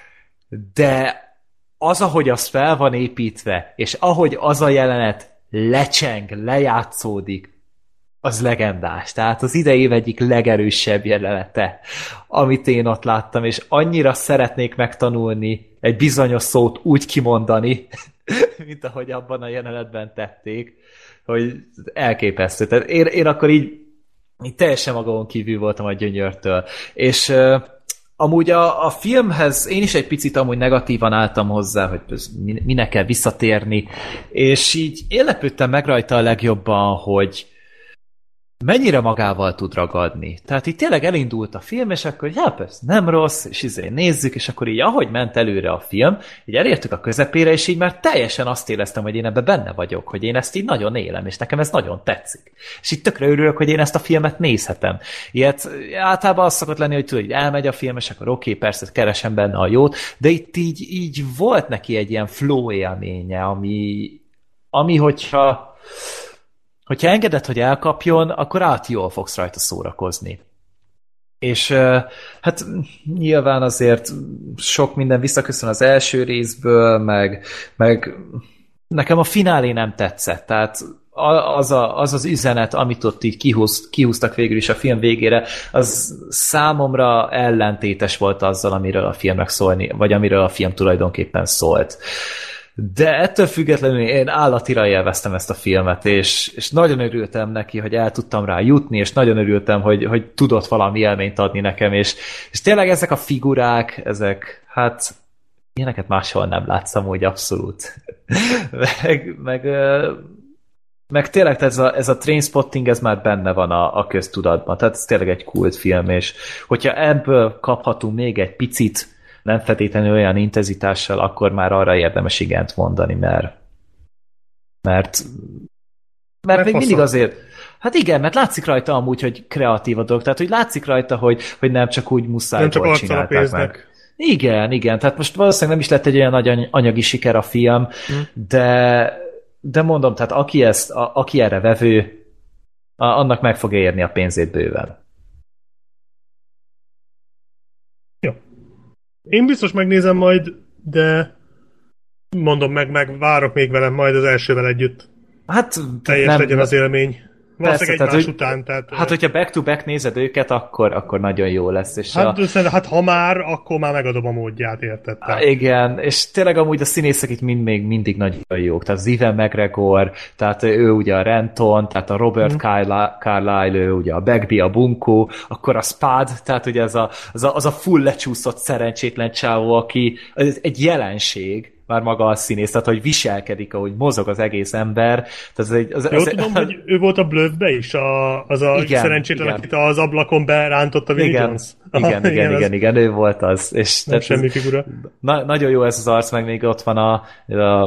de az, ahogy az fel van építve, és ahogy az a jelenet lecseng, lejátszódik, az legendás. Tehát az idei év egyik legerősebb jelenete, amit én ott láttam, és annyira szeretnék megtanulni egy bizonyos szót úgy kimondani, mint ahogy abban a jelenetben tették, hogy elképesztő. Tehát én, én akkor így, így teljesen magamon kívül voltam a gyönyörtől. És uh, amúgy a, a filmhez én is egy picit amúgy negatívan álltam hozzá, hogy minek kell visszatérni, és így én lepődtem meg rajta a legjobban, hogy mennyire magával tud ragadni. Tehát itt tényleg elindult a film, és akkor ja, persze, nem rossz, és izé nézzük, és akkor így ahogy ment előre a film, így elértük a közepére, és így már teljesen azt éreztem, hogy én ebben benne vagyok, hogy én ezt így nagyon élem, és nekem ez nagyon tetszik. És így tökre örülök, hogy én ezt a filmet nézhetem. Ilyet általában az szokott lenni, hogy tudod, hogy elmegy a film, és akkor oké, okay, persze keresem benne a jót, de itt így, így volt neki egy ilyen flow élménye, ami, ami hogyha hogyha engeded, hogy elkapjon, akkor át jól fogsz rajta szórakozni. És hát nyilván azért sok minden visszaköszön az első részből, meg, meg nekem a finálé nem tetszett. Tehát az, a, az az üzenet, amit ott így kihúz, kihúztak végül is a film végére, az számomra ellentétes volt azzal, amiről a filmnek szólni, vagy amiről a film tulajdonképpen szólt. De ettől függetlenül én állatira élveztem ezt a filmet, és, és nagyon örültem neki, hogy el tudtam rá jutni, és nagyon örültem, hogy, hogy tudott valami élményt adni nekem, és, és tényleg ezek a figurák, ezek, hát ilyeneket máshol nem látszom úgy abszolút. meg, meg, meg tényleg ez a, ez a Trainspotting, ez már benne van a, a köztudatban, tehát ez tényleg egy kultfilm, és hogyha ebből kaphatunk még egy picit, nem feltétlenül olyan intenzitással, akkor már arra érdemes igent mondani, mert mert, mert még mindig azért, hát igen, mert látszik rajta amúgy, hogy kreatív a dolog, tehát hogy látszik rajta, hogy, hogy nem csak úgy muszájból csinálták meg. Igen, igen, tehát most valószínűleg nem is lett egy olyan nagy anyagi siker a film, hmm. de, de mondom, tehát aki, ezt, a, aki erre vevő, a, annak meg fog érni a pénzét bőven. Én biztos megnézem majd, de mondom meg, meg várok még velem majd az elsővel együtt. Hát teljes nem, legyen az élmény. Valószínűleg egymás tehát, után. Tehát, hát, hogyha back-to-back nézed őket, akkor, akkor nagyon jó lesz. És hát, a... hát ha már, akkor már megadom a módját, érted? Tehát. Igen, és tényleg amúgy a színészek itt mind, még mindig nagyon jók. Tehát Ewan McGregor, tehát ő ugye a Renton, tehát a Robert hmm. Carlyle, ő ugye a Bagby, a Bunkó, akkor a Spad, tehát ugye az a, az a, az a full lecsúszott szerencsétlen csávó, aki egy jelenség, már maga a színész, tehát hogy viselkedik, ahogy mozog az egész ember. Tehát az egy, az, Jó, az, tudom, az, hogy ő volt a Bluffbe is, a, az a igen, szerencsétlen, igen. Akit az ablakon berántott a Vinnie igen, Jones. Igen, igen, igen, igen, az... igen, ő volt az. És nem semmi ez, figura. Na, nagyon jó ez az arc, meg még ott van a, a,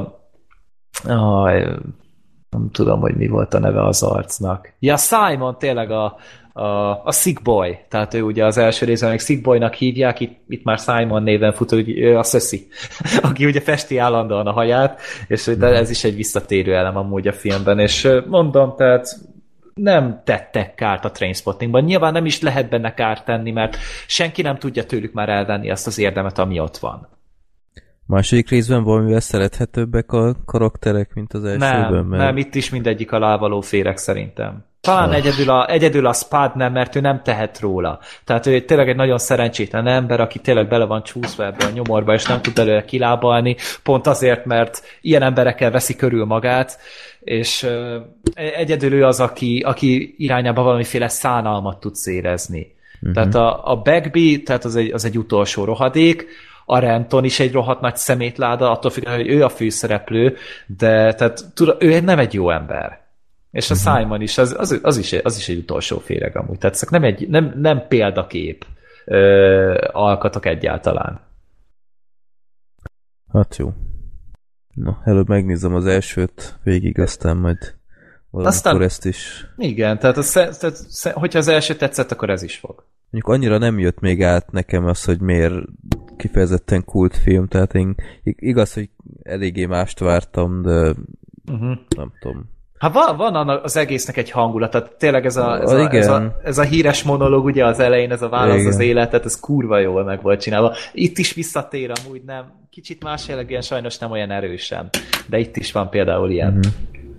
a nem tudom, hogy mi volt a neve az arcnak. Ja, Simon, tényleg a A, a Sick Boy, tehát ő ugye az első részben még Sick Boynak hívják, itt, itt már Simon néven fut, hogy a Szöszi, aki ugye festi állandóan a haját, és de ez is egy visszatérő elem amúgy a filmben, és mondom, tehát nem tettek kárt a Trainspottingban, nyilván nem is lehet benne kárt tenni, mert senki nem tudja tőlük már elvenni azt az érdemet, ami ott van. Második részben valamivel szerethetőbbek a karakterek, mint az elsőben? Nem, mert... nem, itt is mindegyik alávaló féreg szerintem. Talán oh. egyedül, a, egyedül a Spad nem, mert ő nem tehet róla. Tehát ő tényleg egy nagyon szerencsétlen ember, aki tényleg bele van csúszva ebbe a nyomorba, és nem tud előre kilábalni, pont azért, mert ilyen emberekkel veszi körül magát, és uh, egyedül ő az, aki, aki irányába valamiféle szánalmat tud érezni. Uh-huh. Tehát a, a Bagby, tehát az egy, az egy utolsó rohadék, a Renton is egy rohadt nagy szemétláda, attól függően, hogy ő a főszereplő, de tehát, tud, ő nem egy jó ember. És a uh-huh. Simon is, az, az, az, is, az is egy utolsó féreg amúgy. Tehát ezek nem, egy, nem, nem példakép ö, alkatok egyáltalán. Hát jó. Na, előbb megnézem az elsőt végig, aztán majd valamikor aztán, ezt is. Igen, tehát, az, tehát hogyha az első tetszett, akkor ez is fog. mondjuk annyira nem jött még át nekem az, hogy miért kifejezetten kultfilm, tehát én igaz, hogy eléggé mást vártam, de uh-huh. nem tudom. Hát van, van az egésznek egy hangulata, tényleg ez a, ez, a, ez, a, ez a híres monológ ugye az elején, ez a válasz az életet, ez kurva jól meg volt csinálva. Itt is visszatér amúgy, nem, kicsit más jellegűen, sajnos nem olyan erősen, de itt is van például ilyen. Uh-huh.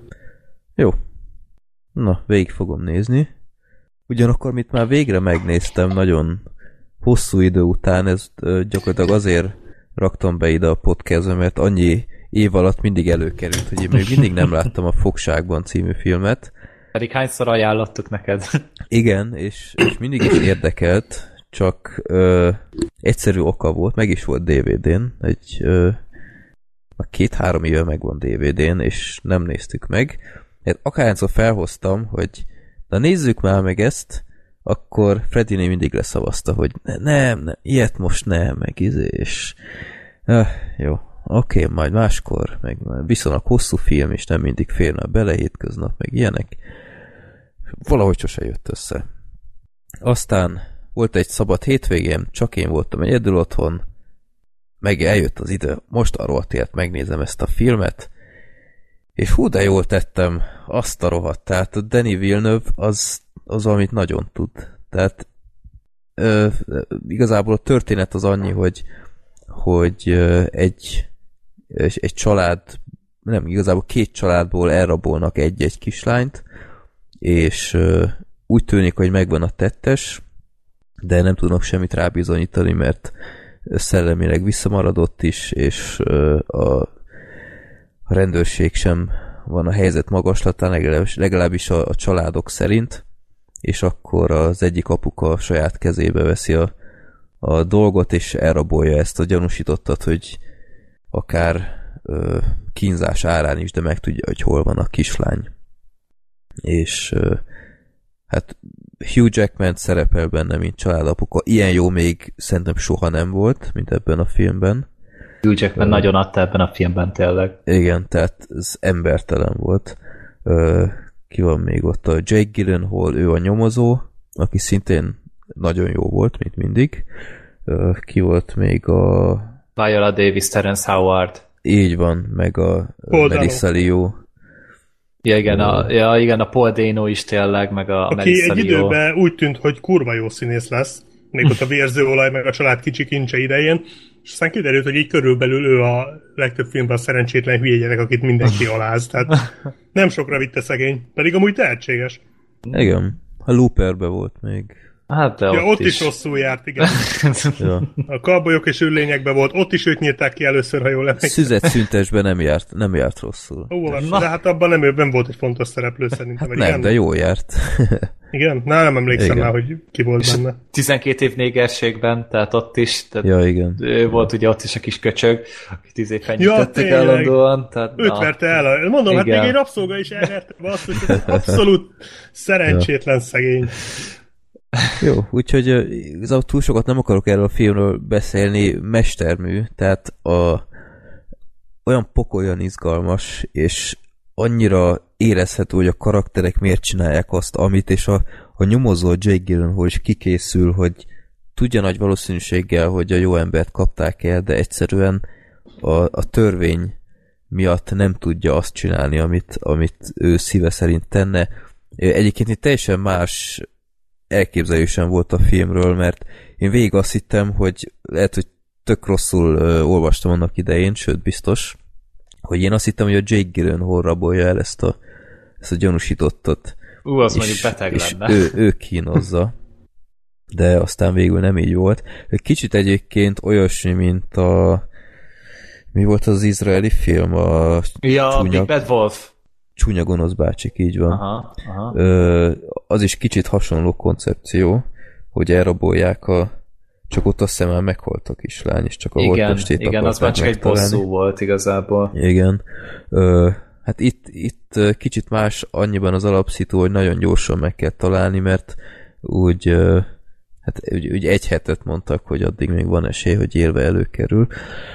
Jó. Na, végig fogom nézni. Ugyanakkor, mit már végre megnéztem nagyon hosszú idő után, ezt gyakorlatilag azért raktam be ide a podcastbe, mert annyi év alatt mindig előkerült, hogy én még mindig nem láttam a Fogságban című filmet. Pedig hányszor ajánlottuk neked? Igen, és, és mindig is érdekelt, csak ö, egyszerű oka volt, meg is volt dé vé dén, egy ö, a két-három éve megvan dé vé dén, és nem néztük meg. Hát akárhányszor felhoztam, hogy na nézzük már meg ezt, akkor Freddy mindig leszavazta, hogy ne, nem, nem, ilyet most nem, meg izé, és öh, jó, oké, okay, majd máskor, meg viszonylag hosszú film, és nem mindig fél nap bele, hétköznap, meg ilyenek. Valahogy sose jött össze. Aztán volt egy szabad hétvégém, csak én voltam egyedül otthon, meg eljött az idő, most a rohadtért megnézem ezt a filmet, és hú, de jól tettem azt a rohadt. Tehát a Denis Villeneuve az, az amit nagyon tud. Tehát ö, igazából a történet az annyi, hogy, hogy ö, egy, egy család, nem, igazából két családból elrabolnak egy-egy kislányt, és ö, úgy tűnik, hogy megvan a tettes, de nem tudnak semmit rábizonyítani, mert szellemileg visszamaradott is, és ö, a a rendőrség sem van a helyzet magaslatán, legalábbis, legalábbis a, a családok szerint, és akkor az egyik apuka a saját kezébe veszi a, a dolgot, és elrabolja ezt a gyanúsítottat, hogy akár ö, kínzás árán is, de megtudja, hogy hol van a kislány. És ö, hát Hugh Jackman szerepel benne, mint családapuka. Ilyen jó még szerintem soha nem volt, mint ebben a filmben. Hugh Jackman uh, nagyon adta ebben a filmben tényleg. Igen, tehát ez embertelen volt. Uh, ki van még ott? A Jake Gyllenhaal, ő a nyomozó, aki szintén nagyon jó volt, mint mindig. Uh, ki volt még a... Viola Davis, Terrence Howard. Így van, meg a Paul Melissa Leo. Ja igen, a, ja, igen, a Paul Dano is tényleg, meg a aki Melissa egy Leo. időben úgy tűnt, hogy kurva jó színész lesz, még ott a Vérzőolaj, meg a Család kicsi kincse idején, és aztán kiderült, hogy így körülbelül ő a legtöbb filmben a szerencsétlen hülye gyerek, akit mindenki aláz, tehát nem sokra vitte szegény, pedig amúgy tehetséges. Igen, a Looperbe volt még. Hát de ja, ott, ott is. is rosszul járt, igen. Ja. A Kalbolyok és űrlényekben volt, ott is őt nyírták ki először, ha jól emlékszem. Szüzet szüntesben nem járt, nem járt rosszul. Ó, de hát abban nem, ő nem volt egy fontos szereplő szerintem. Hát nem, igen? De jó járt. Igen? Na, nem emlékszem már, hogy ki volt és benne. tizenkét év négerségben, tehát ott is. Tehát ja, igen. Ő volt ugye ott is a kis köcsög, akit izé fenyítettek ja, állandóan. Tehát, őt verte el. Mondom, igen. Hát még egy rabszolga is elverte be azt, hogy abszolút szerencsétlen ja. szegény. Jó, úgyhogy uh, túl sokat nem akarok erről a filmről beszélni, mestermű, tehát a, olyan pokolyan izgalmas, és annyira érezhető, hogy a karakterek miért csinálják azt, amit, és a, a nyomozó Jake Gyllenhaal is kikészül, hogy tudja nagy valószínűséggel, hogy a jó embert kapták el, de egyszerűen a, a törvény miatt nem tudja azt csinálni, amit, amit ő szíve szerint tenne. Egyébként itt teljesen más elképzelésem volt a filmről, mert én végig azt hittem, hogy lehet, hogy tök rosszul ö, olvastam annak idején, sőt biztos, hogy én azt hittem, hogy a Jake Gyllenhaal rabolja el ezt a, ezt a gyanúsítottat. Ú, az mondjuk beteg lenne. Ő, ő kínozza. De aztán végül nem így volt. Kicsit egyébként olyasmi, mint a mi volt az izraeli film? A ja, csúnya... Big Bad Wolf. Csúnya gonosz bácsik, így van. Aha, aha. Ö, az is kicsit hasonló koncepció, hogy elrabolják a... Csak ott azt hiszem már meghalt a kislány, és csak a holttestét akarták igen, az már csak megtalálni. Egy bosszú volt igazából. Igen. Ö, hát itt, itt kicsit más annyiban az alapszító, hogy nagyon gyorsan meg kell találni, mert úgy, hát úgy, úgy egy hetet mondtak, hogy addig még van esély, hogy élve előkerül.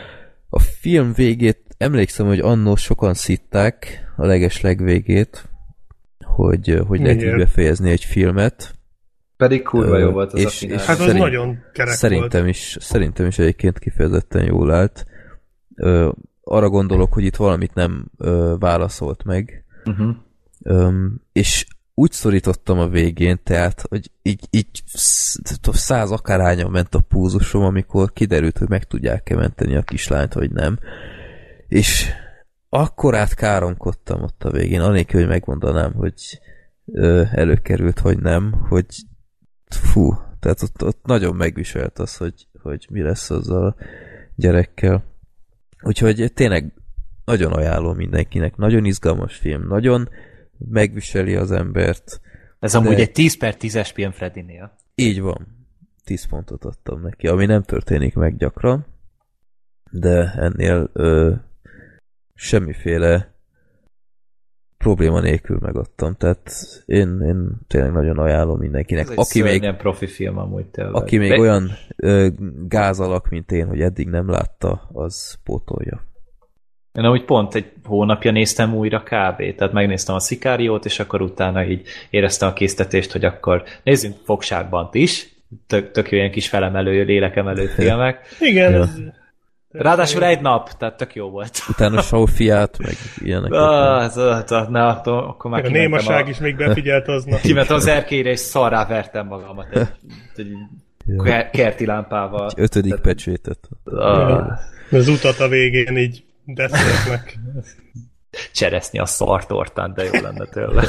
A film végét emlékszem, hogy annól sokan szitták a leges legvégét, hogy, hogy lehet így befejezni egy filmet, Pedig kurva jó volt az és, a finál. Hát az szerint, nagyon kerek szerintem volt. Is, szerintem is egyébként kifejezetten jól állt. Ö, arra gondolok, hogy itt valamit nem ö, válaszolt meg. Uh-huh. Ö, és úgy szorítottam a végén, tehát, hogy így, így száz akárhányan ment a púzusom, amikor kiderült, hogy meg tudják-e menteni a kislányt, vagy nem. És akkor át káromkodtam ott a végén, anélkül, hogy megmondanám, hogy ö, előkerült, hogy nem, hogy fú, tehát ott, ott nagyon megviselt az, hogy, hogy mi lesz azzal a gyerekkel. Úgyhogy tényleg nagyon ajánlom mindenkinek, nagyon izgalmas film, nagyon megviseli az embert. Ez amúgy de... egy tíz per tízes film Freddynél. Így van. tíz pontot adtam neki, ami nem történik meg gyakran, de ennél ö, semmiféle probléma nélkül megadtam, tehát én, én tényleg nagyon ajánlom mindenkinek. Ez egy aki még, profi film amúgy tényleg. Aki még de... olyan ö, gázalak, mint én, hogy eddig nem látta, az pótolja. Én ahogy pont egy hónapja néztem újra kb. Tehát megnéztem a Szikáriót, és akkor utána így éreztem a késztetést, hogy akkor nézzünk Fogságban is. Tök, tök jó ilyen kis felemelő, lélekemelő filmek. Igen. Ja. Ráadásul egy nap, tehát tök jó volt. Utána Sófiát, meg ilyenek. Ah, ez, na, akkor már a némaság a... is még befigyelt aznak. Kimentem az erkélyre, és szarrá vertem magamat egy, egy ja. kerti lámpával. Egy ötödik tehát... pecsétet. Ah. Az utat a végén így beszélnek. Csereszni a szartortán, de jó lenne tőle.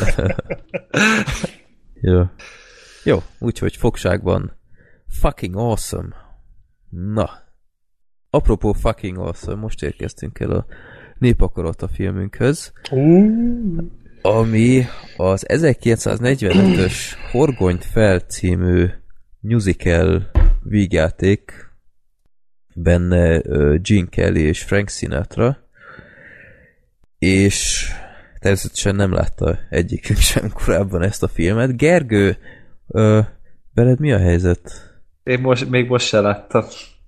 Jó. Jó, úgyhogy Fogságban fucking awesome. Na. Apropó fucking awesome, most érkeztünk el a Népakarata filmünkhöz, uh. ami az ezerkilencszáznegyvenötös Horgonyt fel című musical vígjáték, benne uh, Gene Kelly és Frank Sinatra, és természetesen nem látta egyikünk sem korábban ezt a filmet. Gergő, uh, veled mi a helyzet? Én most, még most se láttam.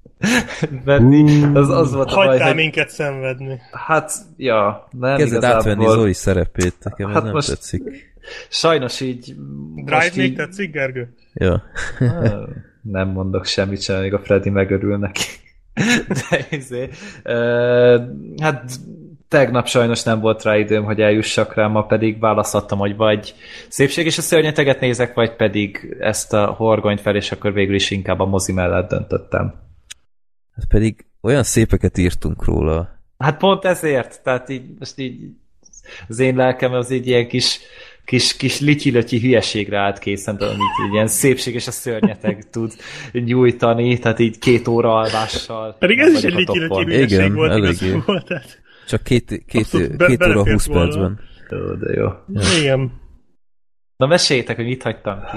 Venni, az, az volt hagytál baj, minket szenvedni. Hát, ja, nem kezded igazából... átvenni Zoli szerepét, nekem hát nem most tetszik. Sajnos így... Drive még így... tetszik, Gergő? Ja. Nem mondok semmit sem, még a Freddy megörül neki. De izé, uh, hát tegnap sajnos nem volt rá időm, hogy eljussak rá, ma pedig választottam, hogy vagy Szépség és a szörnyeteget nézek, vagy pedig ezt a Horgonyt fel, és akkor végül is inkább a mozi mellett döntöttem. Hát pedig olyan szépeket írtunk róla. Hát pont ezért, tehát így, most így az én lelkem az így ilyen kis, kis, kis lityi-lötyi hülyeségre állt készen, amit így ilyen Szépség és a szörnyeteg tud nyújtani, tehát így két óra alvással. Pedig ez is egy lityi-lötyi hülyeség igen, volt igazából. Tehát... Csak két, két, be, két óra húsz percben. Jó, de jó. Ja. Igen. Na meséljétek, hogy mit hagytam ki.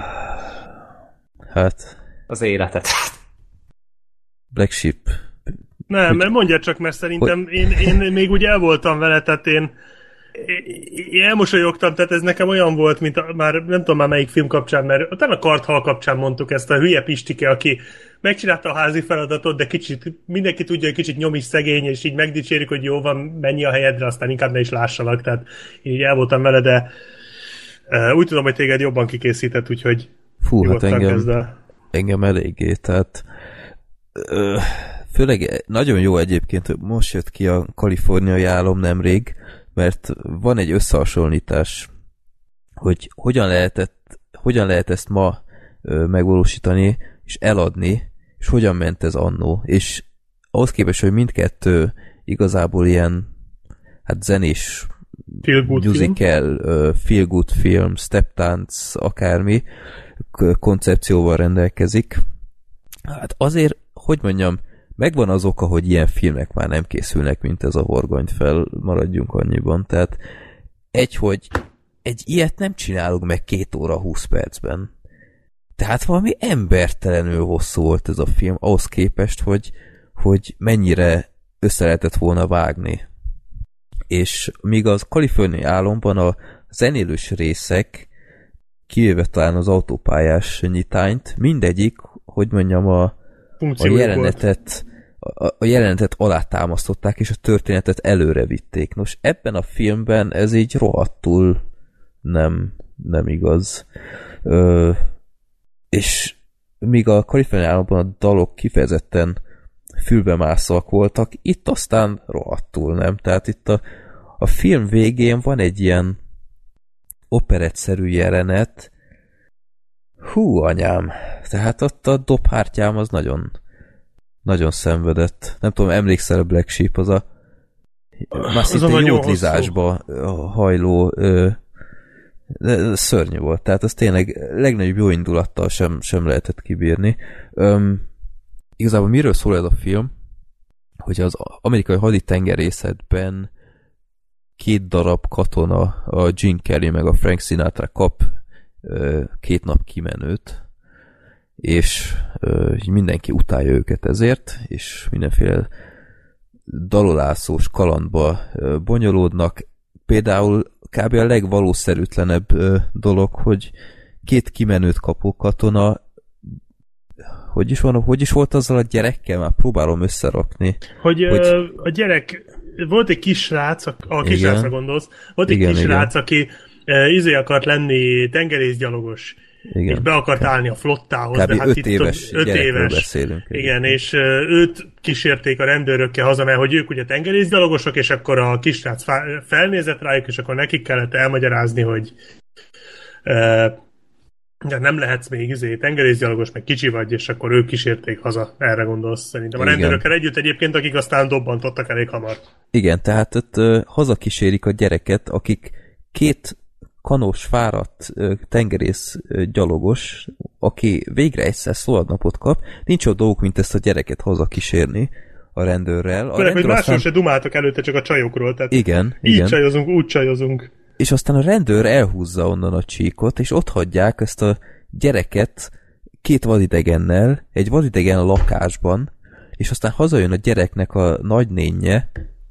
Hát... Az életet. Black Sheep. Nem, mert mondja csak, mert szerintem én, én még úgy el voltam vele, tehát én, én elmosolyogtam, tehát ez nekem olyan volt, mint a, már nem tudom már melyik film kapcsán, mert utána a Karthal kapcsán mondtuk ezt a hülye Pistike, aki megcsinálta a házi feladatot, de kicsit, mindenki tudja, hogy kicsit nyom is szegény, és így megdicsérjük, hogy jó van, menj a helyedre, aztán inkább ne is lássalak, tehát én így el voltam vele, de uh, úgy tudom, hogy téged jobban kikészített, úgyhogy fú, hát engem, engem eléggé, tehát uh, főleg nagyon jó egyébként, hogy most jött ki a Kaliforniai álom nemrég, mert van egy összehasonlítás, hogy hogyan lehetett, hogyan lehet ezt ma ö, megvalósítani, és eladni, és hogyan ment ez annó. És ahhoz képest, hogy mindkettő igazából ilyen hát zenés musical, film. feel good film, stepdance, akármi koncepcióval rendelkezik. Hát azért, hogy mondjam, megvan az oka, hogy ilyen filmek már nem készülnek, mint ez a Horgonyt fel, maradjunk annyiban. Tehát egy, hogy egy ilyet nem csinálunk meg két óra húsz percben. Tehát valami embertelenül hosszú volt ez a film, ahhoz képest, hogy, hogy mennyire össze lehetett volna vágni. És míg az Kaliforniai álomban a zenélős részek, kivéve talán az autópályás nyitányt, mindegyik, hogy mondjam, a, a jelenetet a, a jelenetet alátámasztották, és a történetet előre vitték. Nos, ebben a filmben ez így rohadtul nem, nem igaz. Ö, és míg a kaliforniai államban a dalok kifejezetten fülbemászóak voltak, itt aztán rohadtul nem. Tehát itt a, a film végén van egy ilyen operettszerű jelenet. Hú, anyám! Tehát ott a dobhártyám az nagyon nagyon szenvedett. Nem tudom, emlékszel a Black Sheep, az a már szinte jótlizásba hajló ö, szörnyű volt. Tehát az tényleg legnagyobb jó indulattal sem, sem lehetett kibírni. Öm, igazából miről szól ez a film? Hogy az amerikai haditengerészetben két darab katona, a Gene Kelly meg a Frank Sinatra kap ö, két nap kimenőt, és ö, mindenki utálja őket ezért, és mindenféle dalolászós kalandba ö, bonyolódnak. Például kb. A legvalószerűtlenebb ö, dolog, hogy két kimenőt kapó katona, hogy is van, hogy is volt azzal a gyerekkel? Már próbálom összerakni. Hogy, hogy... Ö, a gyerek, volt egy kis srác, a, a kis srácra gondolsz, volt egy igen, kis igen. srác, aki ö, izé akart lenni tengerészgyalogos, igen. és be akart igen. állni a flottához. Kb. De hát öt éves öt éves beszélünk. Igen, és őt kísérték a rendőrökkel haza, mert hogy ők ugye tengerészgyalogosok, és akkor a kisrác felnézett rájuk, és akkor nekik kellett elmagyarázni, hogy uh, nem lehetsz még izé, tengerészgyalogos, meg kicsi vagy, és akkor ők kísérték haza. Erre gondolsz szerintem. A rendőrökkel együtt egyébként, akik aztán dobbantottak elég hamar. Igen, tehát ott uh, hazakísérik a gyereket, akik két kanós, fáradt tengerész gyalogos, aki végre egyszer szabadnapot kap, nincs ott dolguk, mint ezt a gyereket hazakísérni a rendőrrel. A rendőr hogy másról aztán... se dumáltak előtte, csak a csajokról. Tehát igen, így igen. csajozunk, úgy csajozunk. És aztán a rendőr elhúzza onnan a csíkot, és ott hagyják ezt a gyereket két vadidegennel, egy vadidegen lakásban, és aztán hazajön a gyereknek a nagynénje,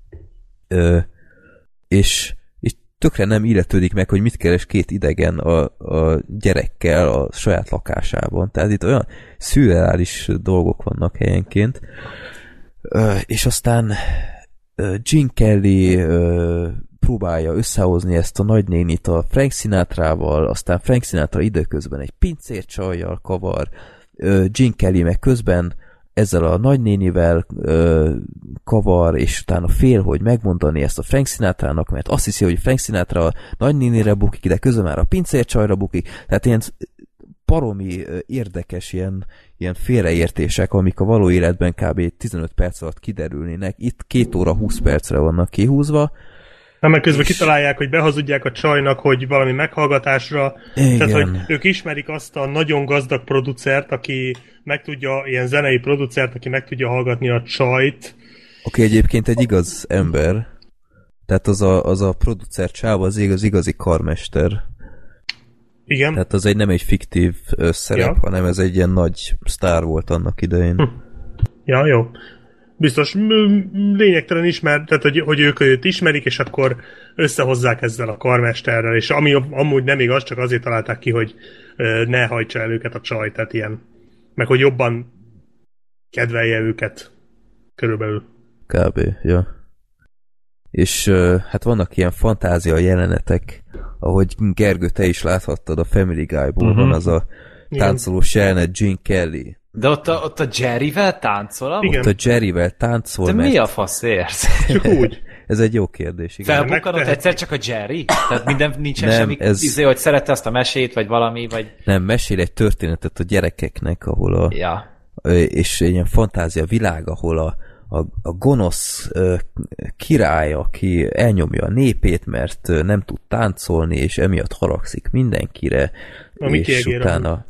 és tökre nem illetődik meg, hogy mit keres két idegen a, a gyerekkel a saját lakásában. Tehát itt olyan szürreális dolgok vannak helyenként. Ö, és aztán ö, Gene Kelly ö, próbálja összehozni ezt a nagynénit a Frank Sinatrával, aztán Frank Sinatra időközben egy pincércsajjal kavar, ö, Gene Kelly meg közben ezzel a nagynénivel ö, kavar, és utána fél, hogy megmondani ezt a Frank Sinatrának, mert azt hiszi, hogy Frank Sinatra a nagynénire bukik, de közben már a pincércsajra bukik. Tehát ilyen baromi érdekes ilyen, ilyen félreértések, amik a való életben kb. tizenöt perc alatt kiderülnének. Itt két óra húsz percre vannak kihúzva. Na, meg közben és... kitalálják, hogy behazudják a csajnak, hogy valami meghallgatásra. Igen. Tehát, hogy ők ismerik azt a nagyon gazdag producert, aki meg tudja, ilyen zenei producert, aki meg tudja hallgatni a csajt. Aki egyébként egy igaz ember. Tehát az a, az a producer csáv, az igaz, igazi karmester. Igen. Tehát az egy nem egy fiktív szerep, ja. hanem ez egy ilyen nagy sztár volt annak idején. Hm. Ja, jó. Biztos lényegtelen ismer, tehát hogy, hogy ők őt ismerik, és akkor összehozzák ezzel a karmesterrel, és ami amúgy nem igaz, csak azért találták ki, hogy ne hajtsa el őket a csaj, tehát ilyen, meg hogy jobban kedvelje őket körülbelül. Kb. Ja. És hát vannak ilyen fantázia jelenetek, ahogy Gergő, te is láthattad a Family Guy-ból, uh-huh. van az a táncolós jelenet Gene Kelly. De ott a, ott a Jerryvel táncol? Igen. Ott a Jerryvel táncol. De mert... mi a faszért? Csak úgy. Ez egy jó kérdés. Felbukkanott egyszer csak a Jerry? Tehát minden nincsen nem, semmi ez... izé, hogy szerette azt a mesét, vagy valami, vagy... Nem, mesél egy történetet a gyerekeknek, ahol a... Ja. És egy ilyen fantázia világ, ahol a, a, a gonosz uh, király, aki elnyomja a népét, mert uh, nem tud táncolni, és emiatt haragszik mindenkire, a és utána...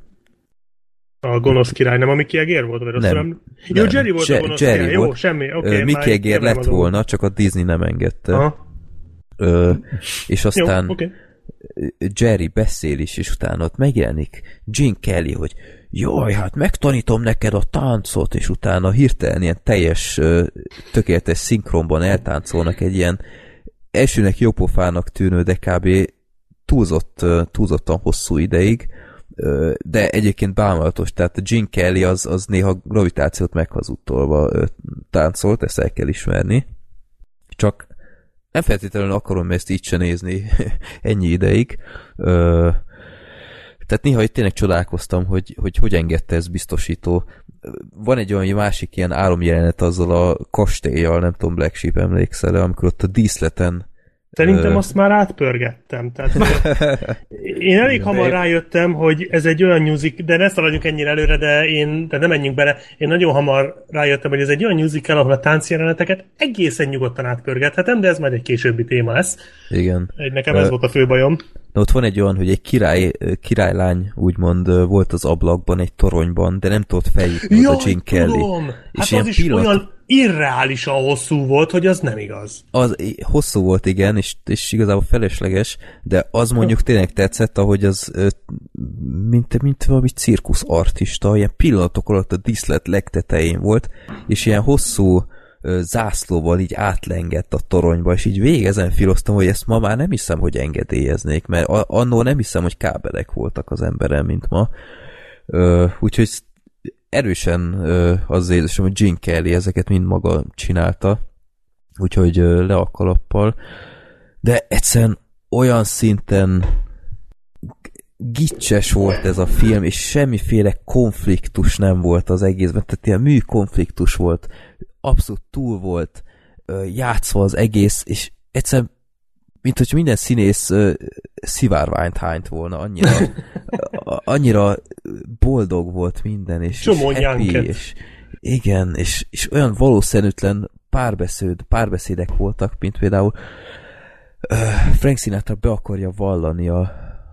A gonosz király, nem a Mickey Egér volt? Vagy nem, nem. Jó, Jerry volt Je- a gonosz Jerry király. volt. Jó, semmi. Okay, uh, Mickey Egér lett azon. volna, csak a Disney nem engedte. Aha. Uh, és aztán jó, okay. Jerry beszél is, és utána ott megjelenik Gene Kelly, hogy jaj, hát megtanítom neked a táncot, és utána hirtelen ilyen teljes, tökéletes szinkronban eltáncolnak egy ilyen elsőnek jópofának tűnő, de kb. túlzott, túlzottan hosszú ideig, de egyébként bámulatos, tehát a Gene Kelly az, az néha gravitációt meghazudtolva táncolt, ezt el kell ismerni. Csak nem feltétlenül akarom ezt így se nézni ennyi ideig. Tehát néha itt tényleg csodálkoztam, hogy, hogy hogy engedte ez biztosító. Van egy olyan másik ilyen álomjelenet azzal a kastélyjal, nem tudom, Black Sheep emlékszel, amikor ott a díszleten Szerintem ö... azt már átpörgettem. Tehát, én elég igen, hamar rájöttem, hogy ez egy olyan musical, de ne szaladjunk ennyire előre, de én, de nem menjünk bele, én nagyon hamar rájöttem, hogy ez egy olyan musical, ahol a táncjeleneteket egészen nyugodtan átpörgethetem, de ez majd egy későbbi téma lesz. Igen. Nekem ez uh, volt a fő bajom. Na ott van egy olyan, hogy egy király, királylány úgymond volt az ablakban, egy toronyban, de nem tudott feljutni a Gene Kelly. És hát az is pillanat... olyan irreálisan hosszú volt, hogy az nem igaz. Az hosszú volt, igen, és, és igazából felesleges, de az mondjuk tényleg tetszett, ahogy az mint, mint valami cirkusz artista, ilyen pillanatok alatt a díszlet legtetején volt, és ilyen hosszú zászlóval így átlengett a toronyba, és így végig ezen filoztam, hogy ezt ma már nem hiszem, hogy engedélyeznék, mert annó nem hiszem, hogy kábelek voltak az emberen, mint ma. Úgyhogy erősen az érzésem, hogy Gene Kelly ezeket mind maga csinálta, úgyhogy le a kalappal, de egyszerűen olyan szinten gicses volt ez a film, és semmiféle konfliktus nem volt az egészben, tehát ilyen műkonfliktus volt, abszolút túl volt játszva az egész, és egyszerűen mint hogy minden színész uh, szivárványt hányt volna, annyira, annyira boldog volt minden, és, és happy, és igen, és, és olyan valószínűtlen párbeszéd, párbeszédek voltak, mint például uh, Frank Sinatra be akarja vallani a,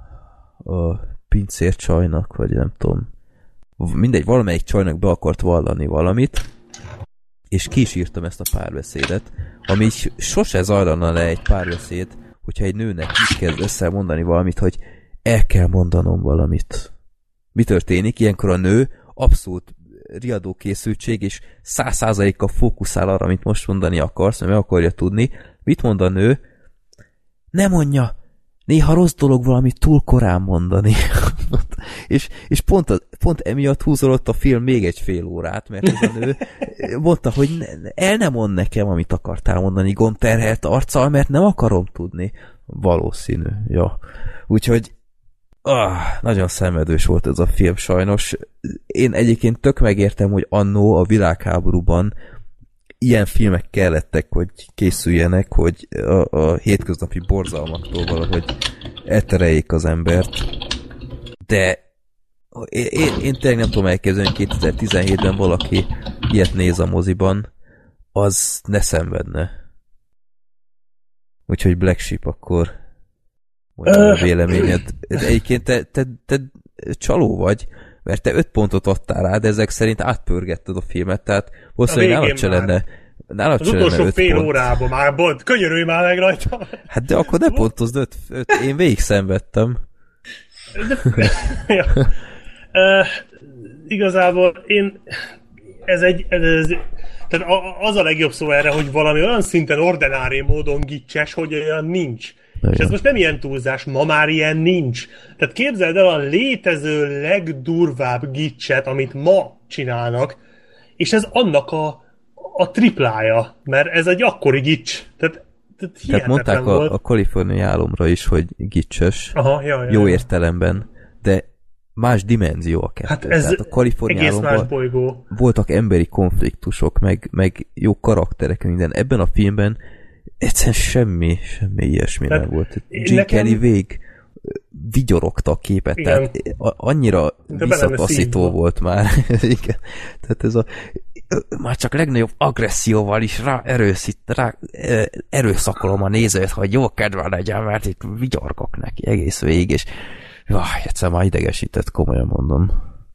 a pincér csajnak, vagy nem tudom, mindegy, valamelyik csajnak be akart vallani valamit, és ki is írtam ezt a párbeszédet, ami sose zajlana le egy párbeszéd, hogyha egy nőnek is kezd össze mondani valamit, hogy el kell mondanom valamit. Mi történik? Ilyenkor a nő abszolút riadó készültség, és száz százalékkal fókuszál arra, amit most mondani akarsz, mert meg akarja tudni. Mit mond a nő? Ne mondja! Néha rossz dolog valamit túl korán mondani. és és pont, a, pont emiatt húzolott a film még egy fél órát, mert ez a nő mondta, hogy ne, el nem mond nekem, amit akartál mondani gondterhelt arccal, mert nem akarom tudni. Valószínű, ja. Úgyhogy ah, nagyon szenvedős volt ez a film sajnos. Én egyébként tök megértem, hogy annó a világháborúban ilyen filmek kellettek, hogy készüljenek, hogy a, a hétköznapi borzalmaktól valahogy eltereljék az embert. De én, én, én tényleg nem tudom elképzelni, hogy kétezer-tizenhétben valaki ilyet néz a moziban, az ne szenvedne. Úgyhogy Black Sheep akkor mondjam a véleményed. Egyébként te, te, te csaló vagy, mert te öt pontot adtál rá, de ezek szerint átpörgetted a filmet, tehát valószínűleg nálad se lenne nálad az se utolsó lenne fél pont. órában már bont, könyörülj már meg rajta. Hát de akkor ne pontozd öt, öt. Én végig szenvedtem. De, ja. uh, igazából én ez egy ez, ez, tehát az a legjobb szó erre, hogy valami olyan szinten ordinári módon gicses, hogy olyan nincs. Igen. És ez most nem ilyen túlzás, ma már ilyen nincs. Tehát képzeld el a létező legdurvább gicset, amit ma csinálnak, és ez annak a, a triplája, mert ez egy akkori gics. Tehát, tehát, tehát mondták a, a kaliforniai álomra is, hogy gicses, aha, ja, ja, jó ja. értelemben, de más dimenzió a kettő. Hát ez tehát a kaliforniai egész más bolygó. Voltak emberi konfliktusok, meg, meg jó karakterek, minden. Ebben a filmben egyszerűen semmi, semmi ilyesmi tehát nem volt. Gene nekem... Kelly vég vigyorogta a képet, igen. Tehát annyira visszataszító volt már. Igen. Tehát ez a már csak legnagyobb agresszióval is rá, erőszít, rá erőszakolom a nézőt, hogy jó kedve legyen, mert itt vigyorgok neki egész végig, és jaj, egyszer már idegesített, komolyan mondom.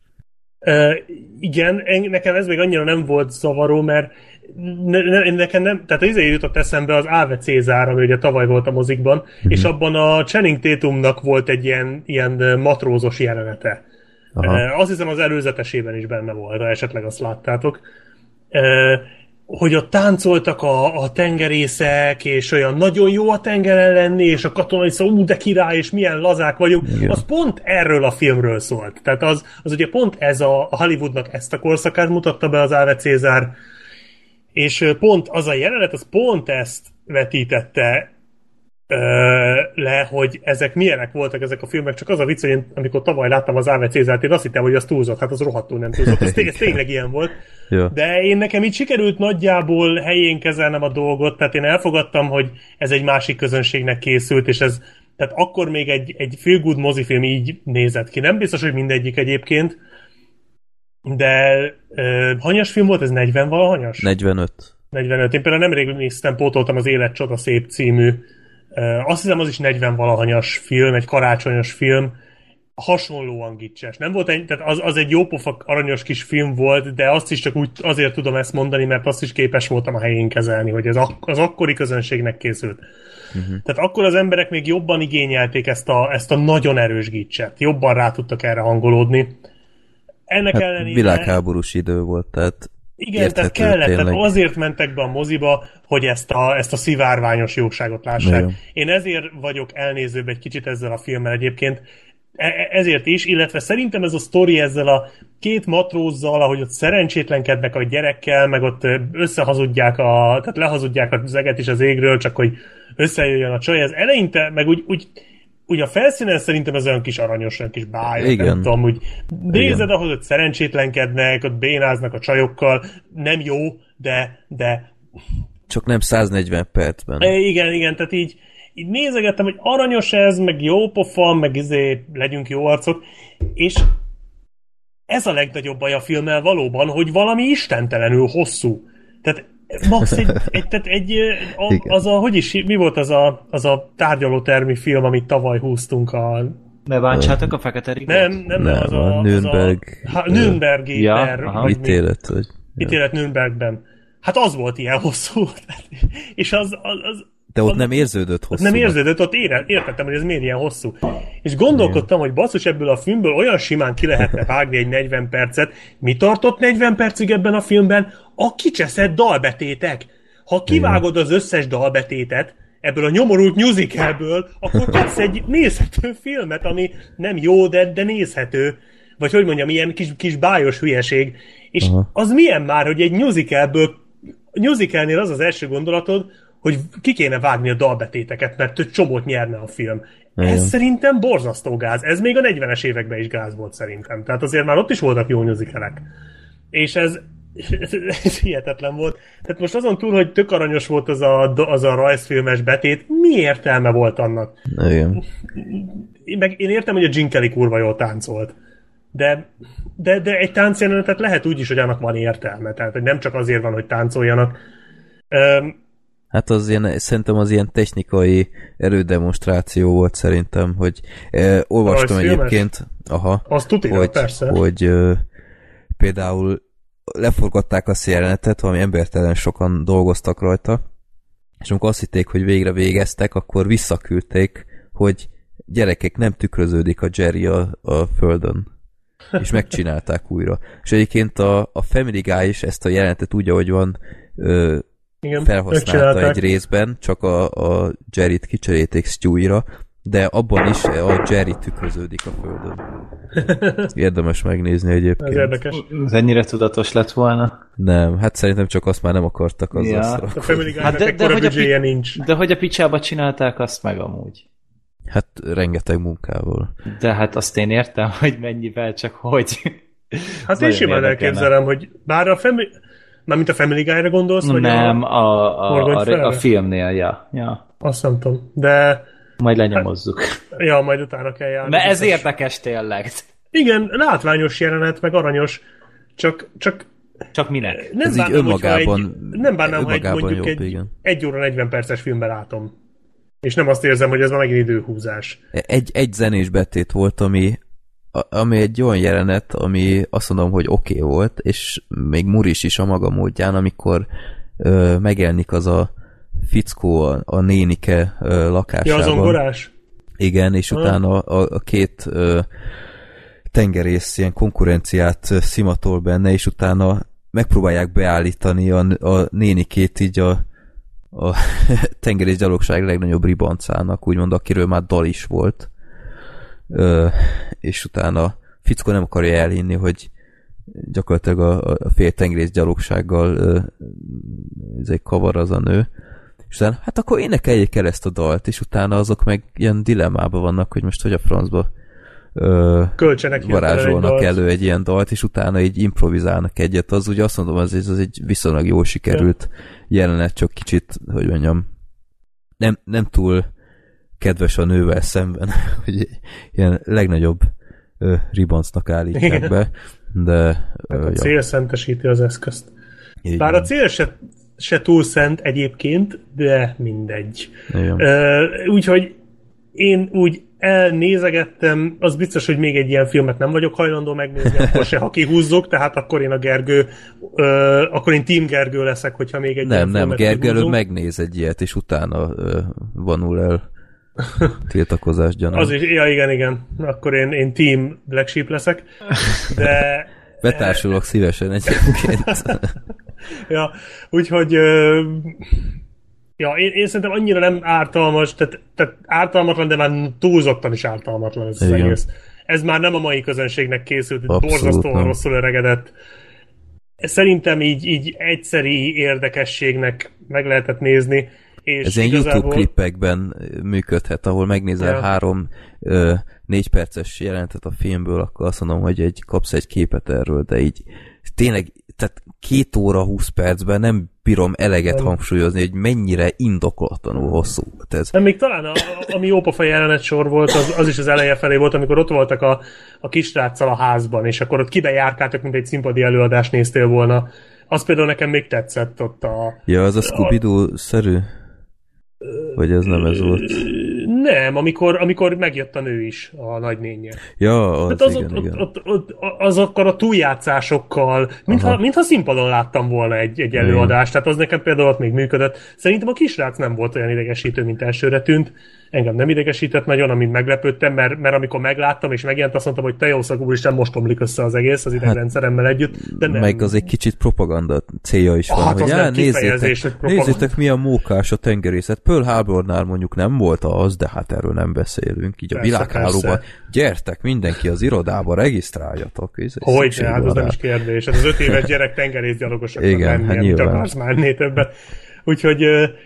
Uh, igen, nekem ez még annyira nem volt zavaró, mert ne, ne, nekem nem, tehát az izé jutott eszembe az Ave Cézár, ami ugye tavaly volt a mozikban, mm-hmm. és abban a Channing Tatumnak volt egy ilyen, ilyen matrózos jelenete. Uh, azt hiszem az előzetesében is benne volt, ha esetleg azt láttátok. Uh, hogy ott táncoltak a, a tengerészek, és olyan nagyon jó a tengeren lenni, és a katonai szó, ú, de király, és milyen lazák vagyunk. Igen. Az pont erről a filmről szólt. Tehát az, az ugye pont ez a, a Hollywoodnak ezt a korszakát mutatta be az Ave Cézár, és pont az a jelenet, az pont ezt vetítette le, hogy ezek milyenek voltak ezek a filmek, csak az a vicc, hogy én, amikor tavaly láttam az Ave Cézárt, én azt hittem, hogy az túlzott, hát az rohadtul nem túlzott, ez, ez tényleg ilyen volt. Ja. De én nekem így sikerült nagyjából helyén kezelnem a dolgot, tehát én elfogadtam, hogy ez egy másik közönségnek készült, és ez, tehát akkor még egy, egy feel good mozifilm így nézett ki. Nem biztos, hogy mindegyik egyébként, de uh, hanyas film volt? Ez negyven valahanyas? negyvenöt. negyvenöt. Én például nemrég néztem, pótoltam az Élet csoda szép című. Uh, azt hiszem, az is negyven valahanyas film, egy karácsonyos film. Hasonlóan gicses. Nem volt egy, tehát az, az egy jópofa aranyos kis film volt, de azt is csak úgy azért tudom ezt mondani, mert azt is képes voltam a helyén kezelni, hogy ez ak- az akkori közönségnek készült. Uh-huh. Tehát akkor az emberek még jobban igényelték ezt a, ezt a nagyon erős gicset. Jobban rá tudtak erre hangolódni. Ennek hát ellenére... világháborús idő volt, tehát igen, tehát kellett, tehát azért mentek be a moziba, hogy ezt a, ezt a szivárványos jóságot lássák. Jó. Én ezért vagyok elnézőbb egy kicsit ezzel a filmmel egyébként, ezért is, illetve szerintem ez a sztori ezzel a két matrózzal, ahogy ott szerencsétlenkednek a gyerekkel, meg ott összehazudják a, tehát lehazudják az eget is az égről, csak hogy összejöjjön a csaj. Ez eleinte, meg úgy, úgy, úgy a felszínen szerintem ez olyan kis aranyos, olyan kis báj, igen. Nem tudom, úgy nézed, ahhoz ott szerencsétlenkednek, ott bénáznak a csajokkal, nem jó, de, de... Csak nem száznegyven percben. Igen, igen, tehát így így nézegettem, hogy aranyos ez, meg jó pofa, meg izé, legyünk jó arcok, és ez a legnagyobb baj a filmmel valóban, hogy valami istentelenül hosszú. Tehát max egy, egy, tehát egy a, az a, hogy is, mi volt az a, az a tárgyalótermi film, amit tavaly húztunk a... Ne bántsátok a fekete rikot? Nem, nem, nem, az a... Nürnberg... Az a, Nürnbergi ja, per... ítélet, vagy... Ítélet Nürnbergben. Hát az volt ilyen hosszú. És az... az, az de ott nem érződött hosszú. Nem érződött, ott ére, értettem, hogy ez miért ilyen hosszú. És gondolkodtam, hogy basszus, ebből a filmből olyan simán ki lehetne vágni egy negyven percet. Mi tartott negyven percig ebben a filmben? A kicseszett dalbetétek. Ha kivágod az összes dalbetétet ebből a nyomorult musicalből, akkor kapsz egy nézhető filmet, ami nem jó, de, de nézhető. Vagy hogy mondjam, ilyen kis, kis bájos hülyeség. És aha. Az milyen már, hogy egy musicalből, musicalnél az az első gondolatod, hogy ki kéne vágni a dalbetéteket, mert több csomót nyerne a film. Igen. Ez szerintem borzasztó gáz. Ez még a negyvenes években is gáz volt szerintem. Tehát azért már ott is voltak jó musicalek. És ez, ez, ez hihetetlen volt. Tehát most azon túl, hogy tök aranyos volt az a, az a rajzfilmes betét, mi értelme volt annak? Igen. Én, meg én értem, hogy a Gene Kelly kurva jól táncolt. De, de, de egy táncjelenetet lehet úgy is, hogy annak van értelme. Tehát hogy nem csak azért van, hogy táncoljanak. Üm, Hát az ilyen, szerintem az ilyen technikai erődemonstráció volt szerintem, hogy eh, olvastam egyébként, aha, azt tudja, hogy, persze. hogy eh, például leforgatták azt a jelenetet, valami embertelen sokan dolgoztak rajta, és amikor azt hitték, hogy végre végeztek, akkor visszaküldték, hogy gyerekek, nem tükröződik a Jerry a, a földön. És megcsinálták újra. És egyébként a, a Family Guy is ezt a jelenetet úgy, ahogy van, ö, igen, felhasználta egy részben, csak a, a Jerryt kicserélték Stewie-ra, de abban is a Jerry tükröződik a földön. Érdemes megnézni egyébként. Ez érdekes. Ez ennyire tudatos lett volna? Nem, hát szerintem csak azt már nem akartak azzal ja. A Family Guy-nek hát de, de, hogy pi- nincs. De hogy a picsába csinálták azt meg amúgy? Hát rengeteg munkával. De hát azt én értem, hogy mennyivel, csak hogy. Hát én simán elképzelem, hogy bár a Family... Mármint a Family Guy-ra gondolsz? Vagy nem, a, a, a, a, a filmnél, ja. ja. Azt nem tudom, de... Majd lenyomozzuk. Hát, ja, majd utána kell járni. Mert ez érdekes tényleg. Igen, látványos jelenet, meg aranyos, csak... Csak, csak minek? Nem ez bánnám, így önmagában, egy, nem bánnám, önmagában hogy mondjuk jobb, egy, igen. egy óra negyven perces filmben látom. És nem azt érzem, hogy ez már megint időhúzás. Egy, egy zenés betét volt, ami, ami egy olyan jelenet, ami azt mondom, hogy oké okay volt, és még Muris is a maga módján, amikor ö, megjelenik az a fickó a, a nénike ö, lakásában. Ja, az ongorás? Igen, és ha. utána a, a két ö, tengerész ilyen konkurenciát szimatol benne, és utána megpróbálják beállítani a, a nénikét így a a tengerész gyalogság legnagyobb ribancának, úgymond, akiről már dal is volt. Ö, és utána fickó nem akarja elhinni, hogy gyakorlatilag a, a fél tengerész gyalogsággal ö, ez egy kavar az a nő. És és utána, hát akkor énekeljék el ezt a dalt, és utána azok meg ilyen dilemmában vannak, hogy most hogy a francba ö, varázsolnak egy elő egy ilyen dalt, és utána így improvizálnak egyet, az ugye azt mondom, az, az egy viszonylag jól sikerült ja. jelenet, csak kicsit, hogy mondjam, nem, nem túl kedves a nővel szemben, hogy ilyen legnagyobb ö, ribancnak állítják igen. be, de... Ö, a cél ja. szentesíti az eszközt. Igen. Bár a cél se, se túl szent egyébként, de mindegy. Úgyhogy én úgy elnézegettem, az biztos, hogy még egy ilyen filmet nem vagyok hajlandó megnézni, akkor se, ha kihúzzuk, tehát akkor én a Gergő, ö, akkor én Team Gergő leszek, hogyha még egy nem, ilyen filmet Nem, Gergő előbb megnéz egy ilyet, és utána ö, vonul el tiltakozás gyanán. Az is, ja igen, igen. Akkor én, én Team Black Sheep leszek, de... Betársulok szívesen egyébként. ja, úgyhogy... Ö, Ja, én, én szerintem annyira nem ártalmas, tehát, tehát ártalmatlan, de már túlzottan is ártalmatlan ez az egész. Ez már nem a mai közönségnek készült, borzasztóan rosszul öregedett. Szerintem így, így egyszeri érdekességnek meg lehetett nézni. És ez ilyen igazából... YouTube klipekben működhet, ahol megnézel ja. három, ö, négy perces jelentet a filmből, akkor azt mondom, hogy egy, kapsz egy képet erről, de így tényleg, tehát két óra húsz percben nem bírom eleget nem. hangsúlyozni, hogy mennyire indokolatlanul hosszú volt ez. Nem, még talán a, ami jópofa jelenet sor volt, az, az is az eleje felé volt, amikor ott voltak a, a kisráccal a házban, és akkor ott kibejárkáltak, mint egy színpadi előadást néztél volna. Az például nekem még tetszett ott a... Ja, az a Scooby-Doo-szerű? Vagy ez nem ez volt? Nem, amikor, amikor megjött a nő is, a nagynénye. Ja, az, az, igen, ott, igen. Ott, ott, ott, azokkal a túljátszásokkal, mintha, mintha színpadon láttam volna egy, egy előadást, tehát az nekem például ott még működött. Szerintem a kisrác nem volt olyan idegesítő, mint elsőre tűnt. Engem nem idegesített nagyon, amint meglepődtem, mert, mert amikor megláttam és megjelent, azt mondtam, hogy te jó szagú, és nem most omlik össze az egész az idegrendszeremmel együtt, de nem. Meg az egy kicsit propaganda célja is van, hát, hogy á, nézzétek, nézzétek, milyen mókás a tengerészet. Pearl Harbornál mondjuk nem volt az, de hát erről nem beszélünk. Így persze, a világhálóban. Gyertek, mindenki az irodába, regisztráljatok. Hogy ne, hát az nem is kérdés. Ez az öt éves gyerek tengerészgyalogosoknak mennie, hát mint akarsz menni többet. Úgyhogy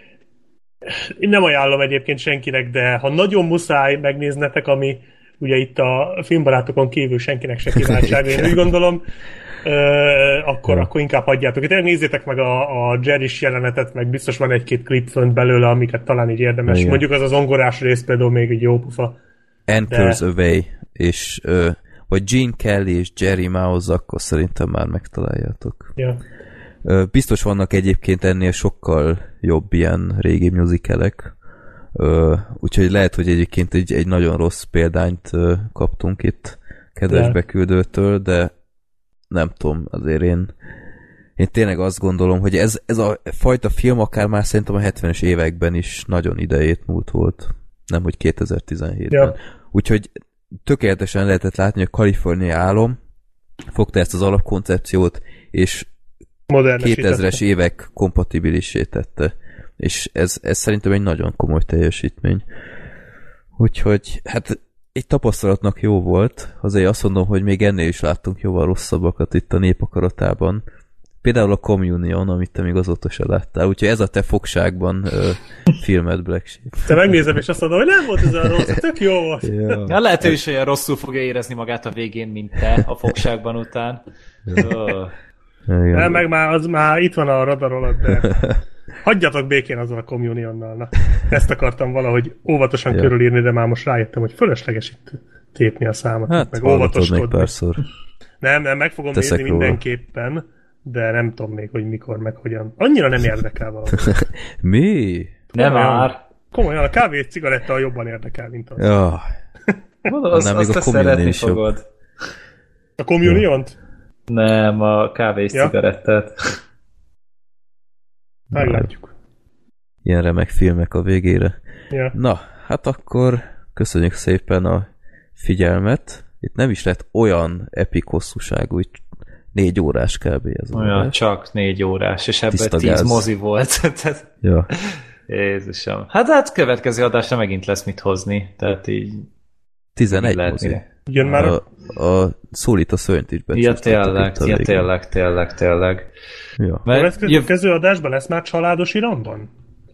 én nem ajánlom egyébként senkinek, de ha nagyon muszáj megnéznetek, ami ugye itt a filmbarátokon kívül senkinek se kívánság, én úgy gondolom, Uh, akkor, ja. akkor inkább hagyjátok. Itt nézzétek meg a, a Jerry-s jelenetet, meg biztos van egy-két klip fönt belőle, amiket talán így érdemes. Igen. Mondjuk az az ongorás rész például még egy jó pufa. Anchors de... Away, és uh, vagy Gene Kelly és Jerry Mouse, akkor szerintem már megtaláljátok. Ja. Uh, biztos vannak egyébként ennél sokkal jobb ilyen régi musicalek. Uh, úgyhogy lehet, hogy egyébként egy, egy nagyon rossz példányt uh, kaptunk itt kedves ja. beküldőtől, de nem tudom, azért én, én tényleg azt gondolom, hogy ez, ez a fajta film akár már szerintem a hetvenes években is nagyon idejét múlt volt. Nem, hogy kétezer-tizenhétben. Ja. Úgyhogy tökéletesen lehetett látni, hogy a Kaliforniai álom fogta ezt az alapkoncepciót, és kétezres évek kompatibilissé tette. És ez, ez szerintem egy nagyon komoly teljesítmény. Úgyhogy, hát egy tapasztalatnak jó volt, azért azt mondom, hogy még ennél is láttunk jóval rosszabbakat itt a népakaratában. Például a Communion, amit te még azóta se láttál, úgyhogy ez a te fogságban ö, filmet, Black Sheep. Te megnézem, és azt mondom, hogy nem volt ez a rossz, tök jó volt. Ja. Ja, lehet, hogy is olyan rosszul fogja érezni magát a végén, mint te a fogságban után. Oh. Nem, meg már, az már itt van a radar alatt, de hagyjatok békén azon a Communionnal. Na, ezt akartam valahogy óvatosan ja. körülírni, de már most rájöttem, hogy fölösleges itt tépni a számot, hát, meg óvatoskodni. Nem, nem, meg fogom Teszek nézni róla. Mindenképpen, de nem tudom még, hogy mikor, meg hogyan. Annyira nem érdekel valami. Mi? Nem már. Komolyan, a kávé és cigaretta jobban érdekel, mint az. Ja. Az, nem, azt te szeretni fogod. A Communiont? Nem, a kávé és ja. cigarettát. Meglátjuk. Ilyen remek filmek a végére. Ja. Na, hát akkor köszönjük szépen a figyelmet. Itt nem is lett olyan epik hosszúságú, hogy négy órás kb. Ez olyan, adás. Csak négy órás, és ebből Tiszta tíz gáz. Mozi volt. Ja. Jézusom. Hát hát következő adásra megint lesz mit hozni. Tehát így... tizenegy mozi. Jön már a, a szólít a szönt is ja, tényleg, ja, tényleg, tényleg, tényleg. Ja. Mert a következő adásban lesz már családos iramban?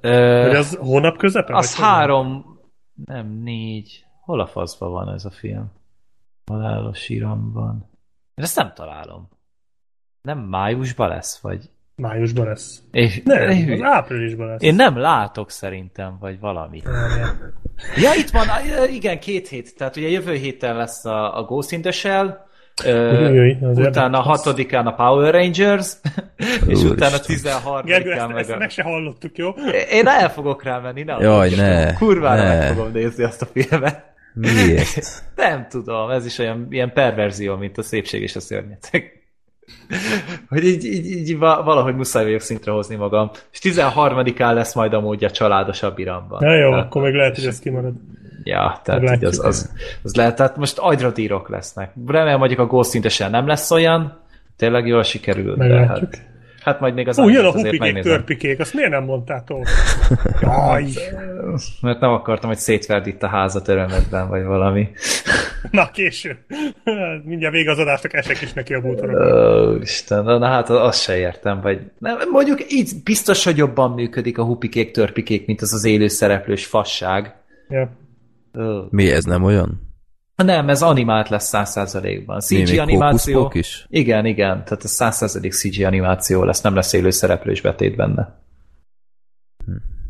Ö... az hónap közepe? Az három... Nem, négy... Hol a faszban van ez a film? Halálos iramban. Én ezt nem találom. Nem májusban lesz, vagy... Májusban lesz. És, nem, az áprilisban lesz. Én nem látok szerintem, vagy valami. Ja, itt van, igen, két hét. Tehát ugye jövő héten lesz a, a Ghost in the Shell, Jöjj, utána a hatodikán a Power Rangers, és Úr utána tizenharmadikán Gergő, ezt, meg ezt a... meg se hallottuk, jó? Én el fogok rá menni, ne Jaj, ne, kurvára ne. meg fogom nézni azt a filmet. Miért? Nem tudom, ez is olyan ilyen perverzió, mint a Szépség és a szörnyeteg. Hogy így, így, így valahogy muszáj vagyok szintre hozni magam. És tizenharmadikán lesz majd amúgy a Családosabb iramban. Na jó, tehát, akkor meg lehet, hogy ez kimarad. Ja, tehát az, az, az lehet, tehát most agyrotírok lesznek. Remélem, mondjuk a Ghost in the Shell nem lesz olyan, tényleg jól sikerül. Meglátjuk. De hát, hát majd még az Ó, jön a hupikék, törpikék, azt miért nem mondtátok? Jaj! Mert nem akartam, hogy szétverd itt a házat örömödben, vagy valami. Na, késő. Mindjárt vége az adásnak, esek is neki a bútorok. Ó, Isten, na hát azt se értem, vagy... Nem, mondjuk így biztos, hogy jobban működik a hupikék, törpikék, mint az az élő szereplős fasság. Ja. Ó. Mi, ez nem olyan? Nem, ez animált lesz száz százalékban. cé gé Mi, animáció. Is? Igen, igen, tehát ez száz százalék cé gé animáció lesz, nem lesz élő szereplős betét benne. Hm.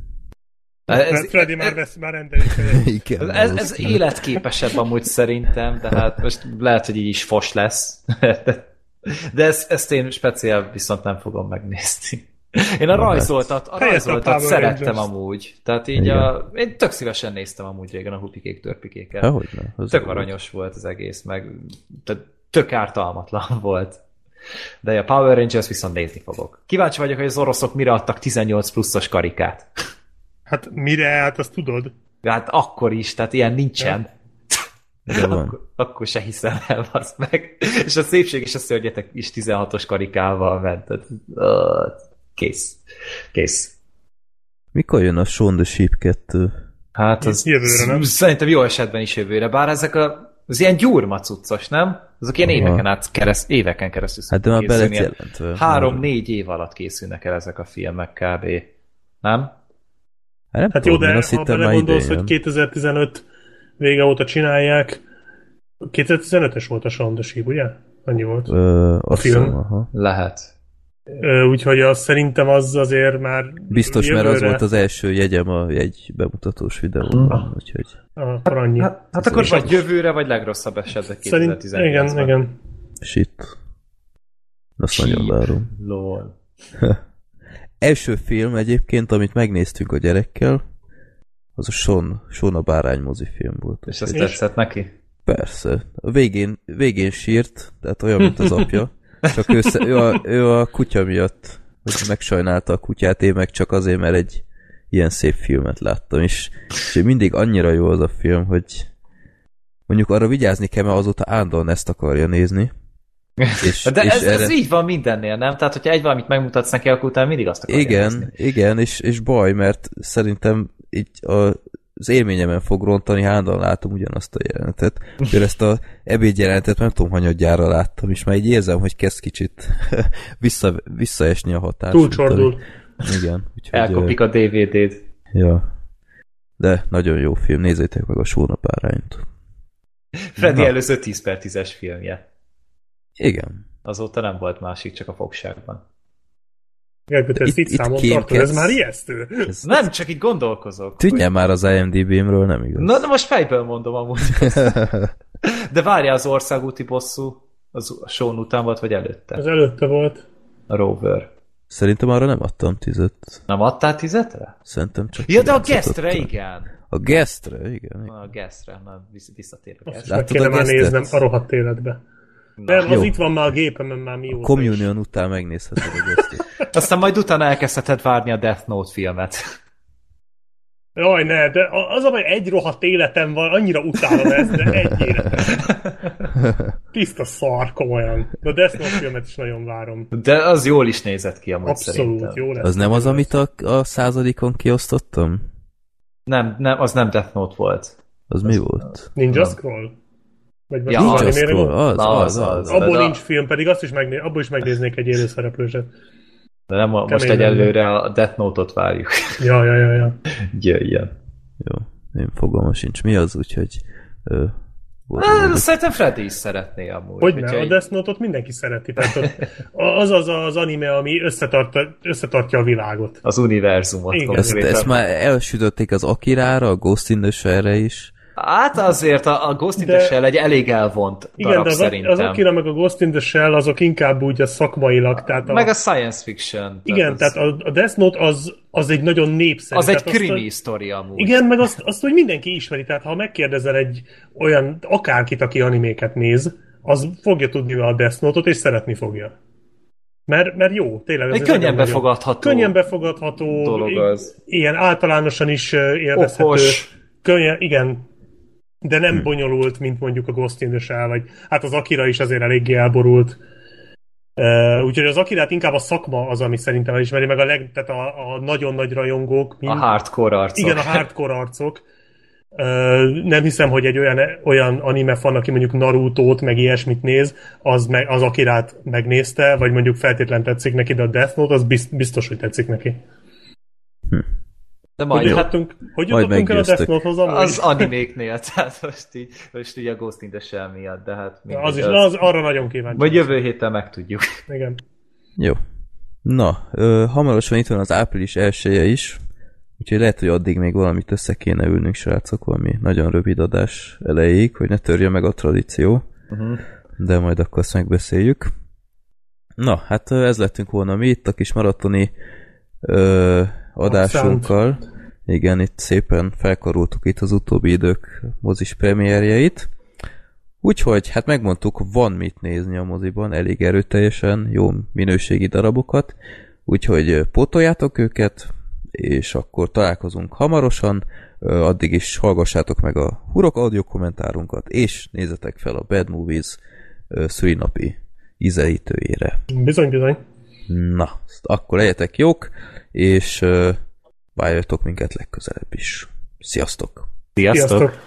Ez, Freddy már vesz, már rendelik. Ez, ez életképesebb amúgy szerintem, de hát most lehet, hogy így is fos lesz. De ezt, ezt én speciál viszont nem fogom megnézni. Én a rajzoltat, a rajzoltat szerettem amúgy. Tehát így a, én tök szívesen néztem amúgy régen a hupikék, törpikéket. Hogyne, tök aranyos volt az egész, meg tök ártalmatlan volt. De a Power Rangers viszont nézni fogok. Kíváncsi vagyok, hogy az oroszok mire adtak tizennyolc pluszos karikát. Hát mire? Hát azt tudod. Hát akkor is, tehát ilyen nincsen. Akkor, akkor se hiszem el, azt meg. És a Szépség és a Szörnyetek is tizenhatos karikával ment. Uh, kész. Kész. Mikor jön a Shaun the Sheep kettő? Hát az jövőre, nem? Szerintem jó esetben is jövőre, bár ezek a, az ilyen gyurmacuccos, nem? Azok ilyen éveken, át kereszt, éveken keresztül hát de már belet jelentve. Három-négy év alatt készülnek el ezek a filmek kb. Nem? Hát, nem hát tudom, jó, de ha belegondolsz, hogy kétezer-tizenöt vége óta csinálják, kétezer-tizenötös volt a Shaun the Sheep, ugye? Annyi volt Ö, a film. Szem, aha. Lehet. Úgyhogy az, szerintem az azért már biztos, jövőre... mert az volt az első jegyem a jegy bemutatós videóban, ah. úgyhogy... Ah, akkor annyi. Hát, hát akkor vagy jövőre, vagy legrosszabb esetben kétezer-tizenkilencben. Igen, igen. Shit. Azt nagyon várom. Lol. Első film egyébként, amit megnéztünk a gyerekkel, az a Sean, Sean a bárány mozifilm volt. És azt tetszett neki? Persze. A végén, végén sírt, tehát olyan, mint az apja. Csak ő, ő, a, ő a kutya miatt, hogy megsajnálta a kutyát, én meg csak azért, mert egy ilyen szép filmet láttam, és, és mindig annyira jó az a film, hogy mondjuk arra vigyázni kell, mert azóta állandóan ezt akarja nézni. És, de és ez, erre... ez így van mindennél, nem? Tehát, hogyha egy valamit megmutatsz neki, akkor utána mindig azt akarja Igen, nézni. igen, és, és baj, mert szerintem így a az élményemen fog rontani, hándan látom ugyanazt a jelenetet. Például ezt az ebédjelenetet nem tudom, hanyadjára láttam, és már így érzem, hogy kezd kicsit vissza, visszaesni a hatás. Túlcsordul. Igen. Úgyhogy, elkopik a dé vé dé-t. Ja. De nagyon jó film, nézzétek meg a Sean a bárányt. Freddy Na. előző tíz per tízes filmje. Igen. Azóta nem volt másik, csak a Fogságban. Gergő, te ezt itt, itt számon tartod, ez már ijesztő. Ez, nem, csak itt gondolkozok. Tűnjen hogy... már az I M D B-mről, nem igaz? Na, de most fejből mondom amúgy. De várjál, az Országúti bosszú, az a Sean után volt, vagy előtte? Az előtte volt. A Rover. Szerintem arra nem adtam tizet. Nem adtál tizetre? Szerintem csak... Ja, de a Guestre, igen. A Guestre, igen. igen. A Guestre, na visszatérve a Guestre. Azt meg kéne már néznem a rohadt életbe. Na, nem, az jó. Itt van már a gépemen már mióta. A Communion is. Után megnézheted a Guestre. Aztán majd utána elkezdheted várni a Death Note filmet. Jaj, ne, de az a, hogy egy rohadt életem van, annyira utálom ezt, de egy életem. Tiszta szar, komolyan. De a Death Note filmet is nagyon várom. De az jól is nézett ki amúgy Abszolút, szerintem. Jó lesz. Az nem az, amit a, a századikon kiosztottam? Nem, nem, az nem Death Note volt. Az, az mi volt? Ninja nem. Scroll? Vagy ja, Ninja Scroll, az, az, az, az, az. Abból nincs film, pedig azt is megné- abból is megnéznék egy élőszereplőset. De nem a, most egyelőre a Death Note-ot várjuk. Ja, ja, ja, ja. Jöjjön. Jó, én fogalmam sincs mi az, úgyhogy... Ö, Á, szerintem Freddy is szeretné amúgy. Hogyne, a Death Note-ot mindenki szereti. Tehát az az az anime, ami összetart, összetartja a világot. Az univerzumot. Ezt, ezt már elsütötték az Akirára, a Ghost in the Shell-re is. Hát azért a, a Ghost in the Shell egy elég elvont igen, darab de az, szerintem. az Akira meg a Ghost in the Shell azok inkább úgy a szakmailag. Tehát a, meg a science fiction. Igen, tehát, az... tehát a, a Death Note az, az egy nagyon népszerű. Az egy krimi sztori amúgy. Igen, meg azt, azt, hogy mindenki ismeri. Tehát ha megkérdezel egy olyan akárkit, aki animéket néz, az fogja tudni a Death Note-ot, és szeretni fogja. Mert, mert jó, tényleg. Ez egy könnyen befogadható. Könnyen befogadható. Dolog az. Ilyen általánosan is élvezhető. Okos. Könnyen, igen. De nem hmm. bonyolult, mint mondjuk a Ghost in the Shell, vagy hát az Akira is azért eléggé elborult. Uh, úgyhogy az Akirát inkább a szakma az, ami szerintem elismeri, meg a, leg, tehát a, a nagyon nagy rajongók. Mind, a hardcore arcok. Igen, a hardcore arcok. Uh, nem hiszem, hogy egy olyan, olyan anime fan, aki mondjuk Narutót, meg ilyesmit néz, az, meg, az Akirát megnézte, vagy mondjuk feltétlen tetszik neki, de a Death Note az biztos, hogy tetszik neki. Hm. De majd, hogy jutottunk, hogy jutottunk el a Death Note-hoz? Az animéknél, tehát most így, most így a Ghost in the Shell miatt, de hát... Az is, az, az arra nagyon kíváncsi. Vagy jövő héten megtudjuk. Igen. Jó. Na, ö, hamarosan itt van az április elsője is, úgyhogy lehet, hogy addig még valamit össze kéne ülnünk, srácok, valami nagyon rövid adás elejéig, hogy ne törje meg a tradíció, uh-huh. de majd akkor azt megbeszéljük. Na, hát ez lettünk volna mi itt a kis maratoni ö, adásunkkal. Igen, itt szépen felkaroltuk itt az utóbbi idők mozis premierjeit. Úgyhogy, hát megmondtuk, van mit nézni a moziban, elég erőteljesen, jó minőségi darabokat, úgyhogy pótoljátok őket, és akkor találkozunk hamarosan, addig is hallgassátok meg a Hurok audio kommentárunkat, és nézzetek fel a Bad Movies szülinapi ízelítőjére. Bizony, bizony. Na, akkor legyetek jók, és uh, várjatok minket legközelebb is. Sziasztok! Sziasztok! Sziasztok.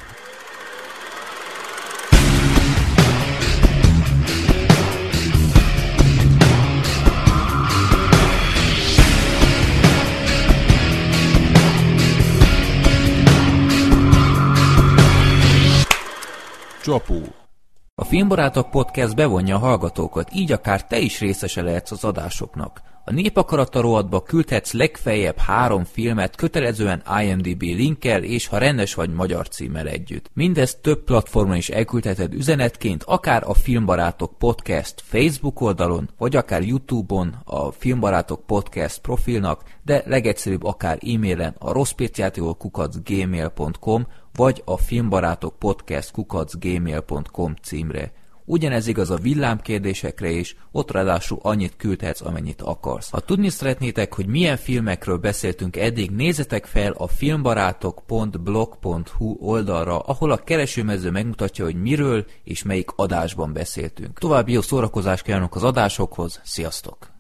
Csapó. A Filmbarátok Podcast bevonja a hallgatókat, így akár te is részese lehetsz az adásoknak. A Népakarata rovatba küldhetsz legfeljebb három filmet kötelezően IMDb linkkel és ha rendes vagy magyar címmel együtt. Mindezt több platformon is elküldheted üzenetként, akár a Filmbarátok Podcast Facebook oldalon, vagy akár YouTube-on a Filmbarátok Podcast profilnak, de legegyszerűbb akár e-mailen a rosszpéciától kukac gmail pont com vagy a Filmbarátok Podcast kukac gmail pont com címre. Ugyanez igaz a villámkérdésekre is, ott ráadásul annyit küldhetsz, amennyit akarsz. Ha tudni szeretnétek, hogy milyen filmekről beszéltünk eddig, nézzetek fel a filmbarátok pont blog pont hu oldalra, ahol a keresőmező megmutatja, hogy miről és melyik adásban beszéltünk. További jó szórakozást kívánok az adásokhoz, sziasztok!